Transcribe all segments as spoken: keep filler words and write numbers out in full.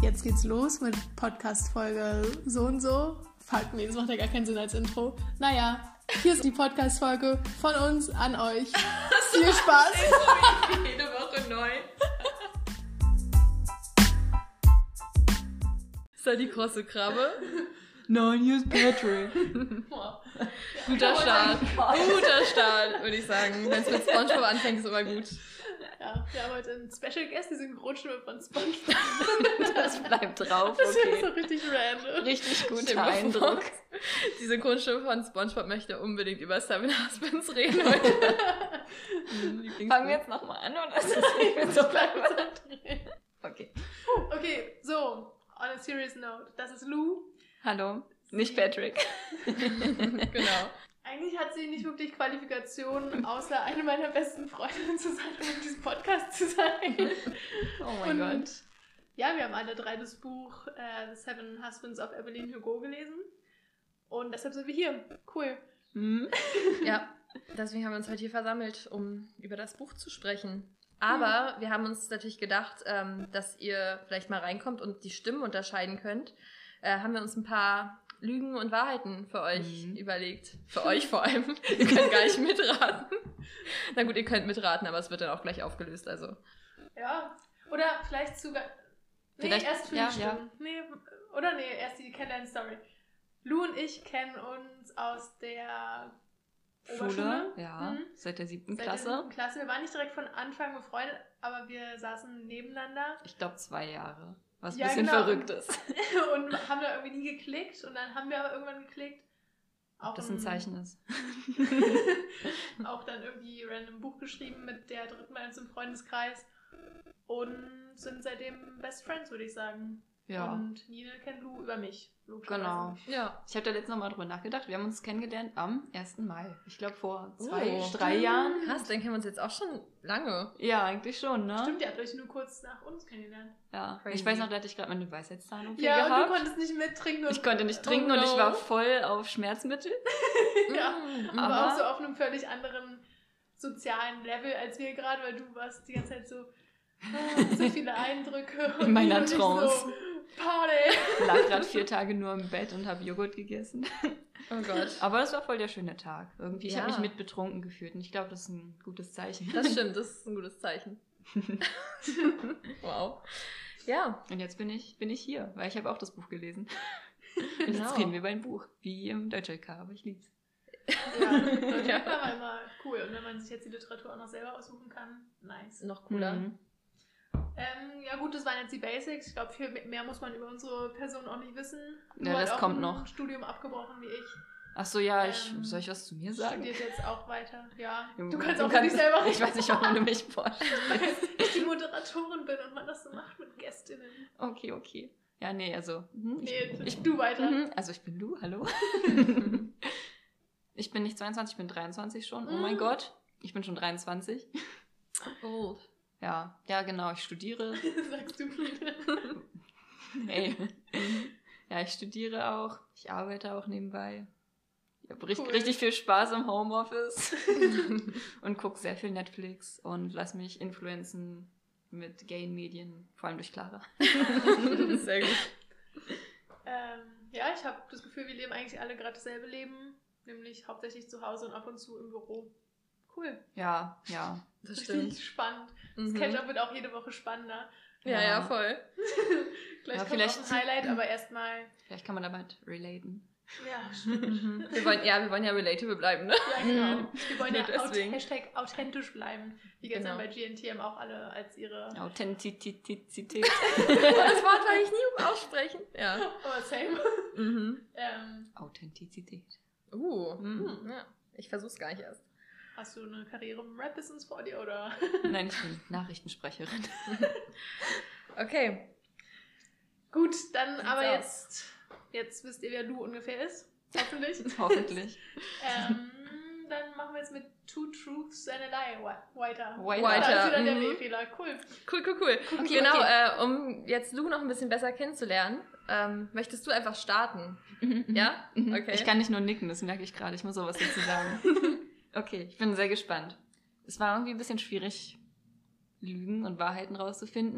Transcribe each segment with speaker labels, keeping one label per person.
Speaker 1: Jetzt geht's los mit Podcast-Folge so und so. Fuck, nee, das macht ja gar keinen Sinn als Intro. Naja, hier ist die Podcast-Folge von uns an euch. Viel Spaß!
Speaker 2: Jede Woche neu. Ist da die große Krabbe?
Speaker 3: Nein, hier ist Patrick.
Speaker 2: Guter Start. Guter Start, würde ich sagen. Wenn es mit SpongeBob anfängt, ist immer gut.
Speaker 1: Ja, wir haben heute einen Special Guest, die Synchronstimme von SpongeBob.
Speaker 3: Das bleibt drauf,
Speaker 1: Das
Speaker 3: okay.
Speaker 1: ist so richtig random.
Speaker 3: Richtig guter
Speaker 2: Stell dir mal
Speaker 3: Eindruck.
Speaker 2: vor, Die Synchronstimme von SpongeBob möchte unbedingt über Seven Husbands reden.
Speaker 3: Fangen wir jetzt nochmal an, oder ist das nicht so lang? Okay.
Speaker 1: Okay, so, on a serious note. Das ist Lou.
Speaker 3: Hallo, nicht Patrick.
Speaker 2: Genau.
Speaker 1: Eigentlich hat sie nicht wirklich Qualifikationen, außer eine meiner besten Freundinnen zu sein und in diesem Podcast zu sein.
Speaker 3: Oh mein
Speaker 1: Und
Speaker 3: Gott.
Speaker 1: ja, wir haben alle drei das Buch äh, The Seven Husbands of Evelyn Hugo gelesen. Und deshalb sind wir hier. Cool.
Speaker 3: Hm?
Speaker 2: Ja, deswegen haben wir uns heute hier versammelt, um über das Buch zu sprechen. Aber wir haben uns natürlich gedacht, ähm, dass ihr vielleicht mal reinkommt und die Stimmen unterscheiden könnt. Äh, haben wir uns ein paar Lügen und Wahrheiten für euch
Speaker 3: Mhm.
Speaker 2: überlegt. Für euch vor allem. Ihr könnt gar nicht mitraten. Na gut, ihr könnt mitraten, aber es wird dann auch gleich aufgelöst. Also.
Speaker 1: Ja. Oder vielleicht sogar. Nee,
Speaker 3: Vielleicht-
Speaker 1: erst für
Speaker 3: ja,
Speaker 1: die Stimmen. Nee, oder nee, erst die Kennenlern-Story. Lou und ich kennen uns aus der
Speaker 3: Schule,
Speaker 1: Oberschule.
Speaker 3: ja,
Speaker 1: Mhm.
Speaker 3: seit der siebten
Speaker 1: Seit
Speaker 3: Klasse.
Speaker 1: der siebten Klasse. Wir waren nicht direkt von Anfang befreundet, aber wir saßen nebeneinander
Speaker 3: Ich glaube zwei Jahre. Was ein
Speaker 1: Ja,
Speaker 3: bisschen
Speaker 1: genau.
Speaker 3: verrückt ist.
Speaker 1: und haben da irgendwie nie geklickt. Und dann haben wir aber irgendwann geklickt. Auch
Speaker 3: Ob das ein Zeichen ist.
Speaker 1: auch dann irgendwie random Buch geschrieben mit der dritten bei uns im Freundeskreis. Und sind seitdem Best Friends, würde ich sagen.
Speaker 3: Ja,
Speaker 1: Und Nina kennt Lou über mich. logischerweise.
Speaker 3: genau.
Speaker 2: Ja.
Speaker 3: Ich habe da letztens nochmal drüber nachgedacht. Wir haben uns kennengelernt am ersten Mai. Ich glaube vor zwei,
Speaker 2: Oh.
Speaker 3: drei Jahren.
Speaker 2: Krass, dann kennen wir uns jetzt auch schon lange.
Speaker 3: Ja, eigentlich schon, ne?
Speaker 1: Stimmt, ihr habt euch nur kurz nach uns kennengelernt.
Speaker 3: Ja.
Speaker 2: Crazy.
Speaker 3: Ich weiß noch, da hatte ich gerade meine Weisheitszahn
Speaker 1: Ja, und
Speaker 3: gehabt.
Speaker 1: du konntest nicht mittrinken. Und
Speaker 3: Ich konnte nicht
Speaker 2: Oh
Speaker 3: trinken und ich
Speaker 2: no.
Speaker 3: war voll auf Schmerzmittel.
Speaker 1: ja,
Speaker 2: Mm,
Speaker 1: aber,
Speaker 3: Aber-
Speaker 1: auch so auf einem völlig anderen sozialen Level als wir gerade, weil du warst die ganze Zeit so, ah, so viele Eindrücke.
Speaker 3: In meiner
Speaker 1: und ich
Speaker 3: Trance.
Speaker 1: So, Party!
Speaker 3: Ich lag gerade vier Tage nur im Bett und habe Joghurt gegessen.
Speaker 2: Oh Gott.
Speaker 3: Aber es war voll der schöne Tag. Irgendwie, ich
Speaker 2: Ja.
Speaker 3: habe mich mit betrunken gefühlt und ich glaube, das ist ein gutes Zeichen.
Speaker 2: Das stimmt, das ist ein gutes Zeichen. Wow. Ja,
Speaker 3: Und jetzt bin ich, bin ich hier, weil ich habe auch das Buch gelesen. Und
Speaker 2: Genau.
Speaker 3: jetzt reden wir über ein Buch, wie im Deutsch-L K, aber ich lieb's.
Speaker 1: Ja, das
Speaker 2: Ja.
Speaker 1: war immer cool. Und wenn man sich jetzt die Literatur auch noch selber aussuchen kann, nice.
Speaker 2: noch cooler.
Speaker 3: Mhm.
Speaker 1: Ähm, ja gut, das waren jetzt die Basics. Ich glaube, viel mehr muss man über unsere Person auch nicht wissen.
Speaker 3: Ja,
Speaker 1: Du
Speaker 3: das
Speaker 1: hast auch
Speaker 3: kommt
Speaker 1: ein
Speaker 3: noch.
Speaker 1: Studium abgebrochen wie ich.
Speaker 3: Ach so, ja, ich,
Speaker 1: Ähm,
Speaker 3: soll ich was zu mir sagen?
Speaker 1: Studiert jetzt auch weiter. Ja,
Speaker 3: Ja,
Speaker 1: du kannst
Speaker 3: du
Speaker 1: auch für dich selber
Speaker 3: Ich weiß nicht, warum du mich vorstellst.
Speaker 1: weil ich die Moderatorin bin und man das so macht mit Gästinnen.
Speaker 3: Okay, okay. Ja, nee, also. mhm, Ich,
Speaker 1: Nee,
Speaker 3: ich,
Speaker 1: du weiter.
Speaker 3: mhm, also ich bin Lu, hallo. Ich bin nicht zweiundzwanzig, ich bin dreiundzwanzig schon. Oh mein
Speaker 1: Mm.
Speaker 3: Gott, ich bin schon dreiundzwanzig.
Speaker 2: Oh.
Speaker 3: Ja, ja, genau, ich studiere.
Speaker 1: Sagst du wieder.
Speaker 3: Hey. Ja, ich studiere auch. Ich arbeite auch nebenbei. Ich habe richtig,
Speaker 1: Cool.
Speaker 3: richtig viel Spaß im Homeoffice. Und gucke sehr viel Netflix und lass mich influenzen mit Gain-Medien, vor allem durch Clara.
Speaker 2: Sehr gut.
Speaker 1: Ähm, ja, ich habe das Gefühl, wir leben eigentlich alle gerade dasselbe Leben. Nämlich hauptsächlich zu Hause und ab und zu im Büro. Cool.
Speaker 3: Ja, ja.
Speaker 2: Das
Speaker 1: Richtig
Speaker 2: stimmt.
Speaker 1: spannend. Das
Speaker 2: Mhm.
Speaker 1: Catch-up wird auch jede Woche spannender.
Speaker 2: Ja, ja, voll.
Speaker 1: Gleich
Speaker 3: Ja,
Speaker 1: kommt
Speaker 3: vielleicht-
Speaker 1: auch ein Highlight, aber erstmal.
Speaker 3: Vielleicht kann man damit relaten.
Speaker 1: Ja, stimmt.
Speaker 2: Wir wollen, ja, wir wollen ja relatable bleiben, ne?
Speaker 1: Ja, genau. Wir wollen ja
Speaker 2: Nur
Speaker 1: aut
Speaker 2: deswegen.
Speaker 1: Hashtag authentisch bleiben. Wie gestern
Speaker 2: Genau.
Speaker 1: bei G N T haben auch alle als ihre.
Speaker 3: Authentizität.
Speaker 2: Das Wort kann ich nie aussprechen. Ja.
Speaker 1: Oh, same.
Speaker 2: Mhm.
Speaker 1: Ähm,
Speaker 3: Authentizität.
Speaker 2: Uh.
Speaker 3: Mhm.
Speaker 2: Ja. Ich versuch's gar nicht erst.
Speaker 1: hast du eine Karriere im Rap-Business vor dir oder?
Speaker 3: Nein, ich bin Nachrichtensprecherin.
Speaker 2: Okay.
Speaker 1: Gut, dann
Speaker 2: Sieht's
Speaker 1: aber
Speaker 2: aus.
Speaker 1: jetzt. Jetzt wisst ihr, wer Lou ungefähr ist. Hoffentlich.
Speaker 3: Hoffentlich.
Speaker 1: ähm, dann machen wir jetzt mit Two Truths and a Lie wa- weiter.
Speaker 3: Weiter.
Speaker 1: Da ist wieder der
Speaker 2: Mhm.
Speaker 1: W-Fehler. Cool.
Speaker 2: Cool, cool, cool.
Speaker 3: Okay,
Speaker 2: genau,
Speaker 3: okay.
Speaker 2: Äh, um jetzt Lou noch ein bisschen besser kennenzulernen, ähm, möchtest du einfach starten? Ja?
Speaker 3: Mhm.
Speaker 2: Okay.
Speaker 3: Ich kann nicht nur nicken, das merke ich gerade. Ich muss sowas dazu sagen. Okay, ich bin sehr gespannt. Es war irgendwie ein bisschen schwierig, Lügen und Wahrheiten rauszufinden.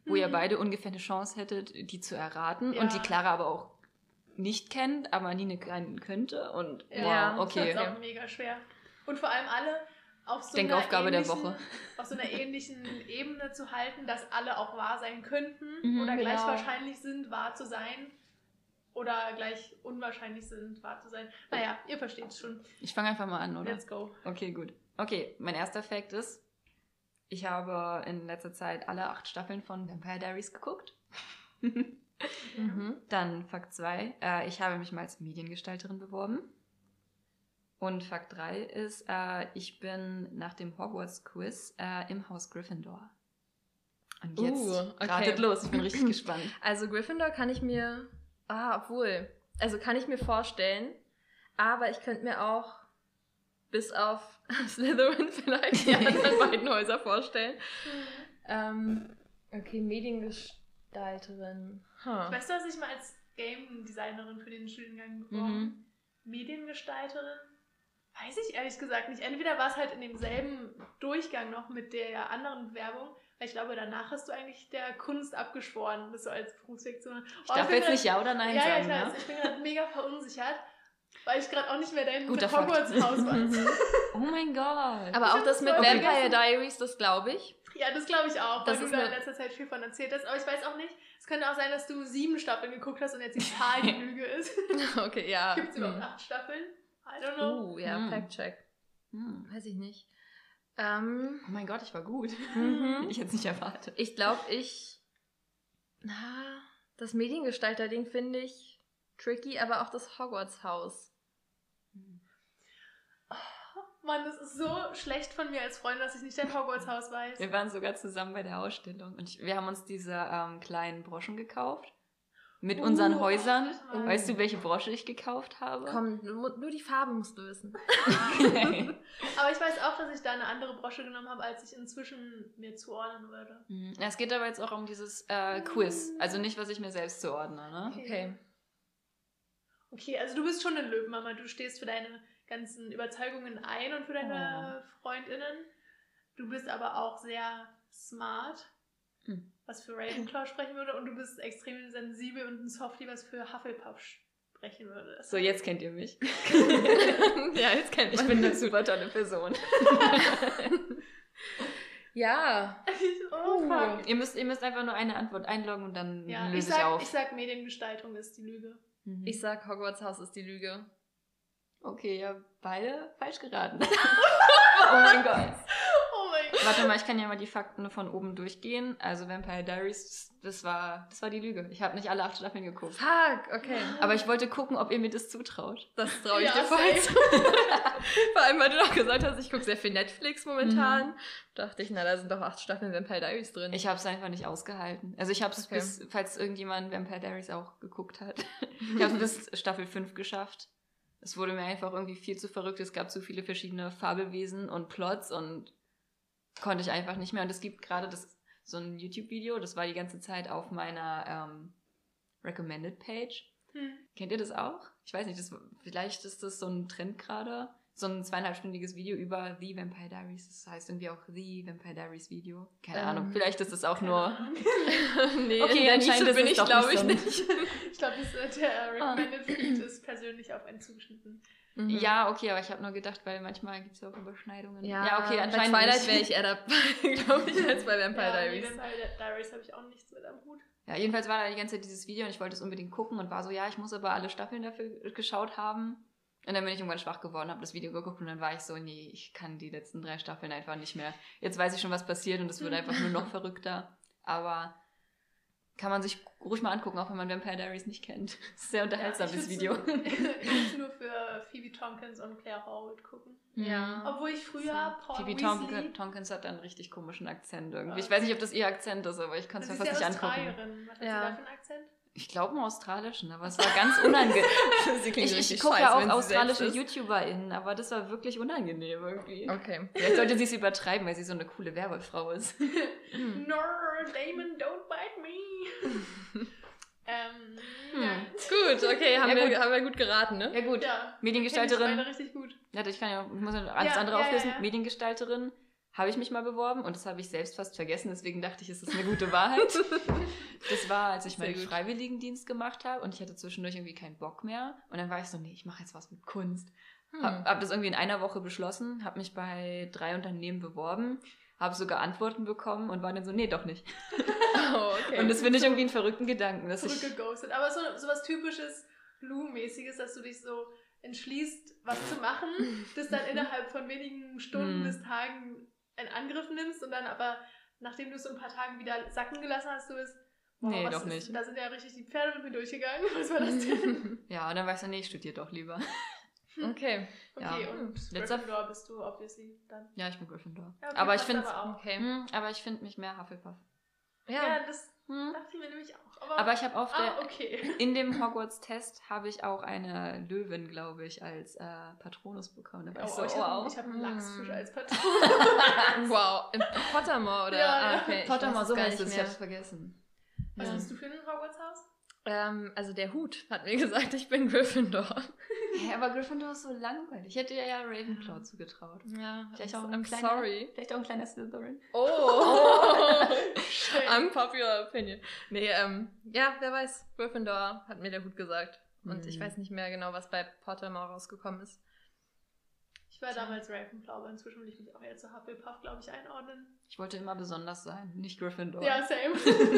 Speaker 3: wo
Speaker 1: Mhm.
Speaker 3: ihr beide ungefähr eine Chance hättet, die zu erraten
Speaker 1: Ja.
Speaker 3: und die Clara aber auch nicht kennt, aber Nine kennen könnte und
Speaker 2: Ja,
Speaker 3: wow,
Speaker 1: Das ist
Speaker 3: okay.
Speaker 1: auch mega schwer. Und vor allem alle auf so,
Speaker 3: Denkaufgabe
Speaker 1: einer
Speaker 3: der
Speaker 1: ähnlichen,
Speaker 3: Woche.
Speaker 1: auf so einer ähnlichen Ebene zu halten, dass alle auch wahr sein könnten
Speaker 3: Mhm,
Speaker 1: oder gleich
Speaker 2: genau.
Speaker 1: wahrscheinlich sind, wahr zu sein. Oder gleich unwahrscheinlich sind, wahr zu sein. Naja, ihr versteht es schon.
Speaker 3: Ich fange einfach mal an, oder?
Speaker 1: Let's go.
Speaker 3: Okay, gut. Okay, mein erster Fact ist, ich habe in letzter Zeit alle acht Staffeln von Vampire Diaries geguckt.
Speaker 2: Mhm.
Speaker 3: Dann Fakt zwei, äh, ich habe mich mal als Mediengestalterin beworben. Und Fakt drei ist, äh, ich bin nach dem Hogwarts-Quiz äh, im Haus Gryffindor. Und jetzt
Speaker 2: Uh, okay.
Speaker 3: ratet los, ich bin richtig gespannt.
Speaker 2: Also Gryffindor kann ich mir, ah, obwohl, also kann ich mir vorstellen, aber ich könnte mir auch bis auf Slytherin vielleicht die anderen beiden Häuser vorstellen. Ähm, okay, Mediengestalterin. Huh.
Speaker 1: Weißt du, was ich mal als Game Designerin für den Studiengang beworben?
Speaker 3: Mhm.
Speaker 1: Mediengestalterin? Weiß ich ehrlich gesagt nicht. Entweder war es halt in demselben Durchgang noch mit der anderen Bewerbung, weil ich glaube, danach hast du eigentlich der Kunst abgeschworen, das so als Berufsweg zu machen.
Speaker 3: Ich darf jetzt nicht Ja oder Nein
Speaker 1: ja,
Speaker 3: sagen,
Speaker 1: ja, ich
Speaker 3: ne?
Speaker 1: weiß. Ich bin gerade mega verunsichert, weil ich gerade auch nicht mehr dein
Speaker 3: Guter Fakt.
Speaker 1: Hogwarts-Haus weiß.
Speaker 3: Oh mein Gott.
Speaker 2: Aber auch das mit
Speaker 1: voll
Speaker 2: Vampire
Speaker 1: vergessen.
Speaker 2: Diaries, das glaube ich.
Speaker 1: Ja, das glaube ich auch, weil
Speaker 2: Das
Speaker 1: du
Speaker 2: ist
Speaker 1: da in
Speaker 2: eine-
Speaker 1: letzter Zeit viel von erzählt hast. Aber ich weiß auch nicht, es könnte auch sein, dass du sieben Staffeln geguckt hast und jetzt die Zahl die Lüge ist.
Speaker 2: Okay, ja.
Speaker 1: Gibt es überhaupt
Speaker 2: Hm.
Speaker 1: acht Staffeln? I don't know.
Speaker 2: Uh, ja,
Speaker 3: Hm.
Speaker 2: Fact-Check.
Speaker 3: Hm.
Speaker 2: Weiß ich nicht. Ähm,
Speaker 3: Oh mein Gott, ich war gut.
Speaker 2: mhm.
Speaker 3: Ich hätte es nicht erwartet.
Speaker 2: Ich glaube, ich. Na, das Mediengestalter-Ding finde ich tricky, aber auch das Hogwarts-Haus.
Speaker 1: Mann, das ist so schlecht von mir als Freund, dass ich nicht dein Hogwarts-Haus weiß.
Speaker 3: Wir waren sogar zusammen bei der Ausstellung und ich, wir haben uns diese ähm, kleinen Broschen gekauft. Mit
Speaker 1: Uh,
Speaker 3: unseren Häusern.
Speaker 1: ach, warte mal.
Speaker 3: Weißt du, welche Brosche ich gekauft habe?
Speaker 2: Komm, nur, nur die Farbe musst du wissen.
Speaker 1: Aber ich weiß auch, dass ich da eine andere Brosche genommen habe, als ich inzwischen mir zuordnen würde.
Speaker 3: Mhm. Ja, es geht aber jetzt auch um dieses äh, Quiz. Also nicht, was ich mir selbst zuordne, ne?
Speaker 2: Okay.
Speaker 1: Okay, also du bist schon eine Löwenmama. Du stehst für deine ganzen Überzeugungen ein und für deine Freundinnen. Du bist aber auch sehr smart,
Speaker 3: Hm.
Speaker 1: was für Ravenclaw sprechen würde. Und du bist extrem sensibel und ein Softie, was für Hufflepuff sprechen würde.
Speaker 3: So, jetzt kennt ihr mich.
Speaker 2: Ja, jetzt kennt
Speaker 3: Ich
Speaker 2: man
Speaker 3: bin eine
Speaker 2: mich.
Speaker 3: super tolle Person.
Speaker 2: Ja.
Speaker 1: Oh, fuck.
Speaker 3: Ihr müsst, ihr müsst einfach nur eine Antwort einloggen und dann
Speaker 1: Ja, ich
Speaker 3: löse ich
Speaker 1: sag,
Speaker 3: auf.
Speaker 1: ich sag, Mediengestaltung ist die Lüge.
Speaker 3: Mhm.
Speaker 2: Ich sag, Hogwarts Haus ist die Lüge.
Speaker 3: Okay, ja, beide falsch geraten. Oh mein Gott.
Speaker 1: Oh mein Gott.
Speaker 3: Warte mal, ich kann ja mal die Fakten von oben durchgehen. Also Vampire Diaries, das war, das war die Lüge. Ich habe nicht alle acht Staffeln geguckt.
Speaker 2: Fuck, okay.
Speaker 3: Aber ich wollte gucken, ob ihr mir das zutraut.
Speaker 2: Das traue ich
Speaker 1: Ja,
Speaker 2: dir voll
Speaker 1: safe.
Speaker 2: zu. Vor allem, weil du noch gesagt hast, ich gucke sehr viel Netflix momentan. Dachte ich, na, da sind doch acht Staffeln Vampire Diaries drin.
Speaker 3: Ich habe es einfach nicht ausgehalten. Also ich habe es
Speaker 2: Okay.
Speaker 3: bis, falls irgendjemand Vampire Diaries auch geguckt hat, ich habe es bis Staffel fünf geschafft. Es wurde mir einfach irgendwie viel zu verrückt. Es gab zu viele verschiedene Fabelwesen und Plots und konnte ich einfach nicht mehr. Und es gibt gerade das so ein YouTube-Video, das war die ganze Zeit auf meiner ähm, Recommended Page.
Speaker 1: Hm.
Speaker 3: Kennt ihr das auch? Ich weiß nicht, das, vielleicht ist das so ein Trend gerade. So ein zweieinhalbstündiges Video über The Vampire Diaries. Das heißt irgendwie auch The Vampire Diaries Video. Keine
Speaker 2: Ähm,
Speaker 3: Ahnung, vielleicht ist das auch nur...
Speaker 2: nee,
Speaker 3: Okay,
Speaker 2: in der
Speaker 3: anscheinend
Speaker 2: Nische
Speaker 3: ist
Speaker 2: bin
Speaker 3: es
Speaker 2: ich,
Speaker 3: doch
Speaker 2: glaube
Speaker 3: nicht
Speaker 2: ich,
Speaker 3: so.
Speaker 2: nicht.
Speaker 1: Ich glaube, der Recommended Feed ist persönlich auf einen zugeschnitten.
Speaker 2: Mhm.
Speaker 3: Ja, okay, aber ich habe nur gedacht, weil manchmal gibt es ja auch Überschneidungen.
Speaker 2: Ja,
Speaker 3: okay,
Speaker 2: bei
Speaker 3: anscheinend
Speaker 2: Twilight
Speaker 3: nicht.
Speaker 2: wäre ich eher dabei, glaube ich, als bei Vampire
Speaker 1: Ja, nee,
Speaker 2: Diaries.
Speaker 1: Vampire Diaries habe ich auch nichts mit am Hut.
Speaker 3: Ja, jedenfalls war da die ganze Zeit dieses Video und ich wollte es unbedingt gucken und war so, ja, ich muss aber alle Staffeln dafür geschaut haben. Und dann bin ich irgendwann schwach geworden, habe das Video geguckt und dann war ich so, nee, ich kann die letzten drei Staffeln einfach nicht mehr. Jetzt weiß ich schon, was passiert und es wird einfach nur noch verrückter. Aber kann man sich ruhig mal angucken, auch wenn man Vampire Diaries nicht kennt. Das ist sehr unterhaltsam,
Speaker 1: Ja,
Speaker 3: das
Speaker 1: ich
Speaker 3: Video.
Speaker 1: würd's- Ich würde es nur für Phoebe Tompkins und Claire Howard gucken.
Speaker 2: Ja.
Speaker 1: Obwohl ich früher Paul
Speaker 3: Phoebe
Speaker 1: Weasley...
Speaker 3: Tomk- Tompkins hat da einen richtig komischen Akzent irgendwie.
Speaker 1: Ja.
Speaker 3: Ich weiß nicht, ob das ihr Akzent ist, aber ich kann es
Speaker 1: Das
Speaker 3: mir
Speaker 1: ist
Speaker 3: fast
Speaker 1: ja
Speaker 3: nicht angucken.
Speaker 1: Australierin. Was hat
Speaker 2: Ja.
Speaker 1: sie da für einen Akzent?
Speaker 3: Ich glaube einen australischen, aber es war ganz unangenehm.
Speaker 2: Sie klingt
Speaker 3: Ich, ich
Speaker 2: richtig
Speaker 3: gucke
Speaker 2: scheiße,
Speaker 3: ja auch
Speaker 2: wenn sie
Speaker 3: australische
Speaker 2: selbst ist.
Speaker 3: YouTuberInnen, aber das war wirklich unangenehm irgendwie.
Speaker 2: Okay.
Speaker 3: Vielleicht sollte sie es übertreiben, weil sie so eine coole Werwolffrau ist.
Speaker 2: Hm.
Speaker 1: No, Damon, don't bite me. ähm,
Speaker 3: Hm.
Speaker 1: ja.
Speaker 2: Gut, okay, haben,
Speaker 3: Ja,
Speaker 2: wir,
Speaker 3: gut.
Speaker 2: haben wir gut geraten, ne?
Speaker 3: Ja gut,
Speaker 1: Ja,
Speaker 3: Mediengestalterin.
Speaker 1: Kenn ich beide richtig gut.
Speaker 3: Warte, ich kann ja, ich muss ja alles
Speaker 1: Ja,
Speaker 3: andere
Speaker 1: ja,
Speaker 3: auflösen.
Speaker 1: ja, ja.
Speaker 3: Mediengestalterin habe ich mich mal beworben und das habe ich selbst fast vergessen, deswegen dachte ich, es ist eine gute Wahrheit. Das war, als ich
Speaker 2: Sehr
Speaker 3: meinen
Speaker 2: gut.
Speaker 3: Freiwilligendienst gemacht habe und ich hatte zwischendurch irgendwie keinen Bock mehr und dann war ich so, nee, ich mache jetzt was mit Kunst.
Speaker 2: Hm.
Speaker 3: Hab, hab das irgendwie in einer Woche beschlossen, habe mich bei drei Unternehmen beworben, habe sogar Antworten bekommen und war dann so, nee, doch nicht.
Speaker 2: Oh, okay.
Speaker 3: Und das finde ich irgendwie einen verrückten Gedanken. Dass ich,
Speaker 1: Zurückgeghostet. Aber so, so was typisches Lou-mäßiges, dass du dich so entschließt, was zu machen, das dann innerhalb von wenigen Stunden
Speaker 3: Hm.
Speaker 1: bis Tagen in Angriff nimmst und dann aber, nachdem du es so ein paar Tage wieder sacken gelassen hast, du bist, boah,
Speaker 3: Nee,
Speaker 1: was
Speaker 3: doch
Speaker 1: ist,
Speaker 3: nicht.
Speaker 1: da sind ja richtig die Pferde mit mir durchgegangen. Was war das denn?
Speaker 3: ja, und dann war ich so, nee, ich studiere doch lieber.
Speaker 2: Okay.
Speaker 1: Okay,
Speaker 3: Ja.
Speaker 1: und
Speaker 3: Letzter-
Speaker 1: Gryffindor bist du obviously dann.
Speaker 3: Ja, ich bin Gryffindor.
Speaker 1: Ja, okay,
Speaker 3: aber ich
Speaker 1: passt
Speaker 3: finde
Speaker 1: aber auch.
Speaker 2: Okay.
Speaker 3: hm, aber ich finde mich mehr Hufflepuff.
Speaker 1: Ja,
Speaker 2: Ja.
Speaker 1: das
Speaker 3: Hm.
Speaker 1: dachte ich mir nämlich auch. Aber,
Speaker 3: Aber ich habe auf der
Speaker 1: ah, okay.
Speaker 3: in dem Hogwarts-Test habe ich auch eine Löwin, glaube ich, als äh, Patronus bekommen. Da war
Speaker 1: Oh,
Speaker 3: ich so,
Speaker 1: ich
Speaker 3: oh,
Speaker 1: habe
Speaker 3: wow.
Speaker 1: hab einen Lachsfisch
Speaker 2: Hm.
Speaker 1: als Patron.
Speaker 2: Wow. In Pottermore oder?
Speaker 1: Ja,
Speaker 2: ah,
Speaker 1: ja.
Speaker 2: okay. Ich
Speaker 3: Pottermore,
Speaker 2: weiß
Speaker 3: so
Speaker 2: gar
Speaker 3: heißt
Speaker 2: nicht
Speaker 3: es, ich
Speaker 2: mehr.
Speaker 3: hab's vergessen.
Speaker 1: Was
Speaker 3: Ja.
Speaker 1: bist du für ein Hogwarts-Haus?
Speaker 2: Ähm, also der Hut hat mir gesagt, ich bin Gryffindor.
Speaker 3: Hä, aber Gryffindor ist so langweilig. Ich hätte dir ja Ravenclaw zugetraut.
Speaker 2: Ja,
Speaker 3: Vielleicht
Speaker 2: I'm,
Speaker 3: auch ein
Speaker 2: I'm
Speaker 3: kleiner-
Speaker 2: sorry.
Speaker 3: Vielleicht auch ein kleiner Slytherin.
Speaker 2: Oh.
Speaker 1: Shame.
Speaker 2: Unpopular opinion. Nee, ähm, ja, wer weiß. Gryffindor hat mir der Hut gesagt. Und
Speaker 3: Mhm.
Speaker 2: ich weiß nicht mehr genau, was bei Pottermore rausgekommen ist.
Speaker 1: Ich war damals Ravenclaw, aber inzwischen will ich mich auch eher zu Hufflepuff, glaube ich, einordnen.
Speaker 3: Ich wollte immer besonders sein, nicht Gryffindor.
Speaker 1: Ja, same.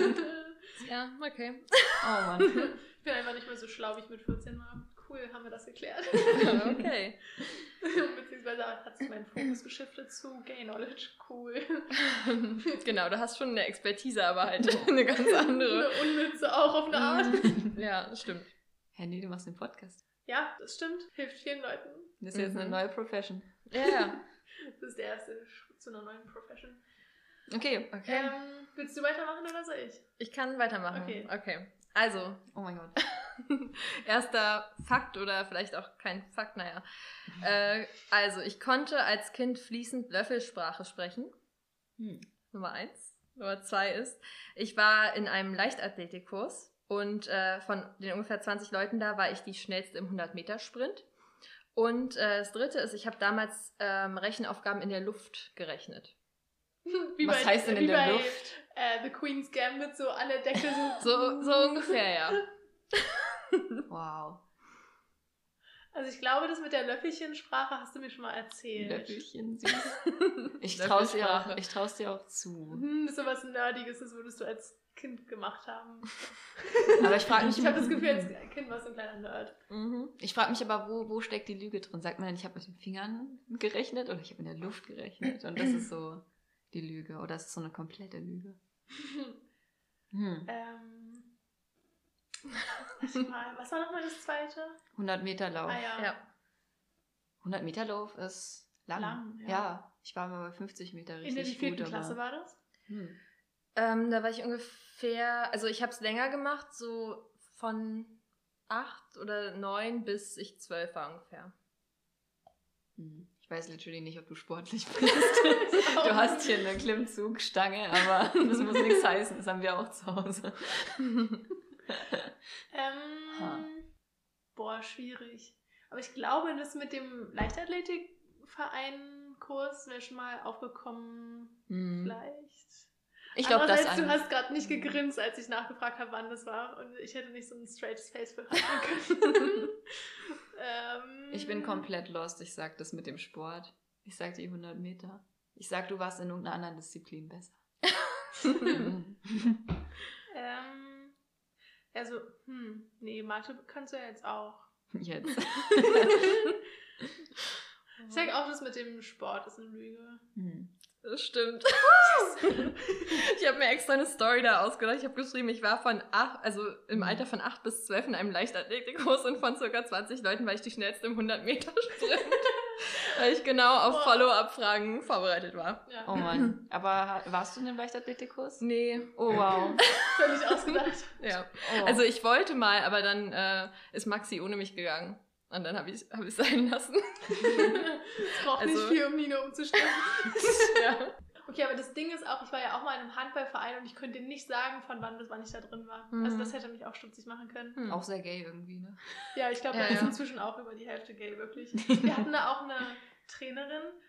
Speaker 2: Ja, okay.
Speaker 3: Oh Mann.
Speaker 1: Ich bin einfach nicht mehr so schlau, wie ich mit vierzehn war. Cool, haben wir das geklärt.
Speaker 2: Okay.
Speaker 1: Beziehungsweise hat sich mein Fokus geschiftet zu Gay Knowledge. Cool.
Speaker 2: Genau, du hast schon eine Expertise, aber halt eine ganz andere.
Speaker 1: Eine Unnütze auch auf eine Art.
Speaker 2: Ja, das stimmt.
Speaker 3: Hä, nee, du machst den Podcast.
Speaker 1: Ja, das stimmt. Hilft vielen Leuten.
Speaker 3: Das ist jetzt
Speaker 2: Mhm.
Speaker 3: eine neue Profession.
Speaker 2: Ja, ja.
Speaker 1: Das ist der erste Schritt zu einer neuen Profession.
Speaker 3: Okay.
Speaker 2: Okay.
Speaker 1: Ähm, willst du weitermachen oder soll ich?
Speaker 2: Ich kann weitermachen.
Speaker 1: Okay.
Speaker 2: Okay. Also,
Speaker 3: Oh mein Gott.
Speaker 2: erster Fakt oder vielleicht auch kein Fakt, naja. Äh, also, ich konnte als Kind fließend Löffelsprache sprechen.
Speaker 3: Hm.
Speaker 2: Nummer eins. Nummer zwei ist, ich war in einem Leichtathletikkurs und äh, von den ungefähr zwanzig Leuten da war ich die schnellste im hundert-Meter-Sprint. Und äh, das dritte ist, ich habe damals ähm, Rechenaufgaben in der Luft gerechnet.
Speaker 1: Wie
Speaker 3: Was
Speaker 1: bei,
Speaker 3: heißt denn in
Speaker 1: wie
Speaker 3: der
Speaker 1: bei,
Speaker 3: Luft?
Speaker 1: Äh, The Queen's Gambit, so an der Decke. So,
Speaker 2: So, so ungefähr, ja.
Speaker 3: Wow.
Speaker 1: Also ich glaube, das mit der Löffelchensprache hast du mir schon mal erzählt.
Speaker 3: Löffelchen süß. Ich trau's dir auch,
Speaker 2: Löffelsprache.
Speaker 3: ich trau's dir auch zu.
Speaker 1: Hm, das ist sowas Nerdiges, das würdest du als Kind gemacht haben.
Speaker 3: Aber ich frage mich,
Speaker 1: Ich habe das Gefühl, als Kind warst du ein kleiner Nerd.
Speaker 2: Mhm.
Speaker 3: ich frage mich aber, wo, wo steckt die Lüge drin? Sagt man denn, ich habe mit den Fingern gerechnet oder ich habe in der Luft gerechnet? Und das ist so die Lüge. Oder ist es so eine komplette Lüge? Hm.
Speaker 1: Ähm, warte mal, was war nochmal das zweite?
Speaker 3: hundert Meter Lauf.
Speaker 1: Ah ja.
Speaker 2: Ja.
Speaker 3: hundert Meter Lauf ist lang.
Speaker 1: Lang, ja.
Speaker 3: ja. Ich war mal bei fünfzig Meter
Speaker 1: In
Speaker 3: richtig
Speaker 1: der vierten
Speaker 3: gut.
Speaker 1: Klasse
Speaker 3: aber,
Speaker 1: war das?
Speaker 3: Hm.
Speaker 2: Ähm, da war ich ungefähr, also ich habe es länger gemacht, so von acht oder neun bis ich zwölf war ungefähr.
Speaker 3: Hm. Ich weiß literally nicht, ob du sportlich bist. Du hast hier eine Klimmzugstange, aber das muss nichts heißen. Das haben wir auch zu Hause.
Speaker 1: Ähm,
Speaker 3: Ha.
Speaker 1: boah, schwierig. Aber ich glaube, das mit dem Leichtathletikverein-Kurs wäre schon mal aufgekommen,
Speaker 3: Hm.
Speaker 1: vielleicht.
Speaker 3: Ich glaube, das
Speaker 1: Andererseits, du
Speaker 3: ein-
Speaker 1: hast gerade nicht gegrinst, als ich nachgefragt habe, wann das war. Und ich hätte nicht so ein straightes Face für halten können. ähm,
Speaker 3: Ich bin komplett lost. Ich sag das mit dem Sport. Ich sag die hundert Meter. Ich sag, du warst in irgendeiner anderen Disziplin besser.
Speaker 1: Ähm, also, hm, nee, Mathe kannst du ja jetzt auch.
Speaker 3: Jetzt.
Speaker 1: Ich sag auch, das mit dem Sport ist eine Lüge.
Speaker 3: Hm.
Speaker 2: Das stimmt. Ich habe mir extra eine Story da ausgedacht. Ich habe geschrieben, ich war von acht, also im Alter von acht bis zwölf in einem Leichtathletikkurs und von ca. zwanzig Leuten war ich die schnellste im hundert Meter Sprint. Weil ich genau auf
Speaker 1: Boah.
Speaker 2: Follow-up-Fragen vorbereitet war.
Speaker 1: Ja,
Speaker 3: Oh Mann. Aber warst du in dem Leichtathletikkurs?
Speaker 2: Nee.
Speaker 3: Oh wow.
Speaker 1: völlig ausgedacht.
Speaker 2: Ja.
Speaker 3: Oh.
Speaker 2: Also ich wollte mal, aber dann äh, ist Maxi ohne mich gegangen. Und dann habe ich es hab ich's sein lassen.
Speaker 1: Es braucht
Speaker 2: Also-
Speaker 1: nicht viel, um Nina umzustimmen.
Speaker 2: Ja.
Speaker 1: Okay, aber das Ding ist auch, ich war ja auch mal in einem Handballverein und ich könnte dir nicht sagen, von wann bis wann ich da drin war.
Speaker 2: Mhm.
Speaker 1: Also das hätte mich auch stutzig machen können.
Speaker 2: Hm.
Speaker 3: Auch sehr gay irgendwie, ne?
Speaker 1: Ja, ich glaube,
Speaker 2: Ja,
Speaker 1: da ist
Speaker 2: ja.
Speaker 1: inzwischen auch über die Hälfte gay, wirklich. Wir hatten da auch eine Trainerin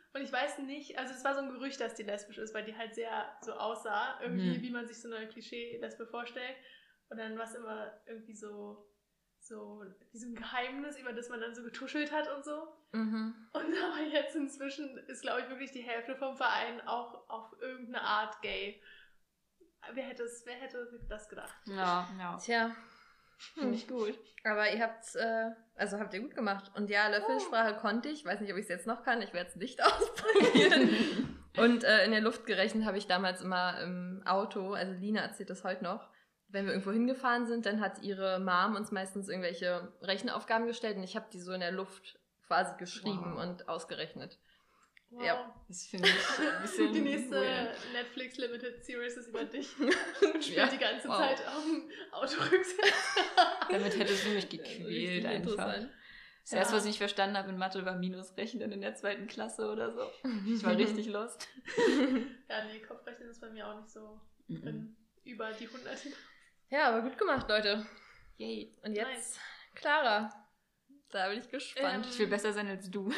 Speaker 1: Und ich weiß nicht, also es war so ein Gerücht, dass die lesbisch ist, weil die halt sehr so aussah, irgendwie,
Speaker 3: Mhm.
Speaker 1: wie man sich so eine Klischee-Lesbe vorstellt. Und dann war es immer irgendwie so, so wie so ein Geheimnis, über das man dann so getuschelt hat und so.
Speaker 2: Mhm.
Speaker 1: Und aber jetzt inzwischen ist, glaube ich, wirklich die Hälfte vom Verein auch auf irgendeine Art gay. Wer hätte es, wer hätte das gedacht?
Speaker 3: Ja, ja.
Speaker 2: Tja,
Speaker 3: Finde ich gut.
Speaker 2: aber ihr habt, äh, also habt ihr gut gemacht. Und ja, Löffelsprache konnte ich. Weiß nicht, ob ich es jetzt noch kann. Ich werde es nicht ausprobieren. Und äh, in der Luft gerechnet habe ich damals immer im Auto, also Lina erzählt das heute noch, wenn wir irgendwo hingefahren sind, dann hat ihre Mom uns meistens irgendwelche Rechenaufgaben gestellt und ich habe die so in der Luft quasi geschrieben
Speaker 3: Wow.
Speaker 2: und ausgerechnet.
Speaker 1: Wow.
Speaker 2: Ja.
Speaker 3: Das finde ich ein bisschen
Speaker 1: Die nächste
Speaker 3: weird.
Speaker 1: Netflix Limited Series ist über dich. Und spielt
Speaker 2: Ja.
Speaker 1: die ganze
Speaker 2: Wow.
Speaker 1: Zeit auf dem Autorücksitz.
Speaker 3: Damit hättest du mich
Speaker 2: Richtig
Speaker 3: gequält einfach.
Speaker 2: interessant.
Speaker 3: Das erste,
Speaker 1: Ja.
Speaker 3: was ich nicht verstanden habe in Mathe, war Minusrechnen in der zweiten Klasse oder so. Ich war richtig lost.
Speaker 1: Ja, nee, Kopfrechnen ist bei mir auch nicht so
Speaker 3: Mhm.
Speaker 1: drin. Über die hundert.
Speaker 2: Ja, aber gut gemacht, Leute.
Speaker 3: Yay.
Speaker 2: Und jetzt
Speaker 1: Nice.
Speaker 2: Clara. Da bin ich gespannt.
Speaker 3: Ich will besser sein als du.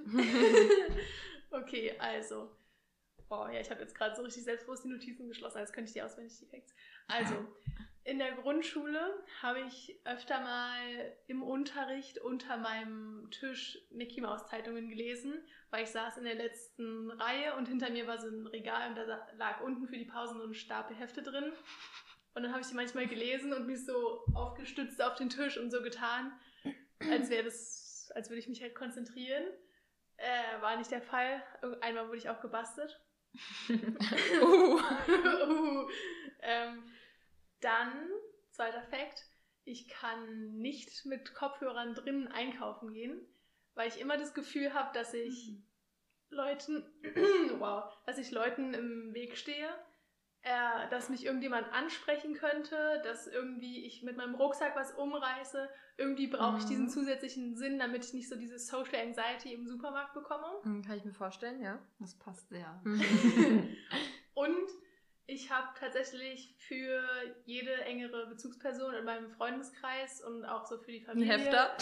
Speaker 1: Okay, also. Oh ja, ich habe jetzt gerade so richtig selbstbewusst die Notizen geschlossen, als könnte ich die auswendig, die Facts. Also, in der Grundschule habe ich öfter mal im Unterricht unter meinem Tisch Mickey Maus Zeitungen gelesen, weil ich saß in der letzten Reihe und hinter mir war so ein Regal und da sa- lag unten für die Pausen so ein Stapel Hefte drin. Und dann habe ich die manchmal gelesen und mich so aufgestützt auf den Tisch und so getan, als wäre das, als würde ich mich halt konzentrieren. Äh, war nicht der Fall. Einmal wurde ich auch gebastelt.
Speaker 2: Uh.
Speaker 1: uh. ähm, dann, zweiter Fakt, ich kann nicht mit Kopfhörern drinnen einkaufen gehen, weil ich immer das Gefühl habe, dass ich Leuten, wow, dass ich Leuten im Weg stehe, äh, dass mich irgendjemand ansprechen könnte, dass irgendwie ich mit meinem Rucksack was umreiße. Irgendwie brauche ich
Speaker 2: Mhm.
Speaker 1: diesen zusätzlichen Sinn, damit ich nicht so diese Social Anxiety im Supermarkt bekomme.
Speaker 2: Hm, Kann ich mir vorstellen, ja.
Speaker 3: Das passt sehr.
Speaker 1: Und ich habe tatsächlich für jede engere Bezugsperson in meinem Freundeskreis und auch so für die
Speaker 2: Ein
Speaker 1: Familie...
Speaker 2: Hefter.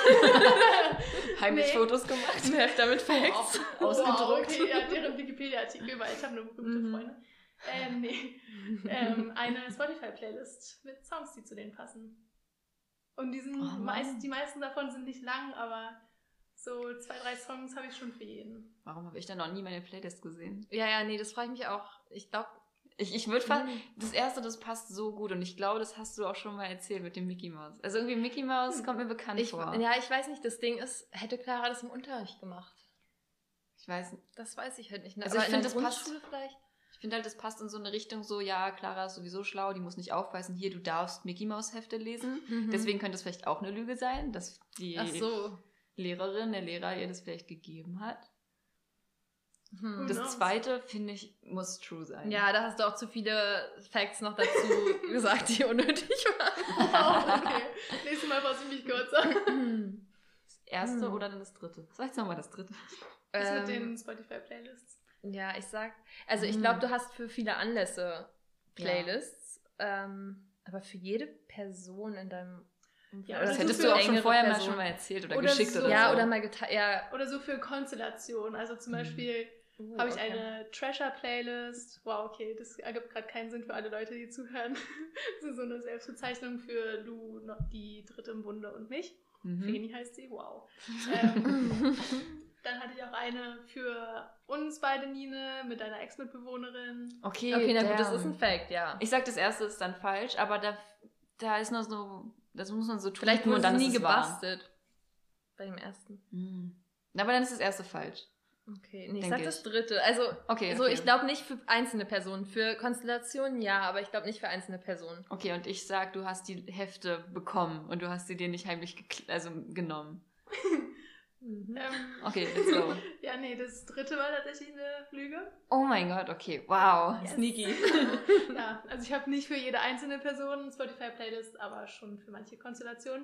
Speaker 3: Heimlich
Speaker 1: Nee.
Speaker 3: Fotos gemacht.
Speaker 2: Ein Hefter mit Facts.
Speaker 3: Ausgedruckt.
Speaker 1: Wow, okay, ja, deren Wikipedia-Artikel, weil ich habe eine berühmte
Speaker 2: Mhm.
Speaker 1: Freundin. Ähm, nee. ähm, eine Spotify-Playlist mit Songs, die zu denen passen. Und die, sind
Speaker 3: Oh, Mann.
Speaker 1: meist, die meisten davon sind nicht lang, aber so zwei, drei Songs habe ich schon für jeden.
Speaker 3: Warum habe ich dann noch nie meine Playlist gesehen?
Speaker 2: Ja, ja, nee, das frage ich mich auch. Ich glaube,
Speaker 3: Ich, ich würde fast, das erste, das passt so gut und ich glaube, das hast du auch schon mal erzählt mit dem Mickey Mouse. Also irgendwie Mickey Mouse kommt mir bekannt
Speaker 2: ich,
Speaker 3: vor.
Speaker 2: ja, ich weiß nicht, das Ding ist, hätte Clara das im Unterricht gemacht?
Speaker 3: Ich weiß nicht.
Speaker 2: Das weiß ich halt nicht. Ne?
Speaker 3: Also
Speaker 2: Aber
Speaker 3: ich
Speaker 2: in
Speaker 3: find,
Speaker 2: der
Speaker 3: das passt-
Speaker 2: Grundschule vielleicht?
Speaker 3: Ich finde halt, das passt in so eine Richtung so, ja, Clara ist sowieso schlau, die muss nicht aufpassen. Hier, du darfst Mickey Mouse Hefte lesen.
Speaker 2: Mhm.
Speaker 3: Deswegen könnte es vielleicht auch eine Lüge sein, dass die
Speaker 2: Ach so.
Speaker 3: Lehrerin, der Lehrer ihr das vielleicht gegeben hat.
Speaker 2: Hm.
Speaker 3: Das
Speaker 1: knows?
Speaker 3: zweite, finde ich, muss true sein.
Speaker 2: Ja, da hast du auch zu viele Facts noch dazu gesagt, die unnötig waren.
Speaker 1: Oh, okay. Nächstes Mal fasse ich mich kürzer.
Speaker 3: Das erste
Speaker 2: Hm.
Speaker 3: oder dann das dritte? Was war jetzt nochmal das dritte?
Speaker 1: Das
Speaker 2: Ähm,
Speaker 1: mit den Spotify-Playlists.
Speaker 2: Ja, ich sag, also ich
Speaker 3: Hm.
Speaker 2: glaube, du hast für viele Anlässe Playlists, ähm, aber für jede Person in deinem Umfeld.
Speaker 1: Ja,
Speaker 2: oder
Speaker 1: das
Speaker 3: Das
Speaker 2: für
Speaker 3: hättest
Speaker 1: so
Speaker 3: du auch
Speaker 1: für
Speaker 3: schon
Speaker 2: engere
Speaker 3: vorher mal
Speaker 2: Personen.
Speaker 3: schon mal erzählt oder,
Speaker 1: Oder
Speaker 3: geschickt
Speaker 1: so.
Speaker 3: oder
Speaker 2: Ja,
Speaker 3: so.
Speaker 2: oder mal geteilt. Ja.
Speaker 1: Oder so für Konstellationen. Also zum
Speaker 3: Mhm.
Speaker 1: Beispiel
Speaker 2: Uh,
Speaker 1: habe ich
Speaker 2: okay.
Speaker 1: eine Treasure-Playlist. Wow, okay, das ergibt gerade keinen Sinn für alle Leute, die zuhören. Das ist so eine Selbstbezeichnung für Lu, noch die Dritte im Bunde und mich.
Speaker 3: Mhm.
Speaker 1: Feni heißt sie, wow. Ähm, dann hatte ich auch eine für uns beide, Nine, mit deiner Ex-Mitbewohnerin.
Speaker 3: Okay,
Speaker 2: Okay, na gut,
Speaker 3: damn.
Speaker 2: das ist ein Fact, ja.
Speaker 3: Ich sag, das erste ist dann falsch, aber da, da ist noch so, das muss man so tun
Speaker 2: Vielleicht
Speaker 3: und
Speaker 2: wurde
Speaker 3: dann
Speaker 2: sie nie
Speaker 3: ist es wahr.
Speaker 2: gebastelt. Bei dem ersten.
Speaker 3: Mhm. Aber dann ist das erste falsch.
Speaker 2: Okay, nee, ich
Speaker 3: Denk
Speaker 2: sag
Speaker 3: ich.
Speaker 2: das dritte. Also,
Speaker 3: Okay,
Speaker 2: so
Speaker 3: okay.
Speaker 2: ich glaube nicht für einzelne Personen. Für Konstellationen ja, aber ich glaube nicht für einzelne Personen.
Speaker 3: Okay, und ich sag, du hast die Hefte bekommen und du hast sie dir nicht heimlich gekl- also genommen.
Speaker 2: Mhm.
Speaker 1: Ähm,
Speaker 3: Okay, let's go.
Speaker 1: ja, nee, das dritte war tatsächlich eine Lüge.
Speaker 3: Oh mein Gott, okay, wow,
Speaker 1: Yes.
Speaker 3: sneaky.
Speaker 1: Ja, also ich habe nicht für jede einzelne Person eine Spotify-Playlist, aber schon für manche Konstellationen,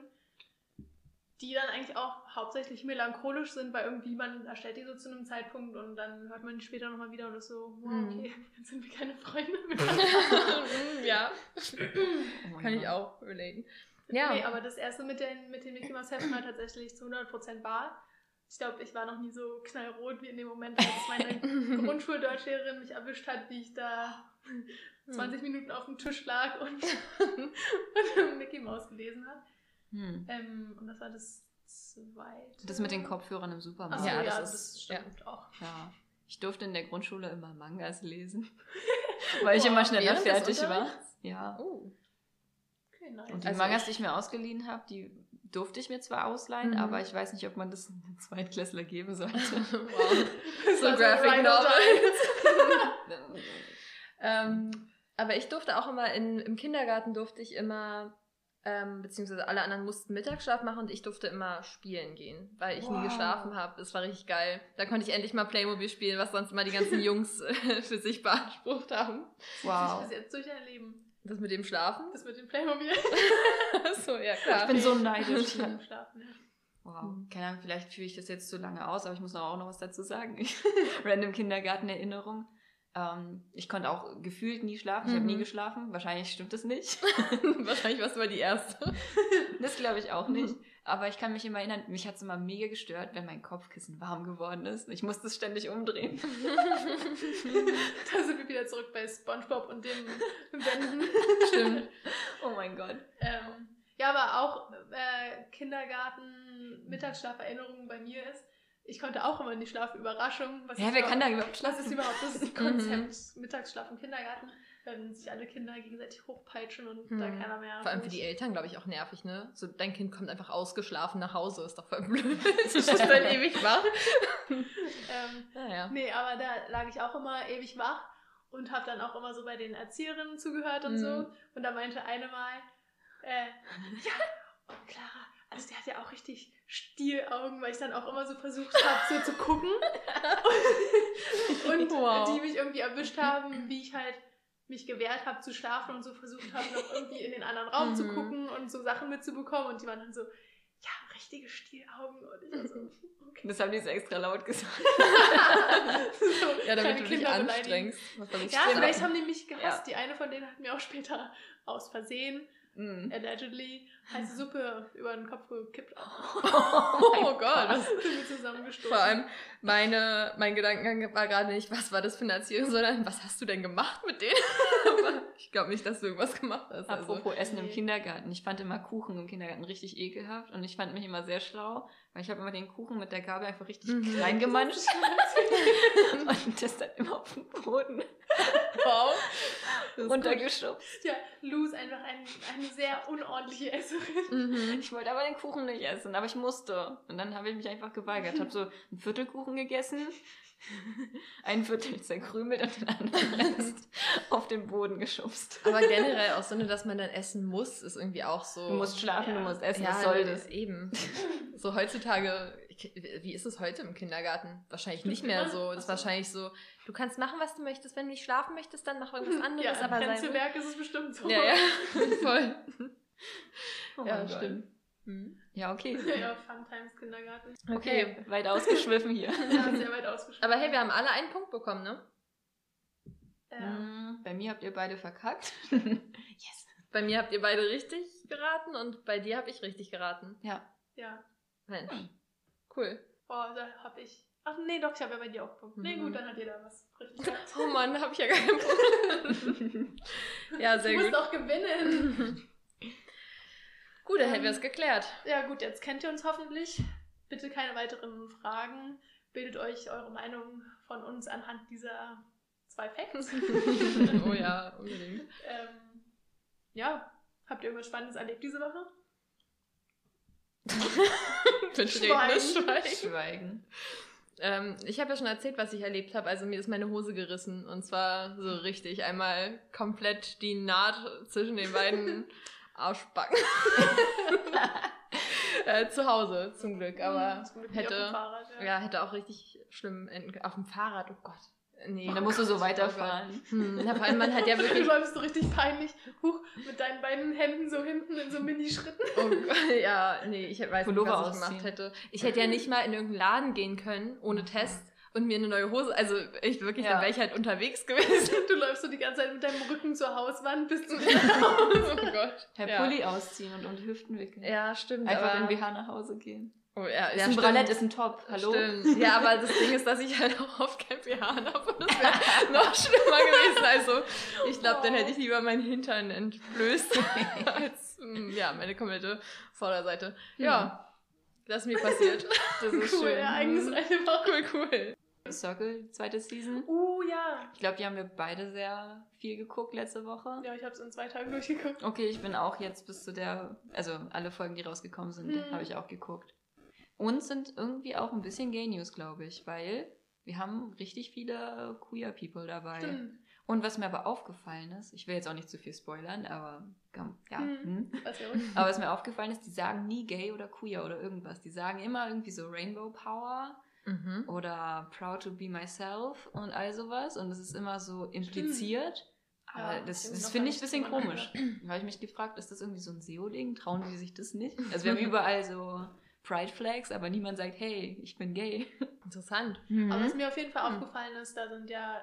Speaker 1: die dann eigentlich auch hauptsächlich melancholisch sind, weil irgendwie man erstellt die so zu einem Zeitpunkt und dann hört man die später nochmal wieder und ist so, wow,
Speaker 2: Hm.
Speaker 1: okay, jetzt sind wir keine Freunde mehr.
Speaker 2: ja,
Speaker 3: Oh mein
Speaker 2: kann ich
Speaker 3: Gott.
Speaker 2: auch relaten. Ja.
Speaker 1: Nee, aber das erste mit den, mit den Mickey Mouse Heften war tatsächlich zu hundert Prozent wahr. Ich glaube, ich war noch nie so knallrot wie in dem Moment, als meine Grundschuldeutschlehrerin mich erwischt hat, wie ich da zwanzig Minuten auf dem Tisch lag und, und Mickey Mouse gelesen habe. Hm. Ähm, und das war das zweite.
Speaker 3: Das mit den Kopfhörern im Supermarkt.
Speaker 1: Achso,
Speaker 2: ja,
Speaker 1: ja,
Speaker 2: das,
Speaker 1: das,
Speaker 2: ist,
Speaker 1: das stimmt
Speaker 2: ja.
Speaker 1: auch.
Speaker 3: Ja. Ich durfte in der Grundschule immer Mangas lesen, weil ich Boah, immer schneller fertig war. Ja.
Speaker 2: Oh.
Speaker 1: Okay, nice.
Speaker 3: Und die
Speaker 2: also
Speaker 3: Mangas,
Speaker 2: ich,
Speaker 3: die ich mir ausgeliehen habe, die durfte ich mir zwar ausleihen, mhm. aber ich weiß nicht, ob man das einem Zweitklässler geben sollte.
Speaker 2: Wow. So also Graphic Novels. ähm, aber ich durfte auch immer, in, im Kindergarten durfte ich immer, ähm, beziehungsweise alle anderen mussten Mittagsschlaf machen und ich durfte immer spielen gehen, weil ich wow. nie geschlafen habe. Das war richtig geil. Da konnte ich endlich mal Playmobil spielen, was sonst immer die ganzen Jungs für sich beansprucht haben.
Speaker 1: Wow. Das bis jetzt durch dein Leben.
Speaker 2: Das mit dem Schlafen?
Speaker 1: Das mit dem Playmobil.
Speaker 2: Achso, ja klar.
Speaker 3: Ich bin so neidisch.
Speaker 1: Beim Schlafen, ja.
Speaker 3: Wow. Keine Ahnung, vielleicht führe ich das jetzt zu lange aus, aber ich muss noch auch noch was dazu sagen. Random Kindergarten-Erinnerung. Ähm, ich konnte auch gefühlt nie schlafen. Ich mhm. habe nie geschlafen. Wahrscheinlich stimmt das nicht.
Speaker 2: Wahrscheinlich warst du mal die Erste.
Speaker 3: Das glaube ich auch nicht. Aber ich kann mich immer erinnern, mich hat es immer mega gestört, wenn mein Kopfkissen warm geworden ist. Ich musste es ständig umdrehen.
Speaker 1: Da sind wir wieder zurück bei SpongeBob und dem Wänden.
Speaker 2: Stimmt.
Speaker 3: Oh mein Gott.
Speaker 1: Ähm, ja, aber auch äh, Kindergarten, Mittagsschlaferinnerungen bei mir ist, ich konnte auch immer nicht schlafen. Überraschung. Was
Speaker 3: ja, wer kann da überhaupt schlafen?
Speaker 1: Was ist überhaupt das Konzept Mittagsschlaf im Kindergarten? Wenn sich alle Kinder gegenseitig hochpeitschen und hm. da keiner mehr...
Speaker 2: Vor allem für die Eltern, glaube ich, auch nervig, ne? So, dein Kind kommt einfach ausgeschlafen nach Hause, ist doch voll blöd. Das ist dann ewig wach.
Speaker 1: ähm,
Speaker 2: ah, ja.
Speaker 1: Nee, aber da lag ich auch immer ewig wach und habe dann auch immer so bei den Erzieherinnen zugehört und hm. so. Und da meinte eine mal, äh, ja, oh, Clara, also der hat ja auch richtig Stielaugen, weil ich dann auch immer so versucht habe, so zu gucken. und wow. die mich irgendwie erwischt haben, wie ich halt mich gewehrt habe zu schlafen und so versucht habe, noch irgendwie in den anderen Raum mhm. zu gucken und so Sachen mitzubekommen. Und die waren dann so, ja, richtige Stielaugen. Und ich war so, okay.
Speaker 3: Das haben die so extra laut gesagt.
Speaker 2: so, ja, damit du dich anstrengst.
Speaker 1: Ja, vielleicht haben die mich gehasst. Ja. Die eine von denen hat mir auch später aus Versehen Mm. allegedly heiße Suppe über den Kopf gekippt.
Speaker 2: Oh, oh Gott.
Speaker 1: Das sind wir zusammengestoßen.
Speaker 2: Vor allem, meine, mein Gedankengang war gerade nicht, was war das für eine Erziehung, sondern was hast du denn gemacht mit denen? Aber ich glaube nicht, dass du irgendwas gemacht hast.
Speaker 3: Apropos
Speaker 2: also.
Speaker 3: Essen im Kindergarten. Ich fand immer Kuchen im Kindergarten richtig ekelhaft und ich fand mich immer sehr schlau, weil ich habe immer den Kuchen mit der Gabel einfach richtig mhm. klein gemanscht und das dann immer auf den Boden
Speaker 1: wow.
Speaker 3: runtergeschubst.
Speaker 1: Ja, Lou ist einfach ein, eine sehr unordentliche Esserin.
Speaker 3: Mhm. Ich wollte aber den Kuchen nicht essen, aber ich musste. Und dann habe ich mich einfach geweigert. Ich habe so einen Viertelkuchen gegessen, ein Viertel zerkrümelt und den anderen Rest auf den Boden geschubst.
Speaker 2: Aber generell auch so, dass man dann essen muss, ist irgendwie auch so...
Speaker 3: Du musst schlafen, ja. du musst essen,
Speaker 2: ja,
Speaker 3: was soll das?
Speaker 2: Eben. So heutzutage... Wie ist es heute im Kindergarten? Wahrscheinlich Stimmt nicht mehr so. Das ist wahrscheinlich so, du kannst machen, was du möchtest. Wenn du nicht schlafen möchtest, dann mach irgendwas anderes.
Speaker 1: Ja,
Speaker 2: aber
Speaker 1: im Prenzlberg ist es bestimmt so.
Speaker 2: Ja, ja, voll.
Speaker 3: Oh ja, stimmt. Hm. Ja, okay.
Speaker 1: Ja, Fun Times Kindergarten.
Speaker 3: Okay, okay. Weit ausgeschwiffen hier.
Speaker 1: Ja, sehr weit ausgeschwiffen.
Speaker 2: Aber hey, wir haben alle einen Punkt bekommen, ne?
Speaker 3: Ja. Bei mir habt ihr beide verkackt.
Speaker 2: Yes. Bei mir habt ihr beide richtig geraten und bei dir habe ich richtig geraten.
Speaker 3: Ja.
Speaker 1: Ja.
Speaker 2: Mensch. Hm. Cool.
Speaker 1: Oh, da hab ich... Ach nee, doch, ich habe ja bei dir auch Punkt. Nee, gut, dann hat jeder was richtig gemacht.
Speaker 2: Oh Mann, da habe ich ja gar keinen Punkt. Ja, sehr
Speaker 1: du
Speaker 2: gut.
Speaker 1: Du musst doch gewinnen.
Speaker 2: Gut, dann ähm, hätten wir es geklärt.
Speaker 1: Ja gut, jetzt kennt ihr uns hoffentlich. Bitte keine weiteren Fragen. Bildet euch eure Meinung von uns anhand dieser zwei Facts.
Speaker 2: Oh ja, unbedingt.
Speaker 1: ähm, ja, habt ihr irgendwas Spannendes erlebt diese Woche?
Speaker 2: Betretenes
Speaker 3: Schweigen. Schweigen.
Speaker 2: Ähm, ich habe ja schon erzählt, was ich erlebt habe. Also mir ist meine Hose gerissen. Und zwar so richtig. Einmal komplett die Naht zwischen den beiden Arschbacken. äh, zu Hause, zum Glück. Aber
Speaker 1: zum Glück
Speaker 2: hätte,
Speaker 1: auf dem Fahrrad, ja.
Speaker 2: ja, hätte auch richtig schlimm enden, auf dem Fahrrad. Oh Gott. Nee,
Speaker 3: und dann musst du so weiterfahren.
Speaker 2: Hm, na, vor allem, man hat ja wirklich...
Speaker 1: Du läufst so richtig peinlich hoch mit deinen beiden Händen so hinten in so Minischritten.
Speaker 2: Oh Gott, ja, nee, ich weiß
Speaker 3: Pullover
Speaker 2: nicht, was ich
Speaker 3: ausziehen.
Speaker 2: gemacht hätte. Ich hätte ja nicht mal in irgendeinen Laden gehen können, ohne Test und mir eine neue Hose... Also ich wirklich, ja. Dann wäre ich halt unterwegs gewesen.
Speaker 1: Du läufst so die ganze Zeit mit deinem Rücken zur Hauswand bis zu deinem Haus.
Speaker 2: Oh Gott.
Speaker 3: Herr
Speaker 2: ja.
Speaker 3: Pulli ausziehen und, und Hüften wickeln.
Speaker 2: Ja, stimmt.
Speaker 3: Einfach
Speaker 2: aber
Speaker 3: in B H nach Hause gehen.
Speaker 2: Oh, ja,
Speaker 3: Ist
Speaker 2: ja,
Speaker 3: ein
Speaker 2: stimmt.
Speaker 3: Bralette, ist ein Top. Hallo?
Speaker 2: Stimmt. Ja, aber das Ding ist, dass ich halt auch oft kein P H habe und das wäre noch schlimmer gewesen. Also ich glaube, dann hätte ich lieber meinen Hintern entblößt als ja, meine komplette Vorderseite. Ja, das ist mir passiert.
Speaker 3: Das ist
Speaker 1: Cool,
Speaker 3: schön.
Speaker 1: ereignisreiche Woche.
Speaker 2: Cool, cool.
Speaker 3: Circle, zweite Season.
Speaker 1: Uh, ja.
Speaker 3: Ich glaube, die haben wir beide sehr viel geguckt letzte Woche.
Speaker 1: Ja, ich habe es in zwei Tagen durchgeguckt.
Speaker 3: Okay, ich bin auch jetzt bis zu der, also alle Folgen, die rausgekommen sind,
Speaker 1: Hm.
Speaker 3: habe ich auch geguckt. Und sind irgendwie auch ein bisschen Gay News, glaube ich, weil wir haben richtig viele Queer People dabei.
Speaker 1: Stimmt.
Speaker 3: Und was mir aber aufgefallen ist, ich will jetzt auch nicht zu viel spoilern, aber ja,
Speaker 1: Hm.
Speaker 3: hm.
Speaker 1: Was ja ruhig.
Speaker 3: Aber was mir aufgefallen ist, die sagen nie gay oder queer oder irgendwas. Die sagen immer irgendwie so Rainbow Power
Speaker 2: Mhm.
Speaker 3: oder Proud to be myself und all sowas. Und das ist immer so impliziert. Aber
Speaker 1: Ja,
Speaker 3: das,
Speaker 1: irgendwie
Speaker 3: das
Speaker 1: noch
Speaker 3: finde
Speaker 1: gar
Speaker 3: ich ein
Speaker 1: nicht
Speaker 3: bisschen
Speaker 1: drüber
Speaker 3: komisch. Da habe ich mich gefragt, ist das irgendwie so ein S E O-Ding? Trauen die sich das nicht? Also wir haben überall so Pride-Flags, aber niemand sagt, hey, ich bin gay.
Speaker 2: Interessant.
Speaker 1: Aber was mir auf jeden Fall
Speaker 2: Hm.
Speaker 1: aufgefallen ist, da sind ja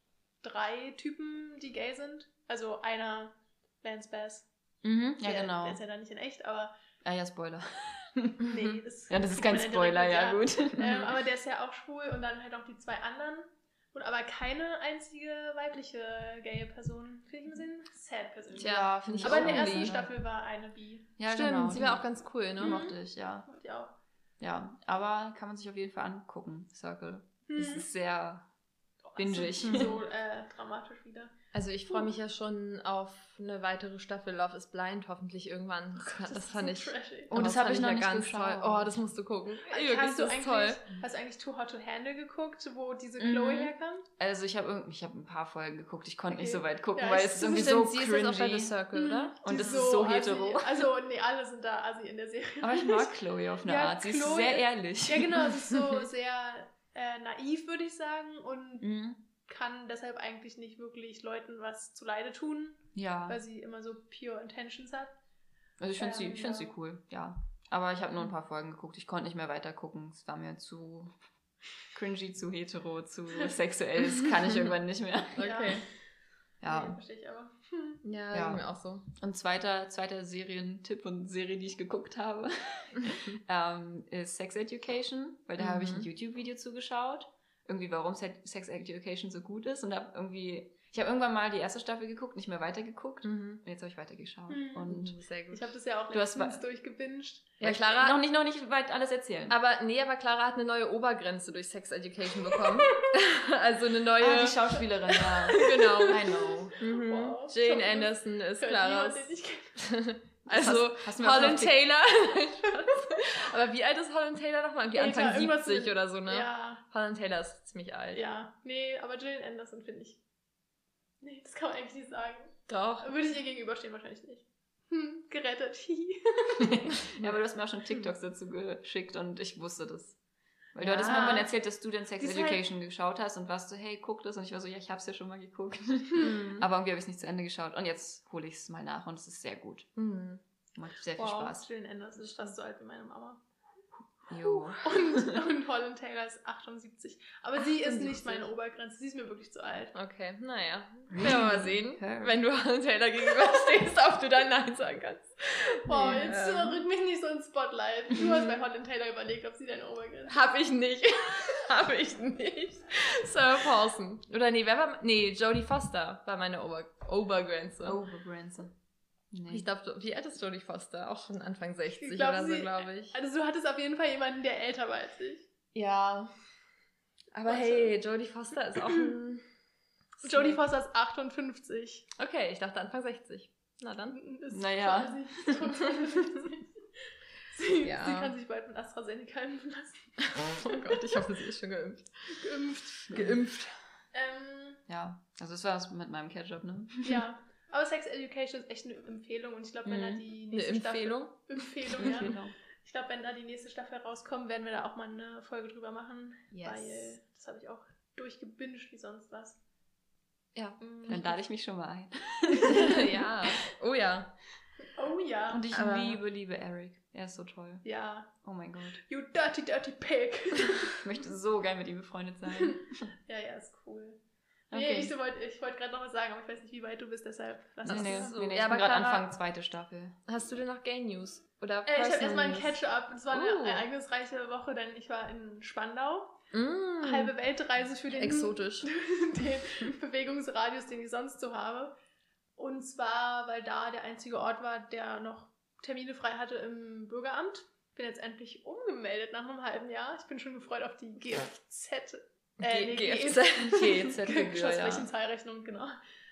Speaker 1: drei Typen, die gay sind. Also einer, Lance Bass.
Speaker 3: Mhm, ja,
Speaker 1: der,
Speaker 3: genau.
Speaker 1: Der ist ja dann nicht in echt, aber
Speaker 3: Ah ja, Spoiler.
Speaker 1: nee. Das
Speaker 3: Ja, das ist
Speaker 1: kriegt
Speaker 3: kein
Speaker 1: man ja
Speaker 3: Spoiler,
Speaker 1: direkt
Speaker 3: ja,
Speaker 1: mit,
Speaker 3: gut.
Speaker 1: Ähm, aber der ist ja auch schwul und dann halt auch die zwei anderen. Und aber keine einzige weibliche gaye Person. Finde ich ein bisschen sad persönlich.
Speaker 2: Tja, finde ich
Speaker 1: aber
Speaker 2: auch
Speaker 1: in der ersten
Speaker 2: irgendwie.
Speaker 1: Staffel war eine bi.
Speaker 3: Ja,
Speaker 2: Stimmt,
Speaker 3: genau.
Speaker 2: sie war auch ganz cool,
Speaker 3: Die
Speaker 2: ne?
Speaker 3: mochte ich, ja.
Speaker 1: Macht die auch.
Speaker 3: Ja, aber kann man sich auf jeden Fall angucken, Circle.
Speaker 1: Hm.
Speaker 3: Das ist sehr
Speaker 1: Oh,
Speaker 3: bingig.
Speaker 1: So, so äh, dramatisch wieder.
Speaker 2: Also ich freue mich ja schon auf eine weitere Staffel Love is Blind, hoffentlich irgendwann. Das,
Speaker 1: Das,
Speaker 2: das
Speaker 1: ist
Speaker 2: fand
Speaker 1: so
Speaker 2: ich.
Speaker 1: trashig.
Speaker 3: Oh, das
Speaker 2: fand
Speaker 3: habe ich noch
Speaker 2: ja
Speaker 3: nicht
Speaker 2: ganz
Speaker 3: geschaut.
Speaker 2: toll. Oh, das musst du gucken. Wirklich,
Speaker 1: Hast du,
Speaker 2: das ist
Speaker 1: eigentlich,
Speaker 2: toll.
Speaker 1: hast du eigentlich Too Hot to Handle geguckt, wo diese
Speaker 3: Mhm.
Speaker 1: Chloe herkam?
Speaker 3: Also ich habe ich hab ein paar Folgen geguckt, ich konnte nicht
Speaker 1: Okay.
Speaker 3: so weit gucken,
Speaker 1: Ja,
Speaker 3: weil
Speaker 1: ich-
Speaker 3: es ist irgendwie
Speaker 2: Stimmt,
Speaker 3: so
Speaker 2: sie ist jetzt auch bei
Speaker 3: cringy.
Speaker 2: The Circle, oder?
Speaker 3: Und
Speaker 1: Die
Speaker 3: das ist so
Speaker 1: assi.
Speaker 3: hetero.
Speaker 1: Also, nee, alle sind da assi in der Serie.
Speaker 3: Aber ich mag Chloe auf eine
Speaker 1: Ja,
Speaker 3: Art, sie ist
Speaker 1: Chloe-
Speaker 3: sehr ehrlich.
Speaker 1: Ja, genau, es ist so sehr äh, naiv, würde ich sagen, und
Speaker 3: Mhm.
Speaker 1: kann deshalb eigentlich nicht wirklich Leuten was zuleide tun,
Speaker 3: Ja,
Speaker 1: weil sie immer so pure Intentions hat.
Speaker 3: also ich finde sie,
Speaker 1: ähm,
Speaker 3: ich find
Speaker 1: ja.
Speaker 3: sie cool, ja. Aber ich habe nur ein paar Folgen geguckt, ich konnte nicht mehr weiter gucken, es war mir zu cringy, zu hetero, zu sexuell, das kann ich irgendwann nicht mehr.
Speaker 2: Okay.
Speaker 3: Ja.
Speaker 1: Nee, verstehe ich aber. Hm.
Speaker 2: Ja,
Speaker 3: Ja.
Speaker 2: ging mir auch so.
Speaker 3: Und zweiter, zweiter Serientipp und Serie, die ich geguckt habe, ähm, ist Sex Education, weil da habe ich ein
Speaker 2: Mhm.
Speaker 3: YouTube-Video zugeschaut, irgendwie warum Se- Sex Education so gut ist und habe irgendwie, ich habe irgendwann mal die erste Staffel geguckt, nicht mehr weitergeguckt
Speaker 2: Mhm.
Speaker 3: und jetzt habe ich weitergeschaut.
Speaker 1: Mhm.
Speaker 3: Und
Speaker 2: Sehr gut.
Speaker 1: Ich habe das ja auch
Speaker 3: Du hast
Speaker 1: letztens
Speaker 3: wa-
Speaker 1: durchgebinged.
Speaker 2: Ja,
Speaker 3: ich
Speaker 2: Clara.
Speaker 3: noch nicht, noch nicht weit alles erzählen.
Speaker 2: Aber nee, aber Clara hat eine neue Obergrenze durch Sex Education bekommen. Also eine neue.
Speaker 3: Ah, die Schauspielerin, ja.
Speaker 2: Genau.
Speaker 3: I know.
Speaker 2: Mhm.
Speaker 1: Wow.
Speaker 2: Jane
Speaker 1: Schau,
Speaker 2: Anderson ist
Speaker 1: Hört
Speaker 2: Claras.
Speaker 1: niemand, den ich kenne.
Speaker 2: Also
Speaker 3: Hast- hast du mir auch schon
Speaker 2: Holland
Speaker 3: auf Tik-
Speaker 2: Taylor. Aber wie alt ist Holland Taylor nochmal? Irgendwie
Speaker 1: Älter,
Speaker 2: Anfang
Speaker 1: irgendwas
Speaker 2: siebzig
Speaker 1: mit-
Speaker 2: oder so, ne?
Speaker 1: Ja,
Speaker 2: Holland Taylor ist ziemlich alt.
Speaker 1: ja. Nee, aber Jillian Anderson finde ich. Nee, das kann man eigentlich nicht sagen.
Speaker 2: Doch.
Speaker 1: Würde ich ihr gegenüberstehen, wahrscheinlich nicht. Hm, gerettet.
Speaker 3: Ja, aber du hast mir auch schon TikToks dazu geschickt und ich wusste das. Weil du
Speaker 2: Ja.
Speaker 3: hattest mir irgendwann erzählt, dass du den Sex
Speaker 1: Die ist halt-
Speaker 3: Education geschaut hast und warst so, hey, guck das. Und ich war so, ja, ich hab's ja schon mal geguckt.
Speaker 2: Mhm.
Speaker 3: Aber irgendwie habe ich es nicht zu Ende geschaut. Und jetzt hole ich es mal nach und es ist sehr gut.
Speaker 2: Mhm.
Speaker 3: Macht sehr viel
Speaker 1: Wow,
Speaker 3: Spaß.
Speaker 1: Jillian Anderson ist fast so alt wie meine Mama.
Speaker 3: Jo.
Speaker 1: Und, und Holland Taylor ist achtundsiebzig. Aber sie ist
Speaker 2: achtundsiebzig.
Speaker 1: nicht meine Obergrenze. Sie ist mir wirklich zu alt.
Speaker 2: Okay, naja. Werden wir mal sehen,
Speaker 3: Okay.
Speaker 2: wenn du Holland Taylor gegenüberstehst, ob du dann Nein sagen kannst.
Speaker 1: Wow,
Speaker 2: Nee,
Speaker 1: jetzt
Speaker 2: ähm.
Speaker 1: äh, rück mich nicht so ins Spotlight. Du hast bei Holland Taylor überlegt, ob sie deine Obergrenze ist.
Speaker 2: Hab ich nicht. Hab ich nicht. Sarah Paulson. Oder nee, wer war. Nee, Jodie Foster war meine Ober Obergrenze.
Speaker 3: Overgrenze. Nee.
Speaker 2: Ich glaube, wie alt ist Jodie Foster? Auch schon Anfang sechzig
Speaker 1: Ich glaub,
Speaker 2: oder so,
Speaker 1: sie-
Speaker 2: glaube ich.
Speaker 1: Also du hattest auf jeden Fall jemanden, der älter war als ich.
Speaker 2: Ja. Aber
Speaker 1: Warte.
Speaker 2: hey, Jodie Foster ist auch ein.
Speaker 1: Jodie Foster ist achtundfünfzig.
Speaker 2: Okay, ich dachte Anfang sechzig. Na dann.
Speaker 1: Ist
Speaker 3: Naja.
Speaker 1: quasi fünfundfünfzig. sie,
Speaker 2: Ja.
Speaker 1: sie kann sich bald mit AstraZeneca impfen lassen.
Speaker 2: Oh Gott, ich hoffe, sie ist schon geimpft.
Speaker 1: Geimpft.
Speaker 2: Geimpft.
Speaker 1: Ähm,
Speaker 3: Ja, also das war's mit meinem Ketchup, ne?
Speaker 1: ja. Aber Sex Education ist echt eine Empfehlung und ich glaube, wenn
Speaker 3: Mhm.
Speaker 1: da die
Speaker 2: Eine
Speaker 1: nächste
Speaker 2: Empfehlung?
Speaker 1: Staffel. Empfehlung, ja.
Speaker 3: Genau.
Speaker 1: Ich glaube, wenn da die nächste Staffel rauskommt, werden wir da auch mal eine Folge drüber machen.
Speaker 2: Yes.
Speaker 1: Weil das habe ich auch durchgebinged wie sonst was.
Speaker 2: Ja.
Speaker 1: Mm.
Speaker 3: Dann lade ich mich schon mal ein.
Speaker 2: Ja. Oh ja.
Speaker 1: Oh ja.
Speaker 3: Und ich
Speaker 2: Aber-
Speaker 3: liebe, liebe Eric. Er ist so toll.
Speaker 1: ja.
Speaker 3: Oh mein Gott.
Speaker 1: You dirty, dirty pig.
Speaker 3: Ich möchte so gern mit ihm befreundet sein.
Speaker 1: ja, ja, ist cool. Nee,
Speaker 3: Okay.
Speaker 1: ich wollte ich wollt gerade noch was sagen, aber ich weiß nicht, wie weit du bist, deshalb lass
Speaker 3: Nee,
Speaker 1: es
Speaker 3: nee,
Speaker 2: so.
Speaker 3: nee, nee,
Speaker 2: Ja,
Speaker 3: ich bin
Speaker 2: aber
Speaker 3: gerade
Speaker 2: Clara-
Speaker 3: Anfang zweite Staffel.
Speaker 2: Hast du denn noch Gay News? Oder
Speaker 1: Äh, ich habe
Speaker 2: Personal
Speaker 1: erstmal ein
Speaker 2: News?
Speaker 1: Catch-up. Es war eine
Speaker 2: Uh.
Speaker 1: ereignisreiche Woche, denn ich war in Spandau.
Speaker 2: Mm.
Speaker 1: Halbe Weltreise für den,
Speaker 2: Exotisch.
Speaker 1: den Bewegungsradius, den ich sonst so habe. Und zwar, weil da der einzige Ort war, der noch Termine frei hatte im Bürgeramt. Bin jetzt endlich umgemeldet nach einem halben Jahr. Ich bin schon gefreut auf die G F Z. Äh, nee,
Speaker 2: G F
Speaker 1: G
Speaker 2: Z.
Speaker 3: G E Z-Gebühr, ja.
Speaker 1: Geschäftsflächenzahlrechnung, genau.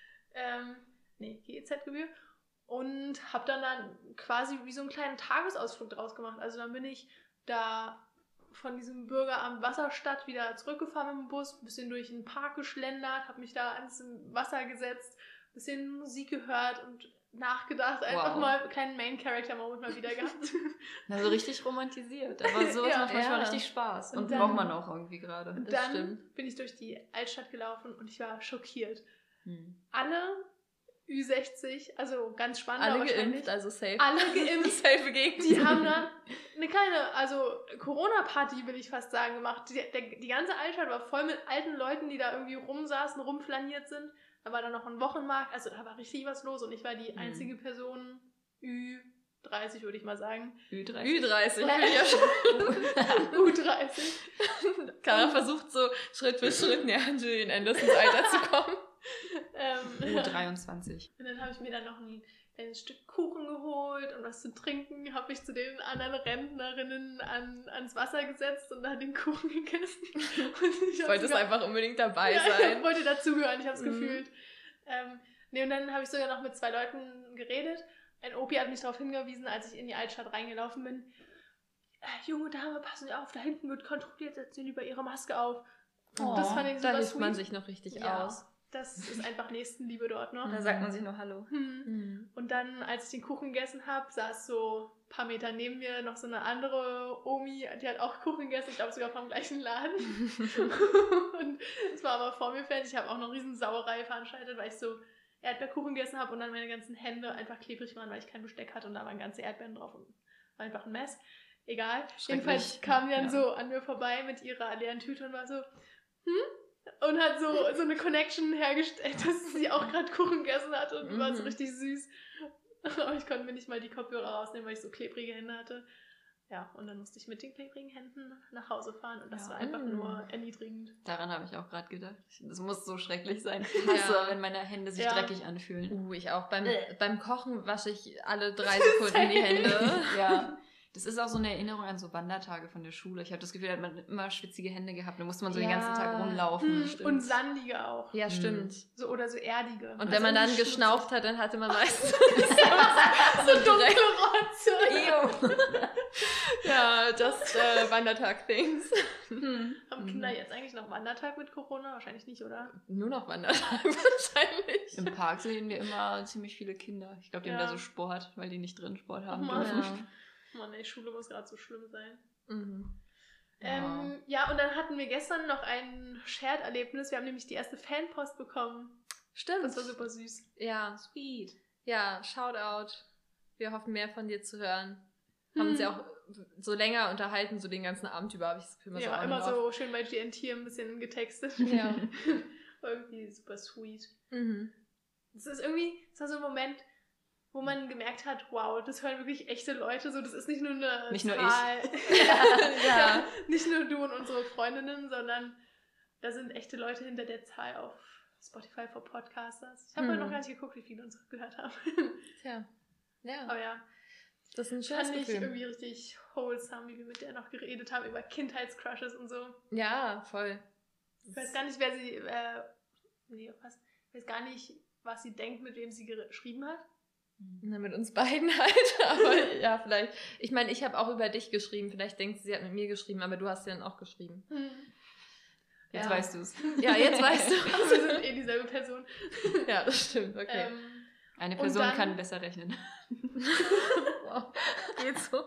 Speaker 1: Ähm, nee, G E Z-Gebühr. Und habe dann dann quasi wie so einen kleinen Tagesausflug draus gemacht. Also dann bin ich da von diesem Bürgeramt Wasserstadt wieder zurückgefahren mit dem Bus, ein bisschen durch den Park geschlendert, habe mich da ans Wasser gesetzt, ein bisschen Musik gehört und nachgedacht, einfach
Speaker 3: Wow.
Speaker 1: mal einen kleinen Main-Character-Moment mal wieder gehabt.
Speaker 3: Na, so richtig romantisiert. Aber sowas
Speaker 1: Ja.
Speaker 3: macht manchmal
Speaker 2: Ja.
Speaker 3: richtig Spaß. Und,
Speaker 1: Und dann-
Speaker 3: braucht man auch irgendwie gerade.
Speaker 1: Und
Speaker 2: Das
Speaker 1: dann
Speaker 2: stimmt.
Speaker 1: bin ich durch die Altstadt gelaufen und ich war schockiert.
Speaker 3: Hm.
Speaker 1: Alle Ü sechzig, also ganz spannend,
Speaker 2: Alle
Speaker 1: wahrscheinlich.
Speaker 2: geimpft, also safe.
Speaker 1: Alle geimpft.
Speaker 2: Safe Gegend.
Speaker 1: Die haben dann eine kleine, also Corona-Party, will ich fast sagen, gemacht. Die, der, die ganze Altstadt war voll mit alten Leuten, die da irgendwie rumsaßen, rumflaniert sind. Da war dann noch ein Wochenmarkt, also da war richtig was los und ich war die
Speaker 3: Mhm.
Speaker 1: einzige Person Ü dreißig, würde ich mal sagen.
Speaker 3: Ü dreißig.
Speaker 2: Ü dreißig. Ja, schon.
Speaker 1: U dreißig.
Speaker 2: Clara versucht so Schritt für Schritt näher an Julian Andersons Alter zu kommen.
Speaker 1: ähm,
Speaker 3: U dreiundzwanzig.
Speaker 1: Und dann habe ich mir dann noch ein kleines Stück Kuchen geholt und was zu trinken, habe ich zu den anderen Rentnerinnen an, ans Wasser gesetzt und dann den Kuchen gegessen. Und ich
Speaker 2: Ich
Speaker 1: hab
Speaker 2: wollte
Speaker 1: sogar-
Speaker 2: einfach unbedingt dabei
Speaker 1: ja,
Speaker 2: sein.
Speaker 1: ich wollte dazugehören, ich habe es
Speaker 2: Mhm.
Speaker 1: gefühlt. Ähm, nee, und dann habe ich sogar noch mit zwei Leuten geredet. Ein Opi hat mich darauf hingewiesen, als ich in die Altstadt reingelaufen bin. Äh, junge Dame, passen Sie auf, da hinten wird kontrolliert, setzen Sie lieber Ihre Maske auf.
Speaker 3: Oh,
Speaker 1: das fand ich
Speaker 2: Da
Speaker 1: super
Speaker 2: hilft
Speaker 1: sweet.
Speaker 2: man sich noch richtig
Speaker 1: Ja.
Speaker 2: aus.
Speaker 1: Das ist einfach Nächstenliebe dort, ne?
Speaker 3: Da sagt man sich nur Hallo.
Speaker 1: Hm.
Speaker 2: Mhm.
Speaker 1: Und dann, als ich den Kuchen gegessen habe, saß so ein paar Meter neben mir noch so eine andere Omi, die hat auch Kuchen gegessen, ich glaube sogar vom gleichen Laden. Und es war aber vor mir fertig. Ich habe auch noch eine riesen Sauerei veranstaltet, weil ich so Erdbeerkuchen gegessen habe und dann meine ganzen Hände einfach klebrig waren, weil ich kein Besteck hatte und da waren ganze Erdbeeren drauf und war einfach ein Mess. Egal. Jedenfalls kam die dann
Speaker 3: Ja.
Speaker 1: so an mir vorbei mit ihrer leeren Tüte und war so, hm? Und hat so, so eine Connection hergestellt, dass sie auch gerade Kuchen gegessen hat und
Speaker 2: Mhm.
Speaker 1: war so richtig süß. Aber ich konnte mir nicht mal die Kopfhörer rausnehmen, weil ich so klebrige Hände hatte. Ja, und dann musste ich mit den klebrigen Händen nach Hause fahren und das
Speaker 3: Ja.
Speaker 1: war einfach
Speaker 2: Mhm.
Speaker 1: nur erniedrigend.
Speaker 3: Daran habe ich auch gerade gedacht. Das muss so schrecklich sein. Ich
Speaker 2: Ja.
Speaker 3: hasse, wenn meine Hände sich
Speaker 1: Ja.
Speaker 3: dreckig anfühlen.
Speaker 2: Uh, ich auch. Beim,
Speaker 1: Äh.
Speaker 2: beim Kochen wasche ich alle drei Sekunden die Hände.
Speaker 3: Ja. Das ist auch so eine Erinnerung an so Wandertage von der Schule. Ich habe das Gefühl, da hat man immer schwitzige Hände gehabt. Da musste man so den
Speaker 2: Ja.
Speaker 3: ganzen Tag rumlaufen.
Speaker 1: Hm, und sandige auch.
Speaker 2: Ja, stimmt.
Speaker 1: So, oder so erdige.
Speaker 2: Und
Speaker 1: Also
Speaker 2: wenn man dann
Speaker 1: irgendwie
Speaker 2: geschnauft hat, dann hatte man meistens
Speaker 1: schmutzig. So dunkle Rotze.
Speaker 3: Ew.
Speaker 2: ja, just äh, Wandertag-Things.
Speaker 3: Hm.
Speaker 1: Haben Kinder jetzt eigentlich noch Wandertag mit Corona? Wahrscheinlich nicht, oder?
Speaker 2: Nur noch Wandertag wahrscheinlich.
Speaker 3: Im Park sehen wir immer ziemlich viele Kinder. Ich glaube, die haben
Speaker 1: Ja.
Speaker 3: da so Sport, weil die nicht drin Sport haben
Speaker 1: Oh Mann.
Speaker 3: dürfen.
Speaker 1: Mann, ey, Schule muss gerade so schlimm sein.
Speaker 2: Mhm.
Speaker 1: Ähm, ja, und dann hatten wir gestern noch ein Shared-Erlebnis. Wir haben nämlich die erste Fanpost bekommen.
Speaker 2: Stimmt.
Speaker 1: Das war super süß.
Speaker 2: Ja,
Speaker 3: Sweet.
Speaker 2: ja, Shoutout. Wir hoffen, mehr von dir zu hören. Haben uns
Speaker 1: Hm.
Speaker 2: ja auch so länger unterhalten, so den ganzen Abend über, habe ich das Gefühl, immer
Speaker 1: Ja,
Speaker 2: so on
Speaker 1: immer
Speaker 2: and off.
Speaker 1: so schön bei G N T ein bisschen getextet.
Speaker 2: Ja.
Speaker 1: War irgendwie super sweet.
Speaker 2: Mhm.
Speaker 1: Das ist irgendwie, das war so ein Moment, wo man gemerkt hat, wow, das hören wirklich echte Leute. So, das ist nicht nur eine
Speaker 3: Nicht nur
Speaker 1: Zahl.
Speaker 2: Ja.
Speaker 1: ja, nicht nur du und unsere Freundinnen, sondern da sind echte Leute hinter der Zahl auf Spotify for Podcasters. Ich habe
Speaker 2: Mhm.
Speaker 1: heute noch gar nicht geguckt, wie viele uns gehört haben.
Speaker 2: Tja. Ja,
Speaker 1: Aber ja,
Speaker 2: das ist ein schönes
Speaker 1: fand ich
Speaker 2: Gefühl.
Speaker 1: irgendwie richtig wholesome, wie wir mit der noch geredet haben über Kindheitscrushes und so.
Speaker 2: Ja, voll.
Speaker 1: Ich weiß gar nicht, wer sie, äh, nee, was, ich weiß gar nicht, was sie denkt, mit wem sie geschrieben hat.
Speaker 2: Na, mit uns beiden halt, aber ja, vielleicht. Ich meine, ich habe auch über dich geschrieben. Vielleicht denkt sie, sie hat mit mir geschrieben, aber du hast ja dann auch geschrieben.
Speaker 1: Hm.
Speaker 3: Jetzt
Speaker 1: Ja.
Speaker 3: weißt du es.
Speaker 2: Ja, jetzt weißt du.
Speaker 1: Wir sind eh dieselbe Person.
Speaker 2: Ja, das stimmt, okay.
Speaker 1: Ähm,
Speaker 3: Eine
Speaker 1: Und
Speaker 3: Person
Speaker 1: dann-
Speaker 3: kann besser rechnen.
Speaker 2: Wow. Geht so.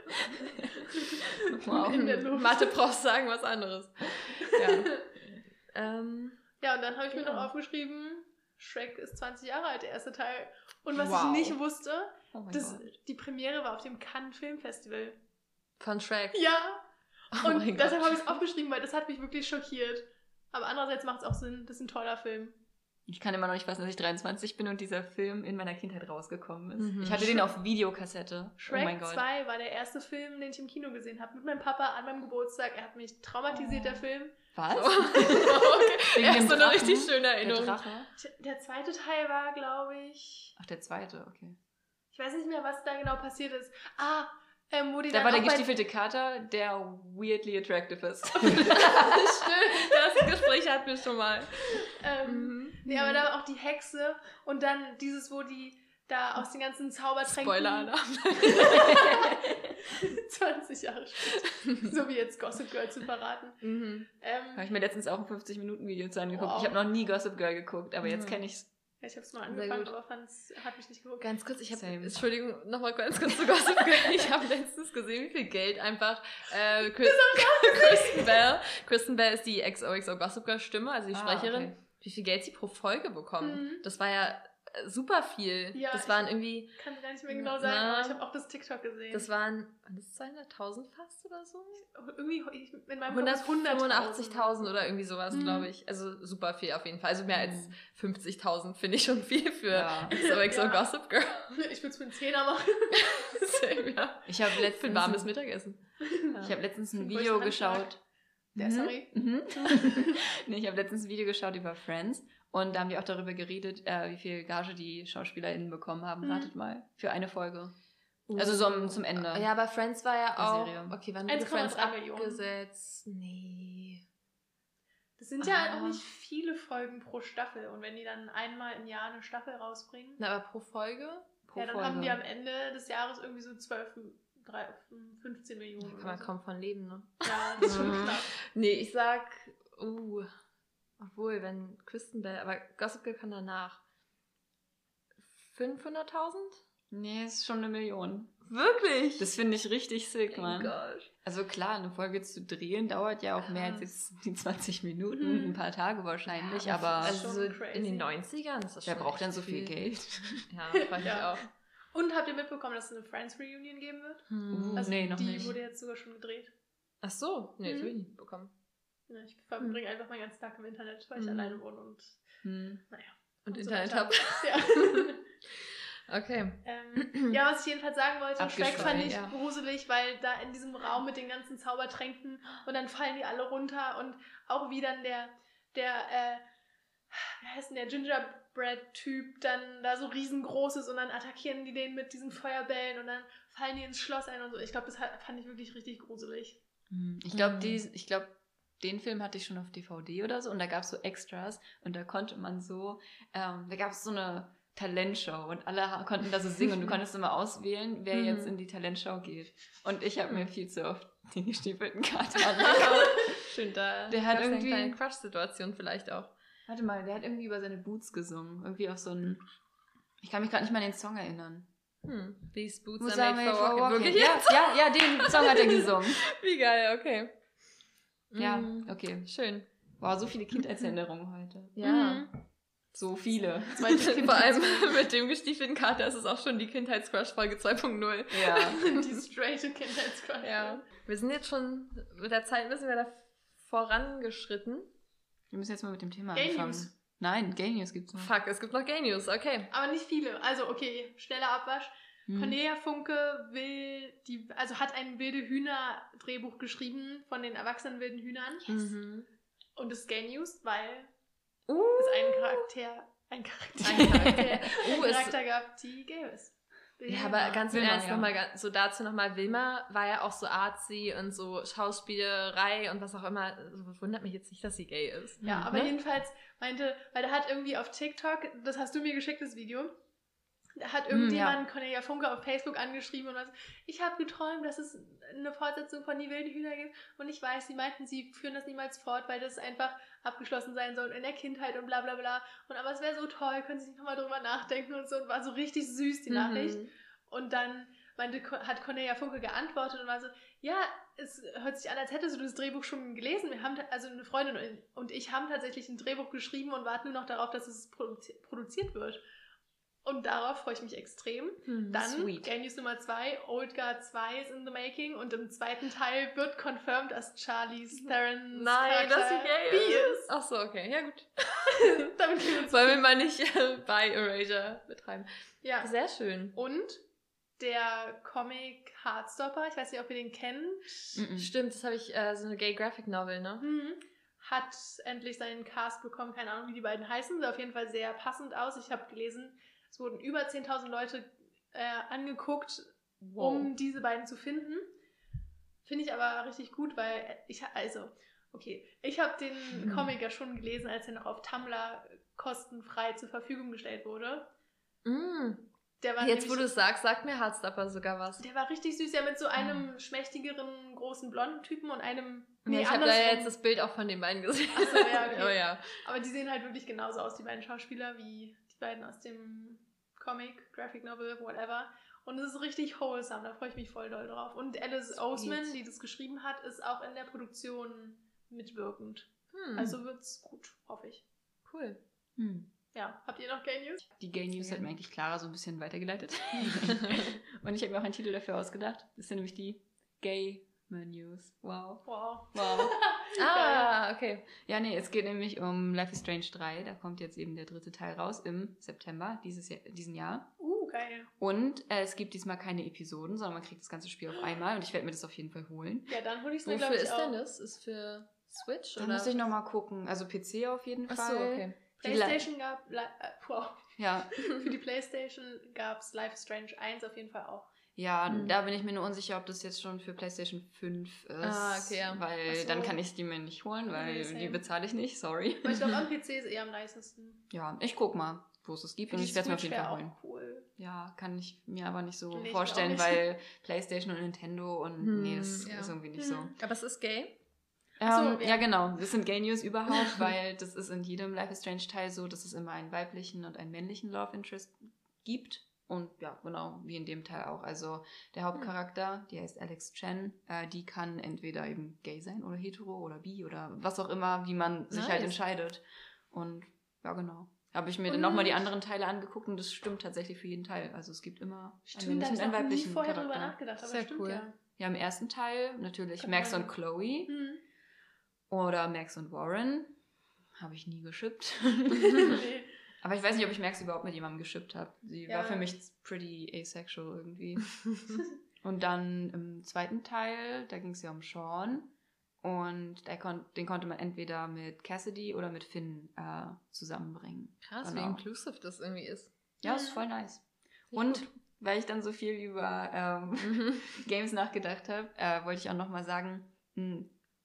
Speaker 3: Wow.
Speaker 1: In der Luft.
Speaker 2: Mathe-Profs sagen was anderes. Ja. ähm,
Speaker 1: ja, und dann habe ich mir
Speaker 2: Ja.
Speaker 1: noch aufgeschrieben, Shrek ist zwanzig Jahre alt, der erste Teil. Und was
Speaker 3: Wow.
Speaker 1: ich nicht wusste,
Speaker 3: Oh mein
Speaker 1: das,
Speaker 3: Gott.
Speaker 1: die Premiere war auf dem Cannes Filmfestival.
Speaker 2: von Shrek.
Speaker 1: Ja,
Speaker 2: Oh
Speaker 1: und
Speaker 2: mein
Speaker 1: deshalb
Speaker 2: Gott.
Speaker 1: habe ich es aufgeschrieben, weil das hat mich wirklich schockiert. Aber andererseits macht es auch Sinn, das ist ein toller Film.
Speaker 3: Ich kann immer noch nicht fassen, dass ich dreiundzwanzig bin und dieser Film in meiner Kindheit rausgekommen ist.
Speaker 2: Mhm.
Speaker 3: Ich hatte den auf Videokassette.
Speaker 1: Shrek
Speaker 3: oh mein Gott.
Speaker 1: zwei war der erste Film, den ich im Kino gesehen habe. Mit meinem Papa an meinem Geburtstag. Er hat mich traumatisiert,
Speaker 3: Oh.
Speaker 1: der Film.
Speaker 3: Was?
Speaker 2: okay. Er
Speaker 3: dem
Speaker 2: ist so eine
Speaker 3: Drachen?
Speaker 2: richtig schöne
Speaker 3: Der
Speaker 2: Erinnerung.
Speaker 3: Drache?
Speaker 1: Der zweite Teil war, glaube ich...
Speaker 3: Ach, der zweite, okay.
Speaker 1: Ich weiß nicht mehr, was da genau passiert ist. Ah, ähm, wo die
Speaker 3: Da
Speaker 1: dann
Speaker 3: war der
Speaker 1: auch bei-
Speaker 3: gestiefelte Kater, der weirdly attractive ist.
Speaker 2: Stimmt, das Gespräch hatten wir schon mal.
Speaker 1: Ähm,
Speaker 2: Mhm.
Speaker 1: Nee, aber da war auch die Hexe und dann dieses, wo die da aus den ganzen Zaubertränken...
Speaker 2: Spoiler-Alarm.
Speaker 1: zwanzig Jahre später. So wie jetzt Gossip Girl zu verraten.
Speaker 2: Mhm.
Speaker 1: Ähm,
Speaker 3: Habe ich mir letztens auch ein fünfzig-Minuten-Video zu angeguckt.
Speaker 1: Wow.
Speaker 3: Ich habe noch nie Gossip Girl geguckt, aber jetzt
Speaker 2: Mhm.
Speaker 3: kenne ich's.
Speaker 1: ja, ich habe es mal
Speaker 2: Sehr
Speaker 1: angefangen,
Speaker 2: gut.
Speaker 1: aber fand's, hat mich nicht geguckt.
Speaker 2: Ganz kurz, ich habe,
Speaker 3: Same.
Speaker 2: Entschuldigung, nochmal ganz kurz zu Gossip Girl. Ich habe letztens gesehen, wie viel Geld einfach äh, Chris, Kristen Bell, Kristen Bell ist die X O X O Gossip Girl Stimme, also die
Speaker 3: Ah,
Speaker 2: Sprecherin,
Speaker 3: okay.
Speaker 2: wie viel Geld sie pro Folge bekommt.
Speaker 1: Mhm.
Speaker 2: Das war ja äh, super viel.
Speaker 1: Ja,
Speaker 2: das
Speaker 1: ich-
Speaker 2: waren irgendwie,
Speaker 1: Kann ich gar nicht mehr genau sagen,
Speaker 2: Na.
Speaker 1: aber ich habe auch das TikTok gesehen.
Speaker 2: das waren, waren das zweihunderttausend fast oder so?
Speaker 1: Irgendwie, ich, in meinem Kopf ist
Speaker 2: hundertfünfundachtzigtausend oder irgendwie sowas,
Speaker 1: Mhm.
Speaker 2: glaube ich. Also super viel auf jeden Fall. Also mehr als
Speaker 3: Mhm.
Speaker 2: fünfzigtausend finde ich schon viel für
Speaker 3: Ja.
Speaker 2: X O X O
Speaker 1: Ja.
Speaker 2: Gossip Girl.
Speaker 1: Ich würde es für einen Zehner machen.
Speaker 2: Same, ja.
Speaker 3: Ich habe
Speaker 2: Für
Speaker 3: letztens,
Speaker 2: ein warmes Mittagessen. Ja.
Speaker 3: ich hab letztens ein
Speaker 1: Für den
Speaker 3: Video
Speaker 1: größten Handschlag.
Speaker 3: geschaut.
Speaker 1: Der,
Speaker 3: Mhm.
Speaker 1: sorry.
Speaker 3: Mhm. nee, ich habe letztens ein Video geschaut über Friends und da haben die auch darüber geredet, äh, wie viel Gage die SchauspielerInnen bekommen haben.
Speaker 1: Mhm.
Speaker 3: Wartet mal. Für eine Folge. Also so am- zum Ende.
Speaker 2: Ja, aber Friends war ja
Speaker 3: Der
Speaker 2: auch.
Speaker 3: Serie.
Speaker 2: Okay, wann wurde
Speaker 1: eins Komma
Speaker 2: Friends
Speaker 1: drei Millionen.
Speaker 2: abgesetzt? Nee.
Speaker 1: Das sind ja
Speaker 2: Ah.
Speaker 1: auch nicht viele Folgen pro Staffel. Und wenn die dann einmal im Jahr eine Staffel rausbringen,
Speaker 2: Na, aber pro Folge?
Speaker 3: Pro
Speaker 1: ja, dann
Speaker 3: Folge.
Speaker 1: haben die am Ende des Jahres irgendwie so zwölf, drei, fünfzehn Millionen.
Speaker 2: Kann man
Speaker 1: oder so.
Speaker 2: kaum von leben, ne?
Speaker 1: Ja, das ist schon
Speaker 3: Mhm.
Speaker 1: knapp.
Speaker 2: Nee, ich sag, uh, obwohl, wenn Kristen Bell, aber Gossip Girl kann danach. fünfhunderttausend?
Speaker 3: Nee, ist schon eine Million.
Speaker 2: Wirklich?
Speaker 3: Das finde ich richtig sick,
Speaker 2: Oh
Speaker 3: Mann.
Speaker 2: Gott.
Speaker 3: Also klar, eine Folge zu drehen dauert ja auch mehr als
Speaker 2: Krass.
Speaker 3: jetzt die zwanzig Minuten,
Speaker 1: Mhm.
Speaker 3: ein paar Tage wahrscheinlich,
Speaker 2: Ja,
Speaker 3: aber
Speaker 1: das ist
Speaker 2: Also
Speaker 1: schon
Speaker 2: so
Speaker 1: crazy.
Speaker 2: in den neunzigern ist das
Speaker 3: wer
Speaker 2: schon
Speaker 3: braucht
Speaker 2: echt
Speaker 3: denn so viel Geld?
Speaker 2: Ja, frage ich
Speaker 1: Ja.
Speaker 2: auch.
Speaker 1: Und habt ihr mitbekommen, dass es eine Friends Reunion geben wird?
Speaker 2: Hm.
Speaker 3: Uh, nee, noch
Speaker 1: die
Speaker 3: nicht.
Speaker 1: wurde jetzt sogar schon gedreht.
Speaker 2: Ach so, nee, das
Speaker 1: Mhm.
Speaker 2: habe ich nicht bekommen.
Speaker 1: Ja, ich verbringe einfach meinen ganzen Tag im Internet, weil ich
Speaker 2: Mhm.
Speaker 1: alleine wohne und
Speaker 3: Hm.
Speaker 1: naja.
Speaker 2: Und
Speaker 1: so
Speaker 2: Internet
Speaker 1: weiter.
Speaker 2: habe.
Speaker 1: Ja.
Speaker 2: Okay.
Speaker 1: ähm, ja, was ich jedenfalls sagen wollte, Shrek
Speaker 3: Abgeschweift,
Speaker 1: fand ich
Speaker 2: ja.
Speaker 1: gruselig, weil da in diesem Raum mit den ganzen Zaubertränken und dann fallen die alle runter und auch wie dann der, der, äh, wie heißt denn der Gingerbread-Typ dann da so riesengroß ist und dann attackieren die den mit diesen Feuerbällen und dann fallen die ins Schloss ein und so. Ich glaube, das hat, fand ich wirklich richtig gruselig.
Speaker 3: Hm. Ich glaube,
Speaker 2: Mhm.
Speaker 3: die, ich glaube, den Film hatte ich schon auf D V D oder so und da gab es so Extras und da konnte man so, ähm, da gab es so eine Talentshow und alle ha- konnten da so singen und du konntest immer auswählen, wer
Speaker 2: Mhm.
Speaker 3: jetzt in die Talentshow geht. Und ich habe mir viel zu oft den gestiefelten Kater angeguckt.
Speaker 2: Schön, da
Speaker 3: Der hat
Speaker 2: gab's eine
Speaker 3: irgendwie-
Speaker 2: kleine Crush-Situation vielleicht auch.
Speaker 3: Warte mal, der hat irgendwie über seine Boots gesungen. Irgendwie auf so einen, ich kann mich gerade nicht mal an den Song erinnern.
Speaker 2: Hm. These boots
Speaker 3: Boots
Speaker 2: are made for walking. Wirklich?
Speaker 3: Ja, ja, ja, den Song hat er gesungen.
Speaker 2: Wie geil, okay.
Speaker 3: Ja,
Speaker 2: Mhm.
Speaker 3: okay.
Speaker 2: Schön.
Speaker 3: Wow, so viele Kindheitserinnerungen heute.
Speaker 2: Ja.
Speaker 1: Mhm.
Speaker 3: So viele.
Speaker 2: Vor allem mit dem gestiefelten Kater ist es auch schon die Kindheitscrush-Folge zwei Punkt null.
Speaker 3: Ja.
Speaker 1: Die straighte Kindheitscrush.
Speaker 2: Ja. Wir sind jetzt schon mit der Zeit ein bisschen weiter vorangeschritten.
Speaker 3: Wir müssen jetzt mal mit dem Thema
Speaker 1: Gay
Speaker 3: anfangen.
Speaker 1: News.
Speaker 3: Nein, Gay News gibt's noch.
Speaker 2: Fuck, es gibt noch Gay News, okay.
Speaker 1: Aber nicht viele. Also, okay, schneller Abwasch.
Speaker 3: Hm.
Speaker 1: Cornelia Funke will die, also hat ein wilde Hühner-Drehbuch geschrieben von den erwachsenen wilden Hühnern.
Speaker 2: Mhm.
Speaker 1: Und das ist Gay News, weil
Speaker 2: Uh,
Speaker 1: es einen Charakter, ein Charakter,
Speaker 2: Ein Charakter.
Speaker 1: einen
Speaker 2: Uh, es-
Speaker 1: Charakter gab, die gay ist.
Speaker 2: ja, aber ganz im
Speaker 3: Wilma,
Speaker 2: Ernst,
Speaker 3: ja.
Speaker 2: noch mal, ganz- so dazu nochmal, Wilma war ja auch so artsy und so Schauspielerei und was auch immer. Also, wundert mich jetzt nicht, dass sie gay ist.
Speaker 1: Ja, aber
Speaker 2: Ne?
Speaker 1: jedenfalls meinte, weil der hat irgendwie auf TikTok, das hast du mir geschickt, das Video, da hat irgendjemand Cornelia Funke auf Facebook angeschrieben und was, ich habe geträumt, dass es eine Fortsetzung von Die wilden Hühner gibt und ich weiß, sie meinten, sie führen das niemals fort, weil das einfach abgeschlossen sein soll in der Kindheit und bla bla bla. Und aber es wäre so toll, können Sie nicht nochmal drüber nachdenken und so und war so richtig süß, die Nachricht.
Speaker 2: Mhm.
Speaker 1: Und dann meinte, hat Cornelia Funke geantwortet und war so, ja, es hört sich an, als hättest du das Drehbuch schon gelesen. Wir haben, ta- also eine Freundin und ich haben tatsächlich ein Drehbuch geschrieben und warten nur noch darauf, dass es produzi- produziert wird. Und darauf freue ich mich extrem.
Speaker 2: Hm,
Speaker 1: Dann
Speaker 3: sweet.
Speaker 1: Gay News Nummer zwei, Old Guard zwei is in the making und im zweiten Teil wird confirmed, dass Charlize Theron's
Speaker 2: Nein, dass sie
Speaker 1: Charakter
Speaker 2: gay
Speaker 1: bi
Speaker 2: ist.
Speaker 1: ist.
Speaker 2: Ach so, okay. Ja, gut.
Speaker 1: Damit können wir uns
Speaker 2: Wollen wir mal nicht äh, bei Erasure betreiben.
Speaker 1: Ja.
Speaker 2: Sehr schön.
Speaker 1: Und der Comic Heartstopper, ich weiß nicht, ob ihr den kennt,
Speaker 3: Mhm.
Speaker 2: Stimmt, das habe ich, äh, so eine Gay Graphic Novel, ne?
Speaker 1: mhm. hat endlich seinen Cast bekommen. Keine Ahnung, wie die beiden heißen. Sieht auf jeden Fall sehr passend aus. Ich habe gelesen, es wurden über zehntausend Leute äh, angeguckt, um diese beiden zu finden. Finde ich aber richtig gut, weil ich, also, okay, ich habe den
Speaker 2: Mhm.
Speaker 1: Comic ja schon gelesen, als er noch auf Tumblr kostenfrei zur Verfügung gestellt wurde.
Speaker 2: Mm.
Speaker 1: Der war
Speaker 2: Jetzt, wo
Speaker 1: nämlich-
Speaker 2: du es sagst, sagt mir Heartstopper sogar was.
Speaker 1: Der war richtig süß, ja, mit so einem schmächtigeren, großen, blonden Typen und einem...
Speaker 2: Nee, ich habe da ja
Speaker 1: andersrum.
Speaker 2: jetzt das Bild auch von den beiden gesehen.
Speaker 1: Ach so, ja, okay.
Speaker 2: Oh, ja.
Speaker 1: Aber die sehen halt wirklich genauso aus, die beiden Schauspieler, wie die beiden aus dem Comic, Graphic Novel, whatever. Und es ist richtig wholesome, da freue ich mich voll doll drauf. Und Alice
Speaker 2: Sweet.
Speaker 1: Oseman, die das geschrieben hat, ist auch in der Produktion mitwirkend.
Speaker 2: Hm.
Speaker 1: Also wird's gut, hoffe ich.
Speaker 2: cool.
Speaker 3: Hm.
Speaker 1: Ja, habt ihr noch Gay News?
Speaker 3: Die Gay News hat mir eigentlich Clara so ein bisschen weitergeleitet. Und ich habe mir auch einen Titel dafür ausgedacht. Das sind nämlich die Gay News. Wow.
Speaker 1: Wow.
Speaker 3: Wow.
Speaker 2: Ah, okay.
Speaker 3: Ja, nee, es geht nämlich um Life is Strange drei. Da kommt jetzt eben der dritte Teil raus im September dieses Jahr, diesen Jahr.
Speaker 1: Uh, geil.
Speaker 3: Und äh, es gibt diesmal keine Episoden, sondern man kriegt das ganze Spiel auf einmal. Und ich werde mir das auf jeden Fall holen.
Speaker 1: Ja, dann hole ich es mir,
Speaker 2: Wofür
Speaker 1: glaube ich,
Speaker 2: ist
Speaker 1: auch.
Speaker 2: denn das? Ist für Switch
Speaker 3: Da
Speaker 2: oder?
Speaker 3: muss ich nochmal gucken. Also P C auf jeden Fall.
Speaker 2: Ach so, okay.
Speaker 3: Die
Speaker 1: PlayStation gab... Li- äh, wow.
Speaker 3: Ja,
Speaker 1: Für die PlayStation gab es Life is Strange eins auf jeden Fall auch.
Speaker 3: ja,
Speaker 2: Hm.
Speaker 3: da bin ich mir nur unsicher, ob das jetzt schon für PlayStation fünf ist.
Speaker 2: Ah, okay, ja.
Speaker 3: Weil
Speaker 1: Ach so.
Speaker 3: dann kann ich die mir nicht holen, weil
Speaker 1: Okay, same.
Speaker 3: die bezahle ich nicht, sorry.
Speaker 1: Aber ich glaube, am P C ist eher am nicesten.
Speaker 3: Ja, ich guck mal, wo es es gibt
Speaker 1: Für
Speaker 3: und
Speaker 1: die
Speaker 3: ich werde es mir auf
Speaker 1: Switch
Speaker 3: jeden Fall
Speaker 1: wäre
Speaker 3: holen.
Speaker 1: auch cool.
Speaker 3: Ja, kann ich mir aber nicht so
Speaker 1: Nee, ich
Speaker 3: vorstellen,
Speaker 1: auch nicht.
Speaker 3: weil PlayStation und Nintendo und
Speaker 2: Hm,
Speaker 3: nee, das
Speaker 2: ja.
Speaker 3: ist irgendwie nicht
Speaker 1: Hm.
Speaker 3: so.
Speaker 2: Aber es ist gay?
Speaker 1: Ach so,
Speaker 3: Ähm,
Speaker 1: ja.
Speaker 3: ja, genau. Das sind Gay News überhaupt, weil das ist in jedem Life is Strange Teil so, dass es immer einen weiblichen und einen männlichen Love Interest gibt. Und ja, genau, wie in dem Teil auch. Also der Hauptcharakter, die heißt Alex Chen, äh, die kann entweder eben gay sein oder hetero oder bi oder was auch immer, wie man sich
Speaker 2: Nice.
Speaker 3: halt entscheidet. Und ja, genau. Habe ich mir dann
Speaker 1: Und-
Speaker 3: nochmal die anderen Teile angeguckt und das stimmt tatsächlich für jeden Teil. Also es gibt immer
Speaker 1: Stimmt, da habe
Speaker 3: und
Speaker 1: ich
Speaker 3: einen
Speaker 1: noch nie
Speaker 3: weiblichen
Speaker 1: vorher
Speaker 3: Charakter.
Speaker 1: drüber nachgedacht, aber
Speaker 2: Sehr
Speaker 1: stimmt
Speaker 2: cool.
Speaker 1: ja.
Speaker 3: Ja, im ersten Teil natürlich
Speaker 1: Kann
Speaker 3: Max
Speaker 1: man-
Speaker 3: und Chloe
Speaker 1: Hm.
Speaker 3: oder Max und Warren. Habe ich nie geschippt.
Speaker 1: Nee.
Speaker 3: Aber ich weiß nicht, ob ich Max überhaupt mit jemandem geschippt habe. Sie
Speaker 1: Ja.
Speaker 3: war für mich pretty asexual irgendwie. Und dann im zweiten Teil, da ging es ja um Sean. Und der kon den konnte man entweder mit Cassidy oder mit Finn äh, zusammenbringen.
Speaker 2: Krass,
Speaker 3: Genau.
Speaker 2: wie inclusive das irgendwie ist.
Speaker 3: Ja, ist voll nice.
Speaker 2: Finde
Speaker 3: Und
Speaker 2: ich gut.
Speaker 3: weil ich dann so viel über ähm,
Speaker 2: Mhm.
Speaker 3: Games nachgedacht habe, äh, wollte ich auch nochmal sagen, mh,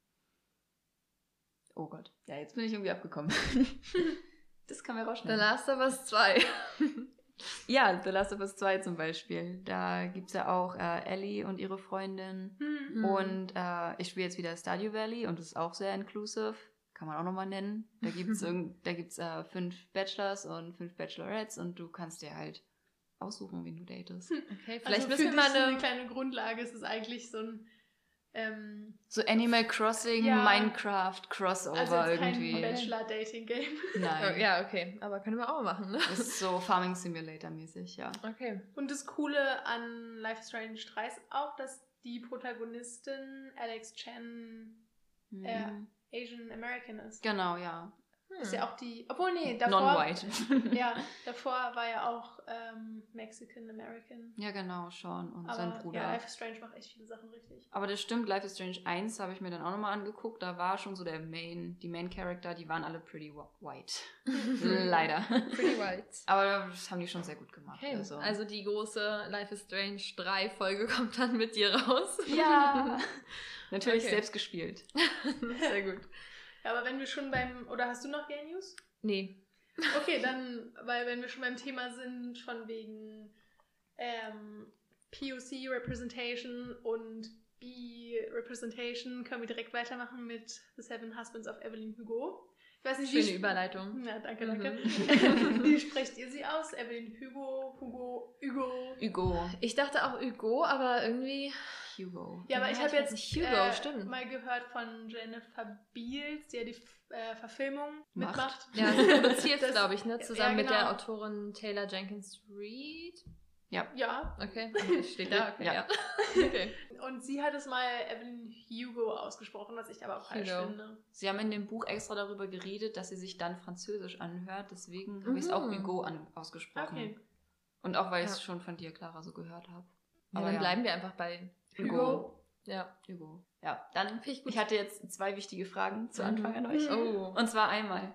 Speaker 3: oh Gott, ja, jetzt bin ich irgendwie abgekommen. Das kann man
Speaker 2: The
Speaker 3: rausschneiden.
Speaker 2: Last of Us zwei.
Speaker 3: Ja, The Last of Us zwei zum Beispiel. Da gibt es ja auch äh, Ellie und ihre Freundin.
Speaker 1: Hm.
Speaker 2: Mhm.
Speaker 3: Und äh, ich spiele jetzt wieder Stardew Valley und das ist auch sehr inclusive. Kann man auch nochmal nennen. Da gibt es da gibt's, äh, fünf Bachelors und fünf Bachelorettes und du kannst dir halt aussuchen, wen du datest.
Speaker 2: Okay, vielleicht
Speaker 1: Also
Speaker 2: müssen
Speaker 1: für
Speaker 2: wir mal
Speaker 1: dich eine
Speaker 2: eine...
Speaker 1: kleine Grundlage. Es ist eigentlich so ein ähm,
Speaker 3: So Animal Crossing,
Speaker 1: Ja.
Speaker 3: Minecraft, Crossover
Speaker 1: also jetzt kein
Speaker 3: irgendwie.
Speaker 1: Bachelor-Dating-Game.
Speaker 3: Nein.
Speaker 2: Ja, okay. Aber können wir auch mal machen, ne?
Speaker 3: Das ist so Farming Simulator mäßig, ja.
Speaker 2: Okay.
Speaker 1: Und das Coole an Life is Strange drei ist auch, dass die Protagonistin Alex Chen
Speaker 3: Mhm.
Speaker 1: äh, Asian American ist.
Speaker 3: Genau, ja.
Speaker 2: Hm.
Speaker 1: Ist ja auch die, obwohl nee, davor,
Speaker 3: Non-white.
Speaker 1: ja, davor war ja auch ähm, Mexican American.
Speaker 3: Ja, genau, Sean und
Speaker 1: Aber
Speaker 3: sein Bruder.
Speaker 1: ja, Life is Strange macht echt viele Sachen richtig.
Speaker 3: Aber das stimmt, Life is Strange eins habe ich mir dann auch nochmal angeguckt. Da war schon so der Main, die Main Character, die waren alle pretty wa- white. Leider.
Speaker 2: Pretty White.
Speaker 3: Aber das haben die schon sehr gut gemacht.
Speaker 2: Okay,
Speaker 3: Also.
Speaker 2: also die große Life is Strange drei Folge kommt dann mit dir raus.
Speaker 3: ja. Natürlich
Speaker 2: Okay.
Speaker 3: selbst gespielt.
Speaker 2: Sehr gut.
Speaker 1: Ja, aber wenn wir schon beim, oder hast du noch Gay News?
Speaker 2: Nee.
Speaker 1: Okay, dann, weil wenn wir schon beim Thema sind, von wegen ähm, P O C Representation und B Representation, können wir direkt weitermachen mit The Seven Husbands of Evelyn Hugo. Ich weiß nicht,
Speaker 2: Schöne
Speaker 1: wie
Speaker 2: Überleitung.
Speaker 1: Ja, danke,
Speaker 2: Mhm.
Speaker 1: danke. Wie sprecht ihr sie aus? Evelyn Hugo, Hugo, Hugo.
Speaker 3: Hugo.
Speaker 2: Ich dachte auch Hugo, aber irgendwie...
Speaker 3: Hugo.
Speaker 1: Ja, aber ich
Speaker 2: Ja,
Speaker 1: habe
Speaker 2: ich weiß
Speaker 1: jetzt
Speaker 2: nicht, Hugo,
Speaker 1: äh,
Speaker 2: stimmt.
Speaker 1: mal gehört von Jennifer Beals, die ja die äh, Verfilmung
Speaker 3: Macht.
Speaker 1: mitmacht.
Speaker 2: Ja, sie produziert
Speaker 1: Das-
Speaker 2: es, glaube ich, ne? Zusammen
Speaker 1: ja,
Speaker 2: mit der
Speaker 1: genau.
Speaker 2: Autorin Taylor Jenkins Reid.
Speaker 1: Ja,
Speaker 2: Okay, steht da? Okay,
Speaker 3: Ja.
Speaker 2: ja. Okay.
Speaker 1: und sie hat es mal Evelyn Hugo ausgesprochen, was ich aber falsch
Speaker 2: Hugo.
Speaker 1: finde.
Speaker 3: Sie haben in dem Buch extra darüber geredet, dass sie sich dann französisch anhört. Deswegen habe ich es
Speaker 2: Mhm.
Speaker 3: auch Hugo an, ausgesprochen.
Speaker 1: Okay.
Speaker 3: Und auch, weil ich es
Speaker 2: Ja.
Speaker 3: schon von dir, Clara, so gehört habe.
Speaker 2: Ja,
Speaker 3: Aber
Speaker 2: dann
Speaker 3: ja.
Speaker 2: bleiben wir einfach bei
Speaker 3: Hugo.
Speaker 2: Ja.
Speaker 3: Hugo. Ja, dann,
Speaker 2: Finde ich gut.
Speaker 3: ich hatte jetzt zwei wichtige Fragen zu
Speaker 2: Mhm.
Speaker 3: Anfang an euch.
Speaker 2: Oh.
Speaker 3: Und zwar einmal,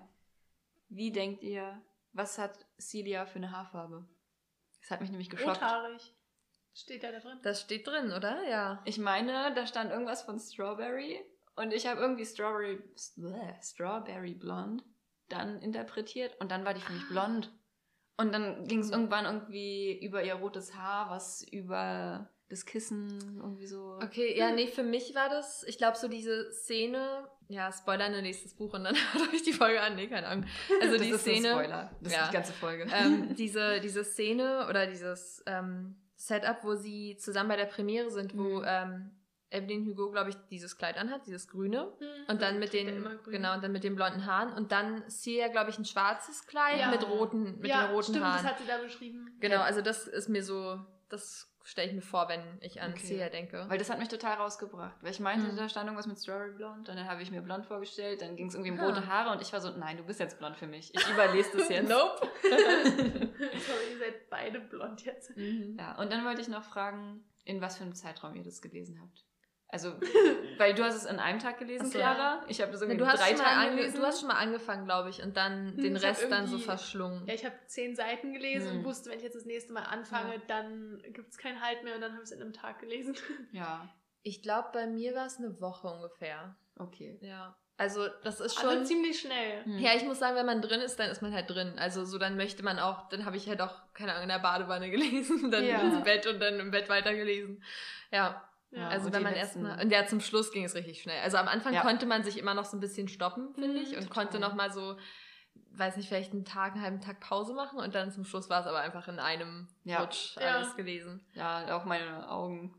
Speaker 3: wie denkt ihr, was hat Celia für eine Haarfarbe? Das hat mich nämlich geschockt.
Speaker 1: Rothaarig. Steht ja da drin.
Speaker 2: Das steht drin, oder? Ja.
Speaker 3: Ich meine, da stand irgendwas von Strawberry und ich habe irgendwie Strawberry, bleh, Strawberry Blonde dann interpretiert und dann war die für mich blond. Und dann ging es irgendwann irgendwie über ihr rotes Haar, was über das Kissen irgendwie so.
Speaker 2: Okay, ja, nee, für mich war das, ich glaube, so diese Szene, ja, Spoiler in nächstes Buch und dann hört euch die Folge an, nee, keine Ahnung. Also
Speaker 3: das
Speaker 2: die
Speaker 3: ist
Speaker 2: Szene,
Speaker 3: ein Spoiler. Das
Speaker 2: ja.
Speaker 3: ist die ganze Folge.
Speaker 2: ähm, diese, diese Szene oder dieses ähm, Setup, wo sie zusammen bei der Premiere sind, wo
Speaker 3: Mhm.
Speaker 2: ähm, Evelyn Hugo, glaube ich, dieses Kleid anhat, dieses grüne.
Speaker 1: Hm.
Speaker 2: Und dann mit
Speaker 1: Trägt er
Speaker 2: den,
Speaker 1: immer grün.
Speaker 2: genau, und dann mit den blonden Haaren. Und dann Sia, glaube ich, ein schwarzes Kleid
Speaker 1: Ja.
Speaker 2: mit roten, mit
Speaker 1: ja,
Speaker 2: den roten
Speaker 1: stimmt,
Speaker 2: Haaren.
Speaker 1: das hat sie da beschrieben.
Speaker 2: Genau,
Speaker 3: Ja.
Speaker 2: also das ist mir so, das stelle ich mir vor, wenn ich an
Speaker 3: Okay.
Speaker 2: Sia denke.
Speaker 3: Weil das hat mich total rausgebracht. Weil ich meinte,
Speaker 2: Mhm.
Speaker 3: da stand irgendwas mit Strawberry Blond und dann habe ich mir blond vorgestellt, dann ging es irgendwie um
Speaker 2: Ah.
Speaker 3: rote Haare und ich war so, nein, du bist jetzt blond für mich. Ich überlese das jetzt.
Speaker 2: Nope.
Speaker 1: Sorry, ihr seid beide blond jetzt.
Speaker 2: Mhm.
Speaker 3: Ja, und dann wollte ich noch fragen, in was für einem Zeitraum ihr das gelesen habt. Also, weil du hast es in einem Tag gelesen,
Speaker 2: Ach so.
Speaker 3: Clara. Ich habe das
Speaker 2: Na,
Speaker 3: irgendwie
Speaker 2: du,
Speaker 3: in
Speaker 2: hast
Speaker 3: drei
Speaker 2: schon mal
Speaker 3: Tagen
Speaker 2: ange
Speaker 3: gelesen.
Speaker 2: du hast schon mal angefangen, glaube ich, und dann
Speaker 1: Hm,
Speaker 2: den
Speaker 1: ich hab
Speaker 2: Rest dann so
Speaker 1: irgendwie-
Speaker 2: verschlungen.
Speaker 1: Ja, ich habe zehn Seiten gelesen
Speaker 3: Hm.
Speaker 1: und wusste, wenn ich jetzt das nächste Mal anfange,
Speaker 2: Ja.
Speaker 1: dann gibt es keinen Halt mehr und dann habe ich es in einem Tag gelesen.
Speaker 3: Ja,
Speaker 2: Ich glaube, bei mir war es eine Woche ungefähr.
Speaker 3: okay.
Speaker 2: Ja. Also, das ist schon.
Speaker 1: Also ziemlich schnell.
Speaker 3: Hm.
Speaker 2: Ja, ich muss sagen, wenn man drin ist, dann ist man halt drin. Also so, dann möchte man auch, dann habe ich halt auch, keine Ahnung, in der Badewanne gelesen, dann
Speaker 3: Ja.
Speaker 2: ins Bett und dann im Bett weitergelesen. Ja,
Speaker 1: Ja.
Speaker 2: also
Speaker 3: und
Speaker 2: wenn
Speaker 3: die
Speaker 2: man
Speaker 3: letzten-
Speaker 2: erstmal, und ja, zum Schluss ging es richtig schnell. Also am Anfang
Speaker 3: Ja.
Speaker 2: konnte man sich immer noch so ein bisschen stoppen, finde
Speaker 1: Mhm,
Speaker 2: ich, und
Speaker 3: total.
Speaker 2: konnte noch mal so, weiß nicht, vielleicht einen Tag, einen halben Tag Pause machen und dann zum Schluss war es aber einfach in einem
Speaker 3: Ja.
Speaker 2: Rutsch
Speaker 1: Ja.
Speaker 2: alles gelesen.
Speaker 3: Ja, auch meine Augen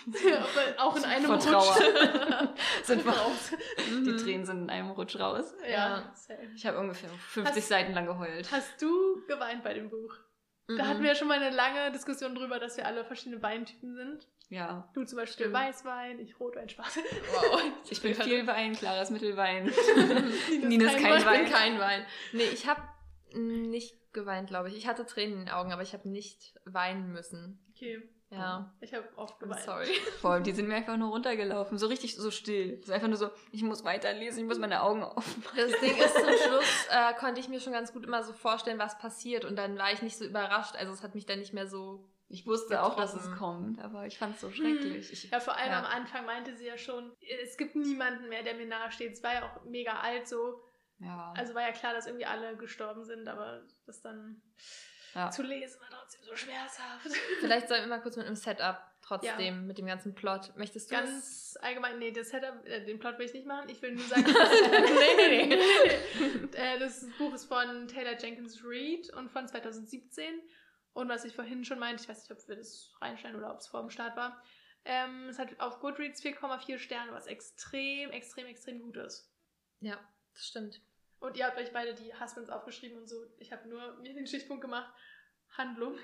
Speaker 1: Aber auch in einem
Speaker 3: Vor
Speaker 1: Rutsch.
Speaker 3: Trauer sind
Speaker 1: raus.
Speaker 3: Die
Speaker 2: Mhm.
Speaker 3: Tränen sind in einem Rutsch raus.
Speaker 1: Ja,
Speaker 2: Ja.
Speaker 1: same.
Speaker 3: Ich habe ungefähr fünfzig
Speaker 1: Hast-
Speaker 3: Seiten lang geheult.
Speaker 1: Hast du geweint bei dem Buch? Da
Speaker 2: Mhm.
Speaker 1: hatten wir ja schon mal eine lange Diskussion drüber, dass wir alle verschiedene Weintypen sind.
Speaker 3: Ja.
Speaker 1: Du zum Beispiel
Speaker 2: Stimmt.
Speaker 1: Weißwein, ich Rotwein, Spaß.
Speaker 2: Wow.
Speaker 3: Ich bin viel Wein, Claras Mittelwein.
Speaker 1: Nina
Speaker 3: Nina ist kein
Speaker 2: Ich
Speaker 3: Wein.
Speaker 2: bin kein Wein. Nee, ich habe nicht geweint, glaube ich. Ich hatte Tränen in den Augen, aber ich habe nicht weinen müssen.
Speaker 1: Okay,
Speaker 2: Ja.
Speaker 1: ich habe oft
Speaker 2: I'm
Speaker 1: geweint.
Speaker 2: sorry.
Speaker 3: Vor allem, die sind mir einfach nur runtergelaufen. So richtig so still. So einfach nur so, ich muss weiterlesen, ich muss meine Augen aufmachen.
Speaker 2: Das Ding ist, zum Schluss äh, konnte ich mir schon ganz gut immer so vorstellen, was passiert. Und dann war ich nicht so überrascht. Also es hat mich dann nicht mehr so...
Speaker 3: Ich wusste auch, dass es
Speaker 2: Getroffen.
Speaker 3: kommt, aber ich fand es so schrecklich. Ich,
Speaker 1: Ja, vor allem
Speaker 2: Ja.
Speaker 1: am Anfang meinte sie ja schon, es gibt niemanden mehr, der mir nahesteht. Es war ja auch mega alt so.
Speaker 3: ja.
Speaker 1: Also war ja klar, dass irgendwie alle gestorben sind, aber das dann
Speaker 3: ja.
Speaker 1: zu lesen war trotzdem so schmerzhaft.
Speaker 2: Vielleicht sollten wir mal kurz mit einem Setup trotzdem, mit dem ganzen Plot. Möchtest du es?
Speaker 1: Ganz allgemein, nee, das Setup, äh, den Plot will ich nicht machen. Ich will nur sagen, nee, nee, nee. äh, das Buch ist von Taylor Jenkins Reid und von zwanzig siebzehn. Und was ich vorhin schon meinte, ich weiß nicht, ob wir das reinstellen oder ob es vor dem Start war. Ähm, es hat auf Goodreads vier Komma vier Sterne, was extrem, extrem, extrem gut ist.
Speaker 2: Ja, das stimmt.
Speaker 1: Und ihr habt euch beide die Husbands aufgeschrieben und so. Ich habe nur mir den Stichpunkt gemacht. Handlung.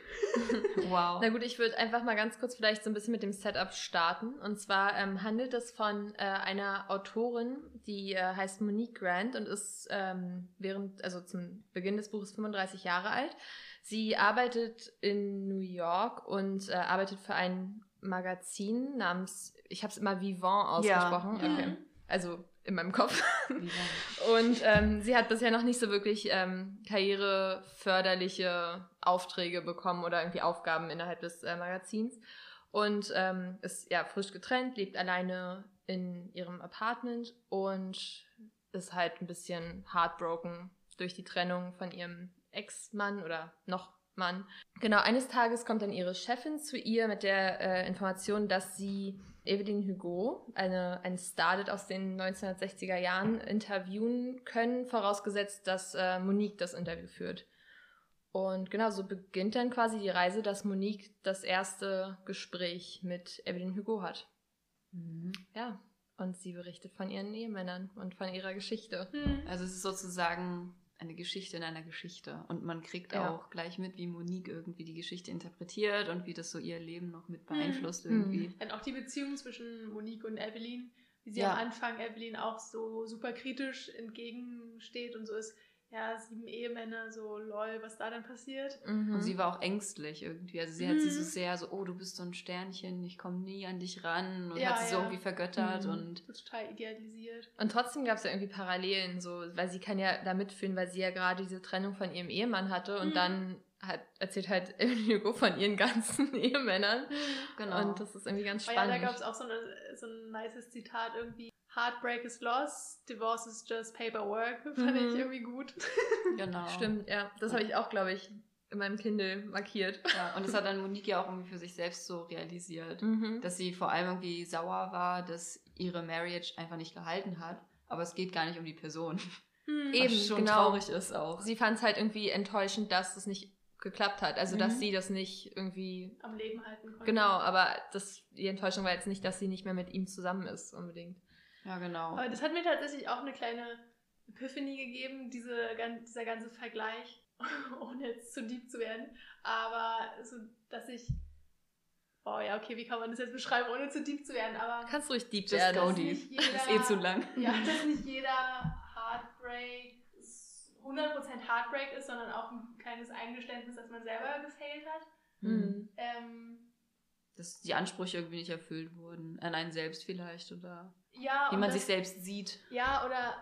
Speaker 3: Wow.
Speaker 2: Na gut, ich würde einfach mal ganz kurz vielleicht so ein bisschen mit dem Setup starten. Und zwar ähm, handelt es von äh, einer Autorin, die äh, heißt Monique Grant und ist ähm, während, also zum Beginn des Buches fünfunddreißig Jahre alt. Sie arbeitet in New York und äh, arbeitet für ein Magazin namens, ich habe es immer Vivant ausgesprochen.
Speaker 3: Ja.
Speaker 2: Okay.
Speaker 1: Mhm.
Speaker 2: Also in meinem Kopf.
Speaker 3: Wie lang?
Speaker 2: Und ähm, sie hat bisher noch nicht so wirklich ähm, karriereförderliche Aufträge bekommen oder irgendwie Aufgaben innerhalb des äh, Magazins. Und ähm, ist ja frisch getrennt, lebt alleine in ihrem Apartment und ist halt ein bisschen heartbroken durch die Trennung von ihrem Ex-Mann oder noch Mann. Genau, eines Tages kommt dann ihre Chefin zu ihr mit der äh, Information, dass sie Evelyn Hugo, eine, ein Starlet aus den neunzehnhundertsechziger Jahren, interviewen können, vorausgesetzt, dass äh, Monique das Interview führt. Und genau, so beginnt dann quasi die Reise, dass Monique das erste Gespräch mit Evelyn Hugo hat.
Speaker 3: Mhm.
Speaker 2: Ja, und sie berichtet von ihren Ehemännern und von ihrer Geschichte.
Speaker 1: Mhm.
Speaker 3: Also es ist sozusagen eine Geschichte in einer Geschichte. Und man kriegt
Speaker 2: Ja.
Speaker 3: auch gleich mit, wie Monique irgendwie die Geschichte interpretiert und wie das so ihr Leben noch mit beeinflusst
Speaker 2: Mhm.
Speaker 3: irgendwie.
Speaker 1: Dann auch die Beziehung zwischen Monique und Evelyn, wie sie
Speaker 3: Ja.
Speaker 1: am Anfang Evelyn auch so super kritisch entgegensteht und so ist, ja, sieben Ehemänner, so lol, was da dann passiert.
Speaker 2: Mhm.
Speaker 3: Und sie war auch ängstlich irgendwie. Also sie hat
Speaker 1: Mhm.
Speaker 3: sie so sehr so, oh, du bist so ein Sternchen, ich komme nie an dich ran. Und
Speaker 1: Ja,
Speaker 3: hat sie so
Speaker 1: ja.
Speaker 3: irgendwie vergöttert
Speaker 2: Mhm.
Speaker 3: und
Speaker 1: So total idealisiert.
Speaker 2: Und trotzdem gab es ja irgendwie Parallelen, so, weil sie kann ja da mitfühlen, weil sie ja gerade diese Trennung von ihrem Ehemann hatte und
Speaker 1: Mhm.
Speaker 2: dann hat, erzählt halt Evelyn Hugo von ihren ganzen Ehemännern.
Speaker 3: genau.
Speaker 2: Und das ist irgendwie ganz
Speaker 1: Aber ja,
Speaker 2: spannend.
Speaker 1: da gab es auch so, eine, so ein nices Zitat irgendwie. Heartbreak is loss, divorce is just paperwork. Fand
Speaker 2: Mhm.
Speaker 1: ich irgendwie gut.
Speaker 3: genau.
Speaker 2: Stimmt, ja. Das habe ich auch, glaube ich, in meinem Kindle markiert.
Speaker 3: Ja, und das hat dann Monique ja auch irgendwie für sich selbst so realisiert.
Speaker 2: Mhm.
Speaker 3: Dass sie vor allem irgendwie sauer war, dass ihre Marriage einfach nicht gehalten hat. Aber es geht gar nicht um die Person.
Speaker 1: Hm.
Speaker 2: Eben,
Speaker 3: Was schon
Speaker 2: genau.
Speaker 3: traurig ist auch.
Speaker 2: Sie fand es halt irgendwie enttäuschend, dass es nicht geklappt hat. Also, dass
Speaker 3: Mhm.
Speaker 2: sie das nicht irgendwie...
Speaker 1: Am Leben halten konnte.
Speaker 2: Genau, aber das, die Enttäuschung war jetzt nicht, dass sie nicht mehr mit ihm zusammen ist, unbedingt.
Speaker 3: Ja, genau.
Speaker 1: Aber das hat mir tatsächlich auch eine kleine Epiphany gegeben, diese, gan- dieser ganze Vergleich, ohne jetzt zu deep zu werden. Aber so, dass ich. Oh ja, okay, wie kann man das jetzt beschreiben, ohne zu deep zu werden? Aber
Speaker 2: Kannst ruhig deep
Speaker 3: Just
Speaker 2: werden.
Speaker 3: go
Speaker 1: dass
Speaker 3: deep.
Speaker 1: nicht jeder,
Speaker 3: Ist eh zu lang.
Speaker 1: Ja, dass nicht jeder Heartbreak hundert Prozent Heartbreak ist, sondern auch ein kleines Eingeständnis, dass man selber gefailt hat.
Speaker 2: Mhm.
Speaker 1: Ähm,
Speaker 3: Dass die Ansprüche irgendwie nicht erfüllt wurden. An einen selbst vielleicht oder
Speaker 1: ja,
Speaker 3: wie
Speaker 1: und
Speaker 3: man
Speaker 1: das-
Speaker 3: sich selbst sieht.
Speaker 1: Ja, oder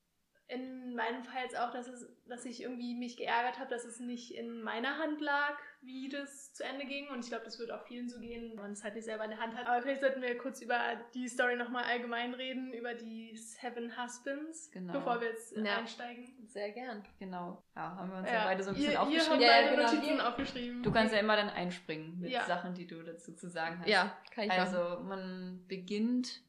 Speaker 1: in meinem Fall jetzt auch, dass, es, dass ich irgendwie mich geärgert habe, dass es nicht in meiner Hand lag, wie das zu Ende ging. Und ich glaube, das wird auch vielen so gehen, wenn man es halt nicht selber in der Hand hat. Aber vielleicht sollten wir kurz über die Story nochmal allgemein reden, über die Seven Husbands,
Speaker 3: Genau.
Speaker 1: bevor wir jetzt
Speaker 2: Ja.
Speaker 1: einsteigen.
Speaker 2: Sehr gern.
Speaker 3: Genau. Ja, haben wir uns ja, beide so ein
Speaker 1: ihr,
Speaker 3: bisschen
Speaker 1: ihr
Speaker 3: aufgeschrieben.
Speaker 1: habt
Speaker 2: Ja,
Speaker 1: beide
Speaker 2: ja, genau.
Speaker 1: Notizen aufgeschrieben.
Speaker 3: Du kannst ja immer dann einspringen mit
Speaker 1: Ja.
Speaker 3: Sachen, die du dazu zu sagen hast.
Speaker 2: Ja, kann ich machen.
Speaker 3: Also man beginnt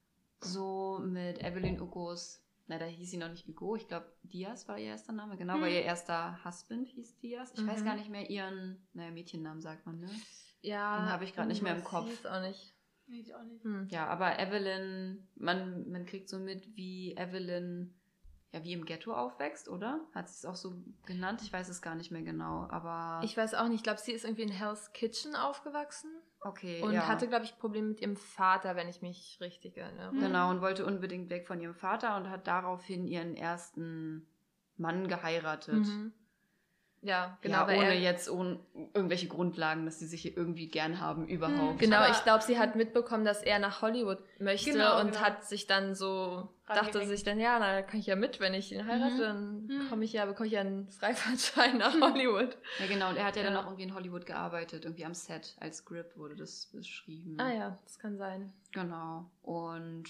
Speaker 3: so mit Evelyn Hugos, na da hieß sie noch nicht Hugo, ich glaube Diaz war ihr erster Name, genau,
Speaker 1: Hm.
Speaker 3: weil ihr erster Husband hieß Diaz. Ich weiß
Speaker 2: Mhm.
Speaker 3: gar nicht mehr ihren, naja, Mädchennamen sagt man, ne?
Speaker 2: Ja,
Speaker 3: Den habe ich grad nicht mehr im
Speaker 2: irgendwas
Speaker 3: Kopf.
Speaker 2: hieß auch nicht.
Speaker 1: Nee, ich auch nicht.
Speaker 2: Hm.
Speaker 3: Ja, aber Evelyn, man, man kriegt so mit, wie Evelyn ja wie im Ghetto aufwächst, oder? Hat sie es auch so genannt? Ich weiß es gar nicht mehr genau, aber
Speaker 2: Ich weiß auch nicht, ich glaube, sie ist irgendwie in Hell's Kitchen aufgewachsen
Speaker 3: okay,
Speaker 2: und
Speaker 3: ja.
Speaker 2: hatte, glaube ich, Probleme mit ihrem Vater, wenn ich mich richtig erinnere.
Speaker 1: Mhm.
Speaker 3: Genau, und wollte unbedingt weg von ihrem Vater und hat daraufhin ihren ersten Mann geheiratet.
Speaker 2: Mhm. Ja, genau.
Speaker 3: Genau,
Speaker 2: weil
Speaker 3: ohne
Speaker 2: er,
Speaker 3: jetzt ohne irgendwelche Grundlagen, dass sie sich irgendwie gern haben überhaupt.
Speaker 1: Mhm.
Speaker 2: Genau,
Speaker 1: Aber-
Speaker 2: ich glaube, sie hat mitbekommen, dass er nach Hollywood möchte
Speaker 1: Genau,
Speaker 2: und
Speaker 1: genau.
Speaker 2: hat sich dann so, dachte
Speaker 1: Rangehängt.
Speaker 2: sich dann, ja, na, kann ich ja mit, wenn ich ihn heirate,
Speaker 3: Mhm.
Speaker 2: dann
Speaker 1: Mhm.
Speaker 2: komme ich ja, bekomme ich ja einen Freifahrtschein nach Hollywood.
Speaker 3: Ja, genau, und er hat ja,
Speaker 2: Ja.
Speaker 3: dann auch irgendwie in Hollywood gearbeitet, irgendwie am Set, als Script wurde das beschrieben.
Speaker 2: Ah ja, das kann sein.
Speaker 3: Genau, und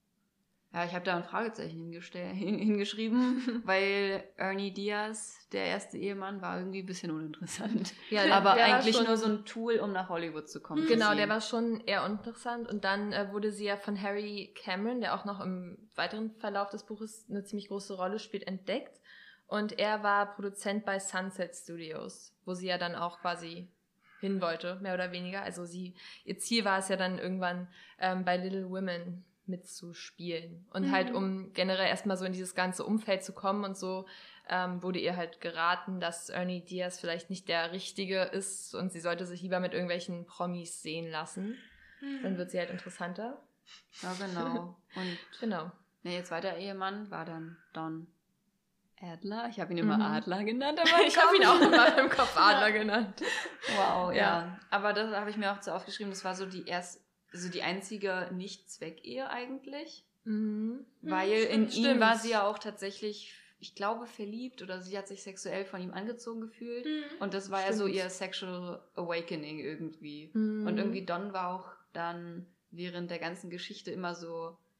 Speaker 3: ja, ich habe da ein Fragezeichen hingestell- hin hingeschrieben, weil Ernie Diaz, der erste Ehemann, war irgendwie ein bisschen uninteressant.
Speaker 2: Ja,
Speaker 3: Aber
Speaker 2: der war
Speaker 3: eigentlich
Speaker 2: schon-
Speaker 3: nur so ein Tool, um nach Hollywood zu kommen. für
Speaker 2: Genau,
Speaker 3: sie.
Speaker 2: der war schon eher interessant und dann äh, wurde sie ja von Harry Cameron, der auch noch im weiteren Verlauf des Buches eine ziemlich große Rolle spielt, entdeckt und er war Produzent bei Sunset Studios, wo sie ja dann auch quasi hin wollte, mehr oder weniger. Also sie, ihr Ziel war es ja dann irgendwann ähm, bei Little Women mitzuspielen und
Speaker 1: Mhm.
Speaker 2: halt um generell erstmal so in dieses ganze Umfeld zu kommen und so ähm, wurde ihr halt geraten, dass Ernie Diaz vielleicht nicht der Richtige ist und sie sollte sich lieber mit irgendwelchen Promis sehen lassen.
Speaker 1: Mhm.
Speaker 2: Dann wird sie halt interessanter.
Speaker 3: Ja, genau. Und
Speaker 2: Genau.
Speaker 3: nee, ihr zweiter Ehemann war dann Don Adler. Ich habe ihn immer
Speaker 2: Mhm.
Speaker 3: Adler genannt, aber
Speaker 2: Ich habe ihn auch immer im Kopf Adler genannt.
Speaker 3: Wow, ja.
Speaker 2: Ja.
Speaker 3: Aber das habe ich mir auch so aufgeschrieben, das war so die erst, so die einzige Nicht-Zweck-Ehe eigentlich.
Speaker 2: Mhm.
Speaker 3: Weil in
Speaker 2: stimmt,
Speaker 3: ihn
Speaker 2: stimmt.
Speaker 3: war sie ja auch tatsächlich, ich glaube, verliebt oder sie hat sich sexuell von ihm angezogen gefühlt.
Speaker 1: Mhm.
Speaker 3: Und das war ja so
Speaker 2: Stimmt.
Speaker 3: ihr Sexual Awakening irgendwie.
Speaker 2: Mhm.
Speaker 3: Und irgendwie Don war auch dann während der ganzen Geschichte immer so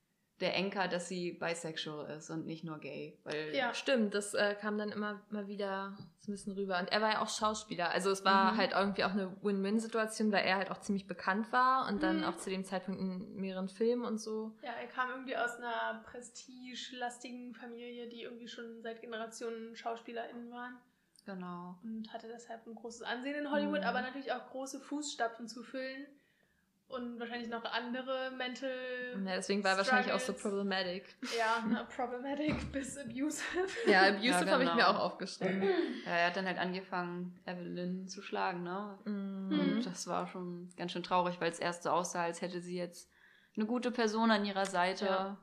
Speaker 3: der Anker, dass sie bisexual ist und nicht nur gay. Weil
Speaker 1: Ja.
Speaker 2: Stimmt, das äh, kam dann immer mal wieder so ein bisschen rüber. Und er war ja auch Schauspieler. Also es war
Speaker 3: Mhm.
Speaker 2: halt irgendwie auch eine Win-Win-Situation, weil er halt auch ziemlich bekannt war und dann
Speaker 1: Mhm.
Speaker 2: auch zu dem Zeitpunkt in mehreren Filmen und so.
Speaker 1: Ja, er kam irgendwie aus einer prestigelastigen Familie, die irgendwie schon seit Generationen SchauspielerInnen waren
Speaker 3: Genau.
Speaker 1: und hatte deshalb ein großes Ansehen in Hollywood,
Speaker 2: Mhm.
Speaker 1: aber natürlich auch große Fußstapfen zu füllen und wahrscheinlich noch andere mental
Speaker 2: Ja, deswegen war er wahrscheinlich auch so
Speaker 1: Struggles.
Speaker 2: problematic.
Speaker 1: Ja, na, problematic bis abusive.
Speaker 2: Ja, abusive
Speaker 3: Ja,
Speaker 2: habe ich
Speaker 3: genau.
Speaker 2: mir auch aufgeschrieben.
Speaker 3: Ja, er hat dann halt angefangen, Evelyn zu schlagen, ne?
Speaker 2: Mhm.
Speaker 3: Und das war schon ganz schön traurig, weil es erst so aussah, als hätte sie jetzt eine gute Person an ihrer Seite.
Speaker 2: Ja.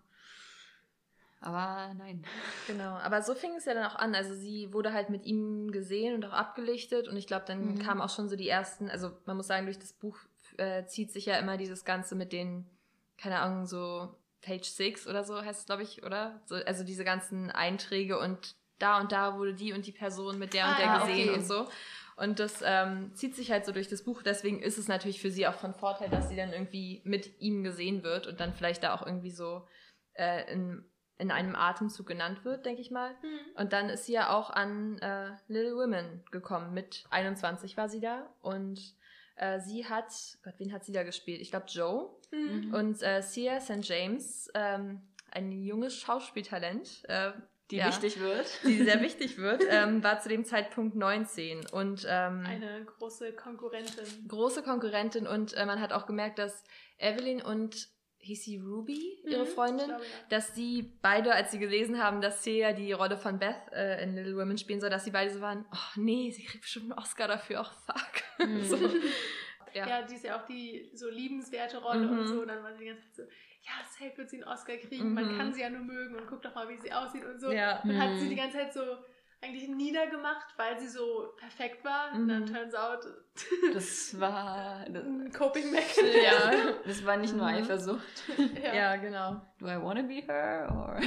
Speaker 3: Aber nein.
Speaker 2: Genau, aber so fing es ja dann auch an. Also sie wurde halt mit ihm gesehen und auch abgelichtet und ich glaube, dann
Speaker 3: Mhm.
Speaker 2: kamen auch schon so die ersten, also man muss sagen, durch das Buch äh, zieht sich ja immer dieses Ganze mit den, keine Ahnung, so Page six oder so heißt es, glaube ich, oder? So, also diese ganzen Einträge und da und da wurde die und die Person mit der und
Speaker 1: Ah,
Speaker 2: der
Speaker 1: ja,
Speaker 2: gesehen
Speaker 3: okay.
Speaker 2: und so. Und das ähm, zieht sich halt so durch das Buch. Deswegen ist es natürlich für sie auch von Vorteil, dass sie dann irgendwie mit ihm gesehen wird und dann vielleicht da auch irgendwie so äh, in, in einem Atemzug genannt wird, denke ich mal.
Speaker 1: Mhm.
Speaker 2: Und dann ist sie ja auch an äh, Little Women gekommen. Mit einundzwanzig war sie da. Und äh, sie hat, Gott, wen hat sie da gespielt? Ich glaube Joe.
Speaker 1: Mhm.
Speaker 2: Und äh, Sia Sankt James, ähm, ein junges Schauspieltalent, äh,
Speaker 3: Die
Speaker 2: ja,
Speaker 3: wichtig wird.
Speaker 2: die sehr wichtig wird, ähm, war zu dem Zeitpunkt neunzehn. Und ähm,
Speaker 1: Eine große Konkurrentin.
Speaker 2: große Konkurrentin. Und äh, man hat auch gemerkt, dass Evelyn und hieß sie Ruby, ihre
Speaker 1: Mhm,
Speaker 2: Freundin,
Speaker 1: ich glaube, ja.
Speaker 2: dass sie beide, als sie gelesen haben, dass Sia die Rolle von Beth äh, in Little Women spielen soll, dass sie beide so waren, oh nee, sie kriegt bestimmt einen Oscar dafür, ach fuck.
Speaker 3: Mhm.
Speaker 2: so. Ja.
Speaker 1: Ja, die ist ja auch die so liebenswerte Rolle
Speaker 2: Mhm.
Speaker 1: und so. Und dann war sie die ganze Zeit so, ja, safe wird sie einen Oscar kriegen, man
Speaker 2: Mhm.
Speaker 1: kann sie ja nur mögen und guck doch mal, wie sie aussieht und so.
Speaker 2: Ja.
Speaker 1: Und hat
Speaker 3: Mhm.
Speaker 1: sie die ganze Zeit so eigentlich niedergemacht, weil sie so perfekt war. Und dann
Speaker 2: Mhm.
Speaker 1: turns out
Speaker 3: Das war. Das,
Speaker 1: ein Coping Mechanism.
Speaker 2: Ja.
Speaker 3: das war nicht nur
Speaker 2: Mhm.
Speaker 3: Eifersucht.
Speaker 1: Ja.
Speaker 2: Ja, genau.
Speaker 3: Do I wanna be her? Or?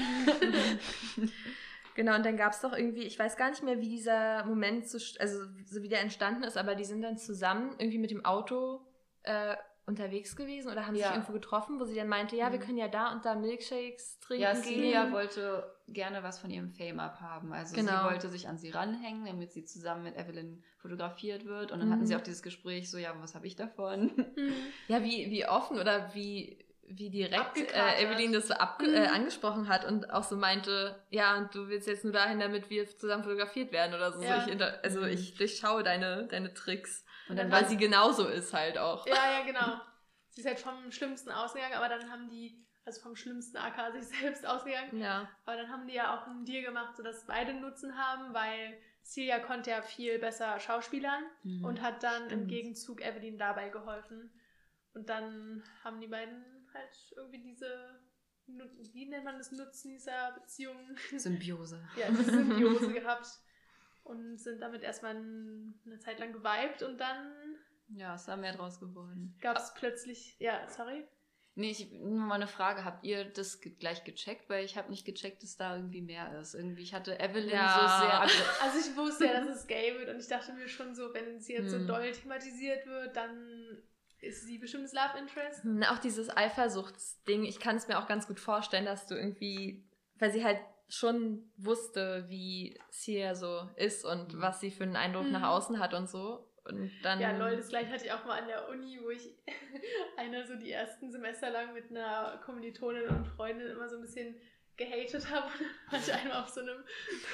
Speaker 2: Genau, und dann gab es doch irgendwie, ich weiß gar nicht mehr, wie dieser Moment, so, also so wie der entstanden ist, aber die sind dann zusammen irgendwie mit dem Auto äh, unterwegs gewesen oder haben
Speaker 3: Ja.
Speaker 2: sich irgendwo getroffen, wo sie dann meinte, ja, wir
Speaker 3: Mhm.
Speaker 2: können ja da und da Milkshakes trinken
Speaker 3: Ja,
Speaker 2: gehen.
Speaker 3: Celia wollte gerne was von ihrem Fame abhaben. Also
Speaker 2: Genau.
Speaker 3: sie wollte sich an sie ranhängen, damit sie zusammen mit Evelyn fotografiert wird. Und dann
Speaker 2: Mhm.
Speaker 3: hatten sie auch dieses Gespräch so, ja, was habe ich davon?
Speaker 1: Mhm.
Speaker 2: Ja, wie, wie offen oder wie, wie direkt
Speaker 1: Abgekatert.
Speaker 2: äh, Evelyn das so abge
Speaker 1: Mhm.
Speaker 2: äh, angesprochen hat und auch so meinte, ja, und du willst jetzt nur dahin, damit wir zusammen fotografiert werden oder so.
Speaker 1: Ja.
Speaker 2: so ich inter also
Speaker 3: Mhm.
Speaker 2: ich durchschaue deine, deine Tricks.
Speaker 3: Und dann
Speaker 2: Weil
Speaker 3: war
Speaker 2: sie genauso ist halt auch.
Speaker 1: Ja, ja, genau. Sie ist halt vom Schlimmsten ausgegangen, aber dann haben die, also vom Schlimmsten A K sich selbst ausgegangen,
Speaker 2: Ja.
Speaker 1: aber dann haben die ja auch einen Deal gemacht, sodass beide Nutzen haben, weil Celia konnte ja viel besser schauspielern
Speaker 3: Mhm.
Speaker 1: und hat dann im
Speaker 2: Stimmt.
Speaker 1: Gegenzug Evelyn dabei geholfen. Und dann haben die beiden halt irgendwie diese, Nu- wie nennt man das, Nutzen dieser Beziehung?
Speaker 3: Symbiose.
Speaker 1: Ja, diese Symbiose gehabt und sind damit erstmal eine Zeit lang geweibt und dann
Speaker 3: Ja, ist da mehr draus geworden.
Speaker 1: gab es plötzlich, ja, sorry.
Speaker 3: Nee, ich nur mal eine Frage. Habt ihr das ge gleich gecheckt? Weil ich habe nicht gecheckt, dass da irgendwie mehr ist. Irgendwie, ich hatte Evelyn
Speaker 2: Ja.
Speaker 3: so sehr... aggr-
Speaker 1: Also ich wusste ja, dass es gay wird und ich dachte mir schon so, wenn sie jetzt so
Speaker 3: Hm.
Speaker 1: doll thematisiert wird, dann ist sie bestimmt das Love Interest.
Speaker 2: Na, auch dieses Eifersuchtsding, ich kann es mir auch ganz gut vorstellen, dass du irgendwie, weil sie halt schon wusste, wie Sia so ist und
Speaker 3: Mhm.
Speaker 2: was sie für einen Eindruck
Speaker 1: Mhm.
Speaker 2: nach außen hat und so. Und dann.
Speaker 1: Ja, lol, das gleiche hatte ich auch mal an der Uni, wo ich einer so die ersten Semester lang mit einer Kommilitonin und Freundin immer so ein bisschen gehatet habe und dann war ich einmal auf so einem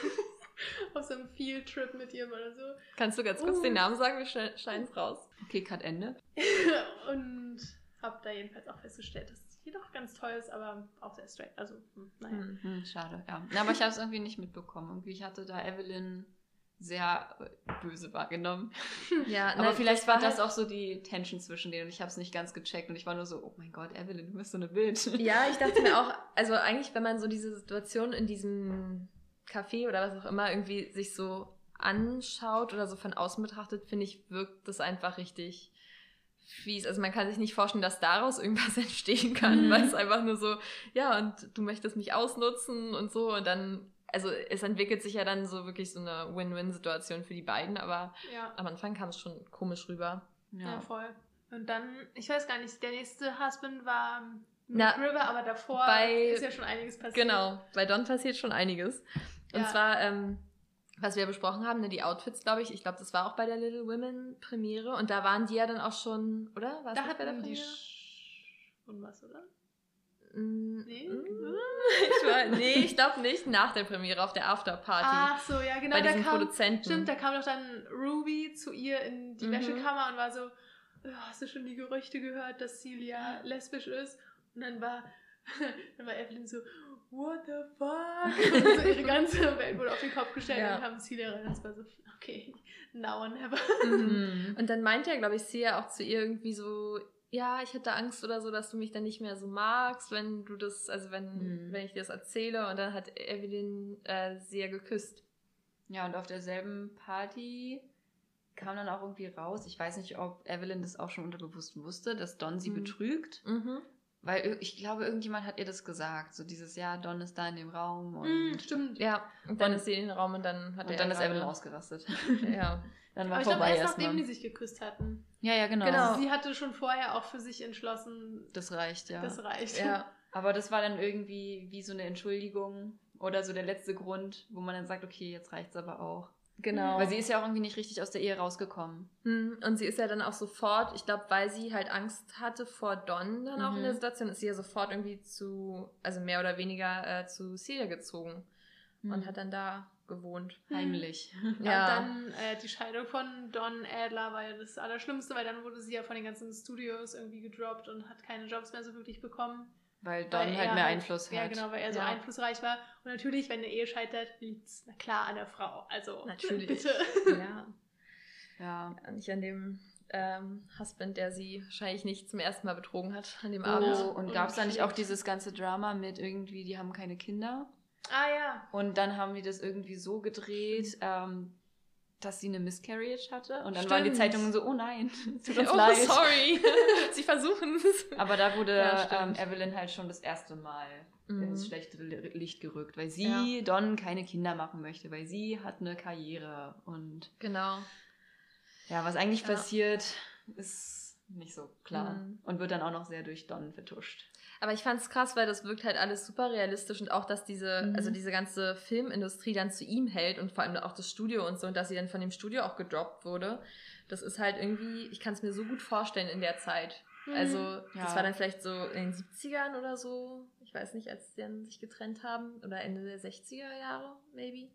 Speaker 1: auf so einem Field-Trip mit ihr oder so.
Speaker 2: Kannst du ganz kurz
Speaker 1: Uh.
Speaker 2: den Namen sagen? Wir schne- schneiden es raus.
Speaker 3: Okay, Cut Ende.
Speaker 1: Und habe da jedenfalls auch festgestellt, dass sie doch ganz toll ist, aber auch sehr straight. Also, hm, naja.
Speaker 2: Hm.
Speaker 3: Hm, schade, ja. Na, aber ich habe es irgendwie nicht mitbekommen. Irgendwie, ich hatte da Evelyn sehr äh, böse wahrgenommen.
Speaker 2: Ja,
Speaker 3: Aber
Speaker 2: nein,
Speaker 3: vielleicht war das
Speaker 2: halt-
Speaker 3: auch so die Tension zwischen denen und ich habe es nicht ganz gecheckt und ich war nur so, oh mein Gott, Evelyn, du bist so eine Bitch.
Speaker 2: Ja, ich dachte mir auch, also eigentlich, wenn man so diese Situation in diesem Café oder was auch immer irgendwie sich so anschaut oder so von außen betrachtet, finde ich, wirkt das einfach richtig fies. Also man kann sich nicht vorstellen, dass daraus irgendwas entstehen kann,
Speaker 1: Mhm.
Speaker 2: weil es einfach nur so, ja, und du möchtest mich ausnutzen und so und dann, also es entwickelt sich ja dann so wirklich so eine Win-Win-Situation für die beiden, aber
Speaker 1: Ja.
Speaker 2: am Anfang kam es schon komisch rüber.
Speaker 1: Ja, voll. Und dann, ich weiß gar nicht, der nächste Husband war Na, River, aber davor
Speaker 2: bei,
Speaker 1: ist ja schon einiges passiert.
Speaker 2: Genau, bei Don passiert schon einiges. Und
Speaker 1: Ja.
Speaker 2: zwar, ähm, was wir besprochen haben, ne, die Outfits, glaube ich, ich glaube, das war auch bei der Little Women Premiere und da waren die ja dann auch schon, oder? War es
Speaker 1: Da
Speaker 2: nicht bei der
Speaker 1: hatten die
Speaker 2: Premiere?
Speaker 1: Sch- und was, oder?
Speaker 2: Mm,
Speaker 1: Nee?
Speaker 2: mm, ich war, nee, ich glaube nicht, nach der Premiere, auf der Afterparty.
Speaker 1: Ach so, ja, genau.
Speaker 2: bei
Speaker 1: da
Speaker 2: diesen
Speaker 1: kam,
Speaker 2: Produzenten.
Speaker 1: Stimmt, da kam doch dann Ruby zu ihr in die
Speaker 2: Mhm.
Speaker 1: Wäschekammer und war so, "Oh, hast du schon die Gerüchte gehört, dass Celia lesbisch ist?" Und dann war, dann war Evelyn so, what the fuck? Und so ihre ganze Welt wurde auf den Kopf gestellt
Speaker 2: Ja.
Speaker 1: und kam Celia rein. Das war so, okay, now or never.
Speaker 2: Mhm. Und dann meinte ja, glaube ich, Sia auch zu ihr irgendwie so, ja, ich hätte Angst oder so, dass du mich dann nicht mehr so magst, wenn du das, also wenn,
Speaker 3: Mhm.
Speaker 2: wenn ich dir das erzähle. Und dann hat Evelyn äh, Sia geküsst.
Speaker 3: Ja, und auf derselben Party kam dann auch irgendwie raus, ich weiß nicht, ob Evelyn das auch schon unterbewusst wusste, dass Don sie
Speaker 2: Mhm.
Speaker 3: betrügt.
Speaker 2: Mhm.
Speaker 3: Weil ir- ich glaube, irgendjemand hat ihr das gesagt. So dieses, ja, Don ist da in dem Raum. Und,
Speaker 1: Mm, stimmt.
Speaker 2: Ja, und dann
Speaker 3: Und-
Speaker 2: ist sie in den Raum und dann hat
Speaker 3: und
Speaker 2: er
Speaker 3: dann ist
Speaker 2: gerade-
Speaker 3: Evelyn ausgerastet.
Speaker 2: Ja.
Speaker 3: Dann war
Speaker 1: Aber ich glaube,
Speaker 3: vorbei
Speaker 1: erst nachdem
Speaker 3: erstmal.
Speaker 1: die sich geküsst hatten.
Speaker 3: Ja, ja, genau.
Speaker 2: Genau.
Speaker 1: Also sie hatte schon vorher auch für sich entschlossen,
Speaker 3: Das reicht, ja.
Speaker 1: das reicht.
Speaker 2: Ja.
Speaker 3: Aber das war dann irgendwie wie so eine Entschuldigung oder so der letzte Grund, wo man dann sagt, okay, jetzt reicht's aber auch.
Speaker 2: Genau.
Speaker 3: Weil sie ist ja auch irgendwie nicht richtig aus der Ehe rausgekommen.
Speaker 2: Hm, Und sie ist ja dann auch sofort, ich glaube, weil sie halt Angst hatte vor Don dann auch
Speaker 3: Mhm.
Speaker 2: in der Situation, ist sie ja sofort irgendwie zu, also mehr oder weniger äh, zu Celia gezogen und hat dann da gewohnt.
Speaker 3: Heimlich.
Speaker 1: Ja. Und dann äh, die Scheidung von Don Adler war ja das Allerschlimmste, weil dann wurde sie ja von den ganzen Studios irgendwie gedroppt und hat keine Jobs mehr so wirklich bekommen.
Speaker 3: Weil Don
Speaker 1: Weil
Speaker 3: halt
Speaker 1: er
Speaker 3: mehr Einfluss
Speaker 1: Ja,
Speaker 3: hat.
Speaker 1: genau, weil er so
Speaker 2: Ja.
Speaker 1: einflussreich war. Und natürlich, wenn eine Ehe scheitert, liegt es, na klar, an der Frau. Also,
Speaker 2: Natürlich.
Speaker 1: bitte.
Speaker 2: Ja.
Speaker 3: Ja.
Speaker 2: Nicht an dem ähm, Husband, der sie wahrscheinlich nicht zum ersten Mal betrogen hat an dem
Speaker 3: Oh,
Speaker 2: Abend.
Speaker 3: und
Speaker 1: Und
Speaker 3: gab es da nicht auch
Speaker 1: schlägt.
Speaker 3: dieses ganze Drama mit irgendwie, die haben keine Kinder?
Speaker 1: Ah ja.
Speaker 3: Und dann haben die das irgendwie so gedreht, ähm, dass sie eine Miscarriage hatte. Und dann
Speaker 2: Stimmt.
Speaker 3: waren die Zeitungen so, oh nein, tut uns
Speaker 2: Oh,
Speaker 3: leid.
Speaker 2: sorry. Sie versuchen es.
Speaker 3: Aber da wurde
Speaker 2: Ja,
Speaker 3: ähm,
Speaker 2: stimmt.
Speaker 3: Evelyn halt schon das erste Mal
Speaker 2: Mhm.
Speaker 3: ins schlechte Licht gerückt, weil sie Don keine Kinder machen möchte, weil sie hat eine Karriere. Und
Speaker 2: Genau.
Speaker 3: ja, was eigentlich
Speaker 2: Ja.
Speaker 3: passiert, ist nicht so klar.
Speaker 2: Mhm.
Speaker 3: Und wird dann auch noch sehr durch Don vertuscht.
Speaker 2: Aber ich fand's krass, weil das wirkt halt alles super realistisch und auch, dass diese,
Speaker 3: Mhm.
Speaker 2: also diese ganze Filmindustrie dann zu ihm hält und vor allem auch das Studio und so und dass sie dann von dem Studio auch gedroppt wurde. Das ist halt irgendwie, ich kann es mir so gut vorstellen in der Zeit. Also,
Speaker 3: Ja.
Speaker 2: das war dann vielleicht so in den siebzigern oder so. Ich weiß nicht, als sie dann sich getrennt haben. Oder Ende der sechziger Jahre, maybe.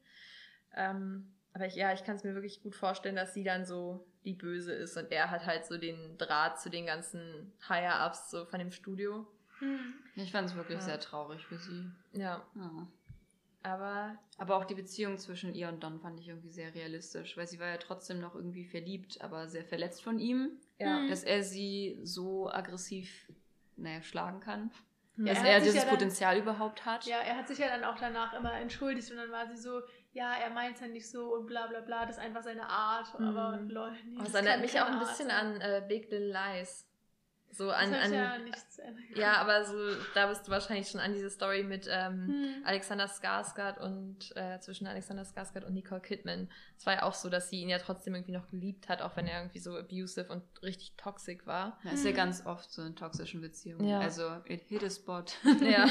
Speaker 2: Ähm, aber ich, ja, ich kann es mir wirklich gut vorstellen, dass sie dann so die Böse ist und er hat halt so den Draht zu den ganzen Higher-Ups so von dem Studio.
Speaker 1: Hm.
Speaker 3: Ich fand es wirklich
Speaker 2: Ja.
Speaker 3: sehr traurig für sie.
Speaker 2: Ja,
Speaker 3: Ja.
Speaker 2: aber
Speaker 3: Aber auch die Beziehung zwischen ihr und Don fand ich irgendwie sehr realistisch, weil sie war ja trotzdem noch irgendwie verliebt, aber sehr verletzt von ihm,
Speaker 2: ja.
Speaker 1: Mhm.
Speaker 3: dass er sie so aggressiv, naja, schlagen kann.
Speaker 2: Ja,
Speaker 3: dass
Speaker 1: er
Speaker 3: er,
Speaker 1: hat sich
Speaker 3: dieses
Speaker 1: ja dann-
Speaker 3: Potenzial überhaupt hat.
Speaker 1: Ja, er hat sich ja dann auch danach immer entschuldigt und dann war sie so, ja, er meint es ja nicht so und bla bla bla, das ist einfach seine Art.
Speaker 2: Mhm.
Speaker 1: Aber lol, nee,
Speaker 2: Oh, das
Speaker 1: das
Speaker 2: erinnert
Speaker 1: kann
Speaker 2: mich
Speaker 1: keine
Speaker 2: auch ein
Speaker 1: Art
Speaker 2: bisschen
Speaker 1: sein.
Speaker 2: an äh, Big Little Lies. So
Speaker 1: Das
Speaker 2: an,
Speaker 1: hab ich
Speaker 2: an
Speaker 1: ja nicht zu Ende geguckt.
Speaker 2: ja, aber so, da bist du wahrscheinlich schon an diese Story mit ähm,
Speaker 1: Hm.
Speaker 2: Alexander Skarsgård und äh, zwischen Alexander Skarsgård und Nicole Kidman. Es war ja auch so, dass sie ihn ja trotzdem irgendwie noch geliebt hat, auch wenn er irgendwie so abusive und richtig toxic war.
Speaker 3: Das ist ja
Speaker 1: Mhm.
Speaker 3: ganz oft so in toxischen Beziehungen.
Speaker 2: Ja.
Speaker 3: Also, it hit a spot.
Speaker 2: Ja.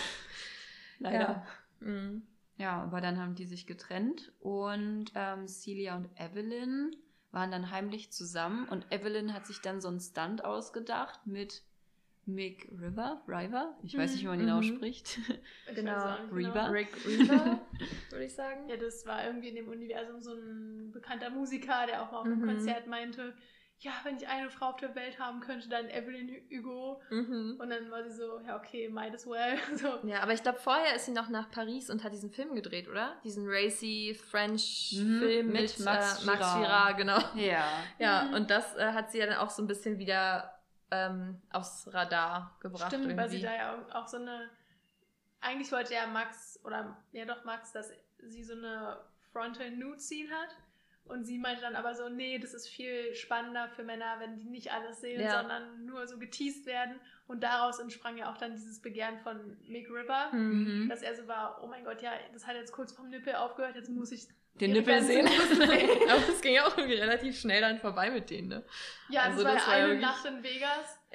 Speaker 3: Leider.
Speaker 2: Ja. Mhm.
Speaker 3: Ja, aber dann haben die sich getrennt und ähm, Celia und Evelyn waren dann heimlich zusammen und Evelyn hat sich dann so einen Stunt ausgedacht mit Mick River, River, ich weiß nicht, wie man ihn
Speaker 2: Mhm.
Speaker 3: ausspricht.
Speaker 1: Ich
Speaker 2: Genau.
Speaker 1: weiß auch nicht
Speaker 3: Reba.
Speaker 2: Rick Reba, würde ich sagen.
Speaker 1: Ja, das war irgendwie in dem Universum so ein bekannter Musiker, der auch mal auf einem
Speaker 2: Mhm.
Speaker 1: Konzert meinte, ja, wenn ich eine Frau auf der Welt haben könnte, dann Evelyn Hugo.
Speaker 2: Mhm.
Speaker 1: Und dann war sie so, ja, okay, might as well. So.
Speaker 2: Ja, aber ich glaube, vorher ist sie noch nach Paris und hat diesen Film gedreht, oder? Diesen racy French
Speaker 3: Mhm,
Speaker 2: Film
Speaker 3: mit
Speaker 2: mit,
Speaker 3: Max
Speaker 2: äh, Max
Speaker 3: Girard.
Speaker 2: Girard, genau.
Speaker 3: Ja.
Speaker 2: Ja,
Speaker 1: Mhm.
Speaker 2: und das äh, hat sie ja dann auch so ein bisschen wieder ähm, aufs Radar gebracht.
Speaker 1: Stimmt,
Speaker 2: irgendwie.
Speaker 1: weil sie da ja auch so eine, eigentlich wollte ja Max, oder ja doch Max, dass sie so eine Frontal Nude Scene hat. Und sie meinte dann aber so, nee, das ist viel spannender für Männer, wenn die nicht alles sehen,
Speaker 2: Ja.
Speaker 1: sondern nur so geteased werden. Und daraus entsprang ja auch dann dieses Begehren von Mick River,
Speaker 2: Mhm.
Speaker 1: dass er so war, oh mein Gott, ja, das hat jetzt kurz vom Nippel aufgehört, jetzt muss ich
Speaker 3: Den
Speaker 1: ihre
Speaker 3: Nippel
Speaker 1: ganze
Speaker 3: sehen.
Speaker 1: Brust sehen.
Speaker 2: Aber es ging ja auch irgendwie relativ schnell dann vorbei mit denen, ne?
Speaker 1: Ja,
Speaker 2: Also
Speaker 1: das war
Speaker 2: das
Speaker 1: ja
Speaker 2: war ja
Speaker 1: eine
Speaker 2: wirklich-
Speaker 1: Nacht in Vegas.
Speaker 2: Ja.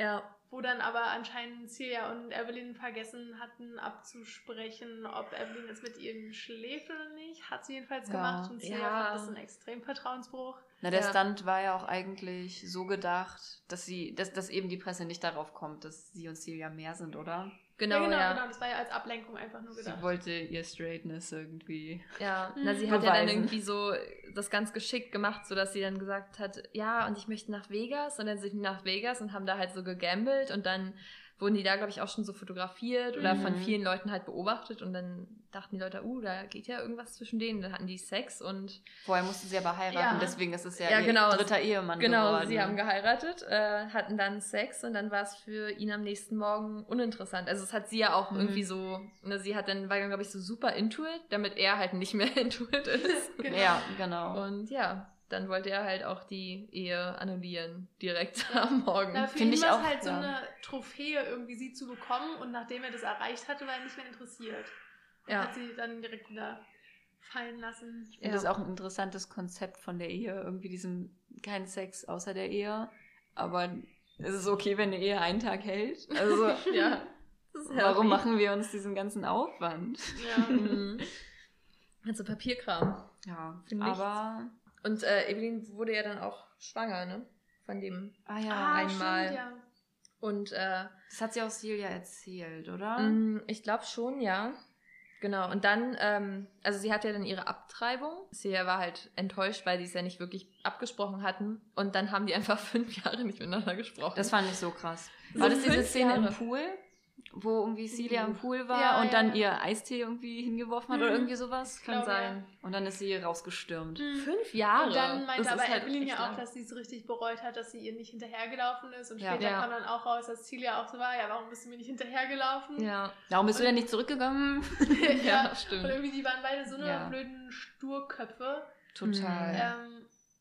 Speaker 1: wo dann aber anscheinend Celia und Evelyn vergessen hatten abzusprechen, ob Evelyn jetzt mit ihnen schläft oder nicht. Hat sie jedenfalls
Speaker 3: Ja.
Speaker 1: gemacht und Celia
Speaker 2: Ja.
Speaker 1: fand das ein extrem Vertrauensbruch.
Speaker 3: Na, der
Speaker 2: Ja.
Speaker 3: Stunt war ja auch eigentlich so gedacht, dass sie, dass, dass eben die Presse nicht darauf kommt, dass sie und Celia mehr sind, oder?
Speaker 2: Genau,
Speaker 1: ja, genau,
Speaker 2: ja.
Speaker 1: genau. Das war ja als Ablenkung einfach nur gedacht.
Speaker 3: Sie wollte ihr Straightness irgendwie.
Speaker 2: Ja,
Speaker 1: Mhm.
Speaker 2: na, sie hat ja dann
Speaker 3: Beweisen.
Speaker 2: irgendwie so das ganz geschickt gemacht, sodass sie dann gesagt hat, ja, und ich möchte nach Vegas. Und dann sind die nach Vegas und haben da halt so gegambelt und dann wurden die da, glaube ich, auch schon so fotografiert oder
Speaker 3: Mhm.
Speaker 2: von vielen Leuten halt beobachtet und dann dachten die Leute, uh, da geht ja irgendwas zwischen denen. Dann hatten die Sex und
Speaker 3: Vorher musste sie aber heiraten,
Speaker 1: Ja.
Speaker 3: deswegen ist es ja,
Speaker 2: Ja,
Speaker 3: ihr
Speaker 2: genau.
Speaker 3: dritter Ehemann
Speaker 2: genau,
Speaker 3: geworden.
Speaker 2: sie haben geheiratet, äh, hatten dann Sex und dann war es für ihn am nächsten Morgen uninteressant. Also es hat sie ja auch
Speaker 3: Mhm.
Speaker 2: irgendwie so, ne, sie hat dann, war dann, glaube ich, so super into it, damit er halt nicht mehr into it ist.
Speaker 1: Genau.
Speaker 3: Ja, genau.
Speaker 2: Und ja, dann wollte er halt auch die Ehe annullieren, direkt am Morgen.
Speaker 1: Na, für
Speaker 3: Find
Speaker 1: ihn
Speaker 3: ich
Speaker 1: war es
Speaker 3: auch,
Speaker 1: halt so
Speaker 3: ja.
Speaker 1: eine Trophäe, irgendwie sie zu bekommen und nachdem er das erreicht hatte, war er nicht mehr interessiert. Und
Speaker 2: Ja.
Speaker 1: hat sie dann direkt wieder fallen lassen.
Speaker 3: Ich finde das auch ein interessantes Konzept von der Ehe. Irgendwie diesen, kein Sex außer der Ehe. Aber es ist okay, wenn eine Ehe einen Tag hält. Also,
Speaker 2: Ja. Das ist
Speaker 3: warum
Speaker 2: healthy.
Speaker 3: machen wir uns diesen ganzen Aufwand?
Speaker 1: Ja.
Speaker 2: Mhm. Also Papierkram.
Speaker 3: Ja,
Speaker 2: Für nichts.
Speaker 3: aber...
Speaker 2: Und äh, Evelyn wurde ja dann auch schwanger, ne? Von dem.
Speaker 3: Ah ja,
Speaker 1: Ah,
Speaker 2: einmal.
Speaker 1: stimmt, ja.
Speaker 2: Und äh,
Speaker 3: das hat sie auch Celia erzählt, oder?
Speaker 2: mh, ich glaube schon, ja. Genau. Und dann, ähm, also sie hatte ja dann ihre Abtreibung. Celia war halt enttäuscht, weil sie es ja nicht wirklich abgesprochen hatten. Und dann haben die einfach fünf Jahre nicht miteinander gesprochen.
Speaker 3: Das fand ich so krass.
Speaker 2: So
Speaker 3: War das diese
Speaker 2: fünf
Speaker 3: Szene
Speaker 2: Jahre.
Speaker 3: im Pool? Wo irgendwie Celia im Pool war
Speaker 1: Ja,
Speaker 3: und
Speaker 1: ja,
Speaker 3: dann
Speaker 1: ja.
Speaker 3: ihr Eistee irgendwie hingeworfen hat
Speaker 1: Mhm.
Speaker 3: oder irgendwie sowas?
Speaker 2: Kann
Speaker 1: glaube,
Speaker 2: sein.
Speaker 3: Und dann ist sie rausgestürmt.
Speaker 1: Mhm.
Speaker 2: Fünf Jahre.
Speaker 1: Und dann meinte
Speaker 2: Das
Speaker 1: aber
Speaker 2: ist halt
Speaker 1: Evelyn
Speaker 2: echt
Speaker 1: ja auch,
Speaker 2: lang.
Speaker 1: dass sie es richtig bereut hat, dass sie ihr nicht hinterhergelaufen ist. Und
Speaker 3: Ja.
Speaker 1: später
Speaker 2: Ja.
Speaker 1: kam dann auch raus, dass Celia auch so war, ja, warum bist du mir nicht hinterhergelaufen?
Speaker 2: Ja,
Speaker 3: Warum bist du denn nicht zurückgegangen?
Speaker 2: ja,
Speaker 1: Und
Speaker 2: stimmt.
Speaker 1: irgendwie, die waren beide so eine
Speaker 3: Ja.
Speaker 1: blöden Sturköpfe.
Speaker 3: Total.
Speaker 1: Ähm,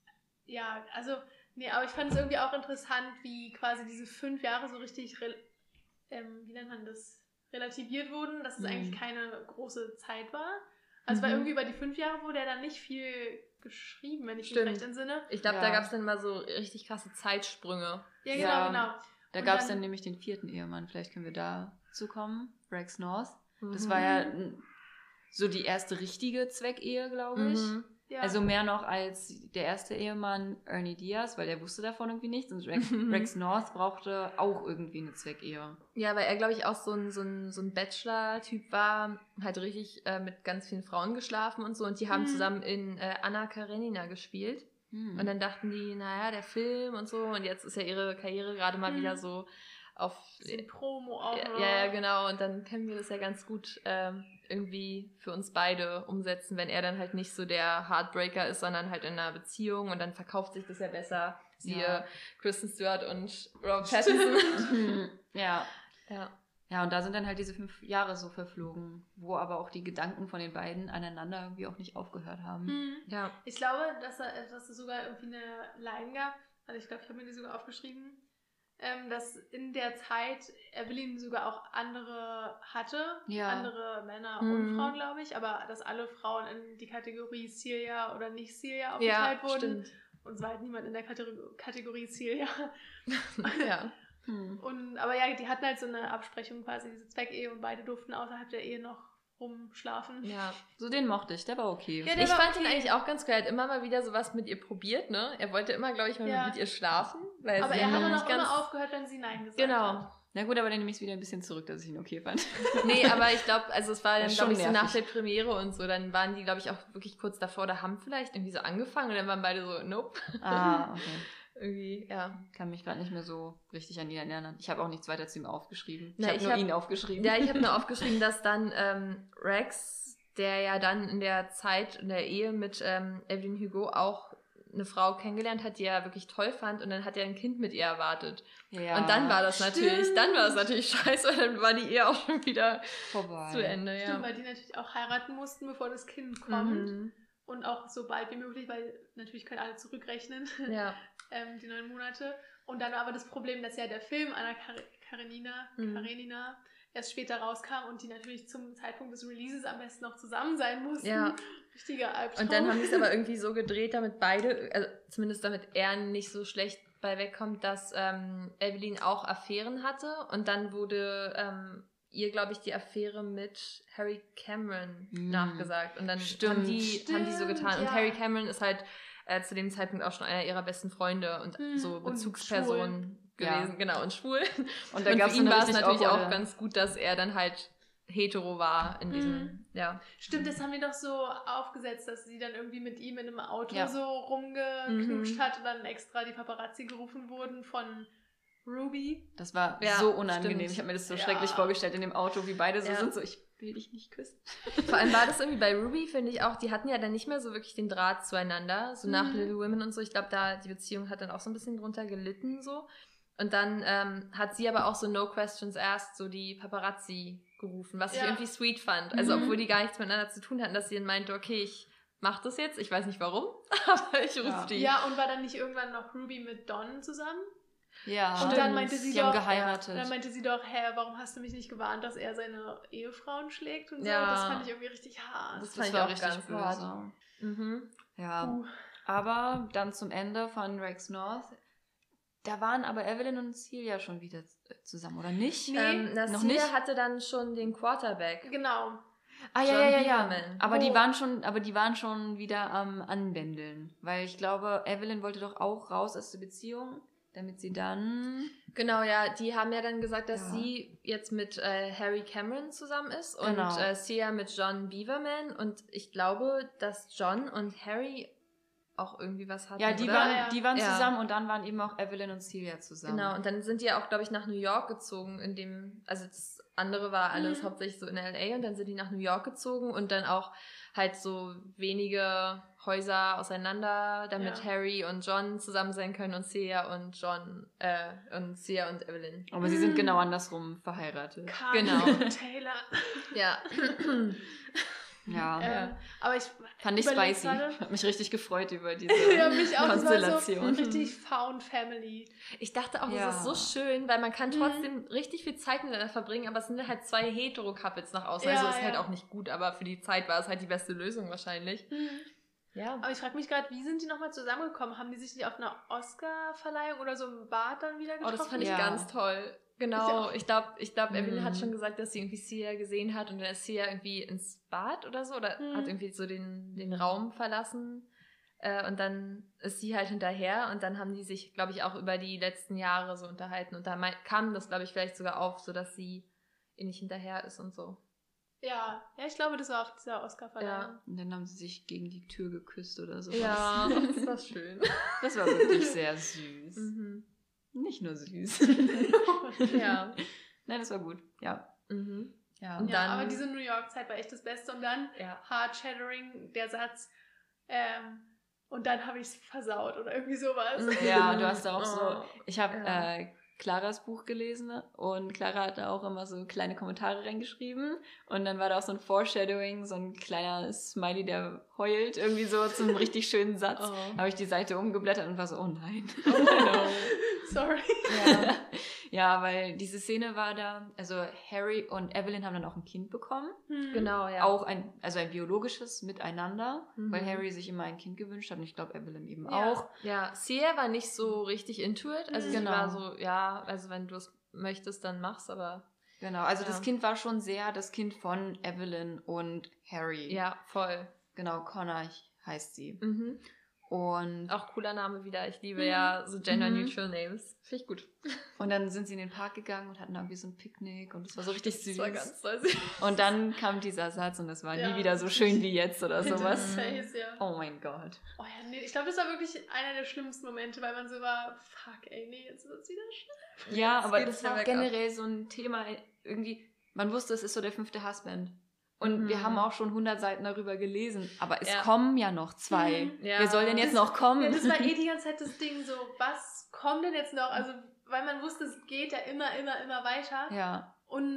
Speaker 1: ja, also, nee, aber ich fand es irgendwie auch interessant, wie quasi diese fünf Jahre so richtig, rel- ähm, wie nennt man das, relativiert wurden, dass es
Speaker 3: Mhm.
Speaker 1: eigentlich keine große Zeit war. Also, weil
Speaker 2: Mhm.
Speaker 1: irgendwie über die fünf Jahre wurde ja dann nicht viel geschrieben, wenn ich
Speaker 2: Stimmt.
Speaker 1: mich recht entsinne.
Speaker 2: Ich glaube,
Speaker 3: Ja.
Speaker 2: da gab es dann mal so richtig krasse Zeitsprünge.
Speaker 1: Ja, genau,
Speaker 3: Ja.
Speaker 1: genau.
Speaker 3: Da
Speaker 1: Und
Speaker 3: gab es
Speaker 1: dann-
Speaker 3: dann nämlich den vierten Ehemann. Vielleicht können wir dazu kommen. Rex North. Das
Speaker 2: Mhm.
Speaker 3: war ja n- so die erste richtige Zweckehe, glaube ich.
Speaker 2: Mhm.
Speaker 1: Ja.
Speaker 3: Also mehr noch als der erste Ehemann Ernie Diaz, weil der wusste davon irgendwie nichts. Und Rex,
Speaker 2: Mhm.
Speaker 3: Rex North brauchte auch irgendwie eine Zweckehe.
Speaker 2: Ja, weil er, glaube ich, auch so ein, so ein, so ein Bachelor-Typ war, halt richtig äh, mit ganz vielen Frauen geschlafen und so. Und die haben
Speaker 1: Mhm.
Speaker 2: zusammen in äh, Anna Karenina gespielt.
Speaker 3: Hm.
Speaker 2: Und dann dachten die, naja, der Film und so. Und jetzt ist ja ihre Karriere gerade mal
Speaker 1: Mhm.
Speaker 2: wieder so auf...
Speaker 1: Bisschen Promo auch.
Speaker 2: Ja,
Speaker 1: noch.
Speaker 2: ja, ja, genau. Und dann können wir das ja ganz gut ähm, irgendwie für uns beide umsetzen, wenn er dann halt nicht so der Heartbreaker ist, sondern halt in einer Beziehung und dann verkauft sich das ja besser. Siehe
Speaker 3: Ja.
Speaker 2: Kristen Stewart und Robert Pattinson.
Speaker 3: ja.
Speaker 2: ja.
Speaker 3: Ja, und da sind dann halt diese fünf Jahre so verflogen, wo aber auch die Gedanken von den beiden aneinander irgendwie auch nicht aufgehört haben.
Speaker 1: Mhm.
Speaker 2: Ja.
Speaker 1: Ich glaube, dass, er, dass es sogar irgendwie eine Line gab, also ich glaube, ich habe mir die sogar aufgeschrieben, ähm, dass in der Zeit Evelyn sogar auch andere hatte,
Speaker 3: Ja.
Speaker 1: andere Männer
Speaker 2: Mhm.
Speaker 1: und Frauen, glaube ich, aber dass alle Frauen in die Kategorie Celia oder nicht Celia
Speaker 2: Ja,
Speaker 1: aufgeteilt wurden.
Speaker 2: stimmt.
Speaker 1: Und es war halt niemand in der Kategor- Kategorie Celia.
Speaker 2: ja.
Speaker 3: Hm.
Speaker 1: Und, aber ja, die hatten halt so eine Absprechung quasi, diese Zweckehe und beide durften außerhalb der Ehe noch rumschlafen.
Speaker 2: Ja.
Speaker 3: So, den mochte ich, der war okay.
Speaker 1: Ja, der
Speaker 2: Ich
Speaker 1: war
Speaker 2: fand
Speaker 1: okay.
Speaker 2: ihn eigentlich auch ganz cool. Er hat immer mal wieder sowas mit ihr probiert, ne? Er wollte immer, glaube ich, mal
Speaker 1: Ja.
Speaker 2: mit ihr schlafen. Weil
Speaker 1: Aber
Speaker 2: sie
Speaker 1: er hat
Speaker 2: noch
Speaker 1: dann
Speaker 2: nicht
Speaker 1: auch immer aufgehört, wenn sie Nein gesagt
Speaker 2: Genau.
Speaker 1: hat.
Speaker 3: Na gut, aber dann nehme ich es wieder ein bisschen zurück, dass ich ihn okay fand.
Speaker 2: Nee, aber ich glaube, also es war
Speaker 3: Ja,
Speaker 2: dann,
Speaker 3: schon
Speaker 2: glaube ich, so nach
Speaker 3: nervig.
Speaker 2: der Premiere und so, dann waren die, glaube ich, auch wirklich kurz davor oder haben vielleicht irgendwie so angefangen und dann waren beide so, nope.
Speaker 3: Ah, okay.
Speaker 2: Irgendwie, ja.
Speaker 3: Kann mich gerade nicht mehr so richtig an ihn erinnern. Ich habe auch nichts weiter zu ihm aufgeschrieben. Ich
Speaker 2: Na,
Speaker 3: habe
Speaker 2: ich
Speaker 3: nur
Speaker 2: hab-
Speaker 3: ihn aufgeschrieben.
Speaker 2: Ja, ich habe nur aufgeschrieben, dass dann ähm, Rex, der ja dann in der Zeit, in der Ehe mit ähm, Evelyn Hugo auch eine Frau kennengelernt hat, die er wirklich toll fand und dann hat er ein Kind mit ihr erwartet.
Speaker 3: Ja.
Speaker 2: Und dann war das natürlich,
Speaker 1: stimmt.
Speaker 2: dann war das natürlich scheiße und dann war die Ehe auch schon wieder
Speaker 3: vorbei.
Speaker 2: zu Ende,
Speaker 1: Stimmt,
Speaker 2: ja.
Speaker 1: weil die natürlich auch heiraten mussten, bevor das Kind kommt.
Speaker 2: Mhm.
Speaker 1: Und auch so bald wie möglich, weil natürlich können alle zurückrechnen,
Speaker 2: Ja.
Speaker 1: ähm, die neun Monate. Und dann war aber das Problem, dass ja der Film Anna Kar- Karenina,
Speaker 2: Mhm.
Speaker 1: Karenina erst später rauskam und die natürlich zum Zeitpunkt des Releases am besten noch zusammen sein mussten.
Speaker 2: Ja.
Speaker 1: Richtiger Albtraum.
Speaker 2: Und dann haben die es aber irgendwie so gedreht, damit beide, also zumindest damit er nicht so schlecht bei wegkommt, dass ähm, Evelyn auch Affären hatte und dann wurde ähm, ihr, glaube ich, die Affäre mit Harry Cameron
Speaker 3: Mm.
Speaker 2: nachgesagt. Und dann
Speaker 3: Stimmt.
Speaker 2: haben die, haben die so
Speaker 1: Stimmt,
Speaker 2: getan. Und
Speaker 1: ja.
Speaker 2: Harry Cameron ist halt äh, zu dem Zeitpunkt auch schon einer ihrer besten Freunde und
Speaker 1: Hm,
Speaker 2: so
Speaker 1: und
Speaker 2: Bezugsperson
Speaker 3: Ja.
Speaker 2: gewesen. Genau, und schwul.
Speaker 3: Und da
Speaker 2: Und
Speaker 3: gab
Speaker 2: für
Speaker 3: es
Speaker 2: ihn
Speaker 3: eine
Speaker 2: war es
Speaker 3: richtig
Speaker 2: natürlich auch
Speaker 3: awkwarde-
Speaker 2: ganz gut, dass er dann halt hetero war in diesem,
Speaker 1: Mhm.
Speaker 2: ja.
Speaker 1: Stimmt, das haben die doch so aufgesetzt, dass sie dann irgendwie mit ihm in einem Auto
Speaker 3: Ja.
Speaker 1: so rumgeknutscht
Speaker 2: Mhm.
Speaker 1: hat und dann extra die Paparazzi gerufen wurden von Ruby.
Speaker 3: Das war
Speaker 2: Ja,
Speaker 3: so unangenehm.
Speaker 2: stimmt.
Speaker 3: Ich habe mir das so
Speaker 1: Ja.
Speaker 3: schrecklich vorgestellt in dem Auto, wie beide so
Speaker 2: Ja.
Speaker 3: sind, so ich will dich nicht küssen.
Speaker 2: Vor allem war das irgendwie bei Ruby, finde ich auch, die hatten ja dann nicht mehr so wirklich den Draht zueinander, so nach
Speaker 1: Mhm.
Speaker 2: Little Women und so. Ich glaube, da die Beziehung hat dann auch so ein bisschen drunter gelitten so. Und dann ähm, hat sie aber auch so No Questions Asked, so die Paparazzi gerufen, was ich
Speaker 1: Ja.
Speaker 2: irgendwie sweet fand. Also
Speaker 1: Mhm.
Speaker 2: obwohl die gar nichts miteinander zu tun hatten, dass sie dann meinte, okay, ich mach das jetzt, ich weiß nicht warum, aber ich rufe
Speaker 3: Ja.
Speaker 2: die.
Speaker 1: Ja, und war dann nicht irgendwann noch Ruby mit Don zusammen?
Speaker 3: Ja,
Speaker 1: Und
Speaker 2: Stimmt.
Speaker 1: dann meinte sie
Speaker 3: die haben
Speaker 1: doch,
Speaker 3: geheiratet.
Speaker 1: dann meinte sie doch, hä, warum hast du mich nicht gewarnt, dass er seine Ehefrauen schlägt und so?
Speaker 2: Ja.
Speaker 1: Das fand ich irgendwie richtig hart.
Speaker 2: Das
Speaker 3: das
Speaker 2: fand ich
Speaker 3: war
Speaker 2: auch
Speaker 3: richtig
Speaker 2: ganz
Speaker 3: böse.
Speaker 2: hart. Mhm.
Speaker 3: Ja,
Speaker 1: Uh.
Speaker 3: aber dann zum Ende von Rex North, da waren aber Evelyn und Celia schon wieder zusammen, oder nicht?
Speaker 1: Nee,
Speaker 2: ähm, na,
Speaker 3: noch
Speaker 2: Celia
Speaker 3: nicht?
Speaker 2: hatte dann schon den Quarterback.
Speaker 1: Genau.
Speaker 3: Ah ja,
Speaker 2: John
Speaker 3: ja, ja, ja.
Speaker 2: Beaverman.
Speaker 3: Aber
Speaker 1: Wo-
Speaker 3: die waren schon, aber die waren schon wieder am Anbändeln, weil ich glaube, Evelyn wollte doch auch raus aus der Beziehung, damit sie dann
Speaker 2: Genau, ja, die haben ja dann gesagt, dass
Speaker 3: Ja.
Speaker 2: sie jetzt mit äh, Harry Cameron zusammen ist und
Speaker 3: Genau.
Speaker 2: äh, Sia mit John Beaverman und ich glaube, dass John und Harry auch irgendwie was hatten,
Speaker 3: ja, die
Speaker 2: oder?
Speaker 3: waren,
Speaker 1: Ja.
Speaker 3: die waren
Speaker 2: Ja.
Speaker 3: zusammen und dann waren eben auch Evelyn und Celia zusammen.
Speaker 2: Genau, und dann sind die ja auch, glaube ich, nach New York gezogen, in dem, also das andere war alles
Speaker 1: Mhm.
Speaker 2: hauptsächlich so in L A und dann sind die nach New York gezogen und dann auch halt so wenige Häuser auseinander, damit
Speaker 1: Ja.
Speaker 2: Harry und John zusammen sein können und Sia und John, äh, und Sia und Evelyn.
Speaker 3: Aber sie sind genau andersrum verheiratet.
Speaker 1: Carmen
Speaker 2: Genau.
Speaker 1: und Taylor.
Speaker 2: Ja.
Speaker 3: Ja,
Speaker 1: Ähm, aber ich
Speaker 3: fand ich
Speaker 1: überleg
Speaker 3: spicy.
Speaker 1: gerade-
Speaker 3: Ich habe mich richtig gefreut über diese
Speaker 1: ja, mich auch. Das war so
Speaker 3: Konstellation.
Speaker 1: richtig Found Family.
Speaker 2: Ich dachte auch,
Speaker 3: Ja.
Speaker 2: das ist so schön, weil man kann
Speaker 1: Mhm.
Speaker 2: trotzdem richtig viel Zeit miteinander verbringen, aber es sind halt zwei Hetero-Couples nach außen.
Speaker 1: Ja,
Speaker 2: also ist halt
Speaker 1: ja.
Speaker 2: auch nicht gut, aber für die Zeit war es halt die beste Lösung wahrscheinlich. Ja.
Speaker 1: Aber ich frage mich gerade, wie sind die nochmal zusammengekommen? Haben die sich nicht auf einer Oscar-Verleihung oder so im Bad dann wieder
Speaker 2: Oh,
Speaker 1: getroffen?
Speaker 2: das fand ich
Speaker 3: Ja.
Speaker 2: ganz toll.
Speaker 1: Ist
Speaker 2: Genau,
Speaker 1: ja auch-
Speaker 2: ich glaube, ich glaub, Evelyn
Speaker 3: Mhm.
Speaker 2: hat schon gesagt, dass sie irgendwie Sia gesehen hat und dann ist Sia irgendwie ins Bad oder so oder
Speaker 1: Mhm.
Speaker 2: hat irgendwie so den, den Raum verlassen äh, und dann ist sie halt hinterher und dann haben die sich, glaube ich, auch über die letzten Jahre so unterhalten und da mei- kam das, glaube ich, vielleicht sogar auf, so dass sie ihr nicht hinterher ist und so.
Speaker 1: Ja, ja, ich glaube, das war auf dieser Oscar-Verleihung.
Speaker 3: Und dann haben sie sich gegen die Tür geküsst oder so.
Speaker 2: Ja, das war schön.
Speaker 3: Das war wirklich sehr süß.
Speaker 2: Mhm.
Speaker 3: Nicht nur süß.
Speaker 2: Ja.
Speaker 3: Nein, das war gut. Ja.
Speaker 2: Mhm.
Speaker 3: Ja.
Speaker 2: Und
Speaker 1: Ja,
Speaker 2: dann-
Speaker 1: aber diese New York-Zeit war echt das Beste. Und dann
Speaker 2: Ja.
Speaker 1: hard-shattering, der Satz, ähm, und dann habe ich es versaut oder irgendwie sowas.
Speaker 3: Ja, du hast da auch so.
Speaker 2: Oh.
Speaker 3: Ich habe
Speaker 2: Ja.
Speaker 3: äh, Claras Buch gelesen und Clara hat da auch immer so kleine Kommentare reingeschrieben und dann war da auch so ein Foreshadowing, so ein kleiner Smiley, der heult, irgendwie so zum richtig schönen Satz.
Speaker 2: Oh.
Speaker 3: Habe ich die Seite umgeblättert und war so, oh nein.
Speaker 2: Oh no.
Speaker 1: Sorry.
Speaker 3: Ja. Ja, weil diese Szene war da, also Harry und Evelyn haben dann auch ein Kind bekommen.
Speaker 1: Hm.
Speaker 2: Genau, ja.
Speaker 3: Auch ein, also ein biologisches miteinander,
Speaker 2: Mhm.
Speaker 3: weil Harry sich immer ein Kind gewünscht hat und ich glaube Evelyn eben
Speaker 1: Ja.
Speaker 3: auch.
Speaker 2: Ja, Sia war nicht so richtig into it. Also sie
Speaker 3: Genau.
Speaker 2: war so, ja, also wenn du es möchtest, dann mach's, aber
Speaker 3: Genau, also
Speaker 2: Ja.
Speaker 3: das Kind war schon sehr das Kind von Evelyn und Harry.
Speaker 2: ja, voll.
Speaker 3: Genau, Connor heißt sie.
Speaker 2: Mhm.
Speaker 3: Und,
Speaker 2: Auch cooler Name wieder. Ich liebe
Speaker 1: Mhm.
Speaker 2: ja so gender-neutral
Speaker 3: Mhm.
Speaker 2: Names. Finde ich gut.
Speaker 3: und dann sind sie in den Park gegangen und hatten da irgendwie so ein Picknick und es war so richtig süß.
Speaker 2: Das war ganz toll süß.
Speaker 3: Und dann kam dieser Satz und es war
Speaker 1: Ja.
Speaker 3: nie wieder so schön wie jetzt oder
Speaker 1: Hinter
Speaker 3: sowas.
Speaker 1: das Face, ja.
Speaker 3: Oh mein Gott.
Speaker 1: Oh ja, nee, ich glaube, das war wirklich einer der schlimmsten Momente, weil man so war, fuck, ey, nee, jetzt wird's wieder schlimm.
Speaker 3: Ja,
Speaker 2: Jetzt
Speaker 3: aber
Speaker 2: geht's
Speaker 3: das
Speaker 2: ja
Speaker 3: war auch
Speaker 2: bergab.
Speaker 3: generell so ein Thema, irgendwie, man wusste, es ist so der fünfte Husband. Und
Speaker 2: Mhm.
Speaker 3: wir haben auch schon hundert Seiten darüber gelesen, aber es
Speaker 2: Ja.
Speaker 3: kommen ja noch zwei.
Speaker 1: Mhm.
Speaker 2: Ja.
Speaker 3: Wer soll denn jetzt
Speaker 1: Das-
Speaker 3: noch kommen?
Speaker 1: Ja, das war eh die ganze Zeit das Ding so, was kommt denn jetzt noch? Also, weil man wusste, es geht ja immer, immer, immer weiter.
Speaker 3: ja.
Speaker 1: Und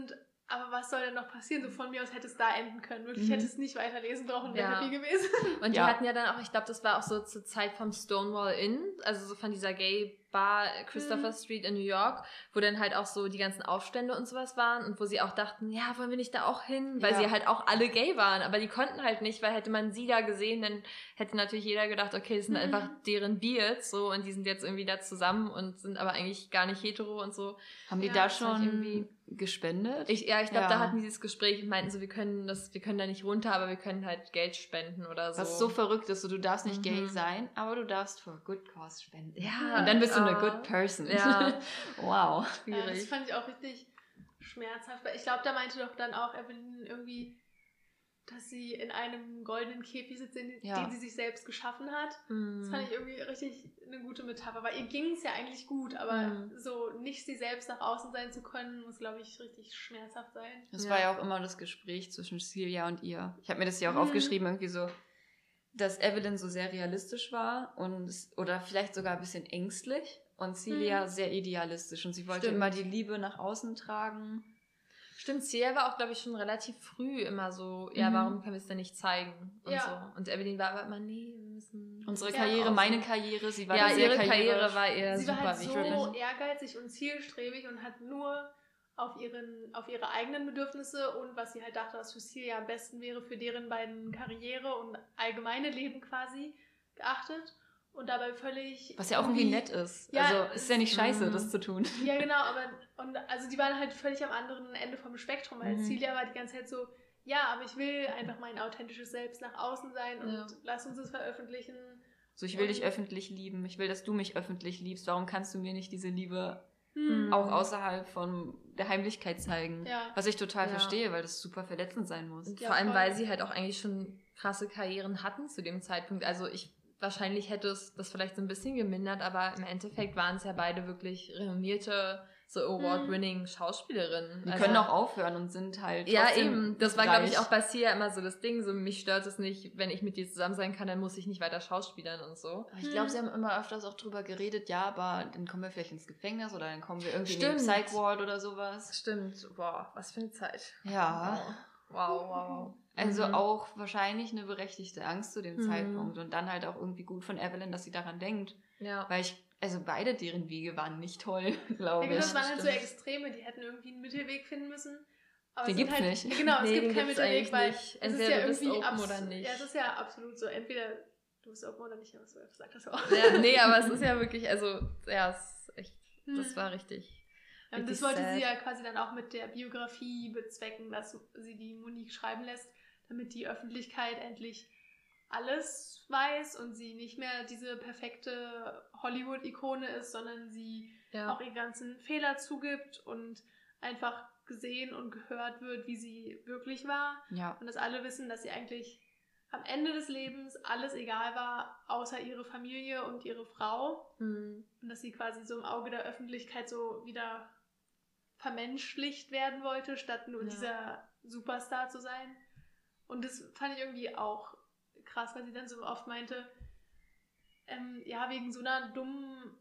Speaker 1: aber was soll denn noch passieren? So von mir aus hätte es da enden können. Wirklich
Speaker 3: Mhm.
Speaker 1: hätte es nicht weiterlesen brauchen, wäre
Speaker 2: Ja.
Speaker 1: happy gewesen.
Speaker 2: Und die
Speaker 3: Ja.
Speaker 2: hatten ja dann auch, ich glaube, das war auch so zur Zeit vom Stonewall Inn, also so von dieser Gay Bar Christopher
Speaker 1: Mhm.
Speaker 2: Street in New York, wo dann halt auch so die ganzen Aufstände und sowas waren und wo sie auch dachten, ja, wollen wir nicht da auch hin? Weil
Speaker 3: Ja.
Speaker 2: sie halt auch alle gay waren, aber die konnten halt nicht, weil hätte man sie da gesehen, dann hätte natürlich jeder gedacht, okay, das sind
Speaker 1: Mhm.
Speaker 2: einfach deren Beards, so, und die sind jetzt irgendwie da zusammen und sind aber eigentlich gar nicht hetero und so.
Speaker 3: Haben die
Speaker 1: Ja,
Speaker 3: da
Speaker 2: das fand
Speaker 3: schon
Speaker 2: ich irgendwie-
Speaker 3: gespendet?
Speaker 2: Ich, ja, ich glaube,
Speaker 3: Ja.
Speaker 2: da hatten die dieses Gespräch und meinten so, wir können das, wir können da nicht runter, aber wir können halt Geld spenden oder so.
Speaker 3: Was so verrückt ist, so, du darfst nicht gay
Speaker 2: Mhm.
Speaker 3: sein, aber du darfst for a good cause spenden.
Speaker 2: Ja,
Speaker 3: Und dann bist du eine
Speaker 2: ah.
Speaker 3: good person.
Speaker 2: Ja.
Speaker 3: Wow.
Speaker 1: Ja, das
Speaker 2: Schwierig.
Speaker 1: fand ich auch richtig schmerzhaft. Weil ich glaube, da meinte doch dann auch Evelyn irgendwie, dass sie in einem goldenen Käfig sitzt, den,
Speaker 3: Ja.
Speaker 1: den sie sich selbst geschaffen hat.
Speaker 2: Mhm.
Speaker 1: Das fand ich irgendwie richtig eine gute Metapher, weil ihr ging es ja eigentlich gut, aber
Speaker 2: Mhm.
Speaker 1: so nicht sie selbst nach außen sein zu können, muss, glaube ich, richtig schmerzhaft sein.
Speaker 3: Das
Speaker 2: Ja.
Speaker 3: war ja auch immer das Gespräch zwischen Celia und ihr. Ich habe mir das ja auch
Speaker 1: Mhm.
Speaker 3: aufgeschrieben, irgendwie so, dass Evelyn so sehr realistisch war und es- oder vielleicht sogar ein bisschen ängstlich und Celia
Speaker 1: Mhm.
Speaker 3: sehr idealistisch und sie wollte
Speaker 2: Stimmt.
Speaker 3: immer die Liebe nach außen tragen.
Speaker 2: Stimmt, Sia war auch, glaube ich, schon relativ früh immer so, ja,
Speaker 3: Mhm.
Speaker 2: warum können wir es denn nicht zeigen? Und
Speaker 1: Ja.
Speaker 2: so. Und Evelyn war aber immer, nee, wir müssen...
Speaker 3: Unsere
Speaker 1: Ja,
Speaker 3: Karriere,
Speaker 2: auch
Speaker 3: meine
Speaker 2: so.
Speaker 3: Karriere, sie war
Speaker 2: Ja,
Speaker 3: da sehr
Speaker 2: ihre Karriere
Speaker 3: karrierisch.
Speaker 2: war ihr
Speaker 1: Sie war
Speaker 2: super
Speaker 1: halt so
Speaker 2: wichtig.
Speaker 1: ehrgeizig und zielstrebig und hat nur auf, ihren, auf ihre eigenen Bedürfnisse und was sie halt dachte, was für Celia am besten wäre für deren beiden Karriere und allgemeine Leben quasi geachtet und dabei völlig...
Speaker 3: Was ja auch irgendwie nett ist.
Speaker 1: Ja,
Speaker 3: also ist ja nicht scheiße,
Speaker 2: Mhm.
Speaker 3: das zu tun.
Speaker 1: Ja, genau, aber und also die waren halt völlig am anderen Ende vom Spektrum, weil
Speaker 3: Mhm.
Speaker 1: Celia war die ganze Zeit so, ja, aber ich will einfach mein authentisches Selbst nach außen sein und
Speaker 2: Ja.
Speaker 1: lass uns es veröffentlichen.
Speaker 3: So, ich will
Speaker 1: Und-
Speaker 3: dich öffentlich lieben. Ich will, dass du mich öffentlich liebst. Warum kannst du mir nicht diese Liebe
Speaker 2: Mhm.
Speaker 3: auch außerhalb von der Heimlichkeit zeigen?
Speaker 1: Ja.
Speaker 3: Was ich total
Speaker 2: Ja.
Speaker 3: verstehe, weil das super verletzend sein muss.
Speaker 2: Und
Speaker 1: Ja,
Speaker 2: vor allem,
Speaker 1: voll.
Speaker 2: weil sie halt auch eigentlich schon krasse Karrieren hatten zu dem Zeitpunkt. Also ich, wahrscheinlich hätte es das vielleicht so ein bisschen gemindert, aber im Endeffekt waren es ja beide wirklich renommierte, so Award-winning Schauspielerinnen.
Speaker 3: Die
Speaker 2: Also-
Speaker 3: können auch aufhören und sind halt
Speaker 2: Ja,
Speaker 3: trotzdem
Speaker 2: eben. Das war, glaube ich,
Speaker 3: reich.
Speaker 2: auch bei Sia immer so das Ding. So, mich stört es nicht, wenn ich mit dir zusammen sein kann, dann muss ich nicht weiter schauspielern und so.
Speaker 3: Ich glaube, sie haben immer öfters auch drüber geredet, ja, aber dann kommen wir vielleicht ins Gefängnis oder dann kommen wir irgendwie in den
Speaker 2: Stimmt.
Speaker 3: Psych-Ward oder sowas.
Speaker 2: Stimmt. Boah, was für eine Zeit.
Speaker 3: Ja.
Speaker 2: Wow, wow, wow.
Speaker 3: Also
Speaker 2: Mhm.
Speaker 3: auch wahrscheinlich eine berechtigte Angst zu dem
Speaker 2: Mhm.
Speaker 3: Zeitpunkt und dann halt auch irgendwie gut von Evelyn, dass sie daran denkt.
Speaker 2: Ja.
Speaker 3: Weil ich, also beide deren Wege waren nicht toll, glaube
Speaker 1: Ja, genau,
Speaker 3: ich.
Speaker 1: das waren halt so
Speaker 2: stimmt.
Speaker 1: Extreme, die hätten irgendwie einen Mittelweg finden müssen. Aber
Speaker 3: Den
Speaker 1: es sind
Speaker 3: gibt's
Speaker 1: halt,
Speaker 3: nicht.
Speaker 1: Genau, es
Speaker 2: Nee,
Speaker 1: gibt
Speaker 2: den
Speaker 1: keinen
Speaker 2: gibt's
Speaker 1: Mittelweg,
Speaker 2: eigentlich
Speaker 1: weil
Speaker 2: nicht.
Speaker 1: es ist
Speaker 2: Entweder
Speaker 1: ja
Speaker 2: du bist
Speaker 1: irgendwie
Speaker 2: open
Speaker 1: abs-
Speaker 2: oder nicht.
Speaker 1: Ja, es ist ja absolut so. Entweder du bist open oder nicht, was du gesagt hast auch.
Speaker 2: Ja, nee, aber es ist ja wirklich, also, ja, es ist echt, das
Speaker 1: Hm.
Speaker 2: war richtig.
Speaker 1: Ja, und das
Speaker 2: richtig
Speaker 1: wollte sie
Speaker 2: sad.
Speaker 1: ja quasi dann auch mit der Biografie bezwecken, dass sie die Monique schreiben lässt, damit die Öffentlichkeit endlich alles weiß und sie nicht mehr diese perfekte Hollywood-Ikone ist, sondern sie
Speaker 2: Ja.
Speaker 1: auch ihre ganzen Fehler zugibt und einfach gesehen und gehört wird, wie sie wirklich war.
Speaker 3: Ja.
Speaker 1: Und dass alle wissen, dass sie eigentlich am Ende des Lebens alles egal war, außer ihre Familie und ihre Frau.
Speaker 2: Mhm.
Speaker 1: Und dass sie quasi so im Auge der Öffentlichkeit so wieder vermenschlicht werden wollte, statt nur
Speaker 2: Ja.
Speaker 1: dieser Superstar zu sein. Und das fand ich irgendwie auch krass, weil sie dann so oft meinte, ähm, ja, wegen so einer dummen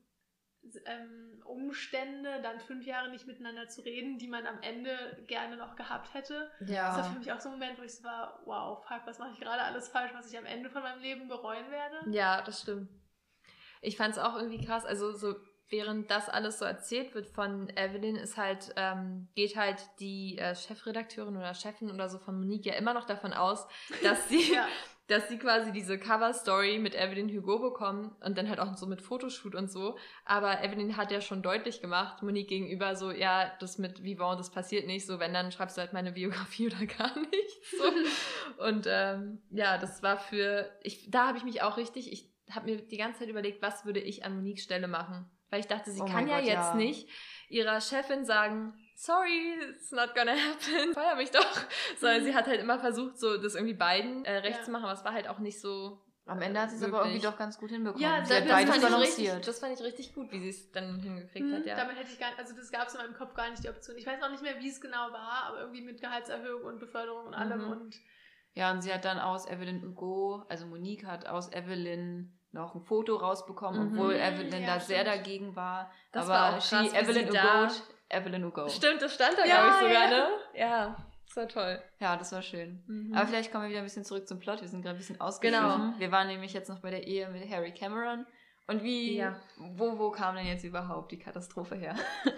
Speaker 1: ähm, Umstände, dann fünf Jahre nicht miteinander zu reden, die man am Ende gerne noch gehabt hätte. Das war für mich auch so ein Moment, wo ich so war, wow, fuck, was mache ich gerade alles falsch, was ich am Ende von meinem Leben bereuen werde.
Speaker 2: Ja, das stimmt. Ich fand es auch irgendwie krass, also so während das alles so erzählt wird von Evelyn, ist halt, ähm, geht halt die äh, Chefredakteurin oder Chefin oder so von Monique ja immer noch davon aus, dass sie,
Speaker 1: Ja.
Speaker 2: dass sie quasi diese Cover-Story mit Evelyn Hugo bekommen und dann halt auch so mit Fotoshoot und so. Aber Evelyn hat ja schon deutlich gemacht, Monique gegenüber so, ja, das mit Vivant, das passiert nicht, so wenn, dann schreibst du halt meine Biografie oder gar nicht. So. Und ähm, ja, das war für, ich, da habe ich mich auch richtig, ich habe mir die ganze Zeit überlegt, was würde ich an Moniques Stelle machen? Weil ich dachte, sie
Speaker 3: Oh
Speaker 2: kann
Speaker 3: mein
Speaker 2: ja
Speaker 3: Gott,
Speaker 2: jetzt
Speaker 3: ja.
Speaker 2: nicht ihrer Chefin sagen, sorry, it's not gonna happen, feuer mich doch. Sondern sie hat halt immer versucht, so das irgendwie beiden äh, recht
Speaker 1: Ja.
Speaker 2: zu machen, aber es war halt auch nicht so.
Speaker 3: Am Ende hat sie es aber
Speaker 2: Wirklich.
Speaker 3: irgendwie doch ganz gut hinbekommen.
Speaker 1: Ja,
Speaker 3: sie
Speaker 1: das-
Speaker 3: hat
Speaker 1: das
Speaker 3: beides
Speaker 2: fand ich
Speaker 3: balanciert.
Speaker 2: richtig, das fand ich richtig gut, wie sie es dann hingekriegt
Speaker 1: Mhm,
Speaker 2: hat, ja.
Speaker 1: Damit hätte ich gar nicht, also das gab es in meinem Kopf gar nicht die Option. Ich weiß auch nicht mehr, wie es genau war, aber irgendwie mit Gehaltserhöhung und Beförderung und allem
Speaker 2: Mhm.
Speaker 1: und
Speaker 3: Ja, und sie hat dann aus Evelyn Hugo, also Monique hat aus Evelyn noch ein Foto rausbekommen,
Speaker 2: Mhm.
Speaker 3: obwohl Evelyn
Speaker 1: Ja,
Speaker 3: da sehr
Speaker 1: stimmt.
Speaker 3: dagegen war.
Speaker 2: Das
Speaker 3: aber
Speaker 2: war auch
Speaker 3: she,
Speaker 2: krass, wie
Speaker 3: Evelyn
Speaker 2: sie da
Speaker 3: Hugo Evelyn Hugo.
Speaker 2: Stimmt, das stand da,
Speaker 1: Ja,
Speaker 2: glaube ich, sogar,
Speaker 1: ja.
Speaker 2: ne? Ja, das war toll.
Speaker 3: Ja, das war schön.
Speaker 2: Mhm.
Speaker 3: Aber vielleicht kommen wir wieder ein bisschen zurück zum Plot. Wir sind gerade ein bisschen ausgeschwiffen.
Speaker 2: Genau.
Speaker 3: Wir waren nämlich jetzt noch bei der Ehe mit Harry Cameron. Und wie,
Speaker 2: Ja.
Speaker 3: wo, wo kam denn jetzt überhaupt die Katastrophe her?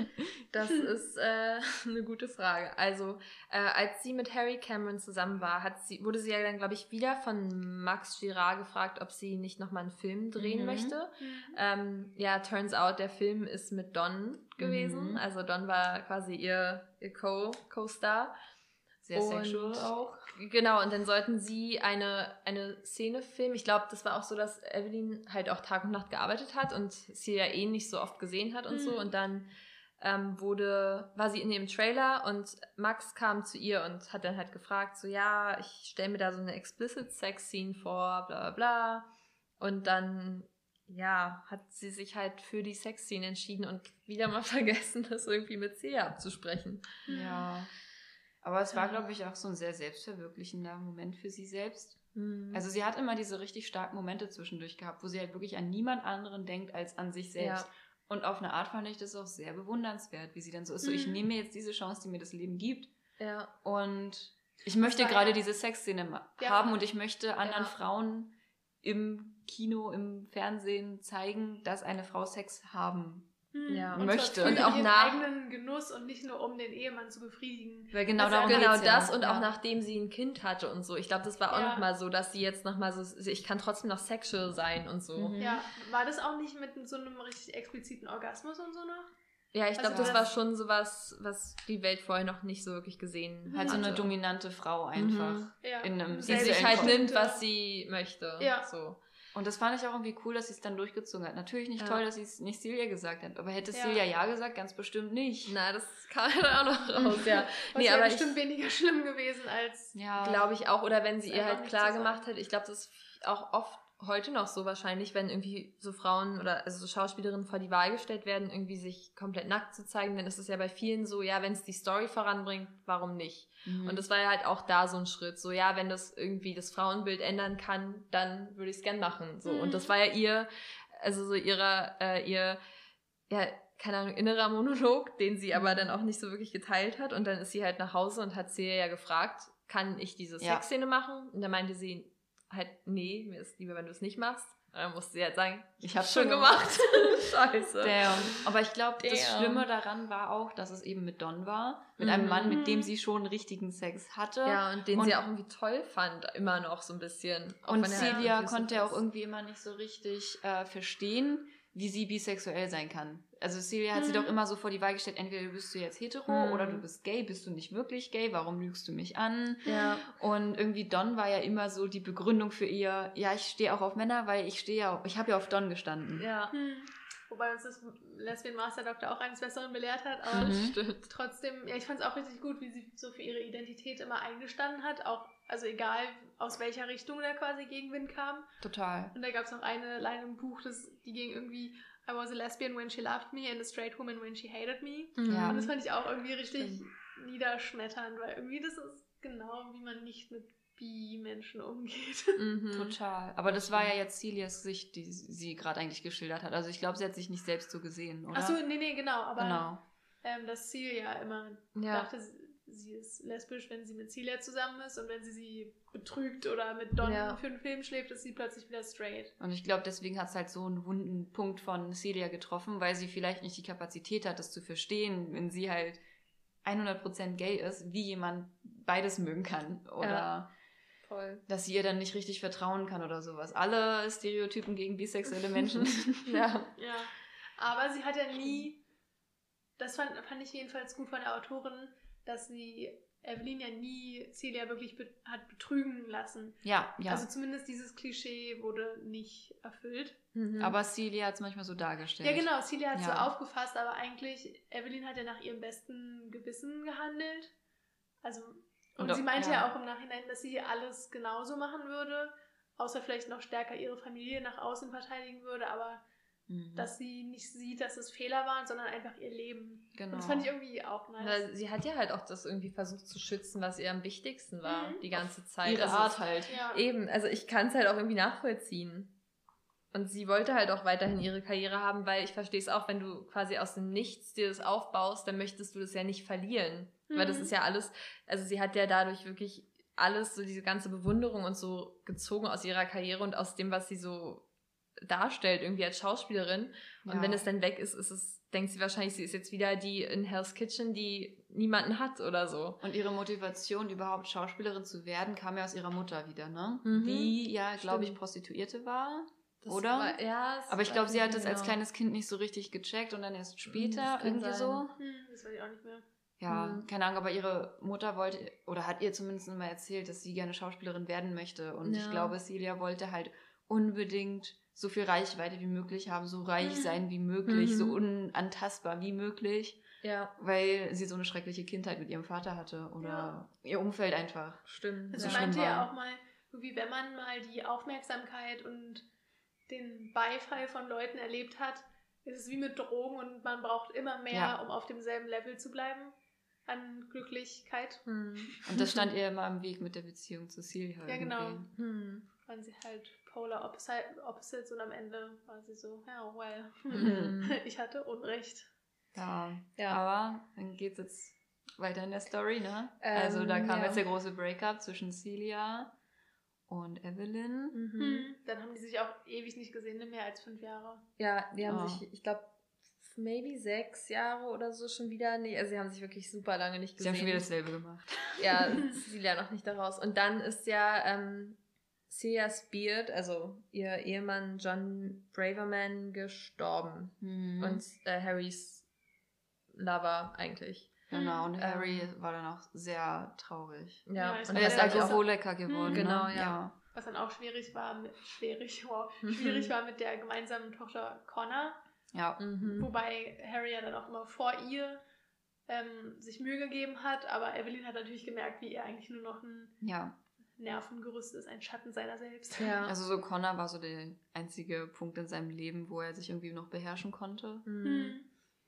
Speaker 2: Das ist äh, eine gute Frage. Also, äh, als sie mit Harry Cameron zusammen war, hat sie, wurde sie ja dann, glaube ich, wieder von Max Girard gefragt, ob sie nicht nochmal einen Film drehen
Speaker 3: Mhm.
Speaker 2: möchte.
Speaker 1: Mhm.
Speaker 2: Ähm, ja, turns out, der Film ist mit Don gewesen.
Speaker 3: Mhm.
Speaker 2: Also Don war quasi ihr, ihr Co- Co-Star.
Speaker 3: Sehr
Speaker 2: Und-
Speaker 3: sexual auch.
Speaker 2: Genau, und dann sollten sie eine, eine Szene filmen. Ich glaube, das war auch so, dass Evelyn halt auch Tag und Nacht gearbeitet hat und sie ja eh nicht so oft gesehen hat und
Speaker 1: Mhm.
Speaker 2: so. Und dann ähm, wurde, war sie in dem Trailer und Max kam zu ihr und hat dann halt gefragt, so ja, ich stelle mir da so eine explicit Sex-Scene vor, bla bla bla. Und dann, ja, hat sie sich halt für die Sex-Scene entschieden und wieder mal vergessen, das irgendwie mit Sia abzusprechen.
Speaker 1: Mhm.
Speaker 3: Ja. Aber es war,
Speaker 2: Ja.
Speaker 3: glaube ich, auch so ein sehr selbstverwirklichender Moment für sie selbst.
Speaker 2: Mhm.
Speaker 3: Also sie hat immer diese richtig starken Momente zwischendurch gehabt, wo sie halt wirklich an niemand anderen denkt als an sich selbst.
Speaker 2: Ja.
Speaker 3: Und auf eine Art fand ich das auch sehr bewundernswert, wie sie dann so ist. So, ich
Speaker 1: Mhm.
Speaker 3: nehme mir jetzt diese Chance, die mir das Leben gibt.
Speaker 2: Ja.
Speaker 3: Und ich möchte
Speaker 1: war
Speaker 3: gerade
Speaker 1: ja-
Speaker 3: diese Sexszene ma-
Speaker 1: Ja.
Speaker 3: haben und ich möchte anderen
Speaker 2: Ja.
Speaker 3: Frauen im Kino, im Fernsehen zeigen, dass eine Frau Sex haben.
Speaker 1: Mhm.
Speaker 2: Ja.
Speaker 1: Und
Speaker 3: Möchte.
Speaker 1: zwar für
Speaker 2: Und auch
Speaker 1: ihren
Speaker 2: nach-
Speaker 1: eigenen Genuss und nicht nur um den Ehemann zu befriedigen.
Speaker 3: Weil genau
Speaker 1: Also
Speaker 3: darum
Speaker 2: Genau
Speaker 3: geht's ja.
Speaker 2: das und
Speaker 3: Ja.
Speaker 2: auch nachdem sie ein Kind hatte und so. Ich glaube, das war auch
Speaker 1: Ja.
Speaker 2: nochmal so, dass sie jetzt nochmal so, ich kann trotzdem noch sexual sein und so.
Speaker 3: Mhm.
Speaker 1: Ja, war das auch nicht mit so einem richtig expliziten Orgasmus und so noch?
Speaker 2: Ja, ich glaube,
Speaker 1: Also
Speaker 2: das
Speaker 1: das-
Speaker 2: war schon sowas, was die Welt vorher noch nicht so wirklich gesehen
Speaker 3: Halt so
Speaker 2: hatte.
Speaker 3: eine dominante Frau einfach.
Speaker 2: Mhm.
Speaker 1: Ja.
Speaker 3: In einem
Speaker 2: Die
Speaker 3: Selbst-
Speaker 2: sich halt
Speaker 3: Selbst-
Speaker 2: nimmt, was sie möchte.
Speaker 1: Ja.
Speaker 2: So.
Speaker 3: Und das fand ich auch irgendwie cool, dass sie es dann durchgezogen hat. Natürlich nicht
Speaker 2: Ja.
Speaker 3: toll, dass sie es nicht Celia gesagt hat, aber hätte
Speaker 1: Ja.
Speaker 3: Celia ja gesagt, ganz bestimmt nicht.
Speaker 2: Na, das kam ja auch noch raus, ja.
Speaker 1: Was
Speaker 2: Nee,
Speaker 1: wäre
Speaker 2: aber ich
Speaker 1: bestimmt weniger schlimm gewesen als.
Speaker 3: Ja,
Speaker 2: glaube ich auch. Oder wenn sie
Speaker 1: Ist
Speaker 2: ihr
Speaker 1: einfach
Speaker 2: halt
Speaker 1: nicht
Speaker 2: klar
Speaker 1: zu
Speaker 2: gemacht
Speaker 1: sagen.
Speaker 2: hat, ich glaube, das ist auch oft heute noch so wahrscheinlich, wenn irgendwie so Frauen oder also so Schauspielerinnen vor die Wahl gestellt werden, irgendwie sich komplett nackt zu zeigen, dann ist es ja bei vielen so, ja, wenn es die Story voranbringt, warum nicht?
Speaker 3: Mhm.
Speaker 2: Und das war ja halt auch da so ein Schritt, so ja, wenn das irgendwie das Frauenbild ändern kann, dann würde ich es gern machen. So.
Speaker 1: Mhm.
Speaker 2: Und das war ja ihr, also so ihrer, äh, ihr, ja, keine Ahnung, innerer Monolog, den sie aber dann auch nicht so wirklich geteilt hat. Und dann ist sie halt nach Hause und hat Celia ja gefragt, kann ich diese
Speaker 3: Ja.
Speaker 2: Sexszene machen? Und dann meinte sie halt, nee, mir ist lieber, wenn du es nicht machst. Und dann musste sie halt sagen,
Speaker 3: Ich hab's
Speaker 2: schon
Speaker 3: schon
Speaker 2: gemacht. Scheiße.
Speaker 3: Damn. Aber ich glaube, das
Speaker 2: Damn.
Speaker 3: Schlimme daran war auch, dass es eben mit Don war. Mit
Speaker 2: Mhm.
Speaker 3: einem Mann, mit dem sie schon richtigen Sex hatte.
Speaker 2: Ja, und den
Speaker 3: Und-
Speaker 2: sie auch irgendwie toll fand, immer noch so ein bisschen. Auch
Speaker 3: Und
Speaker 2: wenn er halt
Speaker 3: Celia
Speaker 2: irgendwie so
Speaker 3: konnte auch
Speaker 2: ist.
Speaker 3: irgendwie immer nicht so richtig äh, verstehen, wie sie bisexuell sein kann. Also Celia hat sie
Speaker 1: Mhm.
Speaker 3: doch immer so vor die Wahl gestellt, entweder bist du jetzt hetero
Speaker 2: Mhm.
Speaker 3: oder du bist gay, bist du nicht wirklich gay, warum lügst du mich an?
Speaker 2: Ja.
Speaker 3: Und irgendwie Don war ja immer so die Begründung für ihr, ja, ich stehe auch auf Männer, weil ich stehe ja, auf- ich habe ja auf Don gestanden.
Speaker 2: Ja.
Speaker 1: Hm. Wobei uns das Lesbian Master Doctor auch eines Besseren belehrt hat. Aber
Speaker 3: Mhm.
Speaker 2: Stimmt.
Speaker 1: trotzdem, ja, ich fand es auch richtig gut, wie sie so für ihre Identität immer eingestanden hat. Auch, also egal aus welcher Richtung da quasi Gegenwind kam.
Speaker 3: Total.
Speaker 1: Und da gab es noch eine Line im Buch, das, die ging irgendwie: I was a lesbian when she loved me and a straight woman when she hated me.
Speaker 3: Ja.
Speaker 1: Und das fand ich auch irgendwie richtig
Speaker 2: Stimmt.
Speaker 1: niederschmetternd, weil irgendwie das ist genau, wie man nicht mit Bi-Menschen umgeht.
Speaker 2: Mhm.
Speaker 3: Total. Aber das war ja jetzt Celias Sicht, die sie gerade eigentlich geschildert hat. Also ich glaube, sie hat sich nicht selbst so gesehen, oder?
Speaker 1: Achso, nee, nee, genau. Aber
Speaker 3: Genau.
Speaker 1: ähm, dass Celia immer
Speaker 2: Ja.
Speaker 1: dachte, sie, sie ist lesbisch, wenn sie mit Celia zusammen ist, und wenn sie sie betrügt oder mit Don
Speaker 2: Ja.
Speaker 1: für einen Film schläft, ist sie plötzlich wieder straight.
Speaker 3: Und ich glaube, deswegen hat es halt so einen wunden Punkt von Celia getroffen, weil sie vielleicht nicht die Kapazität hat, das zu verstehen, wenn sie halt hundert Prozent gay ist, wie jemand beides mögen kann. Oder
Speaker 2: Ja. Voll.
Speaker 3: dass sie ihr dann nicht richtig vertrauen kann oder sowas. Alle Stereotypen gegen bisexuelle Menschen.
Speaker 2: Ja.
Speaker 1: Ja. Aber sie hat ja nie, das fand, fand ich jedenfalls gut von der Autorin, dass sie Evelyn ja nie Celia wirklich be hat betrügen lassen.
Speaker 3: Ja, ja.
Speaker 1: Also zumindest dieses Klischee wurde nicht erfüllt.
Speaker 2: Mhm.
Speaker 3: Aber Celia hat es manchmal so dargestellt.
Speaker 1: Ja, genau, Celia hat es
Speaker 3: Ja.
Speaker 1: so aufgefasst, aber eigentlich, Evelyn hat ja nach ihrem besten Gewissen gehandelt. Also, und,
Speaker 3: Und
Speaker 1: sie
Speaker 3: auch-
Speaker 1: meinte
Speaker 3: ja.
Speaker 1: ja. auch im Nachhinein, dass sie alles genauso machen würde, außer vielleicht noch stärker ihre Familie nach außen verteidigen würde, aber
Speaker 3: Mhm.
Speaker 1: dass sie nicht sieht, dass es Fehler waren, sondern einfach ihr Leben.
Speaker 3: Genau.
Speaker 1: Und das fand ich irgendwie auch nice.
Speaker 2: Na, sie hat ja halt auch das irgendwie versucht zu schützen, was ihr am wichtigsten war,
Speaker 1: Mhm.
Speaker 2: die ganze Zeit.
Speaker 3: Ihre
Speaker 2: also
Speaker 3: Art halt.
Speaker 1: Ja.
Speaker 2: Eben, also ich kann es halt auch irgendwie nachvollziehen. Und sie wollte halt auch weiterhin ihre Karriere haben, weil ich verstehe es auch, wenn du quasi aus dem Nichts dir das aufbaust, dann möchtest du das ja nicht verlieren. Mhm. Weil das ist ja alles, also sie hat ja dadurch wirklich alles, so diese ganze Bewunderung und so gezogen aus ihrer Karriere und aus dem, was sie so darstellt, irgendwie als Schauspielerin. Und ja. wenn es dann weg ist, ist es, denkt sie wahrscheinlich, sie ist jetzt wieder die in Hell's Kitchen, die niemanden hat oder so.
Speaker 3: Und ihre Motivation, überhaupt Schauspielerin zu werden, kam ja aus ihrer Mutter wieder, ne? Mhm. Die ja, glaube ich, Prostituierte war. Das oder? War, ja, aber ich glaube, sie hat das genau. als kleines Kind nicht so richtig gecheckt und dann erst später irgendwie sein. so.
Speaker 1: Hm, das weiß ich auch nicht mehr.
Speaker 3: Ja, hm. keine Ahnung, aber ihre Mutter wollte, oder hat ihr zumindest immer erzählt, dass sie gerne Schauspielerin werden möchte. Und ja. ich glaube, Celia wollte halt unbedingt so viel Reichweite wie möglich haben, so reich mhm. sein wie möglich, mhm. so unantastbar wie möglich.
Speaker 2: Ja.
Speaker 3: Weil sie so eine schreckliche Kindheit mit ihrem Vater hatte oder ja. ihr Umfeld einfach.
Speaker 2: Stimmt.
Speaker 1: Also
Speaker 2: ja.
Speaker 1: sie meinte ja auch mal, wie wenn man mal die Aufmerksamkeit und den Beifall von Leuten erlebt hat, ist es wie mit Drogen und man braucht immer mehr, ja. um auf demselben Level zu bleiben an Glücklichkeit.
Speaker 3: Hm. Und das stand ihr immer im Weg mit der Beziehung zu Celia.
Speaker 1: Ja, genau. Hm. Waren sie halt polar opposites und am Ende war sie so, ja, yeah, well, hm. ich hatte Unrecht.
Speaker 3: Ja, ja, aber dann geht's jetzt weiter in der Story, ne? Ähm, also da kam ja. jetzt der große Breakup zwischen Celia und Evelyn.
Speaker 1: Mhm. Hm. Dann haben die sich auch ewig nicht gesehen, mehr als fünf Jahre.
Speaker 2: Ja, die haben oh. sich, ich glaube, maybe sechs Jahre oder so schon wieder. Nee, also sie haben sich wirklich super lange nicht gesehen.
Speaker 3: Sie haben schon wieder dasselbe gemacht.
Speaker 2: Ja, Celia noch nicht daraus. Und dann ist ja ähm, Celia's Beard, also ihr Ehemann John Braverman, gestorben. Mhm. Und äh, Harrys Lover eigentlich.
Speaker 3: Genau, und Harry ähm, war dann auch sehr traurig.
Speaker 2: Ja,
Speaker 1: ja
Speaker 3: und er ist Alkoholiker geworden.
Speaker 2: Genau,
Speaker 3: ne?
Speaker 2: ja.
Speaker 3: ja.
Speaker 1: Was dann auch schwierig war, mit, schwierig, wow, schwierig war mit der gemeinsamen Tochter Connor.
Speaker 3: Ja.
Speaker 1: Mhm. Wobei Harry ja dann auch immer vor ihr ähm, sich Mühe gegeben hat, aber Evelyn hat natürlich gemerkt, wie er eigentlich nur noch ein
Speaker 3: ja.
Speaker 1: Nervengerüst ist, ein Schatten seiner selbst.
Speaker 2: Ja.
Speaker 3: Also so Connor war so der einzige Punkt in seinem Leben, wo er sich irgendwie noch beherrschen konnte.
Speaker 1: Mhm.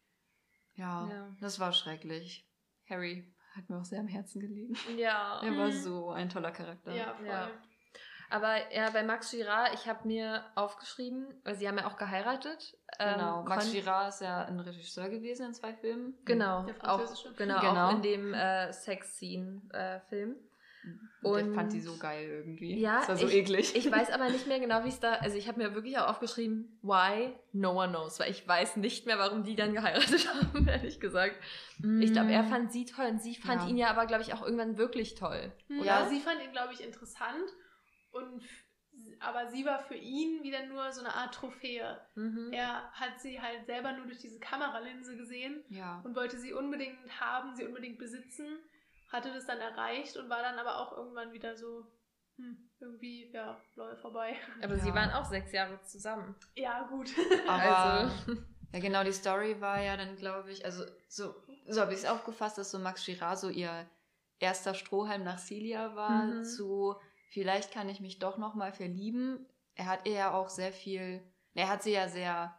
Speaker 3: Ja, ja, das war schrecklich. Harry hat mir auch sehr am Herzen gelegen.
Speaker 2: Ja.
Speaker 3: Er war so ein toller Charakter.
Speaker 1: Ja, voll.
Speaker 2: Ja. Aber ja, bei Max Girard, ich habe mir aufgeschrieben, weil sie haben ja auch geheiratet.
Speaker 3: Genau,
Speaker 2: ähm,
Speaker 3: Max Girard ist ja ein Regisseur gewesen in zwei Filmen.
Speaker 2: Genau,
Speaker 1: der französische.
Speaker 2: Auch, genau,
Speaker 3: genau.
Speaker 2: auch in dem äh, Sex-Scene-Film.
Speaker 3: Äh, Und der fand die so geil irgendwie.
Speaker 2: Ja,
Speaker 3: das war so
Speaker 2: ich,
Speaker 3: eklig.
Speaker 2: Ich weiß aber nicht mehr genau, wie es da, also ich habe mir wirklich auch aufgeschrieben, why, no one knows, weil ich weiß nicht mehr, warum die dann geheiratet haben, ehrlich gesagt. Mm. Ich glaube, er fand sie toll und sie fand
Speaker 3: ja.
Speaker 2: ihn ja aber, glaube ich, auch irgendwann wirklich toll.
Speaker 1: Oder? Ja, sie fand ihn, glaube ich, interessant. Und aber sie war für ihn wieder nur so eine Art Trophäe. Mhm. Er hat sie halt selber nur durch diese Kameralinse gesehen
Speaker 3: ja.
Speaker 1: und wollte sie unbedingt haben, sie unbedingt besitzen, hatte das dann erreicht und war dann aber auch irgendwann wieder so, hm, irgendwie, ja, läuft vorbei.
Speaker 2: Aber ja. sie waren auch sechs Jahre zusammen.
Speaker 1: Ja, gut.
Speaker 3: Aber also. Ja, genau, die Story war ja dann, glaube ich, also so, so habe ich es aufgefasst, dass so Max Girard so ihr erster Strohhalm nach Celia war, mhm. zu vielleicht kann ich mich doch noch mal verlieben. Er hat ihr ja auch sehr viel, er hat sie ja sehr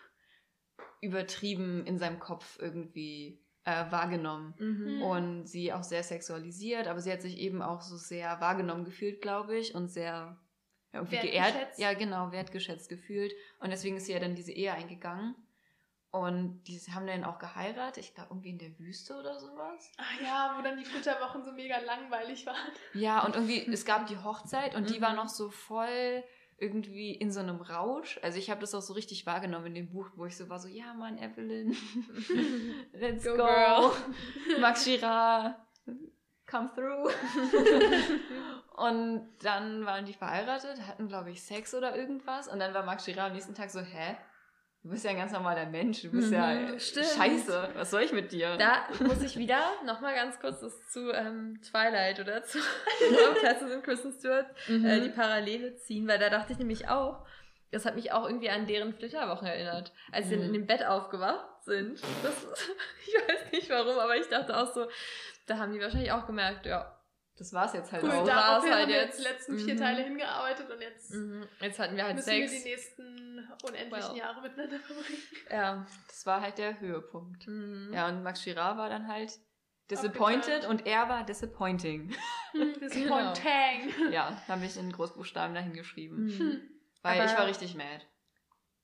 Speaker 3: übertrieben in seinem Kopf irgendwie äh, wahrgenommen mhm. und sie auch sehr sexualisiert, aber sie hat sich eben auch so sehr wahrgenommen gefühlt, glaube ich, und sehr ja, irgendwie geehrt. Ja, genau, wertgeschätzt gefühlt. Und deswegen ist sie ja dann diese Ehe eingegangen. Und die haben dann auch geheiratet, ich glaube irgendwie in der Wüste oder sowas.
Speaker 1: Ach ja, wo dann die Flitterwochen so mega langweilig waren.
Speaker 3: Ja, und irgendwie, es gab die Hochzeit und die mhm. war noch so voll irgendwie in so einem Rausch. Also ich habe das auch so richtig wahrgenommen in dem Buch, wo ich so war so, ja Mann, Evelyn, let's go, go. Max Girard, come through. Und dann waren die verheiratet, hatten glaube ich Sex oder irgendwas und dann war Max Girard am nächsten Tag so, hä? Du bist ja ein ganz normaler Mensch, du bist mhm, ja stimmt. Scheiße, was soll ich mit dir?
Speaker 2: Da muss ich wieder nochmal ganz kurz das zu ähm, Twilight oder zu Pleasant und Kristen Stewart mhm. äh, die Parallele ziehen, weil da dachte ich nämlich auch, das hat mich auch irgendwie an deren Flitterwochen erinnert, als sie mhm. in dem Bett aufgewacht sind. Das, ich weiß nicht warum, aber ich dachte auch so, da haben die wahrscheinlich auch gemerkt, ja, das war's jetzt halt
Speaker 1: cool,
Speaker 2: auch.
Speaker 1: Daraufhin
Speaker 2: halt
Speaker 1: haben wir jetzt die letzten vier mhm. Teile hingearbeitet und jetzt,
Speaker 2: mhm. jetzt hatten wir halt
Speaker 1: müssen
Speaker 2: Sex.
Speaker 1: wir die nächsten unendlichen well. Jahre miteinander verbringen.
Speaker 3: Ja, das war halt der Höhepunkt. Mhm. Ja, und Max Girard war dann halt disappointed und er war disappointing.
Speaker 1: Disappointing.
Speaker 3: Ja, habe ich in Großbuchstaben dahin geschrieben. Mhm. Weil aber ich war richtig mad.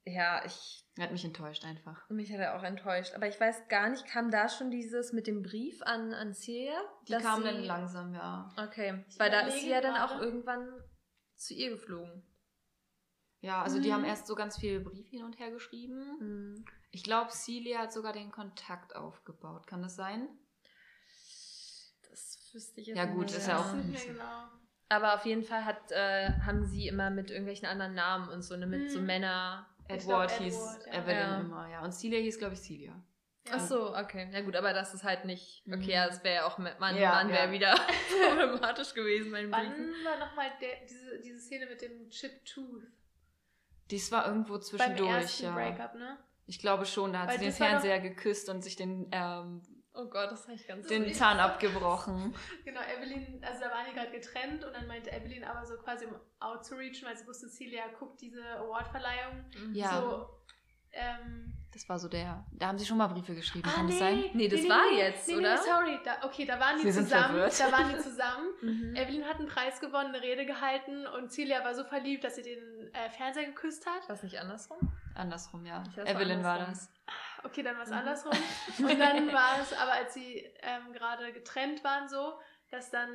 Speaker 2: ja, ich...
Speaker 3: Er hat mich enttäuscht einfach.
Speaker 2: Mich hat er auch enttäuscht. Aber ich weiß gar nicht, kam da schon dieses mit dem Brief an, an Celia?
Speaker 3: Die kam dann langsam, ja.
Speaker 2: Okay,
Speaker 1: Ich
Speaker 2: weil da ist
Speaker 1: überlege
Speaker 2: sie ja dann
Speaker 1: gerade.
Speaker 2: auch irgendwann zu ihr geflogen.
Speaker 3: Ja, also
Speaker 1: Mhm.
Speaker 3: die haben erst so ganz viele Briefe hin und her geschrieben.
Speaker 2: Mhm.
Speaker 3: Ich glaube, Celia hat sogar den Kontakt aufgebaut. Kann das sein?
Speaker 2: Das wüsste ich jetzt
Speaker 3: Ja, gut,
Speaker 2: nicht.
Speaker 3: ist
Speaker 1: Ich
Speaker 3: ja
Speaker 1: weiß
Speaker 3: auch-
Speaker 1: nicht mehr genau.
Speaker 2: Aber auf jeden Fall hat, äh, haben sie immer mit irgendwelchen anderen Namen und so, ne, mit so
Speaker 1: Mhm.
Speaker 2: Männer...
Speaker 1: Ich
Speaker 3: Edward
Speaker 1: glaub,
Speaker 3: his
Speaker 1: Edward, ja.
Speaker 3: Evelyn
Speaker 2: Ja.
Speaker 3: immer, ja. Und Celia hieß, glaube ich, Celia.
Speaker 1: Ja.
Speaker 2: Ach so, okay. Ja gut, aber das ist halt nicht... Okay,
Speaker 3: Mhm.
Speaker 2: ja, das wäre ja auch... Mann, Mann
Speaker 3: Ja,
Speaker 2: wäre
Speaker 3: ja.
Speaker 2: wieder problematisch gewesen bei den Briefen.
Speaker 1: Wann war nochmal diese, diese Szene mit dem Chip Tooth?
Speaker 3: Dies war irgendwo
Speaker 1: Beim
Speaker 3: zwischendurch,
Speaker 1: ersten
Speaker 3: ja.
Speaker 1: Breakup, ne?
Speaker 3: Ich glaube schon, da hat
Speaker 1: Weil
Speaker 3: sie den
Speaker 1: das war
Speaker 3: Fernseher geküsst und sich den, ähm,
Speaker 2: Oh Gott, das habe ich ganz...
Speaker 3: den
Speaker 1: ist-
Speaker 3: Zahn abgebrochen.
Speaker 1: Genau, Evelyn, also da waren die gerade getrennt und dann meinte Evelyn aber so quasi um out zu reachen, weil sie wusste, Celia guckt diese Awardverleihung.
Speaker 2: Mhm.
Speaker 3: Ja.
Speaker 1: So, ähm,
Speaker 3: Das war so der. Da haben sie schon mal Briefe geschrieben,
Speaker 1: ah,
Speaker 3: kann
Speaker 1: nee,
Speaker 3: das sein?
Speaker 2: Nee, das war jetzt,
Speaker 1: nee,
Speaker 2: oder?
Speaker 1: Nee, sorry, da, okay, da waren die
Speaker 3: Sie sind
Speaker 1: zusammen.
Speaker 3: verwirrt.
Speaker 1: Da waren die zusammen.
Speaker 2: Mhm.
Speaker 1: Evelyn hat einen Preis gewonnen, eine Rede gehalten und Celia war so verliebt, dass sie den äh, Fernseher geküsst hat.
Speaker 2: War es nicht andersrum?
Speaker 3: Andersrum, ja.
Speaker 2: Ich weiß, es war
Speaker 3: Evelyn war
Speaker 2: andersrum.
Speaker 3: das.
Speaker 1: Okay, dann war es
Speaker 2: Mhm.
Speaker 1: andersrum. Und dann war es aber, als sie ähm, gerade getrennt waren, so, dass dann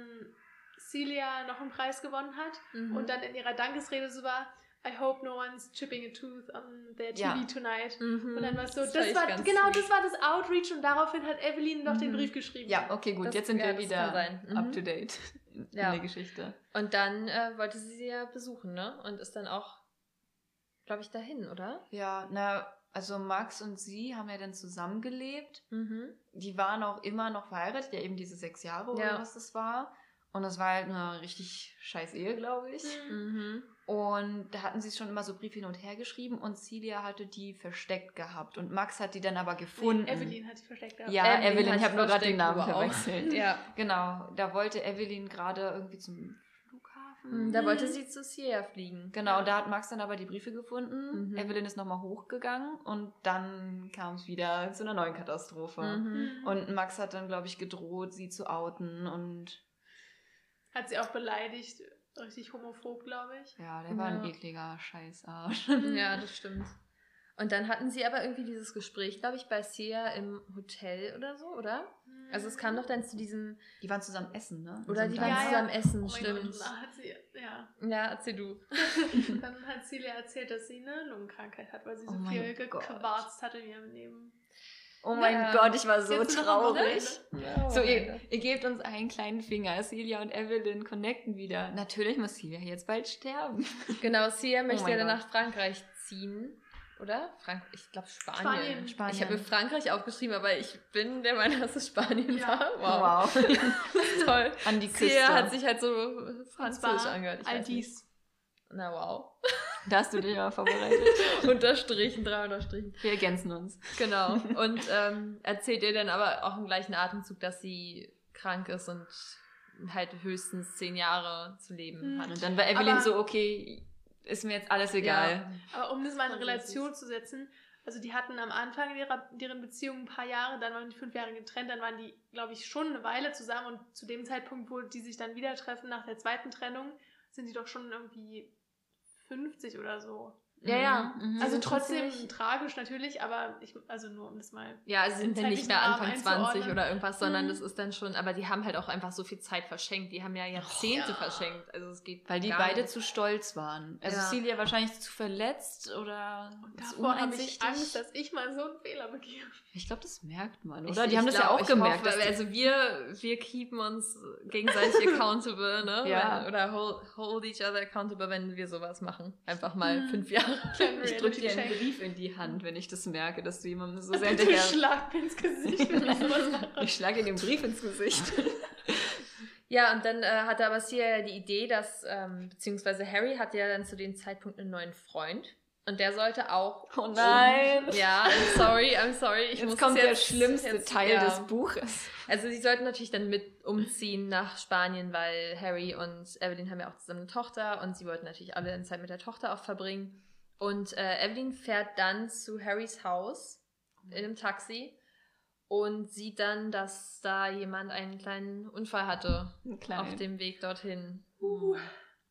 Speaker 1: Celia noch einen Preis gewonnen hat
Speaker 2: Mhm.
Speaker 1: und dann in ihrer Dankesrede so war, I hope no one's chipping a tooth on their T V
Speaker 3: Ja.
Speaker 1: tonight.
Speaker 2: Mhm.
Speaker 1: Und dann war es so,
Speaker 2: Das
Speaker 1: das,
Speaker 2: fand ich
Speaker 1: war,
Speaker 2: ganz
Speaker 1: genau,
Speaker 2: sweet.
Speaker 1: das war das Outreach und daraufhin hat Evelyn noch den
Speaker 2: Mhm.
Speaker 1: Brief geschrieben.
Speaker 3: Ja, okay, gut.
Speaker 2: Das-
Speaker 3: Jetzt sind
Speaker 2: ja,
Speaker 3: wir
Speaker 2: das
Speaker 3: wieder
Speaker 2: kann sein. Mhm.
Speaker 3: up to date in,
Speaker 2: Ja.
Speaker 3: in der Geschichte.
Speaker 2: Und dann äh, wollte sie sie ja besuchen, ne? Und ist dann auch, glaube ich, dahin, oder?
Speaker 3: Ja, na, also Max und sie haben ja dann zusammengelebt.
Speaker 2: Mhm.
Speaker 3: Die waren auch immer noch verheiratet, ja eben diese sechs Jahre
Speaker 2: Ja.
Speaker 3: oder was das war. Und das war halt eine richtig scheiß Ehe, glaube ich.
Speaker 1: Mhm.
Speaker 2: Mhm.
Speaker 3: Und da hatten sie schon immer so Briefe hin und her geschrieben und Celia hatte die versteckt gehabt. Und Max hat die dann aber gefunden.
Speaker 1: Nee, Evelyn hat die versteckt gehabt.
Speaker 3: Ja,
Speaker 2: Evelyn
Speaker 3: Evelyn,
Speaker 2: hat
Speaker 3: ich habe nur gerade den
Speaker 2: versteckt,
Speaker 3: Namen
Speaker 2: aber auch.
Speaker 3: verwechselt.
Speaker 2: Ja.
Speaker 3: Genau, da wollte Evelyn gerade irgendwie zum Flughafen.
Speaker 2: Mhm, Da wollte sie zu Sia fliegen.
Speaker 3: Genau, da hat Max dann aber die Briefe gefunden.
Speaker 2: Mhm.
Speaker 3: Evelyn ist nochmal hochgegangen und dann kam es wieder zu einer neuen Katastrophe.
Speaker 2: Mhm.
Speaker 3: Und Max hat dann, glaube ich, gedroht, sie zu outen und
Speaker 1: Hat sie auch beleidigt, richtig homophob, glaube ich.
Speaker 3: ja, der war ein
Speaker 2: Ja.
Speaker 3: ekliger Scheißarsch.
Speaker 2: Ja, das stimmt. Und dann hatten sie aber irgendwie dieses Gespräch, glaube ich, bei Sia im Hotel oder so, oder? Also es kam doch dann zu diesem,
Speaker 3: Die waren zusammen essen, ne? In
Speaker 2: oder
Speaker 3: so einem
Speaker 2: die
Speaker 3: Diner.
Speaker 2: waren
Speaker 1: Ja, ja.
Speaker 2: zusammen essen,
Speaker 1: Oh mein
Speaker 2: stimmt.
Speaker 1: Gott, da hat sie, ja.
Speaker 2: Ja, erzähl du.
Speaker 1: Dann hat Celia erzählt, dass sie eine Lungenkrankheit hat, weil sie so
Speaker 3: Oh mein
Speaker 1: viel
Speaker 3: Gott.
Speaker 1: gequarzt hat in ihrem Leben.
Speaker 3: Oh mein
Speaker 2: Ja.
Speaker 3: Gott, ich war so
Speaker 1: Jetzt noch am
Speaker 3: traurig.
Speaker 2: Ja,
Speaker 3: So, ihr, ihr gebt uns einen kleinen Finger. Celia und Evelyn connecten wieder. Natürlich muss Celia jetzt bald sterben.
Speaker 2: Genau, Sia möchte
Speaker 3: mein
Speaker 2: ja dann
Speaker 3: Gott.
Speaker 2: nach Frankreich ziehen. Oder? Frank ich glaube Spanien.
Speaker 1: Spanien.
Speaker 3: Spanien.
Speaker 2: Ich habe mir Frankreich aufgeschrieben, aber ich bin der Meinung, dass es Spanien
Speaker 1: Ja.
Speaker 2: war. Wow.
Speaker 3: Wow.
Speaker 2: Toll.
Speaker 3: An die Küste.
Speaker 2: Sia hat sich halt so
Speaker 1: Und
Speaker 2: französisch
Speaker 1: zwar
Speaker 2: angehört. Ich
Speaker 1: all
Speaker 2: weiß nicht.
Speaker 1: dies.
Speaker 2: Na wow.
Speaker 3: Da hast du dich mal vorbereitet.
Speaker 2: Unterstrichen, drei Unterstrichen.
Speaker 3: Wir ergänzen uns.
Speaker 2: Genau. Und ähm, erzählt ihr dann aber auch im gleichen Atemzug, dass sie krank ist und halt höchstens zehn Jahre zu leben
Speaker 1: Mhm.
Speaker 2: hat.
Speaker 3: Und dann war Evelyn
Speaker 1: Aber-
Speaker 3: so, okay, ist mir jetzt alles egal.
Speaker 1: Aber um das mal in
Speaker 2: Das ist
Speaker 1: Relation
Speaker 2: süß.
Speaker 1: zu setzen, also die hatten am Anfang ihrer, deren Beziehung ein paar Jahre, dann waren die fünf Jahre getrennt, dann waren die, glaube ich, schon eine Weile zusammen und zu dem Zeitpunkt, wo die sich dann wieder treffen, nach der zweiten Trennung, sind die doch schon irgendwie fünfzig oder so.
Speaker 2: Ja, ja.
Speaker 3: Mhm.
Speaker 1: Also
Speaker 2: sind
Speaker 1: trotzdem
Speaker 2: ziemlich-
Speaker 1: tragisch natürlich, aber ich, also nur um das mal.
Speaker 2: Ja, also sind
Speaker 1: im
Speaker 2: dann nicht mehr
Speaker 1: zeitlichen Rahmen
Speaker 2: Anfang zwanzig
Speaker 1: einzuordnen.
Speaker 2: oder irgendwas, sondern
Speaker 1: Mhm.
Speaker 2: das ist dann schon, aber die haben halt auch einfach so viel Zeit verschenkt. Die haben ja Jahrzehnte
Speaker 1: ja.
Speaker 2: verschenkt. Also es geht
Speaker 3: Weil die
Speaker 2: gar
Speaker 3: beide
Speaker 2: nicht.
Speaker 3: zu stolz waren. Also
Speaker 2: Ja.
Speaker 3: Celia wahrscheinlich zu verletzt oder zu
Speaker 1: Davor habe ich
Speaker 3: uneinsichtig.
Speaker 1: Angst, dass ich mal so einen Fehler begehe.
Speaker 3: Ich glaube, das merkt man,
Speaker 2: Ich-
Speaker 3: oder? Die
Speaker 2: ich
Speaker 3: haben das ja
Speaker 2: glaub,
Speaker 3: auch
Speaker 2: ich
Speaker 3: gemerkt.
Speaker 2: Hoffe,
Speaker 3: dass die-
Speaker 2: also wir, wir keepen uns gegenseitig accountable, ne?
Speaker 3: Ja.
Speaker 2: Wenn, oder hold, hold each other accountable, wenn wir sowas machen. Einfach mal
Speaker 1: Mhm.
Speaker 2: fünf Jahre.
Speaker 3: ich drücke dir einen
Speaker 1: Reality-Check.
Speaker 3: Brief in die Hand, wenn ich das merke, dass du jemandem so sehr
Speaker 1: Bitte
Speaker 3: hinterher...
Speaker 1: schlag mir ins Gesicht, wenn ich sowas mache.
Speaker 3: Ich schlage dir den Brief ins Gesicht.
Speaker 2: Ja, und dann äh, hatte aber Sia ja die Idee, dass, ähm, beziehungsweise Harry hatte ja dann zu dem Zeitpunkt einen neuen Freund. Und der sollte auch...
Speaker 3: Oh nein.
Speaker 2: Ja, I'm sorry, I'm sorry. Ich
Speaker 3: Jetzt
Speaker 2: muss
Speaker 3: kommt
Speaker 2: es
Speaker 3: der
Speaker 2: jetzt,
Speaker 3: schlimmste
Speaker 2: jetzt,
Speaker 3: Teil
Speaker 2: ja.
Speaker 3: des Buches.
Speaker 2: Also sie sollten natürlich dann mit umziehen nach Spanien, weil Harry und Evelyn haben ja auch zusammen eine Tochter und sie wollten natürlich alle Zeit mit der Tochter auch verbringen. Und äh, Evelyn fährt dann zu Harrys Haus in einem Taxi und sieht dann, dass da jemand einen kleinen Unfall hatte
Speaker 3: Ein
Speaker 2: auf
Speaker 3: kleiner.
Speaker 2: dem Weg dorthin.
Speaker 1: Uh.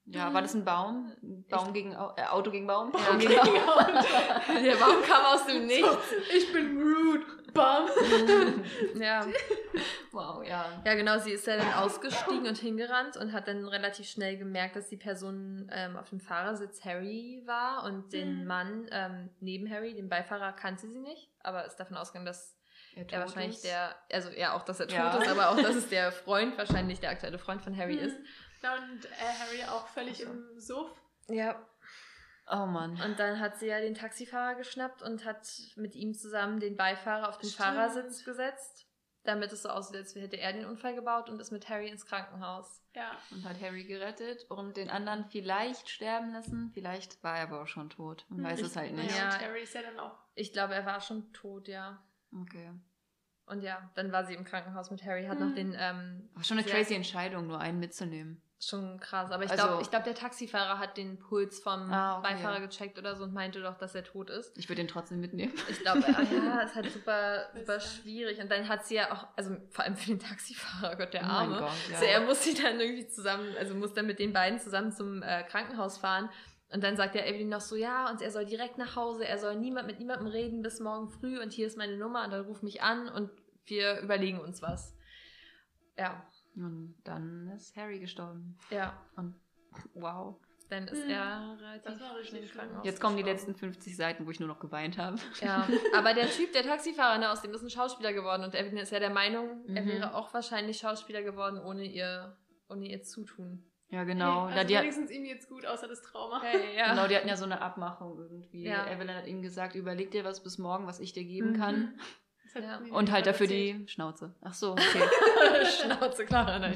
Speaker 3: Ja, war das ein Baum? Ein Baum
Speaker 2: Ich-
Speaker 3: gegen Au- äh, Auto gegen Baum?
Speaker 2: Ja.
Speaker 3: Baum gegen Auto.
Speaker 2: Der Baum kam aus dem Nichts.
Speaker 1: Ich bin Groot. Bam.
Speaker 2: Ja.
Speaker 3: Wow, ja.
Speaker 2: Ja, genau, sie ist ja dann ausgestiegen und hingerannt und hat dann relativ schnell gemerkt, dass die Person ähm, auf dem Fahrersitz Harry war und den
Speaker 1: Mhm.
Speaker 2: Mann ähm, neben Harry, den Beifahrer, kannte sie nicht, aber ist davon ausgegangen, dass
Speaker 3: Er
Speaker 2: er wahrscheinlich
Speaker 3: ist.
Speaker 2: der, also ja, auch, dass er tot
Speaker 3: Ja.
Speaker 2: ist, aber auch, dass es der Freund, wahrscheinlich der aktuelle Freund von Harry
Speaker 1: Mhm.
Speaker 2: ist.
Speaker 1: Ja, und äh, Harry auch völlig
Speaker 3: Ach so.
Speaker 1: im Suff.
Speaker 2: Ja.
Speaker 3: Oh Mann.
Speaker 2: Und dann hat sie ja den Taxifahrer geschnappt und hat mit ihm zusammen den Beifahrer auf den
Speaker 1: Stimmt.
Speaker 2: Fahrersitz gesetzt, damit es so aussieht, als hätte er den Unfall gebaut und ist mit Harry ins Krankenhaus.
Speaker 1: Ja.
Speaker 3: Und hat Harry gerettet und den anderen vielleicht sterben lassen. Vielleicht war er aber auch schon tot. Man
Speaker 1: Hm,
Speaker 3: weiß
Speaker 1: ich-
Speaker 3: es halt
Speaker 1: Ja,
Speaker 3: nicht.
Speaker 2: Ja.
Speaker 1: und Harry ist ja dann auch.
Speaker 2: Ich glaube, er war schon tot, ja.
Speaker 3: Okay.
Speaker 2: Und ja, dann war sie im Krankenhaus mit Harry, hat
Speaker 1: Mhm.
Speaker 2: noch den, ähm,
Speaker 3: War schon eine
Speaker 2: Sehr-
Speaker 3: crazy Entscheidung, nur einen mitzunehmen.
Speaker 2: schon krass. Aber ich
Speaker 3: Also-
Speaker 2: glaube, ich glaub, der Taxifahrer hat den Puls vom
Speaker 3: Ah, okay.
Speaker 2: Beifahrer gecheckt oder so und meinte doch, dass er tot ist.
Speaker 3: Ich würde den trotzdem mitnehmen.
Speaker 2: Ich glaube, ja, ist halt super,
Speaker 1: Weiß
Speaker 2: super
Speaker 1: gar nicht.
Speaker 2: schwierig. Und dann hat sie ja auch, also vor allem für den Taxifahrer, Gott, der
Speaker 3: Oh mein
Speaker 2: Arme.
Speaker 3: Gott, ja.
Speaker 2: So, er muss sie dann irgendwie zusammen, also muss dann mit den beiden zusammen zum äh, Krankenhaus fahren. Und dann sagt der Evelyn noch so, ja, und er soll direkt nach Hause, er soll niemand mit niemandem reden bis morgen früh und hier ist meine Nummer und dann ruf mich an und wir überlegen uns was. Ja,
Speaker 3: Und dann ist Harry gestorben.
Speaker 2: ja.
Speaker 3: Und wow.
Speaker 2: Dann ist
Speaker 1: Mhm.
Speaker 2: er relativ
Speaker 1: Das war richtig
Speaker 2: schnell im
Speaker 1: schlimm.
Speaker 2: Krankenhaus
Speaker 3: Jetzt kommen die
Speaker 2: gestorben.
Speaker 3: letzten fünfzig Seiten, wo ich nur noch geweint habe.
Speaker 2: Ja, aber der Typ, der Taxifahrer, ne, aus dem ist ein Schauspieler geworden und Evelyn ist ja der Meinung, er
Speaker 3: Mhm.
Speaker 2: wäre auch wahrscheinlich Schauspieler geworden ohne ihr, ohne ihr Zutun.
Speaker 3: Ja, genau.
Speaker 1: Hey,
Speaker 3: Na,
Speaker 1: also
Speaker 3: die hat,
Speaker 1: wenigstens ihm jetzt gut, außer das Trauma.
Speaker 2: Hey, ja.
Speaker 3: genau, die hatten ja so eine Abmachung irgendwie.
Speaker 2: Ja.
Speaker 3: Evelyn hat ihm gesagt, überleg dir was bis morgen, was ich dir geben
Speaker 2: Mhm.
Speaker 3: kann.
Speaker 1: Das hat
Speaker 2: Ja.
Speaker 1: mir
Speaker 3: Und halt
Speaker 1: niemand
Speaker 3: dafür
Speaker 1: erzählt.
Speaker 3: die Schnauze. Ach so, okay.
Speaker 2: Schnauze, klar, nein.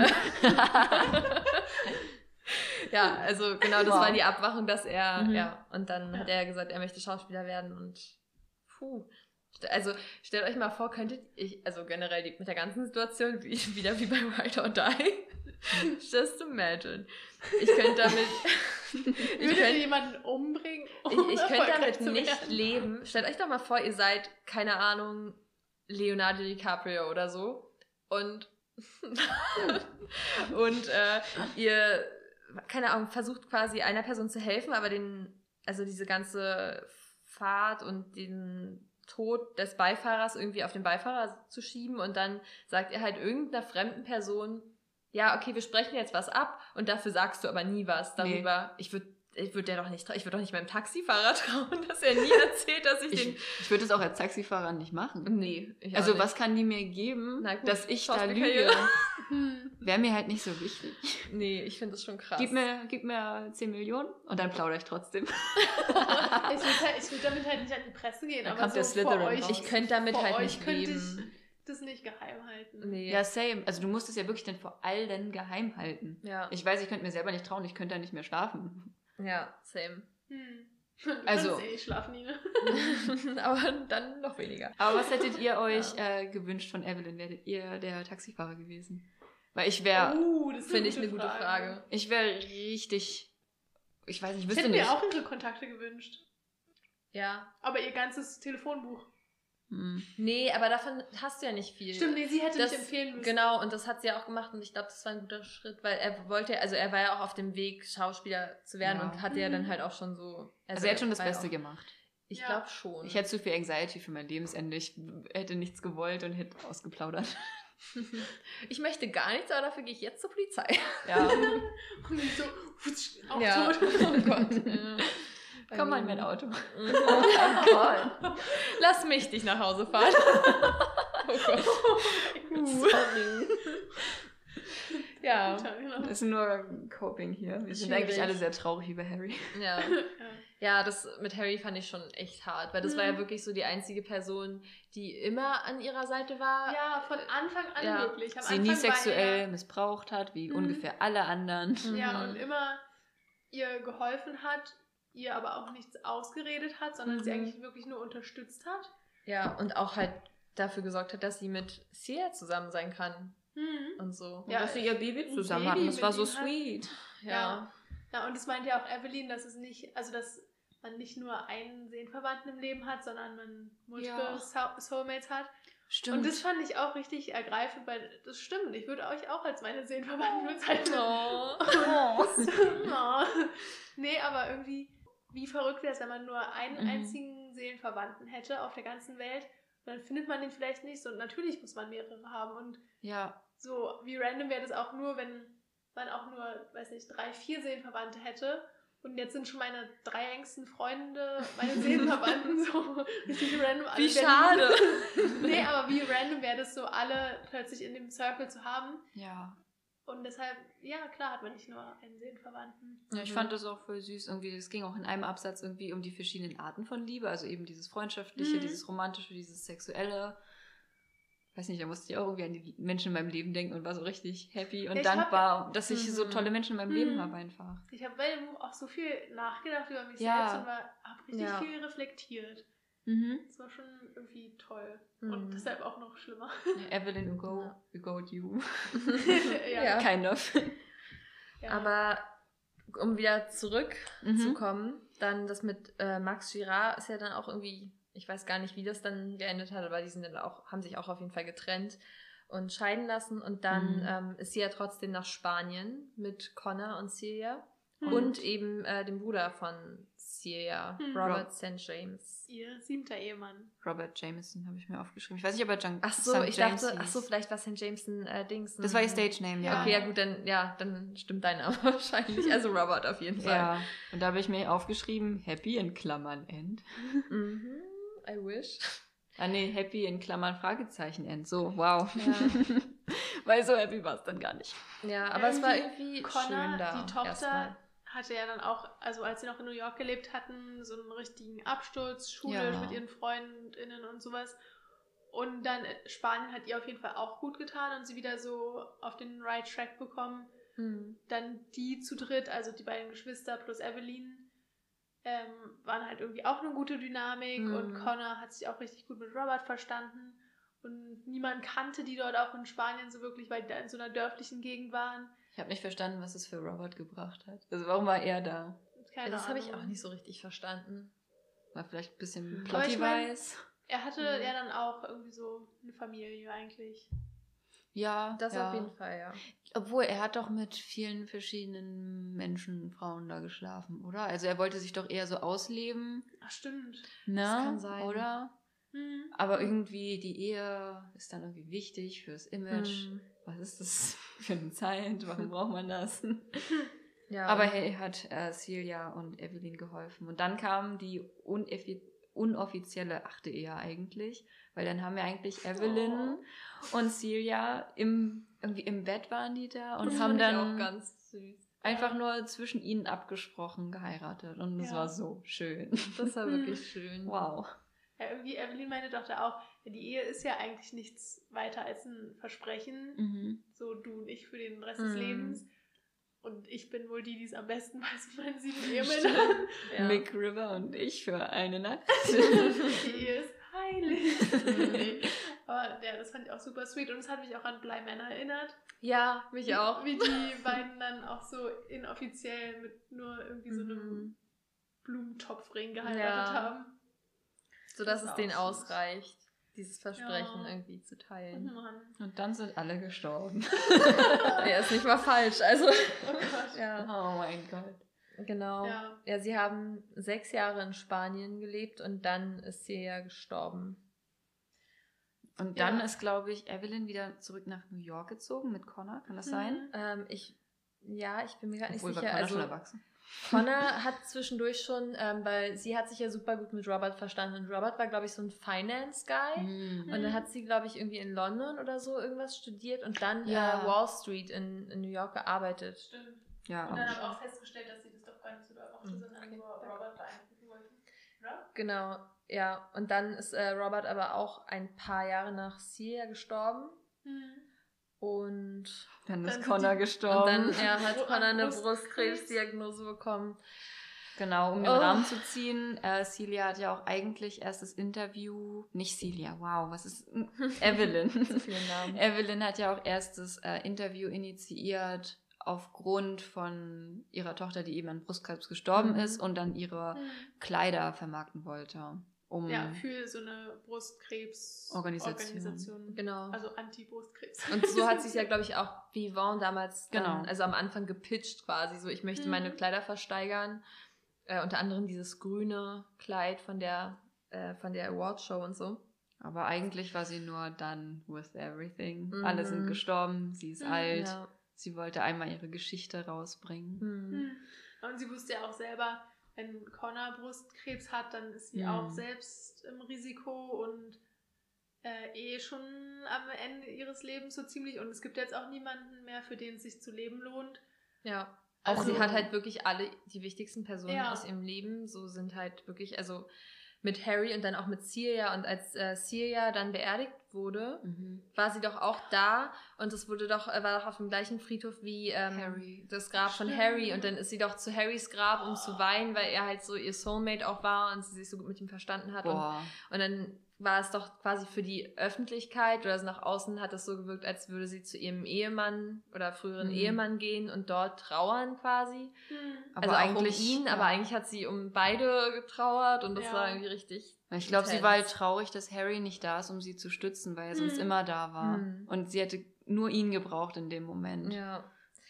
Speaker 2: Ja, also genau, das
Speaker 3: Wow.
Speaker 2: war die Abmachung, dass er,
Speaker 3: Mhm.
Speaker 2: ja, und dann
Speaker 1: Ja.
Speaker 2: hat er gesagt, er möchte Schauspieler werden und puh. Also stellt euch mal vor, könntet ich, also generell die, mit der ganzen Situation, wie, wieder wie bei Ride or Die, just imagine. Ich könnte damit, ich
Speaker 1: Würdet ihr
Speaker 2: könnte,
Speaker 1: jemanden umbringen?
Speaker 2: ich,
Speaker 1: um
Speaker 2: ich könnte
Speaker 1: erfolgreich
Speaker 2: damit
Speaker 1: zu
Speaker 2: nicht
Speaker 1: werden?
Speaker 2: leben. Stellt euch doch mal vor, ihr seid, keine Ahnung, Leonardo DiCaprio oder so und und äh, ihr, keine Ahnung, versucht quasi einer Person zu helfen, aber den, also diese ganze Fahrt und den Tod des Beifahrers irgendwie auf den Beifahrer zu schieben und dann sagt er halt irgendeiner fremden Person, ja, okay, wir sprechen jetzt was ab und dafür sagst du aber nie was darüber. Ich würde ich würd der doch nicht, trau- ich würde doch nicht meinem Taxifahrer trauen, dass er nie erzählt, dass ich,
Speaker 3: Ich,
Speaker 2: den...
Speaker 3: ich würde es auch als Taxifahrer nicht machen.
Speaker 2: Nee. Ich auch
Speaker 3: Also
Speaker 2: nicht.
Speaker 3: was kann die mir geben,
Speaker 2: Na gut,
Speaker 3: dass ich da
Speaker 2: Schauspielkarriere.
Speaker 3: lüge?
Speaker 1: Hm.
Speaker 3: Wäre mir halt nicht so wichtig.
Speaker 2: Nee, ich finde das schon krass.
Speaker 3: Gib mir, gib mir zehn Millionen und dann plaudere ich trotzdem.
Speaker 1: Ich würde halt, ich würd damit halt nicht an die Presse gehen,
Speaker 3: Da
Speaker 1: aber
Speaker 3: kommt
Speaker 1: so
Speaker 3: der Slytherin
Speaker 1: vor euch,
Speaker 3: raus.
Speaker 2: Ich könnte damit
Speaker 1: vor
Speaker 2: halt
Speaker 1: euch
Speaker 2: nicht
Speaker 1: könnte
Speaker 2: leben.
Speaker 1: ich das nicht geheim halten.
Speaker 2: Nee.
Speaker 3: Ja, same. Also du musst es ja wirklich dann vor allen geheim halten.
Speaker 2: Ja.
Speaker 3: Ich weiß, ich könnte mir selber nicht trauen, ich könnte da nicht mehr schlafen.
Speaker 2: Ja, same.
Speaker 1: Hm. Du
Speaker 3: Also-
Speaker 1: kannst eh nicht schlafen, Nina.
Speaker 2: Aber dann noch weniger.
Speaker 3: Aber was hättet ihr euch äh, gewünscht von Evelyn? Werdet ihr der Taxifahrer gewesen? Weil ich wäre,
Speaker 1: Uh, das ist
Speaker 2: Finde ich eine gute Frage.
Speaker 3: ich wäre richtig, ich weiß nicht, ich
Speaker 1: Ich
Speaker 3: wüsste
Speaker 1: hätte
Speaker 3: nicht.
Speaker 1: mir auch ihre Kontakte gewünscht.
Speaker 2: Ja.
Speaker 1: Aber ihr ganzes Telefonbuch.
Speaker 3: Hm.
Speaker 2: Nee, aber davon hast du ja nicht viel.
Speaker 1: Stimmt, nee, sie hätte
Speaker 2: Das-
Speaker 1: mich empfehlen müssen.
Speaker 2: Genau, und das hat sie ja auch gemacht und ich glaube, das war ein guter Schritt, weil er wollte, also er war ja auch auf dem Weg, Schauspieler zu werden
Speaker 3: Ja.
Speaker 2: und hatte ja dann
Speaker 1: Mhm.
Speaker 2: halt auch schon so...
Speaker 3: Also er hat schon das
Speaker 2: war ja
Speaker 3: Beste
Speaker 2: auch,
Speaker 3: gemacht.
Speaker 2: Ich
Speaker 1: Ja.
Speaker 2: glaube schon.
Speaker 3: Ich hätte zu viel Anxiety für mein Lebensende. Ich hätte nichts gewollt und hätte ausgeplaudert.
Speaker 2: ich möchte gar nichts, aber dafür gehe ich jetzt zur Polizei.
Speaker 3: Ja.
Speaker 1: Und nicht so, futsch, auch
Speaker 2: ja.
Speaker 1: tot.
Speaker 2: Oh Gott. Ja.
Speaker 3: Komm mal in mein Auto.
Speaker 2: Mhm. Lass mich dich nach Hause fahren. Oh Gott.
Speaker 3: Sorry.
Speaker 2: Ja.
Speaker 1: Genau.
Speaker 3: Das ist nur Coping hier. Wir sind
Speaker 2: Schwierig.
Speaker 3: eigentlich alle sehr traurig über Harry.
Speaker 2: Ja.
Speaker 1: Ja.
Speaker 2: Ja, das mit Harry fand ich schon echt hart, weil das war ja
Speaker 1: Mhm.
Speaker 2: wirklich so die einzige Person, die immer an ihrer Seite war.
Speaker 1: Ja, von Anfang an
Speaker 2: Ja.
Speaker 1: wirklich. Am
Speaker 3: Sie
Speaker 1: Anfang
Speaker 3: nie
Speaker 1: war
Speaker 3: sexuell
Speaker 1: er,
Speaker 3: missbraucht hat, wie
Speaker 1: Mhm.
Speaker 3: ungefähr alle anderen.
Speaker 1: ja,
Speaker 2: Mhm.
Speaker 1: und immer ihr geholfen hat, ihr aber auch nichts ausgeredet hat, sondern sie
Speaker 2: Mhm.
Speaker 1: eigentlich wirklich nur unterstützt hat.
Speaker 2: Ja, und auch halt dafür gesorgt hat, dass sie mit Sia zusammen sein kann
Speaker 1: Mhm.
Speaker 2: und so.
Speaker 1: Ja,
Speaker 3: dass sie ihr Baby
Speaker 1: ein
Speaker 3: zusammen
Speaker 1: Baby
Speaker 3: hatten. Das
Speaker 1: mit
Speaker 3: war so
Speaker 1: ihm hat.
Speaker 3: sweet.
Speaker 2: Ja.
Speaker 1: Ja, und das meinte ja auch Evelyn, dass es nicht, also dass man nicht nur einen Seelenverwandten im Leben hat, sondern man multiple
Speaker 3: Ja.
Speaker 1: Soul- Soulmates hat.
Speaker 3: Stimmt.
Speaker 1: Und das fand ich auch richtig ergreifend, weil das stimmt. Ich würde euch auch als meine Seelenverwandten bezeichnen.
Speaker 2: Oh.
Speaker 3: Oh.
Speaker 1: Oh. Nee, aber irgendwie, wie verrückt wäre es, wenn man nur einen
Speaker 3: Mhm.
Speaker 1: einzigen Seelenverwandten hätte auf der ganzen Welt. Dann findet man den vielleicht nicht so. Und natürlich muss man mehrere haben. Und
Speaker 3: Ja.
Speaker 1: so, wie random wäre das auch nur, wenn man auch nur, weiß nicht, drei, vier Seelenverwandte hätte. Und jetzt sind schon meine drei engsten Freunde, meine Seelenverwandten, so richtig random. Alle
Speaker 2: Wie
Speaker 1: werden-
Speaker 2: schade.
Speaker 1: Nee, aber wie random wäre das so, alle plötzlich in dem Circle zu haben.
Speaker 3: Ja.
Speaker 1: Und deshalb, ja, klar hat man nicht nur einen Seelenverwandten.
Speaker 3: Ja, ich
Speaker 2: Mhm.
Speaker 3: fand das auch voll süß. Irgendwie, es ging auch in einem Absatz irgendwie um die verschiedenen Arten von Liebe. Also eben dieses Freundschaftliche,
Speaker 1: Mhm.
Speaker 3: dieses Romantische, dieses Sexuelle. Weiß nicht, da musste ich auch irgendwie an die Menschen in meinem Leben denken und war so richtig happy und
Speaker 1: Ja, ich hab-
Speaker 3: dankbar, dass ich so
Speaker 2: Mhm.
Speaker 3: tolle Menschen in meinem Leben
Speaker 1: Mhm.
Speaker 3: habe einfach.
Speaker 1: Ich habe bei dem Buch auch so viel nachgedacht über mich
Speaker 3: Ja.
Speaker 1: selbst und habe richtig
Speaker 2: Ja.
Speaker 1: viel reflektiert.
Speaker 3: Mhm.
Speaker 1: Das war schon irgendwie toll.
Speaker 2: Mhm.
Speaker 1: Und deshalb auch noch schlimmer.
Speaker 3: Ja, Evelyn, we go,
Speaker 2: Ja.
Speaker 3: we go with you.
Speaker 1: ja.
Speaker 2: Ja.
Speaker 3: Kind of.
Speaker 1: Ja.
Speaker 2: Aber um wieder zurückzukommen,
Speaker 3: Mhm.
Speaker 2: dann das mit äh, Max Girard ist ja dann auch irgendwie, ich weiß gar nicht, wie das dann geendet hat, aber die sind dann auch, haben sich auch auf jeden Fall getrennt und scheiden lassen. Und dann
Speaker 3: Mhm.
Speaker 2: ähm, ist sie ja trotzdem nach Spanien mit Connor und Celia
Speaker 1: Mhm.
Speaker 2: und eben äh, dem Bruder von Celia,
Speaker 1: Mhm.
Speaker 2: Robert Sankt James.
Speaker 1: Ihr siebter Ehemann.
Speaker 3: Robert Jameson habe ich mir aufgeschrieben. Ich weiß nicht, ob er Junk
Speaker 2: Ach so,
Speaker 3: Sankt
Speaker 2: ich
Speaker 3: James
Speaker 2: dachte, ach
Speaker 3: hieß.
Speaker 2: so, vielleicht war Sankt James ein äh, Dings.
Speaker 3: Das war ihr Stage-Name, ja.
Speaker 1: Ja.
Speaker 2: Okay, ja gut, dann, ja, dann stimmt dein Name wahrscheinlich. Also Robert auf jeden Fall.
Speaker 3: Ja, und da habe ich mir aufgeschrieben, happy in Klammern end.
Speaker 2: Mhm, I wish.
Speaker 3: Ah nee, happy in Klammern Fragezeichen end. So, wow.
Speaker 2: Ja.
Speaker 3: Weil so happy war es dann gar nicht.
Speaker 2: Ja, aber es war
Speaker 1: Irgendwie
Speaker 2: irgendwie
Speaker 1: Connor,
Speaker 2: schön da.
Speaker 1: die Tochter,
Speaker 2: erstmal.
Speaker 1: hatte ja dann auch, also als sie noch in New York gelebt hatten, so einen richtigen Absturz, schulisch
Speaker 3: Ja.
Speaker 1: mit ihren FreundInnen und sowas. Und dann Spanien hat ihr auf jeden Fall auch gut getan und sie wieder so auf den right track bekommen.
Speaker 2: Hm.
Speaker 1: Dann die zu dritt, also die beiden Geschwister plus Evelyn, ähm, waren halt irgendwie auch eine gute Dynamik
Speaker 2: Mhm.
Speaker 1: und Connor hat sich auch richtig gut mit Robert verstanden. Und niemand kannte die dort auch in Spanien so wirklich, weil die da in so einer dörflichen Gegend waren.
Speaker 3: Ich habe nicht verstanden, was es für Robert gebracht hat. Also warum war er da?
Speaker 1: Keine
Speaker 2: Das habe ich
Speaker 1: Ahnung.
Speaker 2: auch nicht so richtig verstanden.
Speaker 3: War vielleicht ein bisschen
Speaker 1: Aber ich mein-
Speaker 3: plotty-weiß.
Speaker 1: Er hatte
Speaker 2: Mhm.
Speaker 1: ja dann auch irgendwie so eine Familie eigentlich.
Speaker 3: Ja,
Speaker 2: Das
Speaker 3: ja.
Speaker 2: auf jeden Fall, ja.
Speaker 3: Obwohl, er hat doch mit vielen verschiedenen Menschen, Frauen da geschlafen, oder? Also er wollte sich doch eher so ausleben,
Speaker 1: Ach, stimmt.
Speaker 3: ne?
Speaker 2: Das kann sein.
Speaker 3: Oder?
Speaker 1: Hm.
Speaker 3: Aber irgendwie die Ehe ist dann irgendwie wichtig fürs Image.
Speaker 2: Hm.
Speaker 3: Was ist das für eine Zeit? Warum braucht man das?
Speaker 2: Ja,
Speaker 3: Aber
Speaker 2: und-
Speaker 3: hey, hat äh, Celia und Evelyn geholfen. Und dann kam die uneffi- unoffizielle achte Ehe eigentlich, weil dann haben wir eigentlich Evelyn und Celia im, irgendwie im Bett waren die da und
Speaker 2: das
Speaker 3: haben
Speaker 2: fand ich
Speaker 3: dann
Speaker 2: auch ganz süß.
Speaker 3: einfach nur zwischen ihnen abgesprochen geheiratet. Und es
Speaker 1: Ja.
Speaker 3: war so schön.
Speaker 2: Das war wirklich schön.
Speaker 3: Wow.
Speaker 1: Ja, irgendwie, Evelyn meinte doch da auch, ja, die Ehe ist ja eigentlich nichts weiter als ein Versprechen.
Speaker 3: Mhm.
Speaker 1: So du und ich für den Rest des
Speaker 2: Mhm.
Speaker 1: Lebens. Und ich bin wohl die, die es am besten weiß von meinen sieben Ehemänner.
Speaker 2: Ja.
Speaker 3: Mick River und ich für eine Nacht.
Speaker 1: Die Ehe ist heilig.
Speaker 2: Mhm.
Speaker 1: Nee. Aber ja, das fand ich auch super sweet. Und es hat mich auch an Bleimänner erinnert.
Speaker 2: Ja, mich auch.
Speaker 1: Wie die beiden dann auch so inoffiziell mit nur irgendwie so einem
Speaker 2: Mhm.
Speaker 1: Blumentopfring geheiratet
Speaker 2: Ja.
Speaker 1: haben.
Speaker 2: So dass
Speaker 1: Das
Speaker 2: es
Speaker 1: ist
Speaker 2: denen
Speaker 1: auch süß.
Speaker 2: ausreicht, dieses Versprechen
Speaker 1: Ja.
Speaker 2: irgendwie zu
Speaker 1: Oh
Speaker 2: teilen.
Speaker 1: Mann.
Speaker 3: Und dann sind alle gestorben.
Speaker 2: Ja, ist nicht mal falsch. Also,
Speaker 1: Oh Gott.
Speaker 2: ja,
Speaker 3: Oh mein Gott.
Speaker 2: genau.
Speaker 1: Ja.
Speaker 2: Ja, sie haben sechs Jahre in Spanien gelebt und dann ist sie ja gestorben.
Speaker 3: Und dann
Speaker 1: Ja.
Speaker 3: ist, glaube ich, Evelyn wieder zurück nach New York gezogen mit Connor. Kann das sein?
Speaker 1: Mhm.
Speaker 2: Ähm, ich, ja, ich bin mir gerade nicht
Speaker 3: Obwohl, war
Speaker 2: sicher.
Speaker 3: Connor
Speaker 2: Also,
Speaker 3: schon erwachsen.
Speaker 2: Connor hat zwischendurch schon, ähm, weil sie hat sich ja super gut mit Robert verstanden. Und Robert war, glaube ich, so ein Finance-Guy.
Speaker 3: Mhm.
Speaker 2: Und dann hat sie, glaube ich, irgendwie in London oder so irgendwas studiert und dann
Speaker 3: Ja.
Speaker 2: äh, Wall Street in, in New York gearbeitet.
Speaker 1: Stimmt.
Speaker 3: Ja,
Speaker 1: Und dann
Speaker 3: aber-
Speaker 1: aber auch festgestellt, dass sie das doch gar nicht so doll mochte,
Speaker 2: Mhm.
Speaker 1: sondern nur Robert beeindrucken wollten. Oder?
Speaker 2: Genau, ja. Und dann ist äh, Robert aber auch ein paar Jahre nach Celia gestorben.
Speaker 1: Mhm.
Speaker 2: Und,
Speaker 3: dann
Speaker 1: Dann
Speaker 3: ist
Speaker 1: sind
Speaker 3: Connor
Speaker 1: die-
Speaker 3: gestorben.
Speaker 2: und dann ja, hat
Speaker 1: Bru-
Speaker 2: Connor eine
Speaker 1: Brustkrebs.
Speaker 2: Brustkrebsdiagnose bekommen.
Speaker 3: Genau, um den
Speaker 2: Oh.
Speaker 3: Rahmen zu ziehen. Äh, Celia hat ja auch eigentlich erst das Interview, nicht Celia, wow, was ist, Evelyn.
Speaker 2: So viele Namen.
Speaker 3: Evelyn hat ja auch erst das äh, Interview initiiert aufgrund von ihrer Tochter, die eben an Brustkrebs gestorben
Speaker 2: Mhm.
Speaker 3: ist und dann ihre
Speaker 1: Mhm.
Speaker 3: Kleider vermarkten wollte. um
Speaker 1: Ja, für so eine Brustkrebs-Organisation.
Speaker 3: Organisation.
Speaker 2: Genau.
Speaker 1: Also Anti-Brustkrebs.
Speaker 2: Und so hat sich ja, glaube ich, auch Vivant damals dann,
Speaker 3: Genau.
Speaker 2: also am Anfang gepitcht quasi, so ich möchte
Speaker 1: Mhm.
Speaker 2: meine Kleider versteigern. Äh, unter anderem dieses grüne Kleid von der, äh, von der Awardshow und so.
Speaker 3: Aber eigentlich war sie nur done with everything.
Speaker 2: Mhm.
Speaker 3: Alle sind gestorben, sie ist
Speaker 1: Mhm.
Speaker 3: alt.
Speaker 2: Ja.
Speaker 3: Sie wollte einmal ihre Geschichte rausbringen.
Speaker 2: Hm.
Speaker 1: Hm. Und sie wusste ja auch selber, wenn Connor Brustkrebs hat, dann ist sie
Speaker 3: Mhm.
Speaker 1: auch selbst im Risiko und äh, eh schon am Ende ihres Lebens so ziemlich. Und es gibt jetzt auch niemanden mehr, für den es sich zu leben lohnt.
Speaker 2: Ja.
Speaker 1: Also-
Speaker 2: Auch sie hat halt wirklich alle, die wichtigsten Personen
Speaker 1: Ja.
Speaker 2: aus ihrem Leben, so sind halt wirklich, also mit Harry und dann auch mit Celia. Und als äh, Celia dann beerdigt wurde,
Speaker 3: Mhm.
Speaker 2: war sie doch auch da und es wurde doch, äh, war doch auf dem gleichen Friedhof wie ähm,
Speaker 3: Harry.
Speaker 2: das Grab von
Speaker 1: Stimmt.
Speaker 2: Harry und dann ist sie doch zu Harrys Grab, um zu weinen, weil er halt so ihr Soulmate auch war und sie sich so gut mit ihm verstanden hat. Und,
Speaker 3: Boah.
Speaker 2: und dann war es doch quasi für die Öffentlichkeit oder so nach außen hat es so gewirkt, als würde sie zu ihrem Ehemann oder früheren
Speaker 3: Mhm.
Speaker 2: Ehemann gehen und dort trauern quasi.
Speaker 1: Hm.
Speaker 3: Aber
Speaker 2: also auch
Speaker 3: eigentlich,
Speaker 2: um ihn,
Speaker 3: ja.
Speaker 2: aber eigentlich hat sie um beide getrauert und das
Speaker 1: Ja.
Speaker 2: war irgendwie richtig.
Speaker 3: Ich glaube, sie
Speaker 2: intens.
Speaker 3: war halt traurig, dass Harry nicht da ist, um sie zu stützen, weil er sonst
Speaker 1: Mhm.
Speaker 3: immer da war.
Speaker 2: Mhm.
Speaker 3: Und sie hätte nur ihn gebraucht in dem Moment.
Speaker 2: Ja.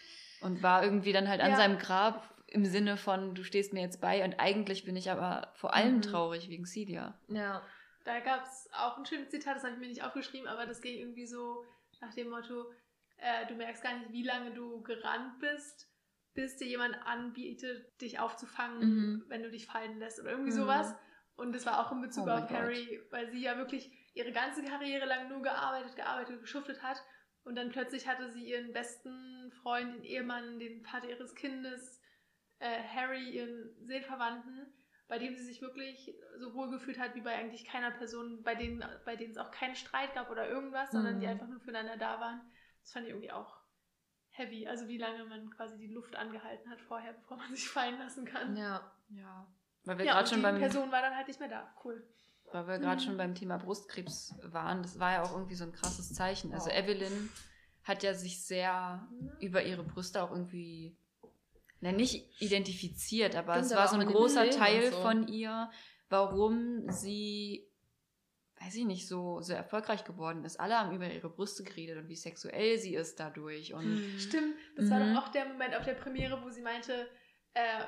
Speaker 3: Und war irgendwie dann halt an
Speaker 1: Ja.
Speaker 3: seinem Grab im Sinne von, du stehst mir jetzt bei. Und eigentlich bin ich aber vor allem
Speaker 2: Mhm.
Speaker 3: traurig wegen Celia.
Speaker 2: Ja.
Speaker 1: Da gab es auch ein schönes Zitat, das habe ich mir nicht aufgeschrieben, aber das ging irgendwie so nach dem Motto, äh, du merkst gar nicht, wie lange du gerannt bist, bis dir jemand anbietet, dich aufzufangen,
Speaker 2: Mhm.
Speaker 1: wenn du dich fallen lässt oder irgendwie
Speaker 2: Mhm.
Speaker 1: sowas. Und das war auch in Bezug
Speaker 3: Oh mein
Speaker 1: auf
Speaker 3: Gott.
Speaker 1: Harry, weil sie ja wirklich ihre ganze Karriere lang nur gearbeitet, gearbeitet, geschuftet hat. Und dann plötzlich hatte sie ihren besten Freund, den Ehemann, den Vater ihres Kindes, äh, Harry, ihren Seelenverwandten, bei dem sie sich wirklich so wohl gefühlt hat, wie bei eigentlich keiner Person, bei denen, bei denen es auch keinen Streit gab oder irgendwas, sondern die
Speaker 2: Mhm.
Speaker 1: einfach nur füreinander da waren. Das fand ich irgendwie auch heavy. Also wie lange man quasi die Luft angehalten hat vorher, bevor man sich fallen lassen kann.
Speaker 2: Ja.
Speaker 3: Ja. Weil wir
Speaker 1: Ja,
Speaker 3: gerade
Speaker 1: und
Speaker 3: schon
Speaker 1: die
Speaker 3: beim
Speaker 1: Person war dann halt nicht mehr da. Cool.
Speaker 3: Weil wir gerade
Speaker 1: Mhm.
Speaker 3: schon beim Thema Brustkrebs waren, das war ja auch irgendwie so ein krasses Zeichen. Also
Speaker 2: Wow.
Speaker 3: Evelyn hat ja sich sehr über ihre Brüste auch irgendwie, na, nicht identifiziert, aber
Speaker 2: Stimmt,
Speaker 3: es
Speaker 2: aber
Speaker 3: war so
Speaker 2: auch
Speaker 3: ein
Speaker 2: in den
Speaker 3: großer
Speaker 2: Filmen
Speaker 3: Teil
Speaker 2: und so.
Speaker 3: von ihr, warum sie, weiß ich nicht, so, so erfolgreich geworden ist. Alle haben über ihre Brüste geredet und wie sexuell sie ist dadurch. Und
Speaker 2: Mhm.
Speaker 1: Stimmt, das war
Speaker 3: Mhm.
Speaker 1: doch auch der Moment auf der Premiere, wo sie meinte, äh,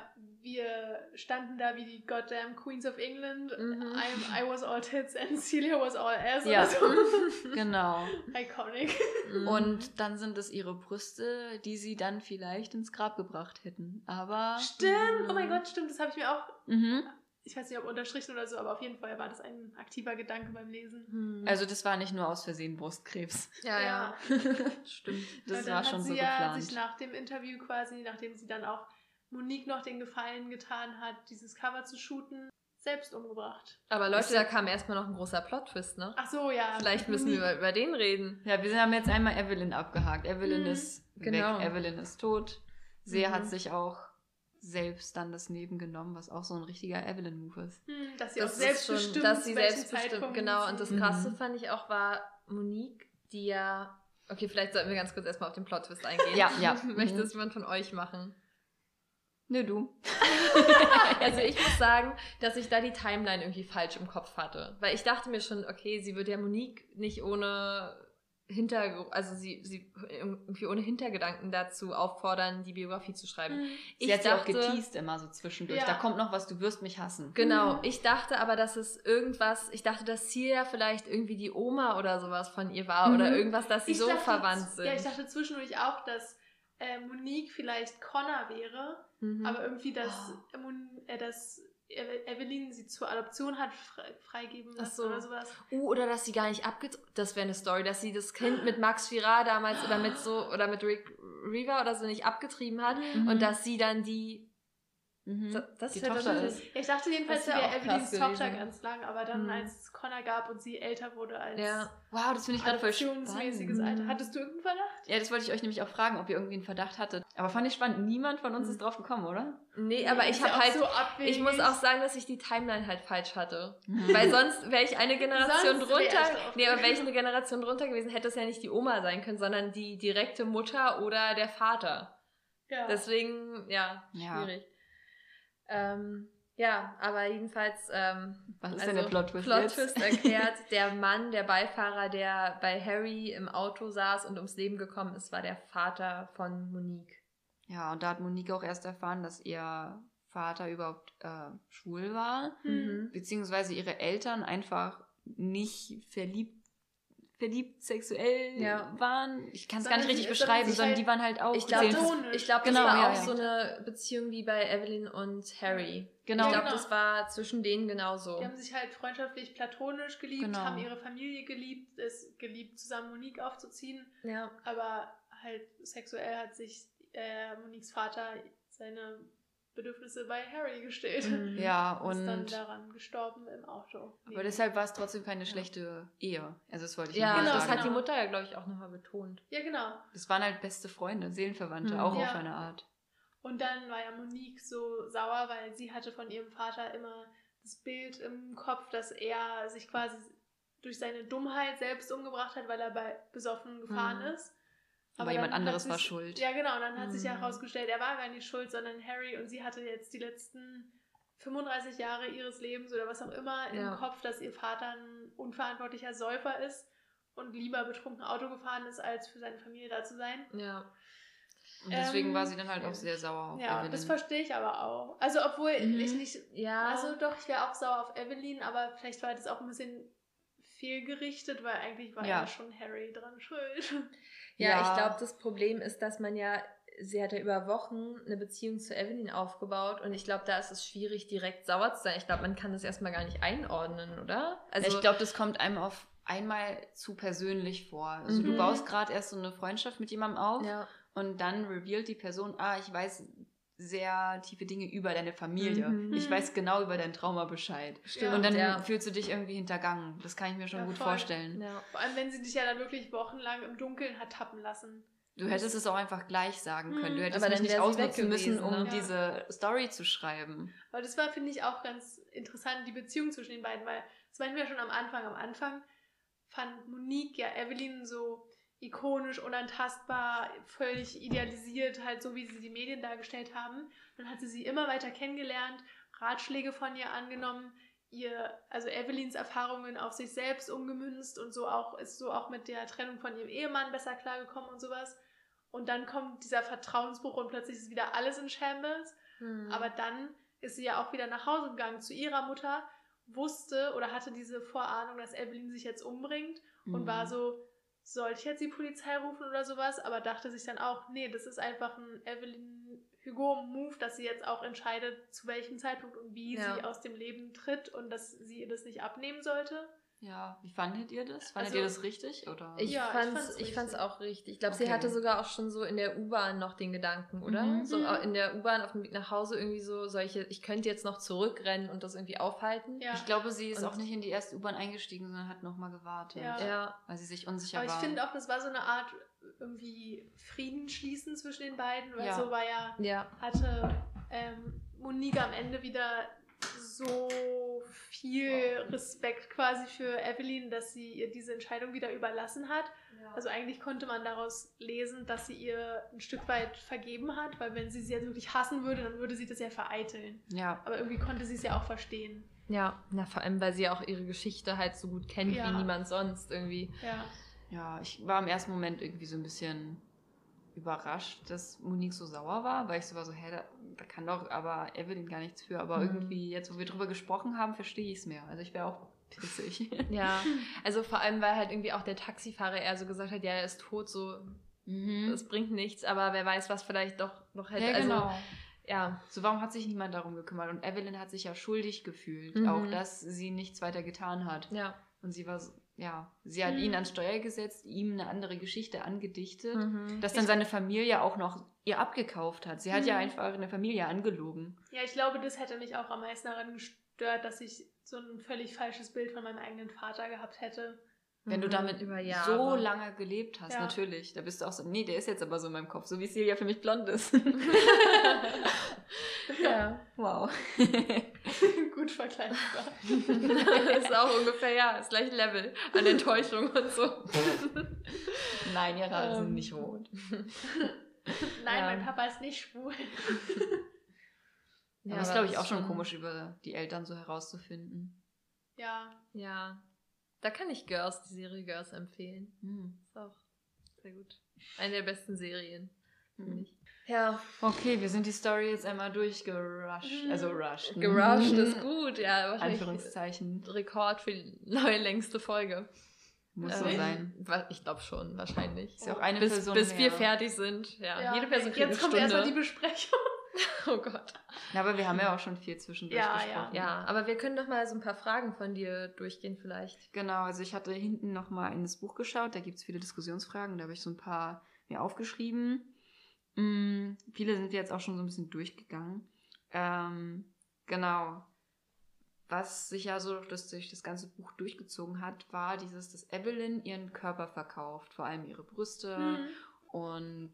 Speaker 1: wir standen da wie die goddamn Queens of England.
Speaker 2: Mhm.
Speaker 1: I'm, I was all tits and Celia was all ass
Speaker 3: Ja.
Speaker 1: oder so.
Speaker 3: genau.
Speaker 2: Mhm.
Speaker 1: Iconic.
Speaker 3: Und dann sind es ihre Brüste, die sie dann vielleicht ins Grab gebracht hätten. Aber.
Speaker 1: Stimmt, oh mein Gott, stimmt, das habe ich mir auch,
Speaker 3: Mhm.
Speaker 1: ich weiß nicht, ob unterstrichen oder so, aber auf jeden Fall war das ein aktiver Gedanke beim Lesen.
Speaker 2: Mhm.
Speaker 3: Also, das war nicht nur aus Versehen Brustkrebs.
Speaker 2: ja, ja, stimmt.
Speaker 3: Das
Speaker 1: Und dann
Speaker 3: war
Speaker 1: hat
Speaker 3: schon
Speaker 1: sie
Speaker 3: so
Speaker 1: ja
Speaker 3: geplant.
Speaker 1: sich nach dem Interview quasi, nachdem sie dann auch Monique noch den Gefallen getan hat, dieses Cover zu shooten, selbst umgebracht.
Speaker 2: Aber Leute,
Speaker 3: Ist
Speaker 2: da
Speaker 3: ja-
Speaker 2: kam erstmal noch ein großer Plot-Twist, ne?
Speaker 1: Ach so, ja.
Speaker 2: Vielleicht müssen
Speaker 1: Monique.
Speaker 2: wir über, über den reden.
Speaker 3: Ja, wir haben jetzt einmal Evelyn abgehakt. Evelyn
Speaker 1: Mhm.
Speaker 3: ist
Speaker 2: Genau.
Speaker 3: weg, Evelyn ist tot. Sie
Speaker 2: Mhm.
Speaker 3: hat sich auch selbst dann das Leben genommen, was auch so ein richtiger Evelyn-Move ist.
Speaker 1: Hm, dass sie
Speaker 2: Das
Speaker 1: auch
Speaker 2: ist
Speaker 1: selbst
Speaker 2: schon,
Speaker 1: bestimmt,
Speaker 2: dass sie
Speaker 1: zu welchem
Speaker 2: selbstbestimmt,
Speaker 1: Zeitpunkt
Speaker 2: genau.
Speaker 1: sie-
Speaker 2: Und das
Speaker 3: Mhm.
Speaker 2: Krasse fand ich auch war Monique, die ja, okay, vielleicht sollten wir ganz kurz erstmal auf den Plot-Twist eingehen.
Speaker 3: Ja, ja.
Speaker 2: Möchte
Speaker 3: Mhm.
Speaker 2: es jemand von euch machen?
Speaker 3: Nö, du.
Speaker 2: Also ich muss sagen, dass ich da die Timeline irgendwie falsch im Kopf hatte. Weil ich dachte mir schon, okay, sie wird ja Monique nicht ohne Hintergrund, also sie, sie irgendwie ohne Hintergedanken dazu auffordern, die Biografie zu schreiben.
Speaker 1: Hm.
Speaker 3: Sie
Speaker 2: Ich
Speaker 3: hat sie auch
Speaker 2: dachte-
Speaker 3: geteased immer so zwischendurch.
Speaker 1: Ja.
Speaker 3: Da kommt noch was, du wirst mich hassen.
Speaker 2: Genau,
Speaker 1: Mhm.
Speaker 2: ich dachte aber, dass es irgendwas, ich dachte, dass Celia vielleicht irgendwie die Oma oder sowas von ihr war
Speaker 3: Mhm.
Speaker 2: oder irgendwas, dass sie
Speaker 1: Ich
Speaker 2: so
Speaker 1: dachte-
Speaker 2: verwandt sind.
Speaker 1: Ja, ich dachte zwischendurch auch, dass äh, Monique vielleicht Connor wäre,
Speaker 2: Mhm.
Speaker 1: aber irgendwie, dass,
Speaker 3: Oh.
Speaker 1: Mon- äh, dass Ev- Evelyn sie zur Adoption hat fre- freigeben
Speaker 2: Ach
Speaker 1: lassen
Speaker 2: so.
Speaker 1: oder sowas.
Speaker 2: Uh, oder dass sie gar nicht abgetrieben, das wäre eine Story, dass sie das Kind mit Max Firat damals oder mit so, oder mit Rick Riva oder so nicht abgetrieben hat
Speaker 3: Mhm.
Speaker 2: und dass sie dann die,
Speaker 3: Mhm.
Speaker 2: das, das
Speaker 3: Die
Speaker 2: wäre
Speaker 3: Tochter
Speaker 2: dann-
Speaker 3: ist.
Speaker 1: Ja, ich dachte jedenfalls,
Speaker 2: Das
Speaker 1: sie
Speaker 2: wär
Speaker 1: wäre
Speaker 2: auch krass
Speaker 1: Evelyns Tochter
Speaker 2: gewesen.
Speaker 1: ganz lang, aber dann,
Speaker 2: Mhm.
Speaker 1: als es Connor gab und sie älter wurde als
Speaker 2: Ja.
Speaker 3: Wow, das finde ich gerade voll
Speaker 1: adoptionsmäßiges
Speaker 3: spannend.
Speaker 1: Alter. Hattest du irgendeinen Verdacht?
Speaker 3: Ja, das wollte ich euch nämlich auch fragen, ob ihr irgendwie einen Verdacht hattet. Aber fand ich spannend. Niemand von uns
Speaker 2: Mhm.
Speaker 3: ist drauf gekommen, oder?
Speaker 2: Nee, aber ich
Speaker 1: Ist ja
Speaker 2: habe
Speaker 1: auch
Speaker 2: halt,
Speaker 1: so abwegig.
Speaker 2: ich muss auch sagen, dass ich die Timeline halt falsch hatte.
Speaker 3: Mhm.
Speaker 2: Weil sonst wäre ich eine Generation
Speaker 1: Sonst wär ich
Speaker 2: drunter.
Speaker 1: drauf
Speaker 2: Nee, aber wäre ich
Speaker 1: gekommen.
Speaker 2: eine Generation drunter gewesen, hätte es ja nicht die Oma sein können, sondern die direkte Mutter oder der Vater.
Speaker 1: Ja.
Speaker 2: Deswegen, ja,
Speaker 3: Ja.
Speaker 2: schwierig. Ähm, Ja, aber jedenfalls, ähm,
Speaker 3: Was ist
Speaker 2: also
Speaker 3: denn der Plot-Twist
Speaker 2: Plot-Twist
Speaker 3: jetzt?
Speaker 2: erklärt, der Mann, der Beifahrer, der bei Harry im Auto saß und ums Leben gekommen ist, war der Vater von Monique.
Speaker 3: Ja, und da hat Monique auch erst erfahren, dass ihr Vater überhaupt äh, schwul war,
Speaker 2: Mhm.
Speaker 3: beziehungsweise ihre Eltern einfach nicht verliebt verliebt sexuell
Speaker 2: Ja.
Speaker 3: waren. Ich kann es gar
Speaker 1: Sondern
Speaker 3: nicht richtig
Speaker 1: sie-
Speaker 3: beschreiben,
Speaker 1: sondern sie
Speaker 3: sondern
Speaker 1: halt-
Speaker 3: die waren halt auch
Speaker 2: Ich glaube,
Speaker 3: sehen-
Speaker 2: das,
Speaker 1: platonisch.
Speaker 2: ich glaub,
Speaker 3: Genau,
Speaker 2: das war
Speaker 3: ja,
Speaker 2: auch
Speaker 3: ja.
Speaker 2: so eine Beziehung wie bei Evelyn und Harry.
Speaker 3: Genau.
Speaker 2: Ich
Speaker 1: Ja,
Speaker 2: glaube,
Speaker 1: genau.
Speaker 2: das war zwischen denen genauso.
Speaker 1: Die haben sich halt freundschaftlich, platonisch geliebt,
Speaker 3: Genau.
Speaker 1: haben ihre Familie geliebt, es geliebt, zusammen Monique aufzuziehen.
Speaker 2: Ja.
Speaker 1: Aber halt sexuell hat sich äh, Moniques Vater seine Bedürfnisse bei Harry gestellt.
Speaker 2: Mhm.
Speaker 3: Ja,
Speaker 1: Und ist dann
Speaker 3: und
Speaker 1: daran gestorben im Auto.
Speaker 3: aber deshalb war es trotzdem keine schlechte Ehe. Also das wollte ich
Speaker 2: Ja,
Speaker 3: nochmal
Speaker 1: Genau,
Speaker 2: das
Speaker 3: sagen.
Speaker 2: hat die
Speaker 1: genau.
Speaker 2: Mutter ja, glaube ich, auch nochmal betont.
Speaker 1: Ja, genau.
Speaker 3: Das waren halt beste Freunde, Seelenverwandte,
Speaker 2: Mhm.
Speaker 3: auch
Speaker 1: Ja.
Speaker 3: auf eine Art.
Speaker 1: Und dann war ja Monique so sauer, weil sie hatte von ihrem Vater immer das Bild im Kopf, dass er sich quasi durch seine Dummheit selbst umgebracht hat, weil er bei besoffen gefahren
Speaker 2: Mhm.
Speaker 1: ist.
Speaker 3: Aber jemand
Speaker 1: dann hat
Speaker 3: anderes
Speaker 1: sich-
Speaker 3: war schuld.
Speaker 1: Ja, genau. Und dann hat sich ja
Speaker 2: Mhm.
Speaker 1: herausgestellt, er war gar nicht schuld, sondern Harry. Und sie hatte jetzt die letzten fünfunddreißig Jahre ihres Lebens oder was auch immer
Speaker 2: Ja.
Speaker 1: im Kopf, dass ihr Vater ein unverantwortlicher Säufer ist und lieber betrunken Auto gefahren ist, als für seine Familie da zu sein.
Speaker 2: Ja.
Speaker 3: Und deswegen
Speaker 1: Ähm,
Speaker 3: war sie dann halt auch
Speaker 2: ja.
Speaker 3: sehr sauer auf
Speaker 1: Ja,
Speaker 3: Evelyn.
Speaker 1: das verstehe ich aber auch. Also, obwohl
Speaker 3: Mhm.
Speaker 1: ich nicht.
Speaker 2: Ja.
Speaker 1: Also, doch, ich wäre auch sauer auf Evelyn, aber vielleicht war das auch ein bisschen fehlgerichtet, weil eigentlich war
Speaker 3: Ja.
Speaker 1: ja schon Harry dran schuld.
Speaker 2: Ja,
Speaker 3: Ja.
Speaker 2: ich glaube, das Problem ist, dass man ja, sie hat ja über Wochen eine Beziehung zu Evelyn aufgebaut und ich glaube, da ist es schwierig, direkt sauer zu sein. Ich glaube, man kann das erstmal gar nicht einordnen, oder?
Speaker 3: Also ich glaube, das kommt einem auf einmal zu persönlich vor. Also du
Speaker 2: Mhm.
Speaker 3: baust gerade erst so eine Freundschaft mit jemandem auf
Speaker 2: ja.
Speaker 3: und dann revealt die Person, ah, ich weiß sehr tiefe Dinge über deine Familie.
Speaker 2: Mhm.
Speaker 3: Ich weiß genau über dein Trauma Bescheid.
Speaker 2: Stimmt,
Speaker 3: Und dann
Speaker 2: ja.
Speaker 3: fühlst du dich irgendwie hintergangen. Das kann ich mir schon
Speaker 1: Ja,
Speaker 3: gut
Speaker 1: voll.
Speaker 3: vorstellen.
Speaker 2: Ja.
Speaker 1: Vor allem, wenn sie dich ja dann wirklich wochenlang im Dunkeln hat tappen lassen.
Speaker 3: Du hättest es auch einfach gleich sagen können. Du
Speaker 1: Mhm.
Speaker 3: hättest
Speaker 2: Aber
Speaker 3: mich
Speaker 2: dann
Speaker 3: nicht
Speaker 2: wär sie weg
Speaker 3: ausnutzen müssen,
Speaker 2: gewesen,
Speaker 3: um
Speaker 2: ne?
Speaker 3: diese Story zu schreiben.
Speaker 1: Aber das war, finde ich, auch ganz interessant, die Beziehung zwischen den beiden, weil das meinten wir schon am Anfang. Am Anfang fand Monique ja Evelyn so ikonisch, unantastbar, völlig idealisiert, halt so, wie sie die Medien dargestellt haben. Dann hat sie sie immer weiter kennengelernt, Ratschläge von ihr angenommen, ihr, also Evelyns Erfahrungen auf sich selbst umgemünzt und so auch, ist so auch mit der Trennung von ihrem Ehemann besser klargekommen und sowas. Und dann kommt dieser Vertrauensbruch und plötzlich ist wieder alles in Shambles.
Speaker 2: Hm.
Speaker 1: Aber dann ist sie ja auch wieder nach Hause gegangen zu ihrer Mutter, wusste oder hatte diese Vorahnung, dass Evelyn sich jetzt umbringt und
Speaker 3: Mhm.
Speaker 1: war so, sollte ich jetzt die Polizei rufen oder sowas? Aber dachte sich dann auch, nee, das ist einfach ein Evelyn Hugo-Move, dass sie jetzt auch entscheidet, zu welchem Zeitpunkt und wie
Speaker 2: Ja.
Speaker 1: sie aus dem Leben tritt und dass sie ihr das nicht abnehmen sollte.
Speaker 3: Ja, wie fandet ihr das? Fandet
Speaker 1: Also-
Speaker 3: ihr das richtig? Oder?
Speaker 2: Ich,
Speaker 1: Ja, ich
Speaker 2: fand's,
Speaker 1: fand's
Speaker 2: ich fand's
Speaker 1: richtig.
Speaker 2: auch richtig. Ich glaube,
Speaker 3: Okay.
Speaker 2: sie hatte sogar auch schon so in der U-Bahn noch den Gedanken, oder?
Speaker 3: Mhm.
Speaker 2: So
Speaker 1: Mhm.
Speaker 2: äh, in der U-Bahn auf dem Weg nach Hause irgendwie so solche, ich könnte jetzt noch zurückrennen und das irgendwie aufhalten.
Speaker 1: Ja.
Speaker 3: Ich glaube, sie ist
Speaker 2: Und-
Speaker 3: auch nicht in die erste U-Bahn eingestiegen, sondern hat nochmal gewartet,
Speaker 1: Ja.
Speaker 2: Ja.
Speaker 3: weil sie sich unsicher
Speaker 1: Aber ich
Speaker 3: war.
Speaker 1: finde auch, das war so eine Art irgendwie Frieden schließen zwischen den beiden, weil
Speaker 3: Ja.
Speaker 1: so war ja
Speaker 2: Ja.
Speaker 1: hatte ähm, Monique am Ende wieder so viel Respekt quasi für Evelyn, dass sie ihr diese Entscheidung wieder überlassen hat. Also eigentlich konnte man daraus lesen, dass sie ihr ein Stück weit vergeben hat, weil wenn sie sie jetzt wirklich hassen würde, dann würde sie das ja vereiteln.
Speaker 3: ja.
Speaker 1: Aber irgendwie konnte sie es ja auch verstehen.
Speaker 2: Ja, na vor allem, weil sie ja auch ihre Geschichte halt so gut kennt
Speaker 1: Ja.
Speaker 2: wie niemand sonst irgendwie.
Speaker 1: Ja.
Speaker 3: Ja, ich war im ersten Moment irgendwie so ein bisschen überrascht, dass Monique so sauer war, weil ich so war so, hä, da, da kann doch aber Evelyn gar nichts für. Aber
Speaker 2: Mhm.
Speaker 3: irgendwie, jetzt wo wir drüber gesprochen haben, verstehe ich es mehr. Also ich wäre auch pissig.
Speaker 2: Ja, also vor allem, weil halt irgendwie auch der Taxifahrer eher so gesagt hat, ja, er ist tot, so,
Speaker 3: Mhm.
Speaker 2: das bringt nichts, aber wer weiß, was vielleicht doch noch hätte.
Speaker 3: Ja,
Speaker 2: Also,
Speaker 3: genau.
Speaker 2: ja.
Speaker 3: So, warum hat sich niemand darum gekümmert? Und Evelyn hat sich ja schuldig gefühlt,
Speaker 2: Mhm.
Speaker 3: auch dass sie nichts weiter getan hat.
Speaker 2: Ja.
Speaker 3: Und sie war, so- ja, sie hat
Speaker 1: Mhm.
Speaker 3: ihn ans Steuer gesetzt, ihm eine andere Geschichte angedichtet,
Speaker 2: Mhm.
Speaker 3: dass dann seine Familie auch noch ihr abgekauft hat. Sie hat
Speaker 1: Mhm.
Speaker 3: ja einfach eine Familie angelogen.
Speaker 1: Ja, ich glaube, das hätte mich auch am meisten daran gestört, dass ich so ein völlig falsches Bild von meinem eigenen Vater gehabt hätte.
Speaker 3: Wenn du
Speaker 2: Mhm.
Speaker 3: damit
Speaker 2: über
Speaker 3: so
Speaker 2: Jahre.
Speaker 3: lange gelebt hast,
Speaker 1: Ja.
Speaker 3: natürlich. Da bist du auch so, nee, der ist jetzt aber so in meinem Kopf, so wie Silja für mich blond ist.
Speaker 2: Ja.
Speaker 3: Wow.
Speaker 1: Gut vergleichbar.
Speaker 2: ist auch ungefähr, ja, das gleiche Level an Enttäuschung und so.
Speaker 3: Nein, ihre Haare sind
Speaker 2: Ähm.
Speaker 3: nicht rot.
Speaker 1: Nein,
Speaker 2: Ja.
Speaker 1: mein Papa ist nicht schwul.
Speaker 3: Ja, das ist, glaube ich, auch schon komisch, über die Eltern so herauszufinden.
Speaker 1: Ja.
Speaker 2: Ja. Da kann ich Girls, die Serie Girls empfehlen.
Speaker 3: Hm.
Speaker 2: Ist auch sehr gut. Eine der besten Serien, finde
Speaker 3: Hm.
Speaker 2: ich. Ja.
Speaker 3: Okay, wir sind die Story jetzt einmal durchgerusht. Also rushed. Ne?
Speaker 2: Gerusht ist gut, ja. Wahrscheinlich
Speaker 3: Anführungszeichen.
Speaker 2: Rekord für die neue längste Folge.
Speaker 3: Muss
Speaker 2: Ähm,
Speaker 3: so sein.
Speaker 2: wa- Ich glaube schon, wahrscheinlich.
Speaker 3: Ist ja auch eine
Speaker 2: bis
Speaker 3: Person
Speaker 2: bis
Speaker 3: mehr.
Speaker 2: wir fertig sind. Ja,
Speaker 1: Ja,
Speaker 2: jede Person kriegt
Speaker 1: jetzt
Speaker 2: eine
Speaker 1: kommt
Speaker 2: Stunde.
Speaker 1: erstmal die Besprechung.
Speaker 2: Oh Gott.
Speaker 3: Ja, aber wir haben ja auch schon viel zwischendurch
Speaker 1: Ja,
Speaker 3: gesprochen.
Speaker 2: Ja, aber wir können doch mal so ein paar Fragen von dir durchgehen vielleicht.
Speaker 3: Genau, also ich hatte hinten nochmal in das Buch geschaut, da gibt es viele Diskussionsfragen, da habe ich so ein paar mir aufgeschrieben. Mm, viele sind wir jetzt auch schon so ein bisschen durchgegangen. Ähm, genau. Was sich ja so durch das, durch das ganze Buch durchgezogen hat, war dieses, dass Evelyn ihren Körper verkauft, vor allem ihre Brüste
Speaker 1: Mhm.
Speaker 3: und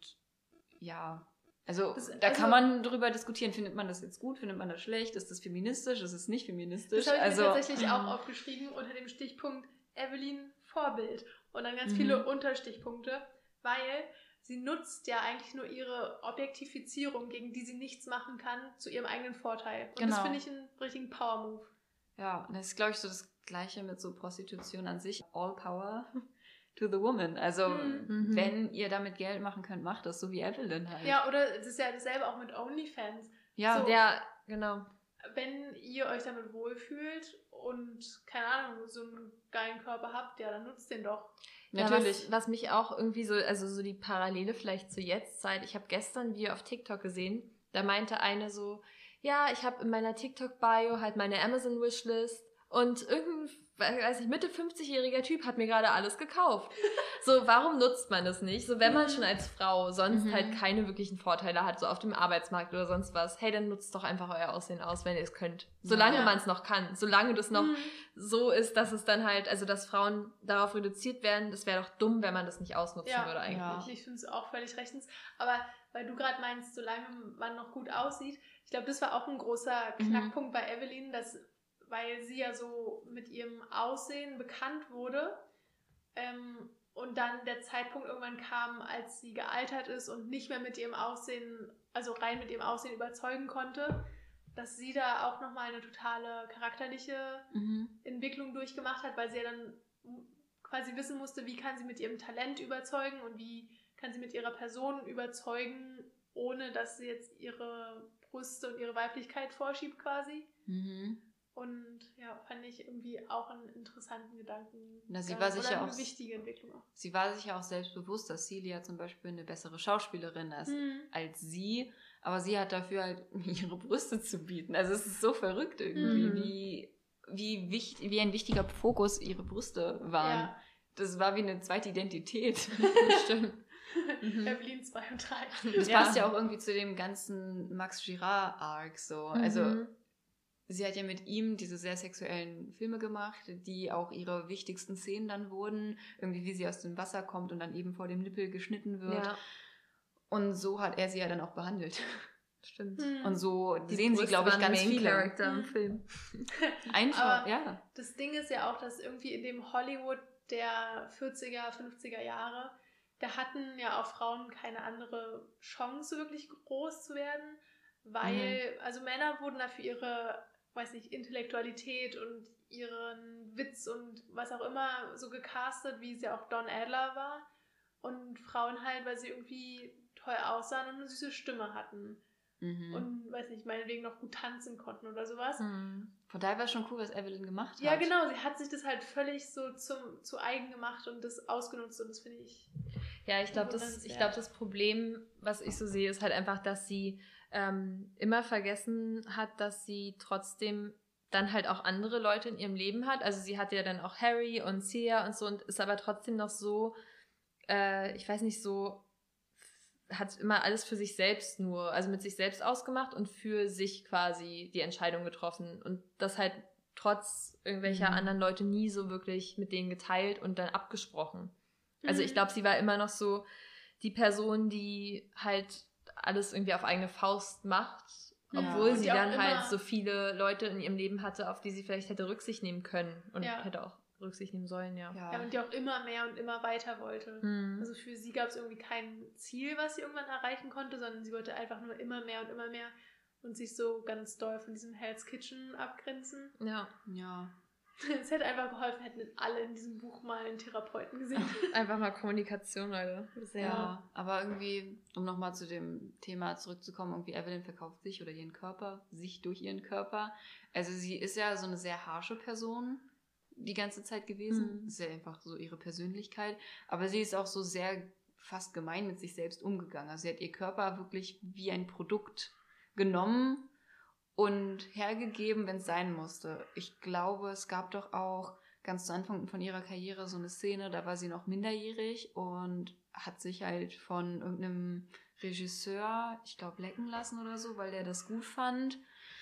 Speaker 3: ja, also
Speaker 1: Das-
Speaker 3: da
Speaker 1: also-
Speaker 3: kann man drüber diskutieren, findet man das jetzt gut, findet man das schlecht, ist das feministisch, ist es nicht feministisch?
Speaker 1: Das habe ich
Speaker 3: also,
Speaker 1: mir tatsächlich auch aufgeschrieben unter dem Stichpunkt Evelyn Vorbild. Und dann ganz
Speaker 3: Mhm.
Speaker 1: viele Unterstichpunkte, weil sie nutzt ja eigentlich nur ihre Objektifizierung, gegen die sie nichts machen kann, zu ihrem eigenen Vorteil. Und das
Speaker 3: Genau.
Speaker 1: finde ich einen richtigen Power-Move.
Speaker 3: Ja, und das ist, glaube ich, so das Gleiche mit so Prostitution an sich. All power to the woman. Also,
Speaker 1: Mhm.
Speaker 3: wenn ihr damit Geld machen könnt, macht das, so wie Evelyn halt.
Speaker 1: Ja, oder es ist ja dasselbe auch mit OnlyFans.
Speaker 3: ja,
Speaker 1: so.
Speaker 2: Ja, genau.
Speaker 1: Wenn ihr euch damit wohlfühlt und, keine Ahnung, so einen geilen Körper habt, ja, dann nutzt den doch.
Speaker 3: natürlich.
Speaker 2: Ja, was, was mich auch irgendwie so, also so die Parallele vielleicht zur Jetztzeit. Ich habe gestern ein Video auf TikTok gesehen, da meinte eine so, ja, ich habe in meiner TikTok-Bio halt meine Amazon-Wishlist und irgendein, weiß ich, Mitte fünfzigjähriger Typ hat mir gerade alles gekauft. So, warum nutzt man das nicht? So, wenn man schon als Frau sonst
Speaker 3: Mhm.
Speaker 2: halt keine wirklichen Vorteile hat, so auf dem Arbeitsmarkt oder sonst was, hey, dann nutzt doch einfach euer Aussehen aus, wenn ihr es könnt. Solange
Speaker 1: Ja.
Speaker 2: man es noch kann. Solange das noch
Speaker 1: Mhm.
Speaker 2: so ist, dass es dann halt, also dass Frauen darauf reduziert werden, das wäre doch dumm, wenn man das nicht ausnutzen
Speaker 1: Ja.
Speaker 2: würde eigentlich.
Speaker 3: Ja.
Speaker 1: Ich finde es auch völlig rechtens. Aber weil du gerade meinst, solange man noch gut aussieht, ich glaube, das war auch ein großer
Speaker 3: Mhm.
Speaker 1: Knackpunkt bei Evelyn, dass, weil sie ja so mit ihrem Aussehen bekannt wurde ähm, und dann der Zeitpunkt irgendwann kam, als sie gealtert ist und nicht mehr mit ihrem Aussehen, also rein mit ihrem Aussehen überzeugen konnte, dass sie da auch nochmal eine totale charakterliche
Speaker 3: Mhm.
Speaker 1: Entwicklung durchgemacht hat, weil sie ja dann quasi wissen musste, wie kann sie mit ihrem Talent überzeugen und wie kann sie mit ihrer Person überzeugen, ohne dass sie jetzt ihre Brüste und ihre Weiblichkeit vorschiebt quasi.
Speaker 3: Mhm.
Speaker 1: Und ja, fand ich irgendwie auch einen interessanten Gedanken.
Speaker 3: Na, sie
Speaker 1: Ja,
Speaker 3: war sich
Speaker 1: oder
Speaker 3: ja
Speaker 1: eine
Speaker 3: auch-
Speaker 1: wichtige Entwicklung auch.
Speaker 3: Sie war sich ja auch selbst bewusst, dass Celia zum Beispiel eine bessere Schauspielerin ist
Speaker 1: Mhm.
Speaker 3: als sie, aber sie hat dafür halt ihre Brüste zu bieten. Also es ist so verrückt irgendwie,
Speaker 2: Mhm.
Speaker 3: wie, wie, wichtig, wie ein wichtiger Fokus ihre Brüste waren.
Speaker 1: Ja,
Speaker 3: Das war wie eine zweite Identität.
Speaker 2: Stimmt. Mhm.
Speaker 1: Evelyn zwei und drei.
Speaker 3: Das
Speaker 2: Ja.
Speaker 3: passt ja auch irgendwie zu dem ganzen Max Girard-Arc so. Also
Speaker 2: Mhm.
Speaker 3: sie hat ja mit ihm diese sehr sexuellen Filme gemacht, die auch ihre wichtigsten Szenen dann wurden. Irgendwie wie sie aus dem Wasser kommt und dann eben vor dem Nippel geschnitten wird.
Speaker 2: Ja,
Speaker 3: Und so hat er sie ja dann auch behandelt.
Speaker 2: stimmt.
Speaker 1: Mhm.
Speaker 3: Und so
Speaker 2: Die
Speaker 3: sehen sie,
Speaker 2: Brüste
Speaker 3: glaube ich,
Speaker 2: waren
Speaker 3: ganz
Speaker 2: Main
Speaker 3: viele.
Speaker 2: Character im
Speaker 1: Mhm.
Speaker 2: Film.
Speaker 3: Einfach,
Speaker 1: Aber-
Speaker 3: ja.
Speaker 1: Das Ding ist ja auch, dass irgendwie in dem Hollywood der vierziger, fünfziger Jahre, da hatten ja auch Frauen keine andere Chance, wirklich groß zu werden, weil, also Männer wurden da für ihre, weiß nicht, Intellektualität und ihren Witz und was auch immer so gecastet, wie es ja auch Don Adler war. Und Frauen halt, weil sie irgendwie toll aussahen und eine süße Stimme hatten.
Speaker 3: Mhm.
Speaker 1: Und, weiß nicht, meinetwegen noch gut tanzen konnten oder sowas.
Speaker 2: Mhm.
Speaker 3: Von daher war es schon cool, was Evelyn gemacht hat.
Speaker 1: Ja, genau, sie hat sich das halt völlig so zum, zu eigen gemacht und das ausgenutzt und das finde ich.
Speaker 2: Ja, ich glaube, das,
Speaker 1: Bewundernswert.
Speaker 2: ich glaub, das Problem, was ich so sehe, ist halt einfach, dass sie ähm, immer vergessen hat, dass sie trotzdem dann halt auch andere Leute in ihrem Leben hat. Also sie hat ja dann auch Harry und Sia und so und ist aber trotzdem noch so, äh, ich weiß nicht, so hat immer alles für sich selbst nur, also mit sich selbst ausgemacht und für sich quasi die Entscheidung getroffen und das halt trotz irgendwelcher
Speaker 3: Mhm.
Speaker 2: anderen Leute nie so wirklich mit denen geteilt und dann abgesprochen. Also ich
Speaker 1: Mhm.
Speaker 2: glaube, sie war immer noch so die Person, die halt alles irgendwie auf eigene Faust macht,
Speaker 1: Ja,
Speaker 2: obwohl
Speaker 1: und
Speaker 2: sie
Speaker 1: die auch
Speaker 2: dann
Speaker 1: immer-
Speaker 2: halt so viele Leute in ihrem Leben hatte, auf die sie vielleicht hätte Rücksicht nehmen können und
Speaker 1: Ja.
Speaker 2: hätte auch Rücksicht nehmen sollen, ja.
Speaker 3: Ja.
Speaker 1: Ja, und die auch immer mehr und immer weiter wollte.
Speaker 2: Hm.
Speaker 1: Also für sie gab es irgendwie kein Ziel, was sie irgendwann erreichen konnte, sondern sie wollte einfach nur immer mehr und immer mehr. und sich so ganz doll von diesem Hell's Kitchen abgrenzen.
Speaker 2: Ja.
Speaker 3: Ja.
Speaker 1: Es hätte einfach geholfen, hätten alle in diesem Buch mal einen Therapeuten gesehen.
Speaker 2: Einfach mal Kommunikation, Leute. Sehr.
Speaker 3: Ja, aber irgendwie, um nochmal zu dem Thema zurückzukommen, irgendwie Evelyn verkauft sich oder ihren Körper, sich durch ihren Körper. Also sie ist ja so eine sehr harsche Person die ganze Zeit gewesen.
Speaker 2: Mhm.
Speaker 3: Das ist ja einfach so ihre Persönlichkeit. Aber sie ist auch so sehr fast gemein mit sich selbst umgegangen. Also sie hat ihr Körper wirklich wie ein Produkt genommen und hergegeben, wenn es sein musste. Ich glaube, es gab doch auch ganz zu Anfang von ihrer Karriere so eine Szene, da war sie noch minderjährig und hat sich halt von irgendeinem Regisseur, ich glaube, lecken lassen oder so, weil der das gut fand.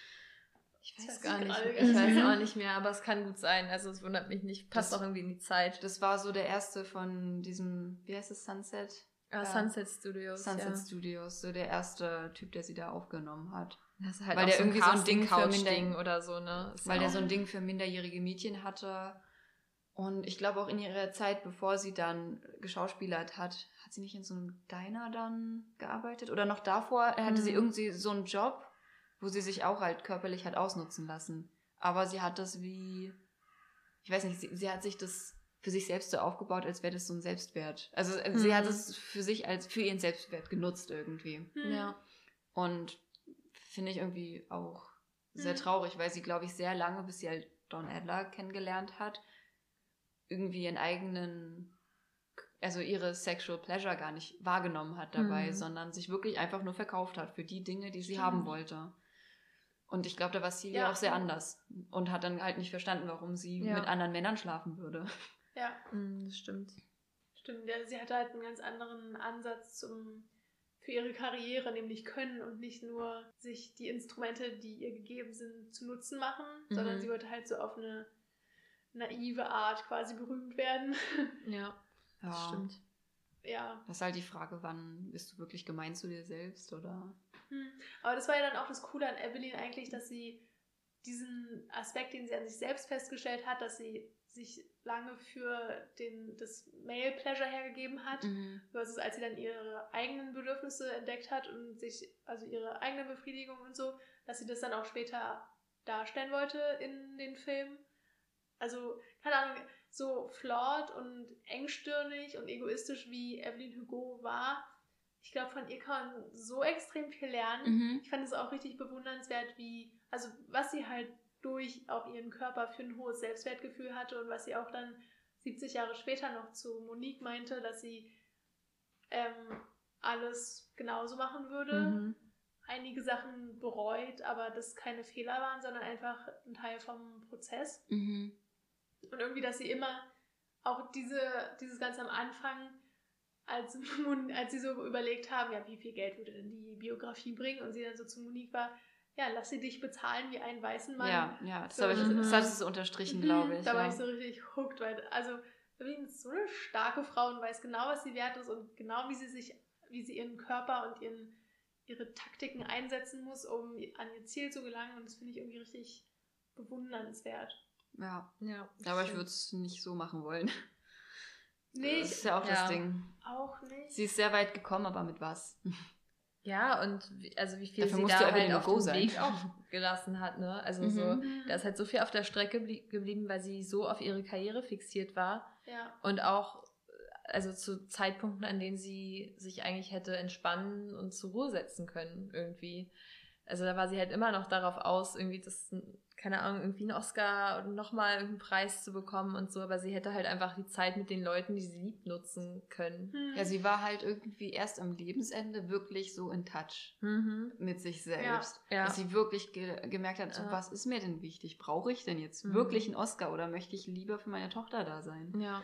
Speaker 2: Ich
Speaker 1: Das
Speaker 2: weiß
Speaker 1: weiß
Speaker 2: gar
Speaker 1: ich
Speaker 2: nicht.
Speaker 1: gerade
Speaker 2: Ich
Speaker 1: gar
Speaker 2: weiß
Speaker 1: nicht.
Speaker 2: auch nicht mehr, aber es kann gut sein. Also es wundert mich nicht. Passt
Speaker 3: Das-
Speaker 2: auch irgendwie in die Zeit.
Speaker 3: Das war so der erste von diesem, wie heißt es, Sunset?
Speaker 2: Ah,
Speaker 3: Ja.
Speaker 2: Sunset Studios.
Speaker 3: Sunset
Speaker 2: ja.
Speaker 3: Studios, so der erste Typ, der sie da aufgenommen hat.
Speaker 2: Das ist halt
Speaker 3: Weil
Speaker 2: auch
Speaker 3: der
Speaker 2: so ein
Speaker 3: irgendwie so ein Ding für
Speaker 2: Casting-Couch-Ding
Speaker 3: Minder-
Speaker 2: oder so, ne? Ist
Speaker 3: Weil
Speaker 2: ja
Speaker 3: der
Speaker 2: auch-
Speaker 3: so ein Ding für minderjährige Mädchen hatte. Und ich glaube auch in ihrer Zeit, bevor sie dann geschauspielert hat, hat sie nicht in so einem Diner dann gearbeitet? Oder noch davor hatte sie
Speaker 2: Mhm.
Speaker 3: irgendwie so einen Job, wo sie sich auch halt körperlich hat ausnutzen lassen. Aber sie hat das wie, ich weiß nicht, sie, sie hat sich das für sich selbst so aufgebaut, als wäre das so ein Selbstwert. Also äh, sie
Speaker 2: Mhm.
Speaker 3: hat es für sich als, für ihren Selbstwert genutzt irgendwie.
Speaker 1: Hm.
Speaker 2: Ja.
Speaker 3: Und finde ich irgendwie auch sehr
Speaker 1: Mhm.
Speaker 3: traurig, weil sie, glaube ich, sehr lange, bis sie halt Don Adler kennengelernt hat, irgendwie ihren eigenen, also ihre Sexual Pleasure gar nicht wahrgenommen hat dabei,
Speaker 2: Mhm.
Speaker 3: sondern sich wirklich einfach nur verkauft hat für die Dinge, die sie
Speaker 1: Stimmt.
Speaker 3: haben wollte. Und ich glaube, da war Celia
Speaker 1: Ja.
Speaker 3: auch sehr anders und hat dann halt nicht verstanden, warum sie
Speaker 2: Ja.
Speaker 3: mit anderen Männern schlafen würde.
Speaker 1: Ja,
Speaker 2: Mhm, das stimmt.
Speaker 1: stimmt. Ja, sie hatte halt einen ganz anderen Ansatz zum, für ihre Karriere, nämlich können und nicht nur sich die Instrumente, die ihr gegeben sind, zu Nutzen machen,
Speaker 2: Mhm.
Speaker 1: sondern sie wollte halt so auf eine naive Art quasi berühmt werden.
Speaker 2: Ja, das
Speaker 3: Ja.
Speaker 2: stimmt.
Speaker 1: Ja.
Speaker 3: Das ist halt die Frage, wann bist du wirklich gemein zu dir selbst, oder?
Speaker 1: Hm. Aber das war ja dann auch das Coole an Evelyn eigentlich, dass sie diesen Aspekt, den sie an sich selbst festgestellt hat, dass sie sich lange für den, das Male Pleasure hergegeben hat,
Speaker 3: Mhm.
Speaker 1: versus als sie dann ihre eigenen Bedürfnisse entdeckt hat und sich, also ihre eigene Befriedigung und so, dass sie das dann auch später darstellen wollte in den Filmen. Also, keine Ahnung, so flawed und engstirnig und egoistisch wie Evelyn Hugo war, ich glaube, von ihr kann man so extrem viel lernen.
Speaker 3: Mhm.
Speaker 1: Ich fand es auch richtig bewundernswert, wie, also was sie halt durch auch ihren Körper für ein hohes Selbstwertgefühl hatte und was sie auch dann siebzig Jahre später noch zu Monique meinte, dass sie ähm, alles genauso machen würde.
Speaker 2: Mhm.
Speaker 1: Einige Sachen bereut, aber das keine Fehler waren, sondern einfach ein Teil vom Prozess.
Speaker 3: Mhm.
Speaker 1: Und irgendwie, dass sie immer auch diese, dieses ganz am Anfang, als, Mon- als sie so überlegt haben, ja, wie viel Geld würde denn die Biografie bringen? Und sie dann so zu Monique war, ja, lass sie dich bezahlen wie einen weißen Mann.
Speaker 3: Ja, ja, das,
Speaker 1: So,
Speaker 3: habe ich,
Speaker 2: mhm.
Speaker 3: das hat es so unterstrichen,
Speaker 1: Mhm,
Speaker 3: glaube ich.
Speaker 1: Da war
Speaker 3: ja.
Speaker 1: ich so richtig hooked, weil, also, Evelyn ist so eine starke Frau und weiß genau, was sie wert ist und genau, wie sie sich, wie sie ihren Körper und ihren, ihre Taktiken einsetzen muss, um an ihr Ziel zu gelangen. Und das finde ich irgendwie richtig bewundernswert.
Speaker 3: Ja,
Speaker 2: Ja, das
Speaker 3: aber ich
Speaker 2: stimmt.
Speaker 3: würde es nicht so machen wollen.
Speaker 1: Nee,
Speaker 3: Das
Speaker 1: ich
Speaker 3: ist ja auch
Speaker 2: Ja.
Speaker 3: das Ding.
Speaker 1: auch nicht.
Speaker 3: Sie ist sehr weit gekommen, aber mit was?
Speaker 2: Ja, und wie, also wie viel
Speaker 3: Dafür
Speaker 2: sie
Speaker 3: musst
Speaker 2: da
Speaker 3: du
Speaker 2: halt
Speaker 3: Evelyn
Speaker 2: auf
Speaker 3: Hugo
Speaker 2: dem
Speaker 3: sein.
Speaker 2: Weg auch gelassen hat, ne? Also
Speaker 3: Mhm.
Speaker 2: so,
Speaker 1: Mhm.
Speaker 2: da ist halt so viel auf der Strecke blie- geblieben, weil sie so auf ihre Karriere fixiert war
Speaker 1: Ja.
Speaker 2: und auch also zu Zeitpunkten, an denen sie sich eigentlich hätte entspannen und zur Ruhe setzen können irgendwie. Also da war sie halt immer noch darauf aus, irgendwie das, keine Ahnung, irgendwie einen Oscar und nochmal irgendeinen Preis zu bekommen und so, aber sie hätte halt einfach die Zeit mit den Leuten, die sie liebt, nutzen können.
Speaker 1: Hm.
Speaker 3: Ja, sie war halt irgendwie erst am Lebensende wirklich so in touch
Speaker 2: Mhm.
Speaker 3: mit sich selbst.
Speaker 2: Ja.
Speaker 3: Dass sie wirklich ge gemerkt hat, so,
Speaker 2: Ja.
Speaker 3: was ist mir denn wichtig? Brauche ich denn jetzt
Speaker 2: Mhm.
Speaker 3: wirklich einen Oscar oder möchte ich lieber für meine Tochter da sein?
Speaker 2: Ja.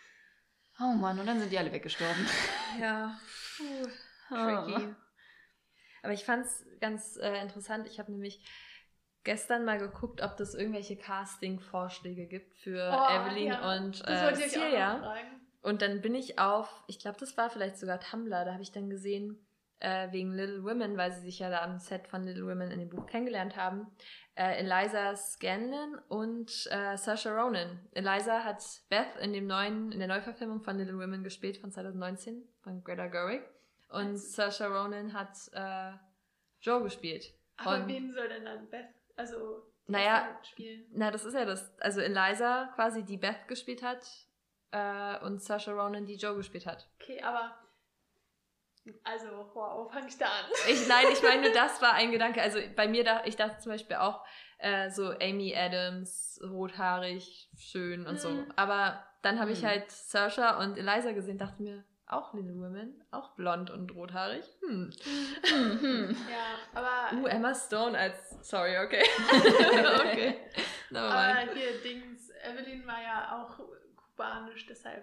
Speaker 3: Oh Mann, und dann sind die alle weggestorben.
Speaker 2: Ja. Puh. Tricky. Aber ich fand es ganz äh, interessant. Ich habe nämlich gestern mal geguckt, ob es irgendwelche Casting-Vorschläge gibt für
Speaker 1: Oh,
Speaker 2: Evelyn
Speaker 1: ja.
Speaker 2: und
Speaker 1: Das wollte
Speaker 2: äh,
Speaker 1: ich euch auch noch
Speaker 2: Celia.
Speaker 1: fragen.
Speaker 2: Und dann bin ich auf, ich glaube, das war vielleicht sogar Tumblr, da habe ich dann gesehen, äh, wegen Little Women, weil sie sich ja da am Set von Little Women in dem Buch kennengelernt haben, äh, Eliza Scanlon und äh, Saoirse Ronan. Eliza hat Beth in dem neuen, in der Neuverfilmung von Little Women gespielt von zwanzig neunzehn von Greta Gerwig und Saoirse Ronan hat äh, Joe gespielt.
Speaker 1: Aber
Speaker 2: Und-
Speaker 1: wen soll denn dann Beth, also die
Speaker 2: Naja,
Speaker 1: Beth spielen?
Speaker 2: Na, das ist ja das. Also Eliza quasi die Beth gespielt hat äh, und Saoirse Ronan die Joe gespielt hat.
Speaker 1: Okay, aber also, wow, fange ich da an.
Speaker 2: Ich, nein, ich meine nur, das war ein Gedanke. Also bei mir, da, ich dachte zum Beispiel auch äh, so Amy Adams, rothaarig, schön und so.
Speaker 1: Mhm.
Speaker 2: Aber dann habe ich
Speaker 3: Mhm.
Speaker 2: halt Saoirse und Eliza gesehen, dachte mir, auch Little Women, auch blond und rothaarig. Hm.
Speaker 1: Ja, aber,
Speaker 2: Uh, Emma Stone als, sorry, okay. okay. Never
Speaker 1: aber
Speaker 2: mind.
Speaker 1: hier Dings, Evelyn war ja auch kubanisch, deshalb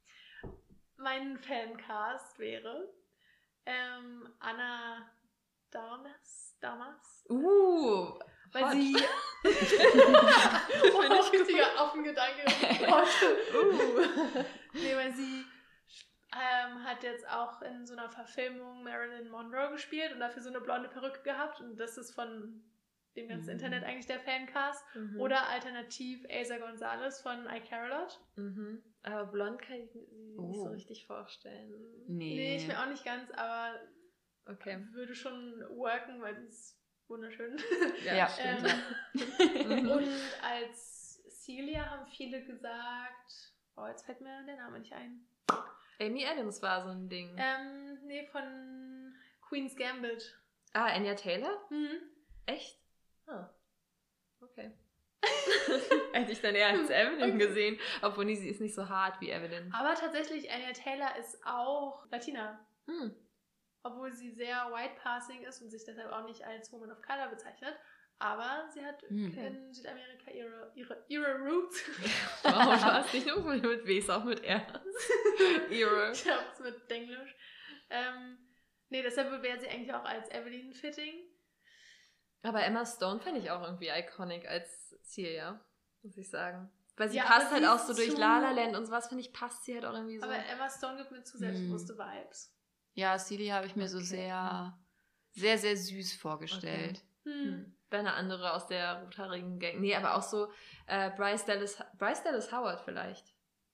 Speaker 1: mein Fancast wäre ähm, Anna Damas, Damas,
Speaker 2: Uh,
Speaker 1: weil
Speaker 2: hot.
Speaker 1: sie oh, auch richtiger Affengedanke.
Speaker 2: uh.
Speaker 1: Nee, weil sie ähm, hat jetzt auch in so einer Verfilmung Marilyn Monroe gespielt und dafür so eine blonde Perücke gehabt und das ist von dem ganzen
Speaker 3: Mhm.
Speaker 1: Internet eigentlich der Fancast.
Speaker 2: Mhm.
Speaker 1: Oder alternativ Asa Gonzalez von I Care A Lot.
Speaker 2: Mhm. Aber blond kann ich mir sie nicht so
Speaker 3: Oh.
Speaker 2: richtig vorstellen.
Speaker 3: Nee.
Speaker 1: Nee, ich mir auch nicht ganz, aber
Speaker 2: Okay.
Speaker 1: würde schon worken, weil die ist wunderschön.
Speaker 3: Ja,
Speaker 2: stimmt.
Speaker 1: Ähm,
Speaker 2: ja. Mhm.
Speaker 1: Und als Celia haben viele gesagt, oh, jetzt fällt mir der Name nicht ein.
Speaker 2: Amy Adams war so ein Ding.
Speaker 1: Ähm, nee, von Queen's Gambit.
Speaker 2: Ah, Anya Taylor?
Speaker 1: Mhm.
Speaker 2: Echt? Ah. Okay. Hätte ich dann eher als Evelyn
Speaker 1: Okay.
Speaker 2: gesehen. Obwohl nee, sie ist nicht so hart wie Evelyn.
Speaker 1: Aber tatsächlich, Anya Taylor ist auch Latina.
Speaker 2: Hm.
Speaker 1: Obwohl sie sehr white-passing ist und sich deshalb auch nicht als Woman of Color bezeichnet. Aber sie hat
Speaker 3: Hm.
Speaker 1: in Südamerika ihre, ihre, ihre Roots.
Speaker 2: Wow, du hast nicht nur mit W, auch mit R. Ihre.
Speaker 1: Ich hab's mit Denglisch. Ähm, nee, deshalb wäre sie eigentlich auch als Evelyn fitting.
Speaker 2: Aber Emma Stone fände ich auch irgendwie iconic als Celia, muss ich sagen. Weil sie
Speaker 1: Ja,
Speaker 2: passt
Speaker 1: aber
Speaker 2: halt
Speaker 1: sie
Speaker 2: auch
Speaker 1: ist
Speaker 2: so durch
Speaker 1: zu-
Speaker 2: La La Land und sowas, finde ich, passt sie halt auch irgendwie so.
Speaker 1: Aber Emma Stone gibt mir zu selbstbewusste Vibes.
Speaker 3: Ja, Celia habe ich mir so
Speaker 2: Okay.
Speaker 3: sehr, sehr, sehr süß vorgestellt.
Speaker 1: Hm.
Speaker 2: Hm. Wäre eine andere aus der rothaarigen Gang. Nee, aber auch so äh, Bryce Dallas Bryce Dallas Howard vielleicht.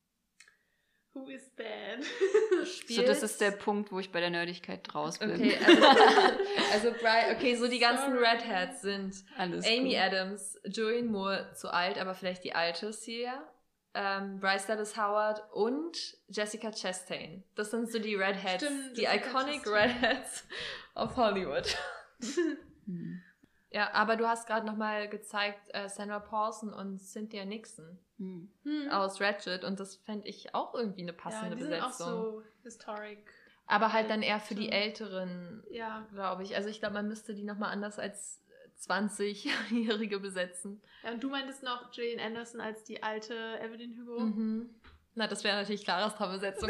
Speaker 1: Who is that?
Speaker 3: So, das ist der Punkt, wo ich bei der Nerdigkeit draus bin.
Speaker 2: Okay, also, also Bry okay, so die ganzen
Speaker 1: Sorry.
Speaker 2: Redheads sind
Speaker 3: Alles
Speaker 2: Amy
Speaker 3: gut.
Speaker 2: Adams, Julianne Moore zu alt, aber vielleicht die alte Celia, ähm, Bryce Dallas Howard und Jessica Chastain. Das sind so die Redheads,
Speaker 1: Stimmt,
Speaker 2: die
Speaker 1: Jessica
Speaker 2: iconic
Speaker 1: Chastain.
Speaker 2: Redheads of Hollywood.
Speaker 3: Hm.
Speaker 2: Ja, aber du hast gerade nochmal gezeigt äh, Sandra Paulson und Cynthia Nixon
Speaker 3: Hm.
Speaker 1: Hm.
Speaker 2: aus Ratched und das fände ich auch irgendwie eine passende
Speaker 1: ja, die sind auch
Speaker 2: Besetzung.
Speaker 1: so historic.
Speaker 2: Aber halt dann eher für die
Speaker 1: Schon.
Speaker 2: Älteren,
Speaker 1: Ja.
Speaker 2: glaube ich. Also ich glaube, man müsste die nochmal anders als zwanzigjährige besetzen.
Speaker 1: ja. Und du meintest noch Gillian Anderson als die alte Evelyn Hugo.
Speaker 2: Mhm. Na, das wäre natürlich Claras Besetzung.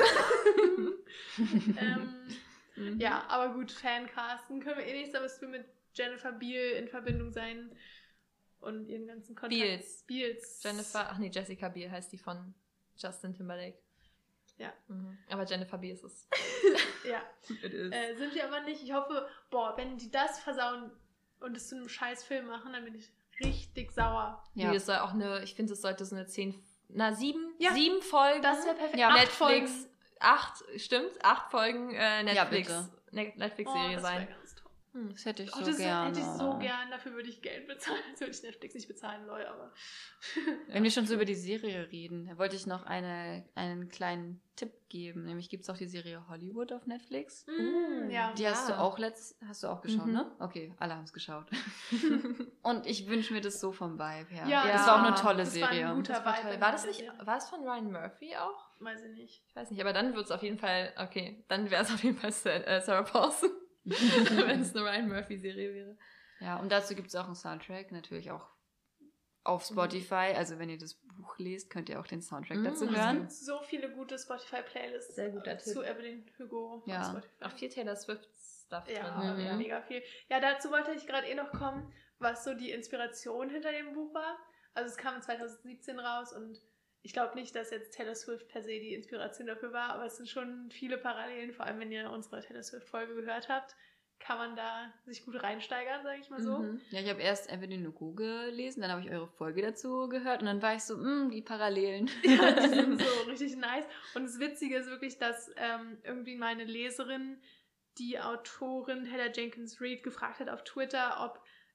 Speaker 1: ähm,
Speaker 2: Mhm.
Speaker 1: ja, aber gut, Fancasten können wir eh nicht, da müssten wir mit Jennifer Beal in Verbindung sein und ihren ganzen Kontakt.
Speaker 2: Beals.
Speaker 1: Beals.
Speaker 2: Jennifer, ach nee, Jessica Biel heißt die von Justin Timberlake.
Speaker 1: Ja.
Speaker 2: Mhm. Aber Jennifer Biel ist es.
Speaker 1: Ja.
Speaker 2: It is.
Speaker 1: Äh, sind wir aber nicht. Ich hoffe, boah, wenn die das versauen und es zu einem scheiß Film machen, dann bin ich richtig sauer.
Speaker 2: Nee,
Speaker 3: Ja.
Speaker 2: es soll auch eine, ich finde, es sollte so eine zehn, na sieben,
Speaker 1: Ja,
Speaker 2: sieben Folgen.
Speaker 1: Das wäre perfekt.
Speaker 3: Ja,
Speaker 1: Acht
Speaker 2: Netflix,
Speaker 1: Folgen.
Speaker 2: acht, stimmt, acht Folgen äh,
Speaker 3: Ja,
Speaker 2: Netflix,
Speaker 3: bitte.
Speaker 2: Ne-
Speaker 1: Oh,
Speaker 2: Netflix-Serie
Speaker 1: das wäre
Speaker 2: sein.
Speaker 1: ganz toll.
Speaker 2: Hm.
Speaker 3: Das hätte ich
Speaker 1: Oh,
Speaker 3: so
Speaker 1: das
Speaker 3: gerne.
Speaker 1: hätte ich so gern. Dafür würde ich Geld bezahlen. Das würde ich Netflix nicht bezahlen, Leute, aber.
Speaker 3: Wenn wir schon so über die Serie reden, da wollte ich noch eine, einen kleinen Tipp geben. Nämlich gibt es auch die Serie Hollywood auf Netflix.
Speaker 1: Mm, ja.
Speaker 3: Die hast du
Speaker 2: Ja.
Speaker 3: auch letzt, hast du auch geschaut,
Speaker 2: Mhm.
Speaker 3: ne? Okay, alle haben es geschaut. Und ich wünsche mir das so vom Vibe her.
Speaker 1: Ja,
Speaker 3: das
Speaker 2: ja.
Speaker 3: war auch eine tolle
Speaker 1: Das war ein
Speaker 3: Serie.
Speaker 1: guter
Speaker 2: Das war,
Speaker 1: Vibe
Speaker 2: toll.
Speaker 1: in
Speaker 2: war das
Speaker 1: der
Speaker 2: nicht,
Speaker 1: Serie.
Speaker 2: war es von Ryan Murphy auch?
Speaker 1: Weiß ich nicht.
Speaker 2: Ich weiß nicht, aber dann wird es auf jeden Fall, okay, dann wäre es auf jeden Fall Sa- äh, Sarah Paulson, wenn es eine Ryan Murphy-Serie wäre.
Speaker 3: Ja, und dazu gibt es auch einen Soundtrack, natürlich auch auf Spotify. Also wenn ihr das Buch lest, könnt ihr auch den Soundtrack
Speaker 2: Mhm.
Speaker 3: dazu
Speaker 2: Es
Speaker 3: hören.
Speaker 1: Es gibt so viele gute Spotify-Playlists
Speaker 2: Sehr guter
Speaker 1: äh, zu
Speaker 2: Tipp.
Speaker 1: Evelyn Hugo auf
Speaker 3: Ja.
Speaker 1: Spotify.
Speaker 2: Auch viel Taylor Swift-Stuff
Speaker 1: Ja,
Speaker 2: drin.
Speaker 3: Mhm.
Speaker 1: ja, mega viel. Ja, dazu wollte ich gerade eh noch kommen, was so die Inspiration hinter dem Buch war. Also es kam zwanzig siebzehn raus und ich glaube nicht, dass jetzt Taylor Swift per se die Inspiration dafür war, aber es sind schon viele Parallelen, vor allem wenn ihr unsere Taylor Swift-Folge gehört habt, kann man da sich gut reinsteigern, sage ich mal so.
Speaker 2: Mhm.
Speaker 3: Ja, ich habe erst Evelyn Hugo gelesen, dann habe ich eure Folge dazu gehört und dann war ich so, mh, die Parallelen.
Speaker 1: Ja, die sind so richtig nice. Und das Witzige ist wirklich, dass ähm, irgendwie meine Leserin die Autorin Taylor Jenkins Reid gefragt hat auf Twitter, ob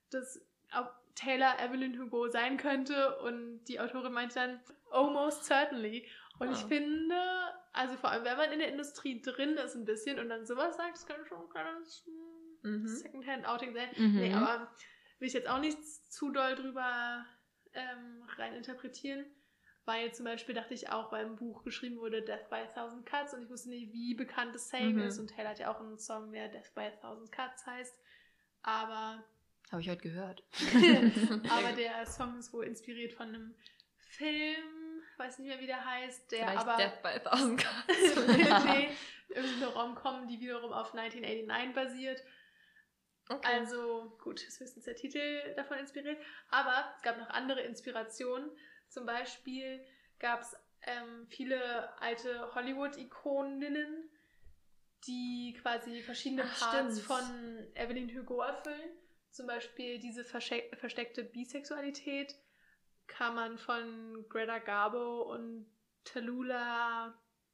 Speaker 1: dass ob Taylor Evelyn Hugo sein könnte und die Autorin meinte dann, almost certainly. Und oh. ich finde, also vor allem, wenn man in der Industrie drin ist ein bisschen und dann sowas sagt, das kann schon ein kleines mhm. Secondhand-Outing sein. Mhm. Nee, aber will ich jetzt auch nichts zu doll drüber ähm, reininterpretieren, weil zum Beispiel dachte ich auch, weil im Buch geschrieben wurde Death by a Thousand Cuts und ich wusste nicht, wie bekannt das Saying mhm. ist und Taylor hat ja auch einen Song, der Death by a Thousand Cuts heißt, aber
Speaker 3: habe ich heute gehört.
Speaker 1: aber der Song ist wohl inspiriert von einem Film, weiß nicht mehr, wie der heißt, der
Speaker 2: Vielleicht
Speaker 1: aber
Speaker 2: Death by a Thousand Cuts.
Speaker 1: nee, irgendeine Rom-Com, die wiederum auf neunzehnhundertneunundachtzig basiert. Okay. Also, gut, ist höchstens der Titel davon inspiriert. Aber es gab noch andere Inspirationen. Zum Beispiel gab es ähm, viele alte Hollywood-Ikoninnen, die quasi verschiedene Ach, Parts stimmt. von Evelyn Hugo erfüllen. Zum Beispiel diese verste- versteckte Bisexualität kann man von Greta Garbo und Tallulah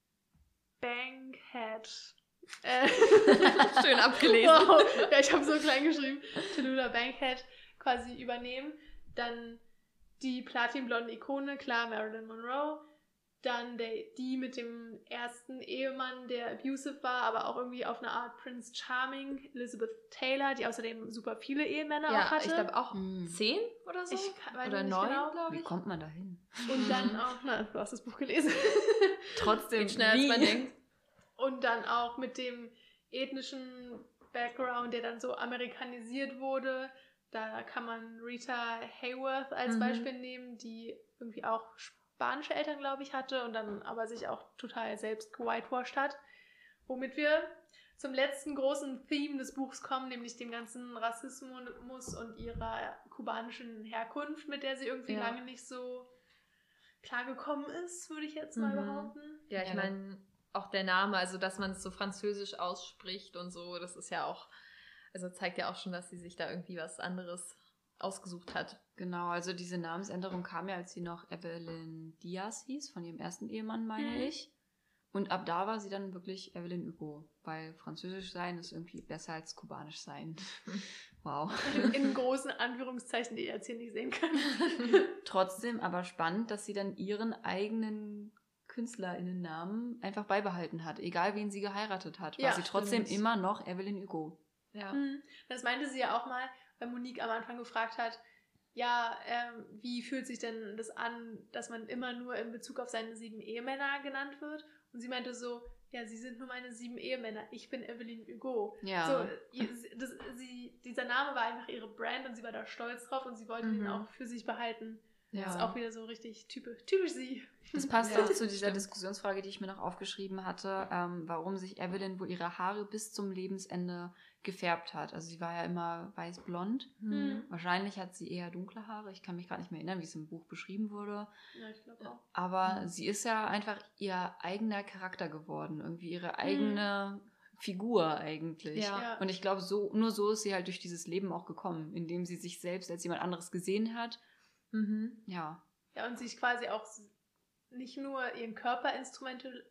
Speaker 1: Bankhead Äh,
Speaker 2: Schön abgelesen.
Speaker 1: Wow. Ja, ich habe so klein geschrieben. Tallulah Bankhead quasi übernehmen. Dann die platinblonden Ikone, klar, Marilyn Monroe. Dann der, die mit dem ersten Ehemann, der abusive war, aber auch irgendwie auf eine Art Prince Charming, Elizabeth Taylor, die außerdem super viele Ehemänner
Speaker 2: ja,
Speaker 1: auch hatte.
Speaker 2: Ich glaube auch hm. zehn oder so.
Speaker 1: Ich kann,
Speaker 2: oder neun,
Speaker 1: genau.
Speaker 2: glaube ich.
Speaker 3: Wie kommt man da hin?
Speaker 1: Und dann auch, na, du hast das Buch gelesen.
Speaker 3: Trotzdem
Speaker 2: schneller als man denkt.
Speaker 1: Und dann auch mit dem ethnischen Background, der dann so amerikanisiert wurde. Da kann man Rita Hayworth als mhm. Beispiel nehmen, die irgendwie auch spanische Eltern, glaube ich, hatte und dann aber sich auch total selbst gewhitewashed hat. Womit wir zum letzten großen Theme des Buchs kommen, nämlich dem ganzen Rassismus und ihrer kubanischen Herkunft, mit der sie irgendwie ja. lange nicht so klargekommen ist, würde ich jetzt mal mhm. behaupten.
Speaker 2: Ja, ich ja. meine, auch der Name, also dass man es so französisch ausspricht und so, das ist ja auch, also zeigt ja auch schon, dass sie sich da irgendwie was anderes ausgesucht hat.
Speaker 3: Genau, also diese Namensänderung kam ja, als sie noch Evelyn Diaz hieß, von ihrem ersten Ehemann, meine mhm. ich. Und ab da war sie dann wirklich Evelyn Hugo, weil französisch sein ist irgendwie besser als kubanisch sein. Wow.
Speaker 1: In, in großen Anführungszeichen, die ihr jetzt hier nicht sehen könnt.
Speaker 3: Trotzdem aber spannend, dass sie dann ihren eigenen KünstlerInnen-Namen einfach beibehalten hat, egal wen sie geheiratet hat, war ja, sie trotzdem stimmt. immer noch Evelyn Hugo.
Speaker 1: Ja. Mhm. Das meinte sie ja auch mal, weil Monique am Anfang gefragt hat, ja, ähm, wie fühlt sich denn das an, dass man immer nur in Bezug auf seine sieben Ehemänner genannt wird? Und sie meinte so, ja, sie sind nur meine sieben Ehemänner, ich bin Evelyn Hugo.
Speaker 3: Ja.
Speaker 1: So, das, sie, dieser Name war einfach ihre Brand und sie war da stolz drauf und sie wollte mhm. ihn auch für sich behalten. Ja. Das ist auch wieder so richtig typisch, typisch sie.
Speaker 3: Das passt ja, auch zu dieser stimmt. Diskussionsfrage, die ich mir noch aufgeschrieben hatte, ähm, warum sich Evelyn wohl ihre Haare bis zum Lebensende gefärbt hat. Also sie war ja immer weiß-blond. Mhm. Wahrscheinlich hat sie eher dunkle Haare. Ich kann mich gerade nicht mehr erinnern, wie es im Buch beschrieben wurde.
Speaker 1: Ja, ich glaube auch.
Speaker 3: Aber mhm. sie ist ja einfach ihr eigener Charakter geworden. Irgendwie ihre eigene mhm. Figur eigentlich.
Speaker 1: Ja.
Speaker 3: Und ich glaube, so, nur so ist sie halt durch dieses Leben auch gekommen, indem sie sich selbst als jemand anderes gesehen hat.
Speaker 2: Mhm.
Speaker 3: Ja.
Speaker 1: Ja, und sich quasi auch nicht nur ihren Körper instrumental,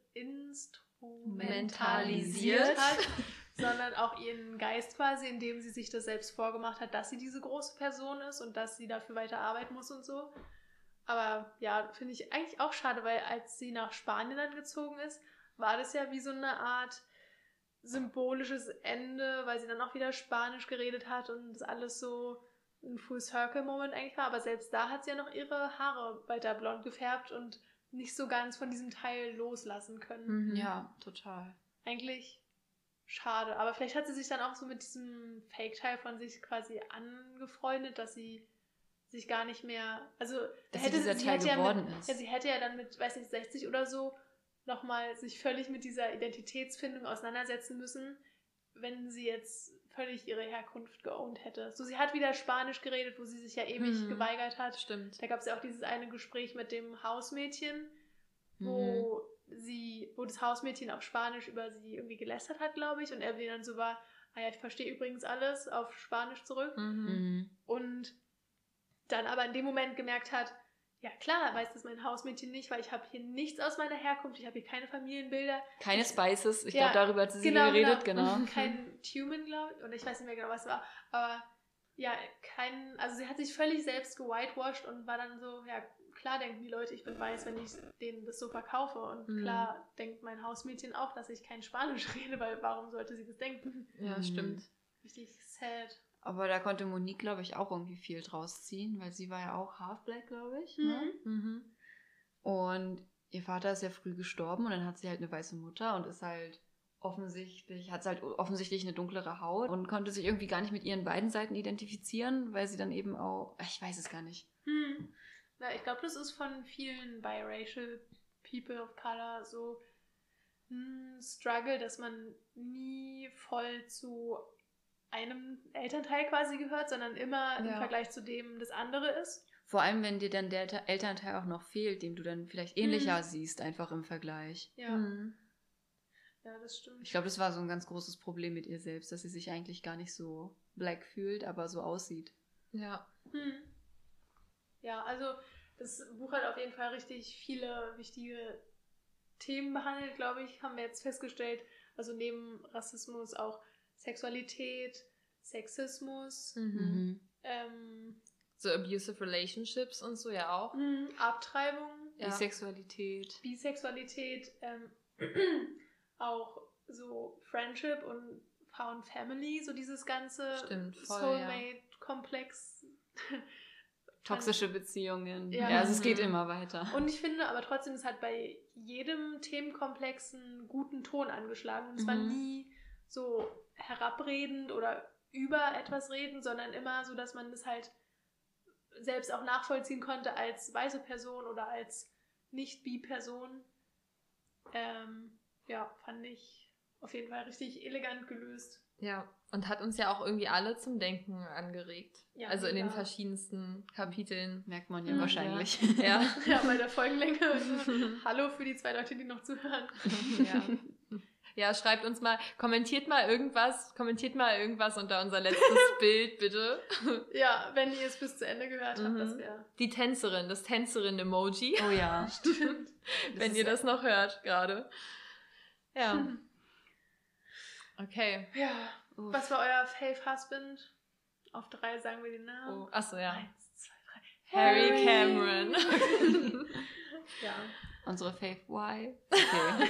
Speaker 1: instrumentalisiert hat, sondern auch ihren Geist quasi, indem sie sich das selbst vorgemacht hat, dass sie diese große Person ist und dass sie dafür weiter arbeiten muss und so. Aber ja, finde ich eigentlich auch schade, weil als sie nach Spanien dann gezogen ist, war das ja wie so eine Art symbolisches Ende, weil sie dann auch wieder Spanisch geredet hat und das alles so ein Full-Circle-Moment eigentlich war, aber selbst da hat sie ja noch ihre Haare weiter blond gefärbt und nicht so ganz von diesem Teil loslassen können.
Speaker 3: Mhm. Ja, total.
Speaker 1: Eigentlich schade, aber vielleicht hat sie sich dann auch so mit diesem Fake-Teil von sich quasi angefreundet, dass sie sich gar nicht mehr, also
Speaker 3: dass
Speaker 1: hätte,
Speaker 3: sie dieser
Speaker 1: sie
Speaker 3: Teil
Speaker 1: hätte ja
Speaker 3: geworden
Speaker 1: mit,
Speaker 3: ist.
Speaker 1: Ja, sie hätte ja dann mit, weiß nicht, sechzig oder so nochmal sich völlig mit dieser Identitätsfindung auseinandersetzen müssen, wenn sie jetzt völlig ihre Herkunft geowned hätte. So, sie hat wieder Spanisch geredet, wo sie sich ja ewig hm, geweigert hat.
Speaker 2: Stimmt.
Speaker 1: Da gab es ja auch dieses eine Gespräch mit dem Hausmädchen, wo mhm. sie, wo das Hausmädchen auf Spanisch über sie irgendwie gelästert hat, glaube ich, und Evelyn dann so war, ah ja, ich verstehe übrigens alles, auf Spanisch zurück.
Speaker 2: Mhm.
Speaker 1: Und dann aber in dem Moment gemerkt hat, ja klar, weiß das mein Hausmädchen nicht, weil ich habe hier nichts aus meiner Herkunft, ich habe hier keine Familienbilder.
Speaker 3: Keine Spices, ich
Speaker 1: ja,
Speaker 3: glaube, darüber hat sie
Speaker 1: genau,
Speaker 3: geredet,
Speaker 1: genau.
Speaker 3: genau.
Speaker 1: Kein Tumen, glaube ich, und ich weiß nicht mehr genau, was war, aber ja, kein, also sie hat sich völlig selbst gewhitewashed und war dann so, ja, klar denken die Leute, ich bin weiß, wenn ich denen das so verkaufe. Und
Speaker 2: Mhm.
Speaker 1: klar denkt mein Hausmädchen auch, dass ich kein Spanisch rede, weil warum sollte sie das denken?
Speaker 2: Ja,
Speaker 3: Mhm.
Speaker 2: stimmt.
Speaker 1: Richtig sad.
Speaker 3: Aber da konnte Monique, glaube ich, auch irgendwie viel draus ziehen, weil sie war ja auch half-black, glaube ich. Ne?
Speaker 1: Mhm.
Speaker 2: Mhm.
Speaker 3: Und ihr Vater ist ja früh gestorben und dann hat sie halt eine weiße Mutter und ist halt offensichtlich, hat halt offensichtlich eine dunklere Haut und konnte sich irgendwie gar nicht mit ihren beiden Seiten identifizieren, weil sie dann eben auch, ich weiß es gar nicht.
Speaker 1: Hm. Na, ich glaube, das ist von vielen biracial people of color so ein Struggle, dass man nie voll zu einem Elternteil quasi gehört, sondern immer im
Speaker 2: Ja.
Speaker 1: Vergleich zu dem das andere ist.
Speaker 3: Vor allem, wenn dir dann der Ta- Elternteil auch noch fehlt, dem du dann vielleicht ähnlicher
Speaker 1: Mhm.
Speaker 3: siehst, einfach im Vergleich.
Speaker 1: Ja,
Speaker 2: Mhm.
Speaker 1: ja, das stimmt.
Speaker 3: Ich glaube, das war so ein ganz großes Problem mit ihr selbst, dass sie sich eigentlich gar nicht so black fühlt, aber so aussieht.
Speaker 2: Ja.
Speaker 1: Hm. Ja, also das Buch hat auf jeden Fall richtig viele wichtige Themen behandelt, glaube ich, haben wir jetzt festgestellt. Also neben Rassismus auch Sexualität, Sexismus,
Speaker 2: Mhm.
Speaker 1: ähm,
Speaker 2: So abusive relationships und so ja auch.
Speaker 1: mh, Abtreibung,
Speaker 2: Ja.
Speaker 3: Bisexualität.
Speaker 1: Bisexualität, ähm, auch so Friendship und Found Family, so dieses ganze
Speaker 2: Stimmt, voll,
Speaker 1: Soulmate-Komplex.
Speaker 3: Toxische Beziehungen.
Speaker 1: Ja.
Speaker 3: Ja, also es
Speaker 2: Mhm.
Speaker 3: geht immer weiter.
Speaker 1: Und ich finde aber trotzdem, es hat bei jedem Themenkomplex einen guten Ton angeschlagen. Und es war
Speaker 3: Mhm.
Speaker 1: nie so herabredend oder über etwas reden, sondern immer so, dass man das halt selbst auch nachvollziehen konnte als weiße Person oder als Nicht-Bi-Person. Ähm, ja, fand ich auf jeden Fall richtig elegant gelöst.
Speaker 2: Ja, und hat uns ja auch irgendwie alle zum Denken angeregt.
Speaker 1: Ja,
Speaker 2: also in den
Speaker 1: mega.
Speaker 2: verschiedensten Kapiteln.
Speaker 3: Merkt man ja
Speaker 1: Mhm.
Speaker 3: wahrscheinlich.
Speaker 2: Ja.
Speaker 1: Ja, bei der Folgenlänge. Hallo für die zwei Leute, die noch zuhören.
Speaker 2: Ja. Ja, schreibt uns mal, kommentiert mal irgendwas, kommentiert mal irgendwas unter unser letztes Bild, bitte.
Speaker 1: Ja, wenn ihr es bis zu Ende gehört habt,
Speaker 2: Mhm.
Speaker 1: das wäre
Speaker 2: Die Tänzerin, das Tänzerin-Emoji,
Speaker 3: Oh ja.
Speaker 1: stimmt.
Speaker 2: wenn
Speaker 3: ist
Speaker 2: ihr das noch hört gerade. Ja,
Speaker 1: Hm.
Speaker 2: okay.
Speaker 1: Ja,
Speaker 3: Uff.
Speaker 1: was war euer Fave Husband? Auf drei sagen wir den Namen.
Speaker 2: Oh, achso, ja.
Speaker 1: Eins, zwei, drei.
Speaker 2: Harry Cameron.
Speaker 1: Ja.
Speaker 3: Unsere Faith Why. Okay.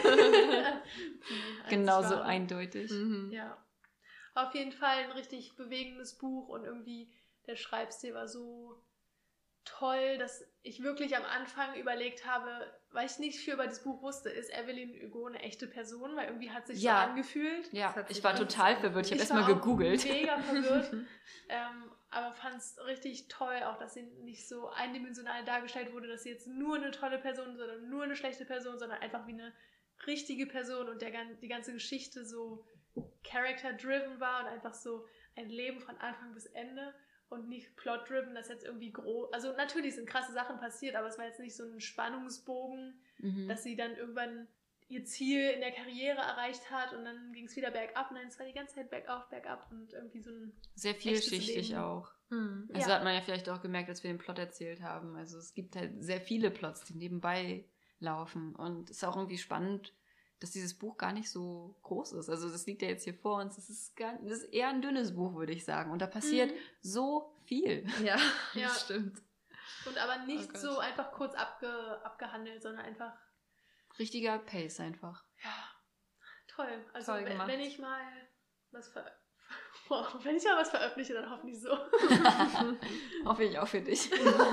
Speaker 1: Die
Speaker 3: Genauso
Speaker 1: einzig
Speaker 3: eindeutig.
Speaker 2: Mhm.
Speaker 1: wahre. Ja. Auf jeden Fall ein richtig bewegendes Buch und irgendwie der Schreibstil war so toll, dass ich wirklich am Anfang überlegt habe, weil ich nicht viel über das Buch wusste, ist Evelyn Hugo eine echte Person? Weil irgendwie hat sich
Speaker 3: Ja.
Speaker 1: so angefühlt.
Speaker 3: Ja,
Speaker 2: Das hat
Speaker 3: ich
Speaker 2: sich
Speaker 3: war
Speaker 2: ganz
Speaker 3: total
Speaker 2: angefühlt.
Speaker 3: verwirrt. Ich habe
Speaker 1: Ich
Speaker 3: erstmal
Speaker 1: war auch
Speaker 3: gegoogelt.
Speaker 1: mega verwirrt. ähm, aber fand es richtig toll, auch dass sie nicht so eindimensional dargestellt wurde, dass sie jetzt nur eine tolle Person ist oder nur eine schlechte Person, sondern einfach wie eine richtige Person und der, gan- die ganze Geschichte so character-driven war und einfach so ein Leben von Anfang bis Ende und nicht plot-driven, dass jetzt irgendwie groß... Also natürlich sind krasse Sachen passiert, aber es war jetzt nicht so ein Spannungsbogen,
Speaker 3: Mhm.
Speaker 1: dass sie dann irgendwann ihr Ziel in der Karriere erreicht hat und dann ging es wieder bergab. Nein, es war die ganze Zeit bergauf, bergab und irgendwie so ein...
Speaker 3: Sehr
Speaker 1: echtes
Speaker 3: vielschichtig
Speaker 1: Leben.
Speaker 3: auch.
Speaker 2: Mhm.
Speaker 3: Also
Speaker 1: Ja.
Speaker 3: hat man ja vielleicht auch gemerkt, als wir den Plot erzählt haben. Also es gibt halt sehr viele Plots, die nebenbei laufen. Und es ist auch irgendwie spannend, dass dieses Buch gar nicht so groß ist. Also das liegt ja jetzt hier vor uns. Das ist, gar, das ist eher ein dünnes Buch, würde ich sagen. Und da passiert
Speaker 1: Mhm.
Speaker 3: so viel.
Speaker 2: Ja,
Speaker 1: Ja.
Speaker 2: das stimmt.
Speaker 1: Und aber nicht
Speaker 2: Oh Gott.
Speaker 1: so einfach kurz abge, abgehandelt, sondern einfach,
Speaker 3: Richtiger Pace einfach.
Speaker 1: ja, toll. Also
Speaker 2: Toll
Speaker 1: wenn,
Speaker 2: gemacht.
Speaker 1: wenn ich mal was ver wow, wenn ich mal was veröffentliche, dann hoffentlich so.
Speaker 3: Hoffe ich auch für dich.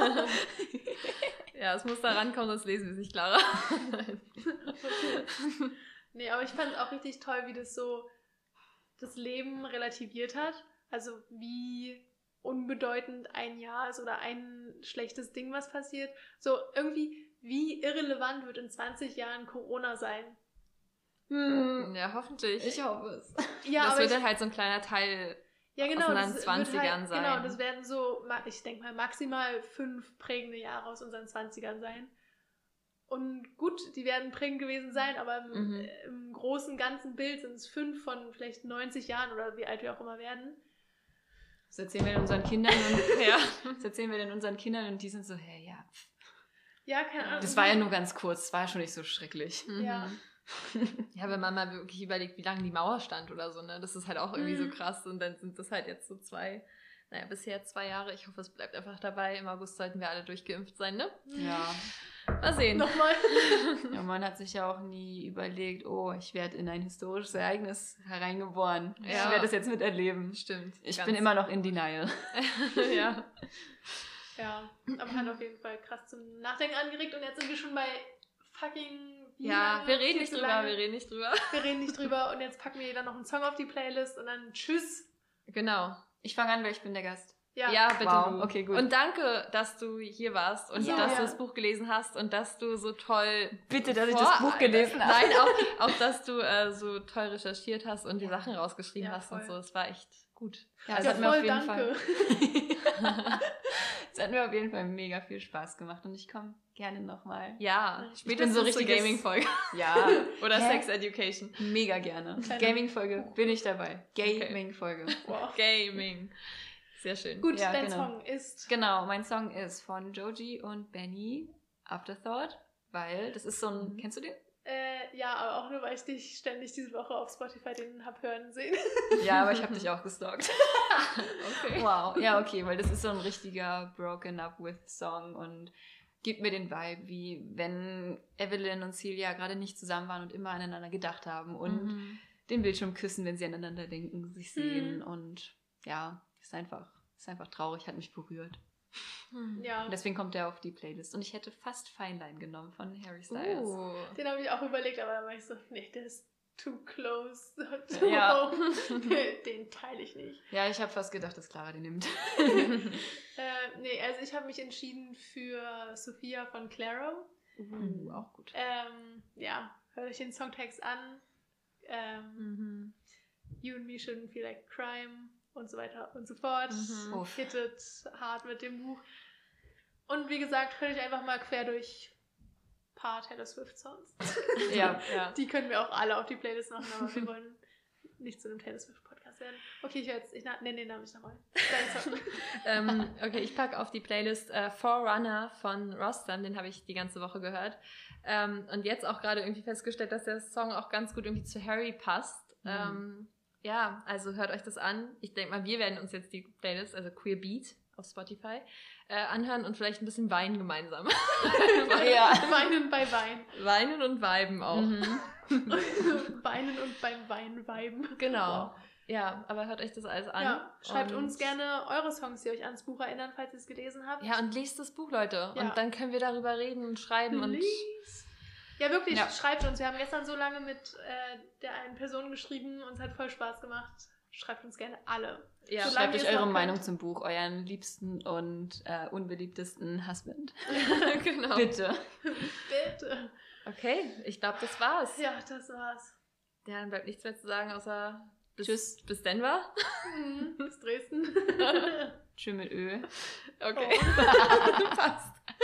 Speaker 2: Ja, es muss da rankommen, sonst lesen wir es nicht, Clara.
Speaker 1: Nee, aber ich fand es auch richtig toll, wie das so das Leben relativiert hat. Also wie unbedeutend ein Jahr ist oder ein schlechtes Ding, was passiert. So irgendwie, wie irrelevant wird in zwanzig Jahren Corona sein?
Speaker 2: Ja, hoffentlich.
Speaker 3: Ich hoffe es.
Speaker 1: Ja,
Speaker 2: das
Speaker 1: aber
Speaker 2: wird
Speaker 1: ich,
Speaker 2: dann halt so ein kleiner Teil.
Speaker 1: ja, genau,
Speaker 2: aus
Speaker 1: das
Speaker 2: unseren
Speaker 1: wird
Speaker 2: zwanzigern
Speaker 1: halt,
Speaker 2: sein.
Speaker 1: Genau, das werden so, ma- ich denke mal, maximal fünf prägende Jahre aus unseren zwanzigern sein. Und gut, die werden prägend gewesen sein, aber im,
Speaker 3: Mhm.
Speaker 1: äh, im großen, ganzen Bild sind es fünf von vielleicht neunzig Jahren oder wie alt wir auch immer werden.
Speaker 3: Das erzählen wir denn unseren Kindern und
Speaker 2: Ja.
Speaker 3: das erzählen wir denn unseren Kindern und die sind so, hey, ja. pff.
Speaker 1: Ja, keine Ahnung.
Speaker 3: Das war ja nur ganz kurz, das war ja schon nicht so schrecklich.
Speaker 1: Ja.
Speaker 2: Mhm. Ja, wenn man mal wirklich überlegt, wie lange die Mauer stand oder so, ne? Das ist halt auch irgendwie
Speaker 1: Mhm.
Speaker 2: so krass und dann sind das halt jetzt so zwei naja, bisher zwei Jahre. Ich hoffe, es bleibt einfach dabei. Im August sollten wir alle durchgeimpft sein, ne?
Speaker 3: Ja.
Speaker 2: Mal sehen.
Speaker 1: Nochmal.
Speaker 3: Ja, man hat sich ja auch nie überlegt, oh, ich werde in ein historisches Ereignis hereingeboren.
Speaker 2: Ja.
Speaker 3: Ich werde das jetzt miterleben.
Speaker 2: Stimmt.
Speaker 3: Ich
Speaker 2: ganz-
Speaker 3: bin immer noch in Denial.
Speaker 2: ja.
Speaker 1: Ja, aber hat auf jeden Fall krass zum Nachdenken angeregt und jetzt sind wir schon bei fucking... wie
Speaker 2: Ja,
Speaker 1: lange?
Speaker 2: wir reden
Speaker 1: Viel
Speaker 2: nicht
Speaker 1: zu
Speaker 2: drüber,
Speaker 1: lange.
Speaker 2: wir reden nicht drüber.
Speaker 1: Wir reden nicht drüber und jetzt packen wir jeder noch einen Song auf die Playlist und dann tschüss.
Speaker 2: Genau.
Speaker 3: Ich fange an, weil ich bin der Gast.
Speaker 1: Ja,
Speaker 2: Ja, bitte
Speaker 3: Wow,
Speaker 2: du.
Speaker 3: okay, gut.
Speaker 2: Und danke, dass du hier warst und
Speaker 1: Ja.
Speaker 2: dass
Speaker 1: Ja.
Speaker 2: du das Buch gelesen hast und dass du so toll...
Speaker 3: Bitte, dass ich
Speaker 2: vor-
Speaker 3: das Buch gelesen habe.
Speaker 2: Nein, auch, auch dass du äh, so toll recherchiert hast und die Sachen rausgeschrieben
Speaker 1: Ja,
Speaker 2: hast und
Speaker 1: voll.
Speaker 2: so. Es war echt gut.
Speaker 3: Ja,
Speaker 1: ja,
Speaker 3: es hat mir auf
Speaker 1: voll
Speaker 3: jeden
Speaker 1: danke.
Speaker 3: Fall. Es hat mir auf jeden Fall mega viel Spaß gemacht und ich komme gerne nochmal.
Speaker 2: Ja,
Speaker 1: Ich
Speaker 3: bin
Speaker 2: spätestens
Speaker 3: so
Speaker 2: zur
Speaker 3: richtiges-
Speaker 2: Gaming-Folge.
Speaker 3: Ja,
Speaker 2: Oder
Speaker 3: Hä?
Speaker 2: Sex Education.
Speaker 3: mega gerne.
Speaker 1: Kleine-
Speaker 3: Gaming-Folge bin ich dabei. Gaming-Folge.
Speaker 1: Wow.
Speaker 2: Gaming. Sehr schön.
Speaker 1: Gut,
Speaker 3: Ja,
Speaker 1: dein
Speaker 3: genau.
Speaker 1: Song ist...
Speaker 3: Genau, mein Song ist von Joji und Benny, Afterthought, weil das ist so ein,
Speaker 2: Mhm.
Speaker 3: kennst du den?
Speaker 1: Äh, ja, aber auch nur, weil ich dich ständig diese Woche auf Spotify den hab hören sehen.
Speaker 3: Ja, aber ich habe dich auch gestalkt.
Speaker 2: Okay.
Speaker 3: Wow, ja, okay, weil das ist so ein richtiger Broken Up With Song und gibt mir den Vibe, wie wenn Evelyn und Celia gerade nicht zusammen waren und immer aneinander gedacht haben und
Speaker 2: Mhm.
Speaker 3: den Bildschirm küssen, wenn sie aneinander denken, sich sehen
Speaker 1: Mhm.
Speaker 3: und ja, ist einfach, ist einfach traurig, hat mich berührt.
Speaker 2: Mhm.
Speaker 1: Ja,
Speaker 3: Und deswegen kommt er auf die Playlist und ich hätte fast Fine Line genommen von Harry Styles.
Speaker 2: Uh.
Speaker 1: den habe ich auch überlegt, aber dann war ich so, nee, der ist too close to
Speaker 3: Ja.
Speaker 1: home. Den teile ich nicht.
Speaker 3: Ja, ich habe fast gedacht, dass Clara den nimmt.
Speaker 1: Äh, nee, also ich habe mich entschieden für Sophia von Claro.
Speaker 3: Uh, auch gut.
Speaker 1: Ähm, ja, hört euch den Songtext an. Ähm,
Speaker 2: Mhm.
Speaker 1: You and me shouldn't feel like crime und so weiter und so fort.
Speaker 2: Mhm.
Speaker 3: Uff.
Speaker 1: Hittet hart mit dem Buch. Und wie gesagt, hört euch einfach mal quer durch ein paar Taylor Swift Songs.
Speaker 3: Ja,
Speaker 2: Ja.
Speaker 1: Die können wir auch alle auf die Playlist machen, aber wir wollen nicht zu einem Taylor Swift Podcast werden. Okay, ich höre jetzt, ich na- nenne den Namen nicht nochmal. Dein Song.
Speaker 2: ähm, okay, ich packe auf die Playlist äh, Forerunner von Rostam, den habe ich die ganze Woche gehört. Ähm, und jetzt auch gerade irgendwie festgestellt, dass der Song auch ganz gut irgendwie zu Harry passt.
Speaker 3: Mhm.
Speaker 2: Ähm, ja, also hört euch das an. Ich denke mal, wir werden uns jetzt die Playlist, also Queer Beat auf Spotify, äh, anhören und vielleicht ein bisschen weinen gemeinsam.
Speaker 3: Ja.
Speaker 1: Weinen bei Wein.
Speaker 2: Weinen und viben auch.
Speaker 3: Mhm.
Speaker 1: Weinen und beim Wein weiben.
Speaker 2: Genau.
Speaker 1: Wow.
Speaker 2: Ja, aber hört euch das alles an.
Speaker 1: Ja, schreibt
Speaker 2: Und-
Speaker 1: uns gerne eure Songs, die euch ans Buch erinnern, falls ihr es gelesen habt.
Speaker 2: Ja, und lest das Buch, Leute.
Speaker 1: Ja.
Speaker 2: Und dann können wir darüber reden und schreiben und...
Speaker 1: Please. Ja, wirklich,
Speaker 3: Ja.
Speaker 1: schreibt uns. Wir haben gestern so lange mit äh, der einen Person geschrieben, uns hat voll Spaß gemacht. Schreibt uns gerne alle.
Speaker 2: Ja,
Speaker 1: Solange
Speaker 3: Schreibt
Speaker 1: ihr
Speaker 3: euch
Speaker 1: es noch
Speaker 3: eure
Speaker 1: könnt.
Speaker 3: Meinung zum Buch, euren liebsten und äh, unbeliebtesten Husband.
Speaker 2: genau.
Speaker 3: Bitte.
Speaker 1: Bitte.
Speaker 2: Okay, ich glaube, das war's.
Speaker 1: Ja, das war's.
Speaker 2: Ja, dann bleibt nichts mehr zu sagen, außer bis,
Speaker 3: Tschüss.
Speaker 2: bis Denver.
Speaker 1: Mhm, bis Dresden.
Speaker 3: Schön mit Öl.
Speaker 2: Okay.
Speaker 1: Oh.
Speaker 2: Passt.